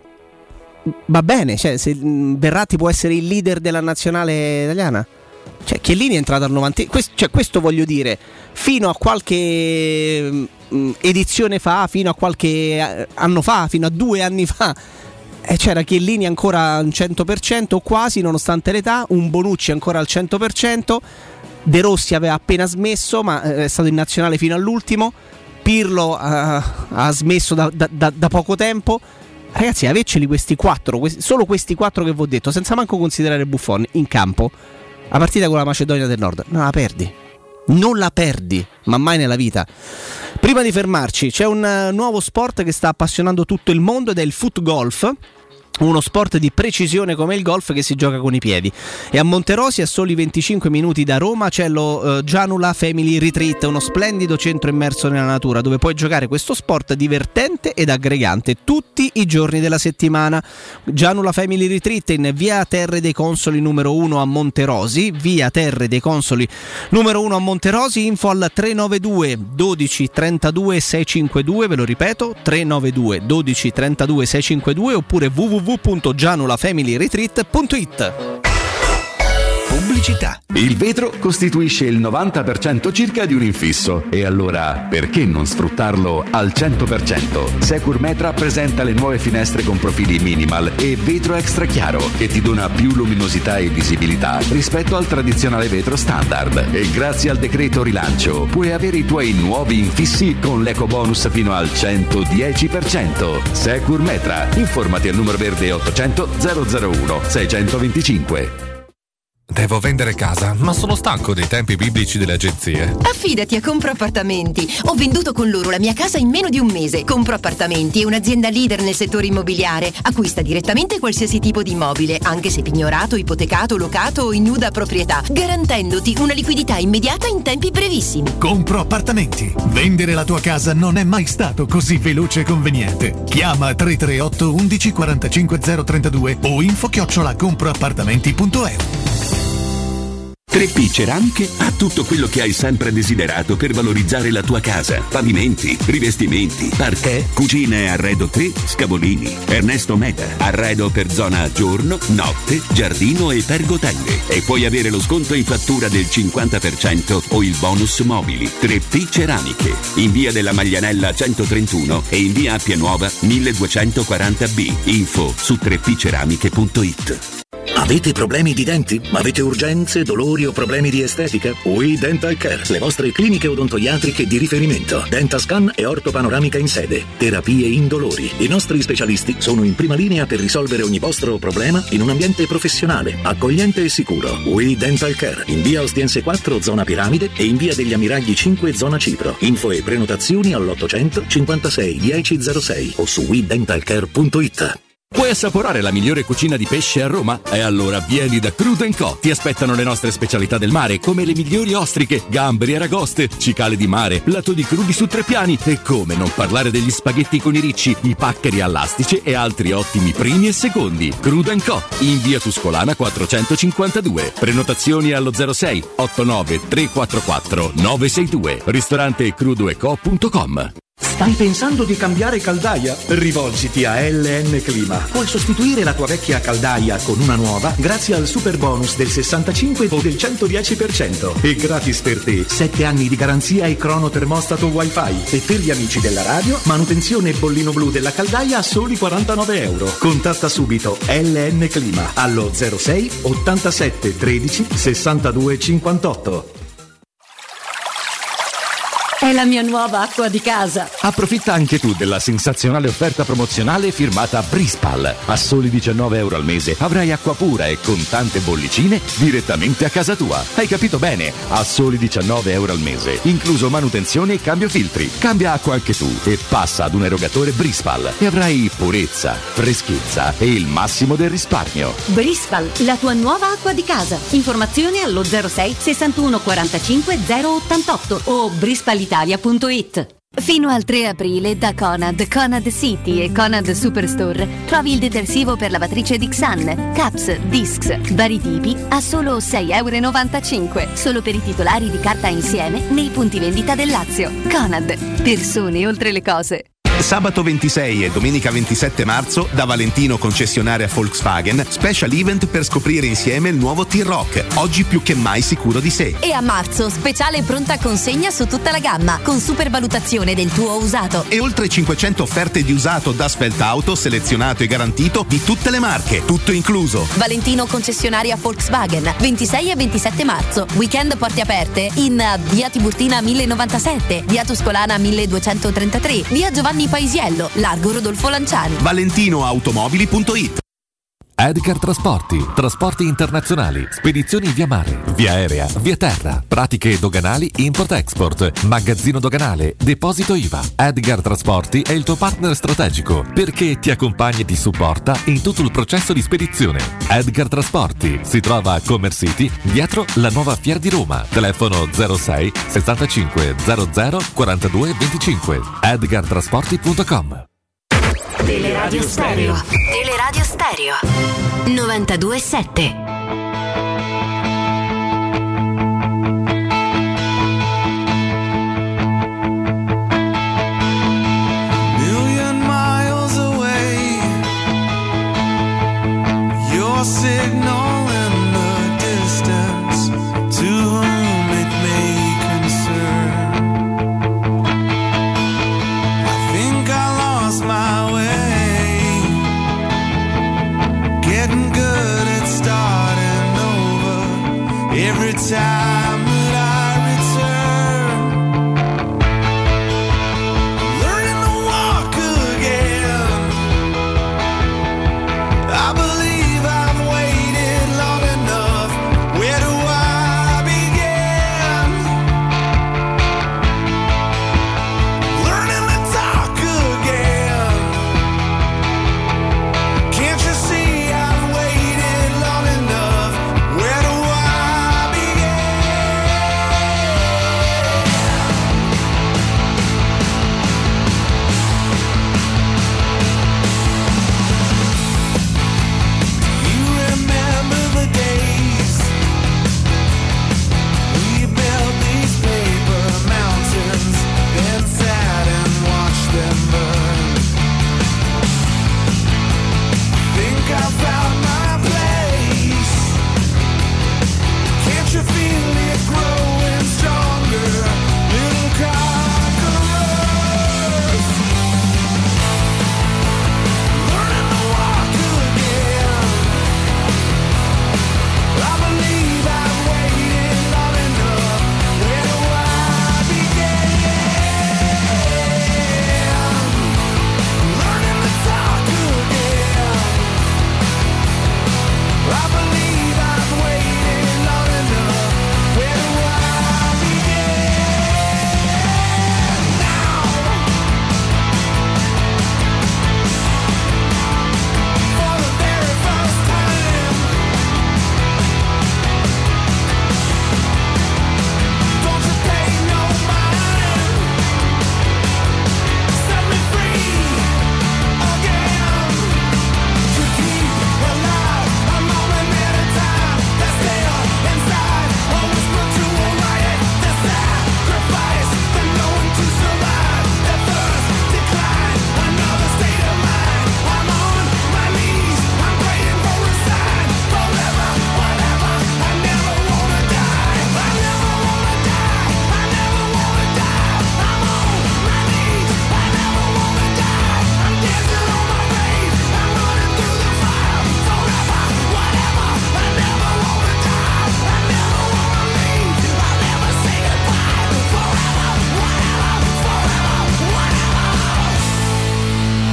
Va bene, cioè se Berratti può essere il leader della nazionale italiana. Cioè Chiellini è entrato al 90, questo voglio dire, fino a qualche edizione fa, fino a qualche anno fa, fino a 2 anni fa, c'era Chiellini ancora al 100% o quasi, nonostante l'età, un Bonucci ancora al 100%, De Rossi aveva appena smesso ma è stato in nazionale fino all'ultimo, Pirlo ha smesso da poco tempo. Ragazzi, averceli questi 4, solo questi 4 che vi ho detto, senza manco considerare Buffon in campo, la partita con la Macedonia del Nord non la perdi, ma mai nella vita. Prima di fermarci, c'è un nuovo sport che sta appassionando tutto il mondo ed è il foot golf, uno sport di precisione come il golf che si gioca con i piedi. E a Monterosi, a soli 25 minuti da Roma, c'è lo Gianula Family Retreat, uno splendido centro immerso nella natura dove puoi giocare questo sport divertente ed aggregante tutti i giorni della settimana. Gianula Family Retreat in via Terre dei Consoli numero 1 a Monterosi, via Terre dei Consoli numero 1 a Monterosi. Info al 392 12 32 652, ve lo ripeto, 392 12 32 652, oppure www.gianulafamilyretreat.it. Pubblicità. Il vetro costituisce il 90% circa di un infisso e allora perché non sfruttarlo al 100%? Securmetra presenta le nuove finestre con profili minimal e vetro extra chiaro che ti dona più luminosità e visibilità rispetto al tradizionale vetro standard. E grazie al decreto rilancio puoi avere i tuoi nuovi infissi con l'ecobonus fino al 110%. Securmetra. Informati al numero verde 800 001 625. Devo vendere casa, ma sono stanco dei tempi biblici delle agenzie. Affidati a Compro Appartamenti. Ho venduto con loro la mia casa in meno di un mese. Compro Appartamenti è un'azienda leader nel settore immobiliare. Acquista direttamente qualsiasi tipo di immobile, anche se pignorato, ipotecato, locato o in nuda proprietà, garantendoti una liquidità immediata in tempi brevissimi. Compro Appartamenti. Vendere la tua casa non è mai stato così veloce e conveniente. Chiama 338 11 45 032 o info@comproappartamenti.eu. 3P Ceramiche ha tutto quello che hai sempre desiderato per valorizzare la tua casa. Pavimenti, rivestimenti, parquet, cucina e arredo 3, Scavolini. Ernesto Meta, arredo per zona giorno, notte, giardino e pergotelle. E puoi avere lo sconto in fattura del 50% o il bonus mobili. 3P Ceramiche, in via della Maglianella 131 e in via Appia Nuova 1240B. Info su 3pceramiche.it. Avete problemi di denti? Avete urgenze, dolori o problemi di estetica? We Dental Care, le vostre cliniche odontoiatriche di riferimento. Dentascan e ortopanoramica in sede. Terapie indolori. I nostri specialisti sono in prima linea per risolvere ogni vostro problema in un ambiente professionale, accogliente e sicuro. We Dental Care, in via Ostiense 4, zona Piramide e in via degli Ammiragli 5, zona Cipro. Info e prenotazioni all'800 56 1006 o su wedentalcare.it. Vuoi assaporare la migliore cucina di pesce a Roma? E allora vieni da Crudo & Co. Ti aspettano le nostre specialità del mare, come le migliori ostriche, gamberi, aragoste, cicale di mare, lato di crudi su 3 piani e come non parlare degli spaghetti con i ricci, i paccheri all'astice e altri ottimi primi e secondi. Crudo & Co. in via Tuscolana 452. Prenotazioni allo 06 89 344 962. Ristorante crudoeco.com. Stai pensando di cambiare caldaia? Rivolgiti a LN Clima. Puoi sostituire la tua vecchia caldaia con una nuova grazie al super bonus del 65 o del 110% e gratis per te 7 anni di garanzia e cronotermostato wifi. E per gli amici della radio, manutenzione bollino blu della caldaia a soli €49. Contatta subito LN Clima allo 06 87 13 62 58. È la mia nuova acqua di casa. Approfitta anche tu della sensazionale offerta promozionale firmata Brispal. A soli €19 al mese avrai acqua pura e con tante bollicine direttamente a casa tua. Hai capito bene? A soli €19 al mese, incluso manutenzione e cambio filtri. Cambia acqua anche tu e passa ad un erogatore Brispal e avrai purezza, freschezza e il massimo del risparmio. Brispal, la tua nuova acqua di casa. Informazioni allo 06 61 45 088 o brispalitalia.it. Fino al 3 aprile da Conad City e Conad Superstore trovi il detersivo per lavatrice Dixan, Caps, Discs, vari tipi a solo €6,95 solo per i titolari di carta insieme nei punti vendita del Lazio. Conad, persone oltre le cose. Sabato 26 e domenica 27 marzo da Valentino concessionaria Volkswagen, special event per scoprire insieme il nuovo T-Roc, oggi più che mai sicuro di sé. E a marzo speciale pronta consegna su tutta la gamma con supervalutazione del tuo usato. E oltre 500 offerte di usato da Speltauto selezionato e garantito di tutte le marche, tutto incluso. Valentino concessionaria Volkswagen, 26 e 27 marzo. Weekend porte aperte in via Tiburtina 1097, via Tuscolana 1233, via Giovanni Paisiello, largo Rodolfo Lanciani. ValentinoAutomobili.it. Edgar Trasporti, trasporti internazionali, spedizioni via mare, via aerea, via terra, pratiche doganali import-export, magazzino doganale, deposito IVA. Edgar Trasporti è il tuo partner strategico perché ti accompagna e ti supporta in tutto il processo di spedizione. Edgar Trasporti si trova a Commerce City, dietro la nuova Fiera di Roma. Telefono 06 65 00 42 25. edgartrasporti.com. Teleradio Stereo. Teleradio Stereo 92.7. Signal in the distance.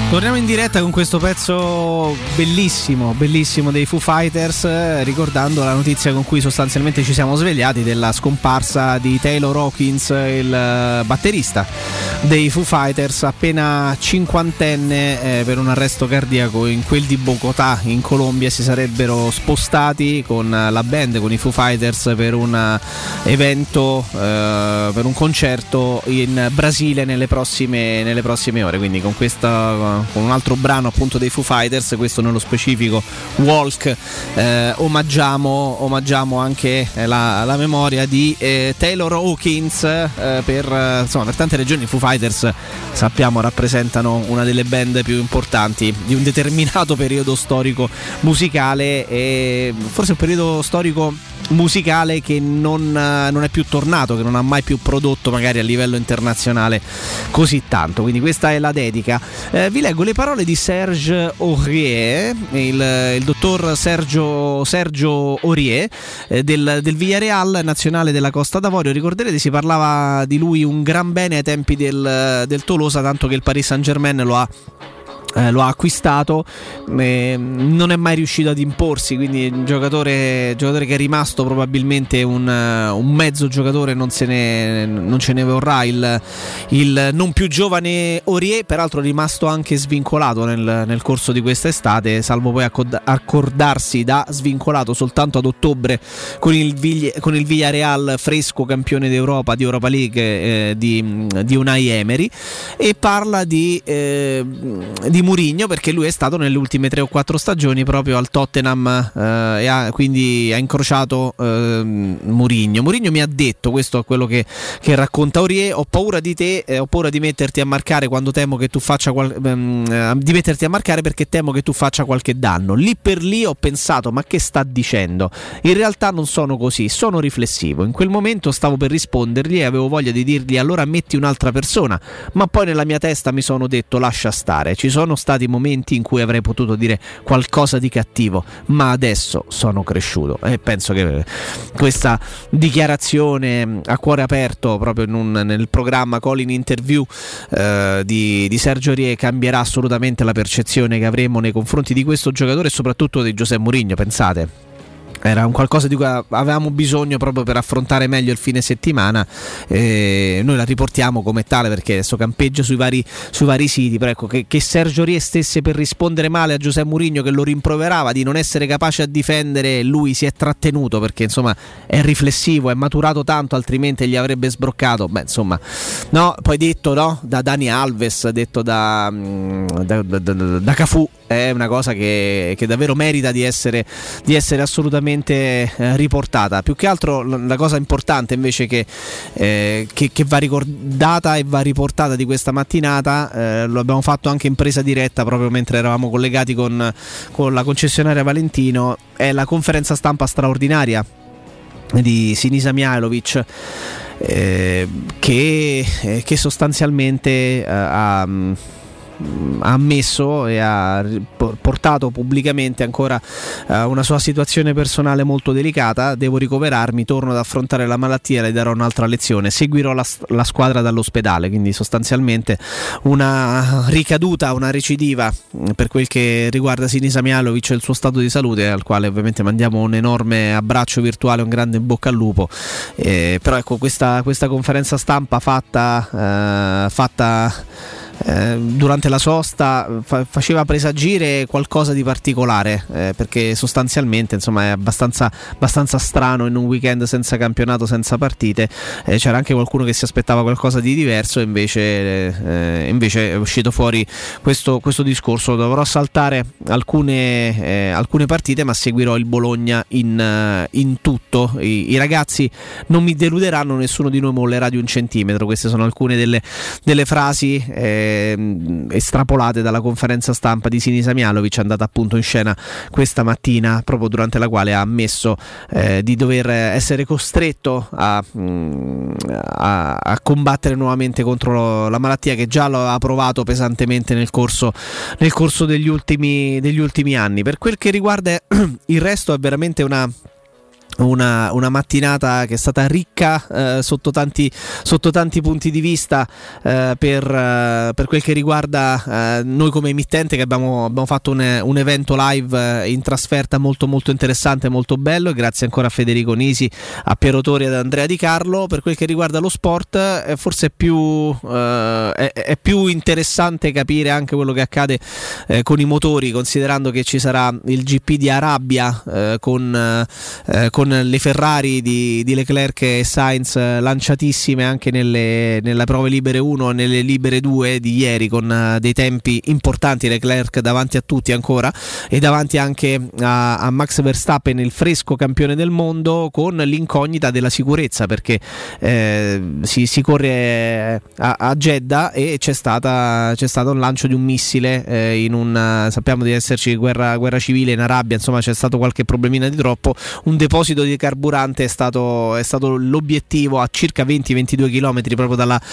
Torniamo in diretta con questo pezzo bellissimo dei Foo Fighters, ricordando la notizia con cui sostanzialmente ci siamo svegliati della scomparsa di Taylor Hawkins, il batterista dei Foo Fighters, appena cinquantenne, per un arresto cardiaco in quel di Bogotà in Colombia. Si sarebbero spostati con la band, con i Foo Fighters, per un evento, per un concerto in Brasile nelle prossime ore, quindi con un altro brano appunto dei Foo Fighters, questo nello specifico Walk, omaggiamo anche la memoria di Taylor Hawkins. Per tante regioni i Foo Fighters, sappiamo, rappresentano una delle band più importanti di un determinato periodo storico musicale, e forse un periodo storico musicale che non è più tornato, che non ha mai più prodotto magari a livello internazionale così tanto. Quindi questa è la dedica. Vi leggo le parole di Serge Aurier, il dottor Sergio Aurier, del Villarreal nazionale della Costa d'Avorio. Ricorderete, si parlava di lui un gran bene ai tempi del Tolosa, tanto che il Paris Saint-Germain lo ha acquistato, non è mai riuscito ad imporsi, quindi un giocatore che è rimasto probabilmente un mezzo giocatore, non ce ne vorrà il non più giovane Aurier, peraltro rimasto anche svincolato nel corso di questa estate, salvo poi accordarsi da svincolato soltanto ad ottobre con il Villarreal, fresco campione d'Europa, di Europa League, di Unai Emery. E parla di Mourinho, perché lui è stato nelle ultime 3 o 4 stagioni proprio al Tottenham, quindi ha incrociato Mourinho. Mourinho mi ha detto, questo è quello che racconta Aurier: ho paura di te, ho paura di metterti a marcare quando temo che tu faccia di metterti a marcare perché temo che tu faccia qualche danno. Lì per lì ho pensato, ma che sta dicendo? In realtà non sono così, sono riflessivo. In quel momento stavo per rispondergli e avevo voglia di dirgli allora metti un'altra persona, ma poi nella mia testa mi sono detto lascia stare. Ci sono stati momenti in cui avrei potuto dire qualcosa di cattivo, ma adesso sono cresciuto, e penso che questa dichiarazione a cuore aperto proprio nel programma Calling Interview di Sergio Aurier cambierà assolutamente la percezione che avremo nei confronti di questo giocatore e soprattutto di José Mourinho. Pensate, era un qualcosa di cui avevamo bisogno proprio per affrontare meglio il fine settimana. Noi la riportiamo come tale perché adesso campeggia sui vari siti, però ecco, che Sergio Aurier stesse per rispondere male a José Mourinho, che lo rimproverava di non essere capace a difendere, lui si è trattenuto perché insomma è riflessivo, è maturato tanto, altrimenti gli avrebbe sbroccato. No, poi detto, no, da Dani Alves, detto da Cafù, è una cosa che davvero merita di essere assolutamente riportata. Più che altro la cosa importante invece che va ricordata e va riportata di questa mattinata, lo abbiamo fatto anche in presa diretta proprio mentre eravamo collegati con la concessionaria Valentino, è la conferenza stampa straordinaria di Sinisa Mihajlović, che sostanzialmente ha ammesso e ha portato pubblicamente ancora una sua situazione personale molto delicata. Devo ricoverarmi, torno ad affrontare la malattia, le darò un'altra lezione, seguirò la squadra dall'ospedale. Quindi sostanzialmente una ricaduta, una recidiva per quel che riguarda Sinisa Mihajlović e il suo stato di salute, al quale ovviamente mandiamo un enorme abbraccio virtuale, un grande in bocca al lupo. Però ecco, questa conferenza stampa fatta durante la sosta faceva presagire qualcosa di particolare, perché sostanzialmente insomma è abbastanza strano in un weekend senza campionato, senza partite. C'era anche qualcuno che si aspettava qualcosa di diverso, invece è uscito fuori questo discorso: dovrò saltare alcune partite, ma seguirò il Bologna in tutto. I ragazzi non mi deluderanno, nessuno di noi mollerà di un centimetro. Queste sono alcune delle frasi estrapolate dalla conferenza stampa di Sinisa Mihajlović, andata appunto in scena questa mattina, proprio durante la quale ha ammesso di dover essere costretto a combattere nuovamente contro la malattia, che già lo ha provato pesantemente nel corso degli ultimi anni. Per quel che riguarda il resto, è veramente una una mattinata che è stata ricca sotto tanti punti di vista per quel che riguarda noi come emittente, che abbiamo fatto un evento live in trasferta molto molto interessante, molto bello, e grazie ancora a Federico Nisi, a Piero Tori e ad Andrea Di Carlo. Per quel che riguarda lo sport forse è più interessante capire anche quello che accade con i motori, considerando che ci sarà il GP di Arabia con le Ferrari di Leclerc e Sainz lanciatissime anche nelle prove libere 1 e nelle libere 2 di ieri, con dei tempi importanti. Leclerc davanti a tutti ancora, e davanti anche a Max Verstappen, il fresco campione del mondo, con l'incognita della sicurezza, perché si corre a Jeddah e c'è stato un lancio di un missile sappiamo di esserci guerra civile in Arabia, insomma c'è stato qualche problemina di troppo. Un deposito di carburante è stato l'obiettivo a circa 20-22 km proprio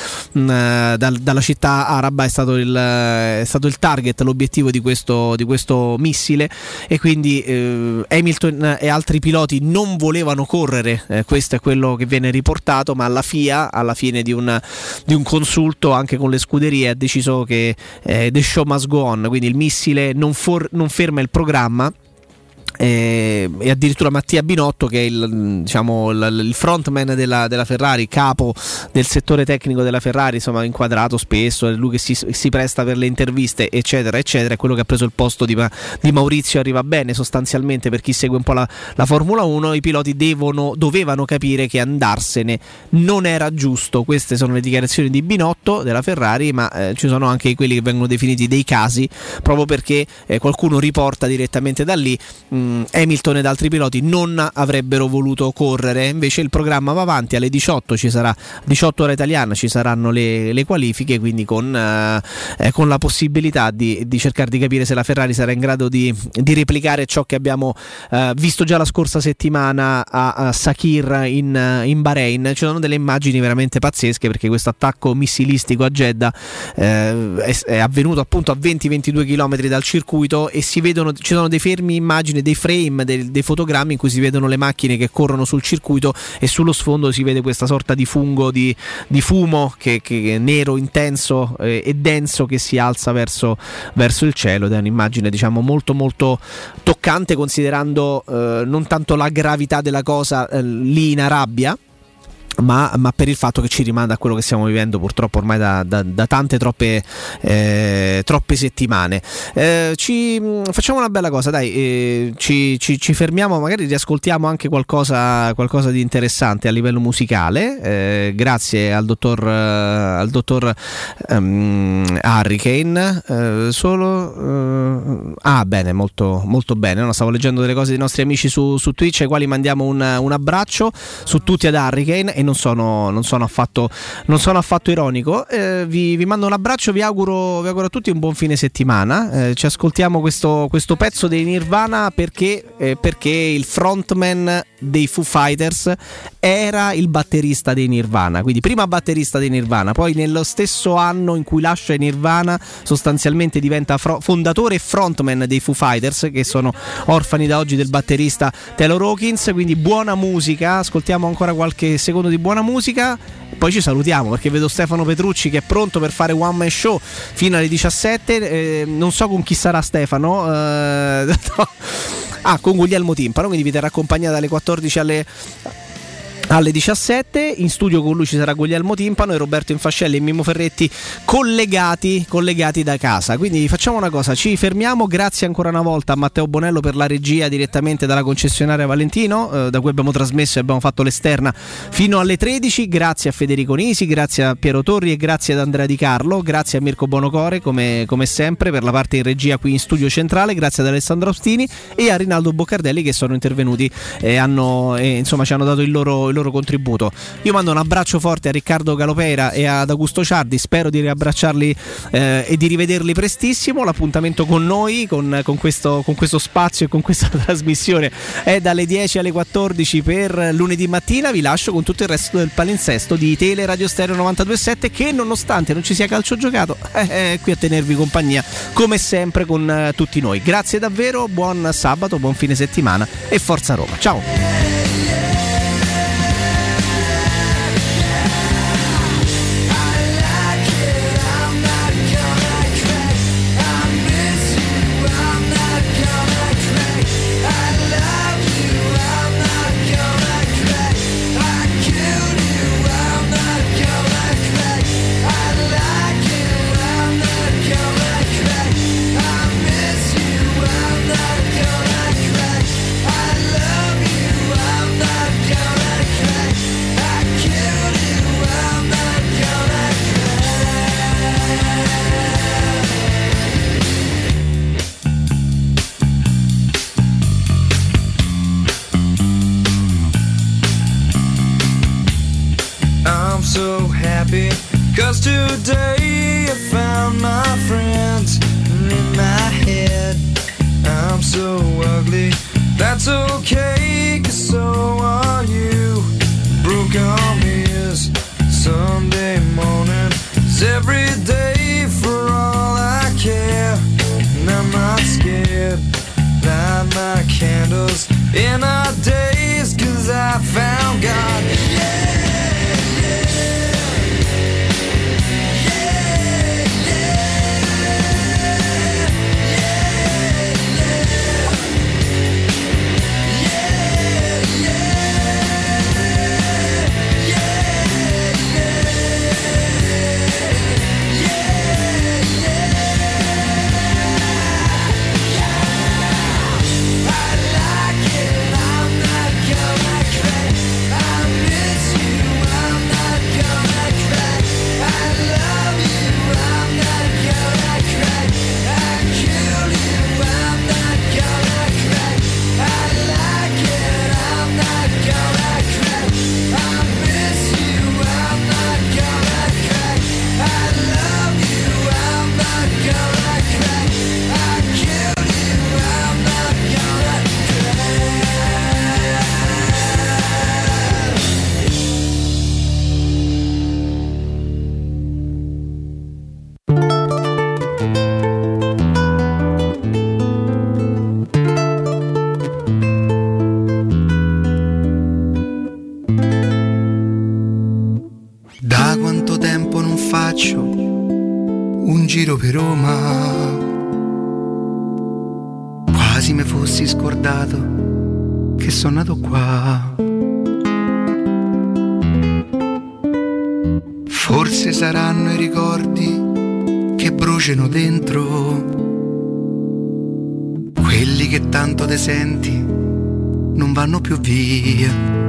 dalla città araba, è stato il target, l'obiettivo di questo missile, e quindi Hamilton e altri piloti non volevano correre, questo è quello che viene riportato, ma la FIA alla fine di un consulto anche con le scuderie ha deciso che the show must go on, quindi il missile non ferma il programma. E addirittura Mattia Binotto, che è il frontman della Ferrari, capo del settore tecnico della Ferrari, insomma inquadrato spesso, è lui che si presta per le interviste eccetera eccetera, è quello che ha preso il posto di Maurizio Arrivabene sostanzialmente. Per chi segue un po' la Formula 1, i piloti dovevano capire che andarsene non era giusto. Queste sono le dichiarazioni di Binotto della Ferrari, ma ci sono anche quelli che vengono definiti dei casi, proprio perché qualcuno riporta direttamente da lì Hamilton ed altri piloti non avrebbero voluto correre. Invece il programma va avanti, alle 18 ci sarà 18 ora italiana, ci saranno le qualifiche, quindi con la possibilità di cercare di capire se la Ferrari sarà in grado di replicare ciò che abbiamo visto già la scorsa settimana a Sakhir in Bahrain. Ci sono delle immagini veramente pazzesche, perché questo attacco missilistico a Jeddah è avvenuto appunto a 20-22 km dal circuito, e ci sono dei fermi immagini, dei frame, dei fotogrammi in cui si vedono le macchine che corrono sul circuito, e sullo sfondo si vede questa sorta di fungo, di fumo che è nero, intenso e denso, che si alza verso il cielo, ed è un'immagine molto molto toccante, considerando non tanto la gravità della cosa lì in Arabia, ma per il fatto che ci rimanda a quello che stiamo vivendo purtroppo ormai da tante troppe settimane. Facciamo una bella cosa, dai, ci fermiamo, magari riascoltiamo anche qualcosa di interessante a livello musicale, grazie al dottor Hurricane. Bene, molto, molto bene. No, stavo leggendo delle cose dei nostri amici su Twitch, ai quali mandiamo un abbraccio su tutti ad Hurricane, e non sono affatto ironico. Vi mando un abbraccio, vi auguro a tutti un buon fine settimana. Ci ascoltiamo questo pezzo dei Nirvana perché il frontman dei Foo Fighters era il batterista dei Nirvana, quindi prima batterista dei Nirvana, poi nello stesso anno in cui lascia i Nirvana sostanzialmente diventa fondatore e frontman dei Foo Fighters, che sono orfani da oggi del batterista Taylor Hawkins. Quindi buona musica, ascoltiamo ancora qualche secondo di buona musica, poi ci salutiamo, perché vedo Stefano Petrucci che è pronto per fare one man show fino alle 17. Non so con chi sarà Stefano, con Guglielmo Timpano, quindi vi terrà accompagnata dalle 14 alle 17. In studio con lui ci sarà Guglielmo Timpano e Roberto Infascelli e Mimmo Ferretti collegati da casa. Quindi facciamo una cosa, ci fermiamo. Grazie ancora una volta a Matteo Bonello per la regia direttamente dalla concessionaria Valentino, da cui abbiamo trasmesso e abbiamo fatto l'esterna fino alle 13. Grazie a Federico Nisi, grazie a Piero Torri e grazie ad Andrea Di Carlo, grazie a Mirko Bonocore come sempre per la parte in regia qui in studio centrale, grazie ad Alessandro Ostini e a Rinaldo Boccardelli, che sono intervenuti e ci hanno dato il loro contributo. Io mando un abbraccio forte a Riccardo Galopeira e ad Augusto Ciardi, spero di riabbracciarli e di rivederli prestissimo. L'appuntamento con noi, con questo spazio e con questa trasmissione, è dalle 10 alle 14 per lunedì mattina. Vi lascio con tutto il resto del palinsesto di Tele Radio Stereo 92.7, che nonostante non ci sia calcio giocato è qui a tenervi compagnia come sempre con tutti noi. Grazie davvero, buon sabato, buon fine settimana e forza Roma, ciao. Just today I found my friends in my head. I'm so ugly, that's okay, 'cause so are you. Broke arm is Sunday morning, it's every day for all I care. And I'm not scared, light my candles in our days, 'cause I found God. Un giro per Roma, quasi mi fossi scordato che sono nato qua. Forse saranno i ricordi che bruciano dentro, quelli che tanto te senti non vanno più via.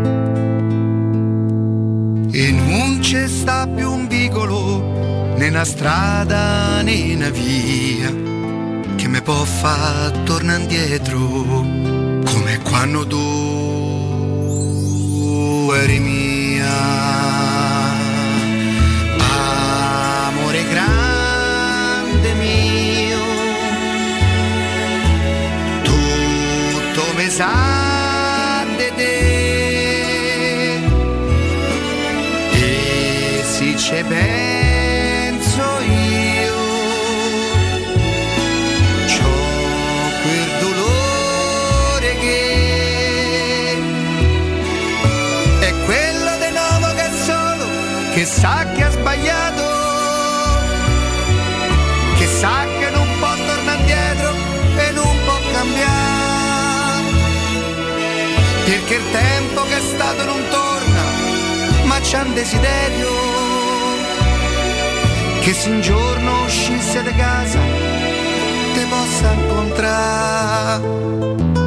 E non c'è sta più un vicolo, né una strada né una via che mi può far tornare indietro, come quando tu eri mia. Amore grande mio, tutto mi sa di te, e si c'è penso io, c'ho quel dolore che è quello di nuovo che è solo, che sa che ha sbagliato, che sa che non può tornare indietro e non può cambiare, perché il tempo che è stato non torna, ma c'è un desiderio che se un giorno uscisse da casa te possa incontrare.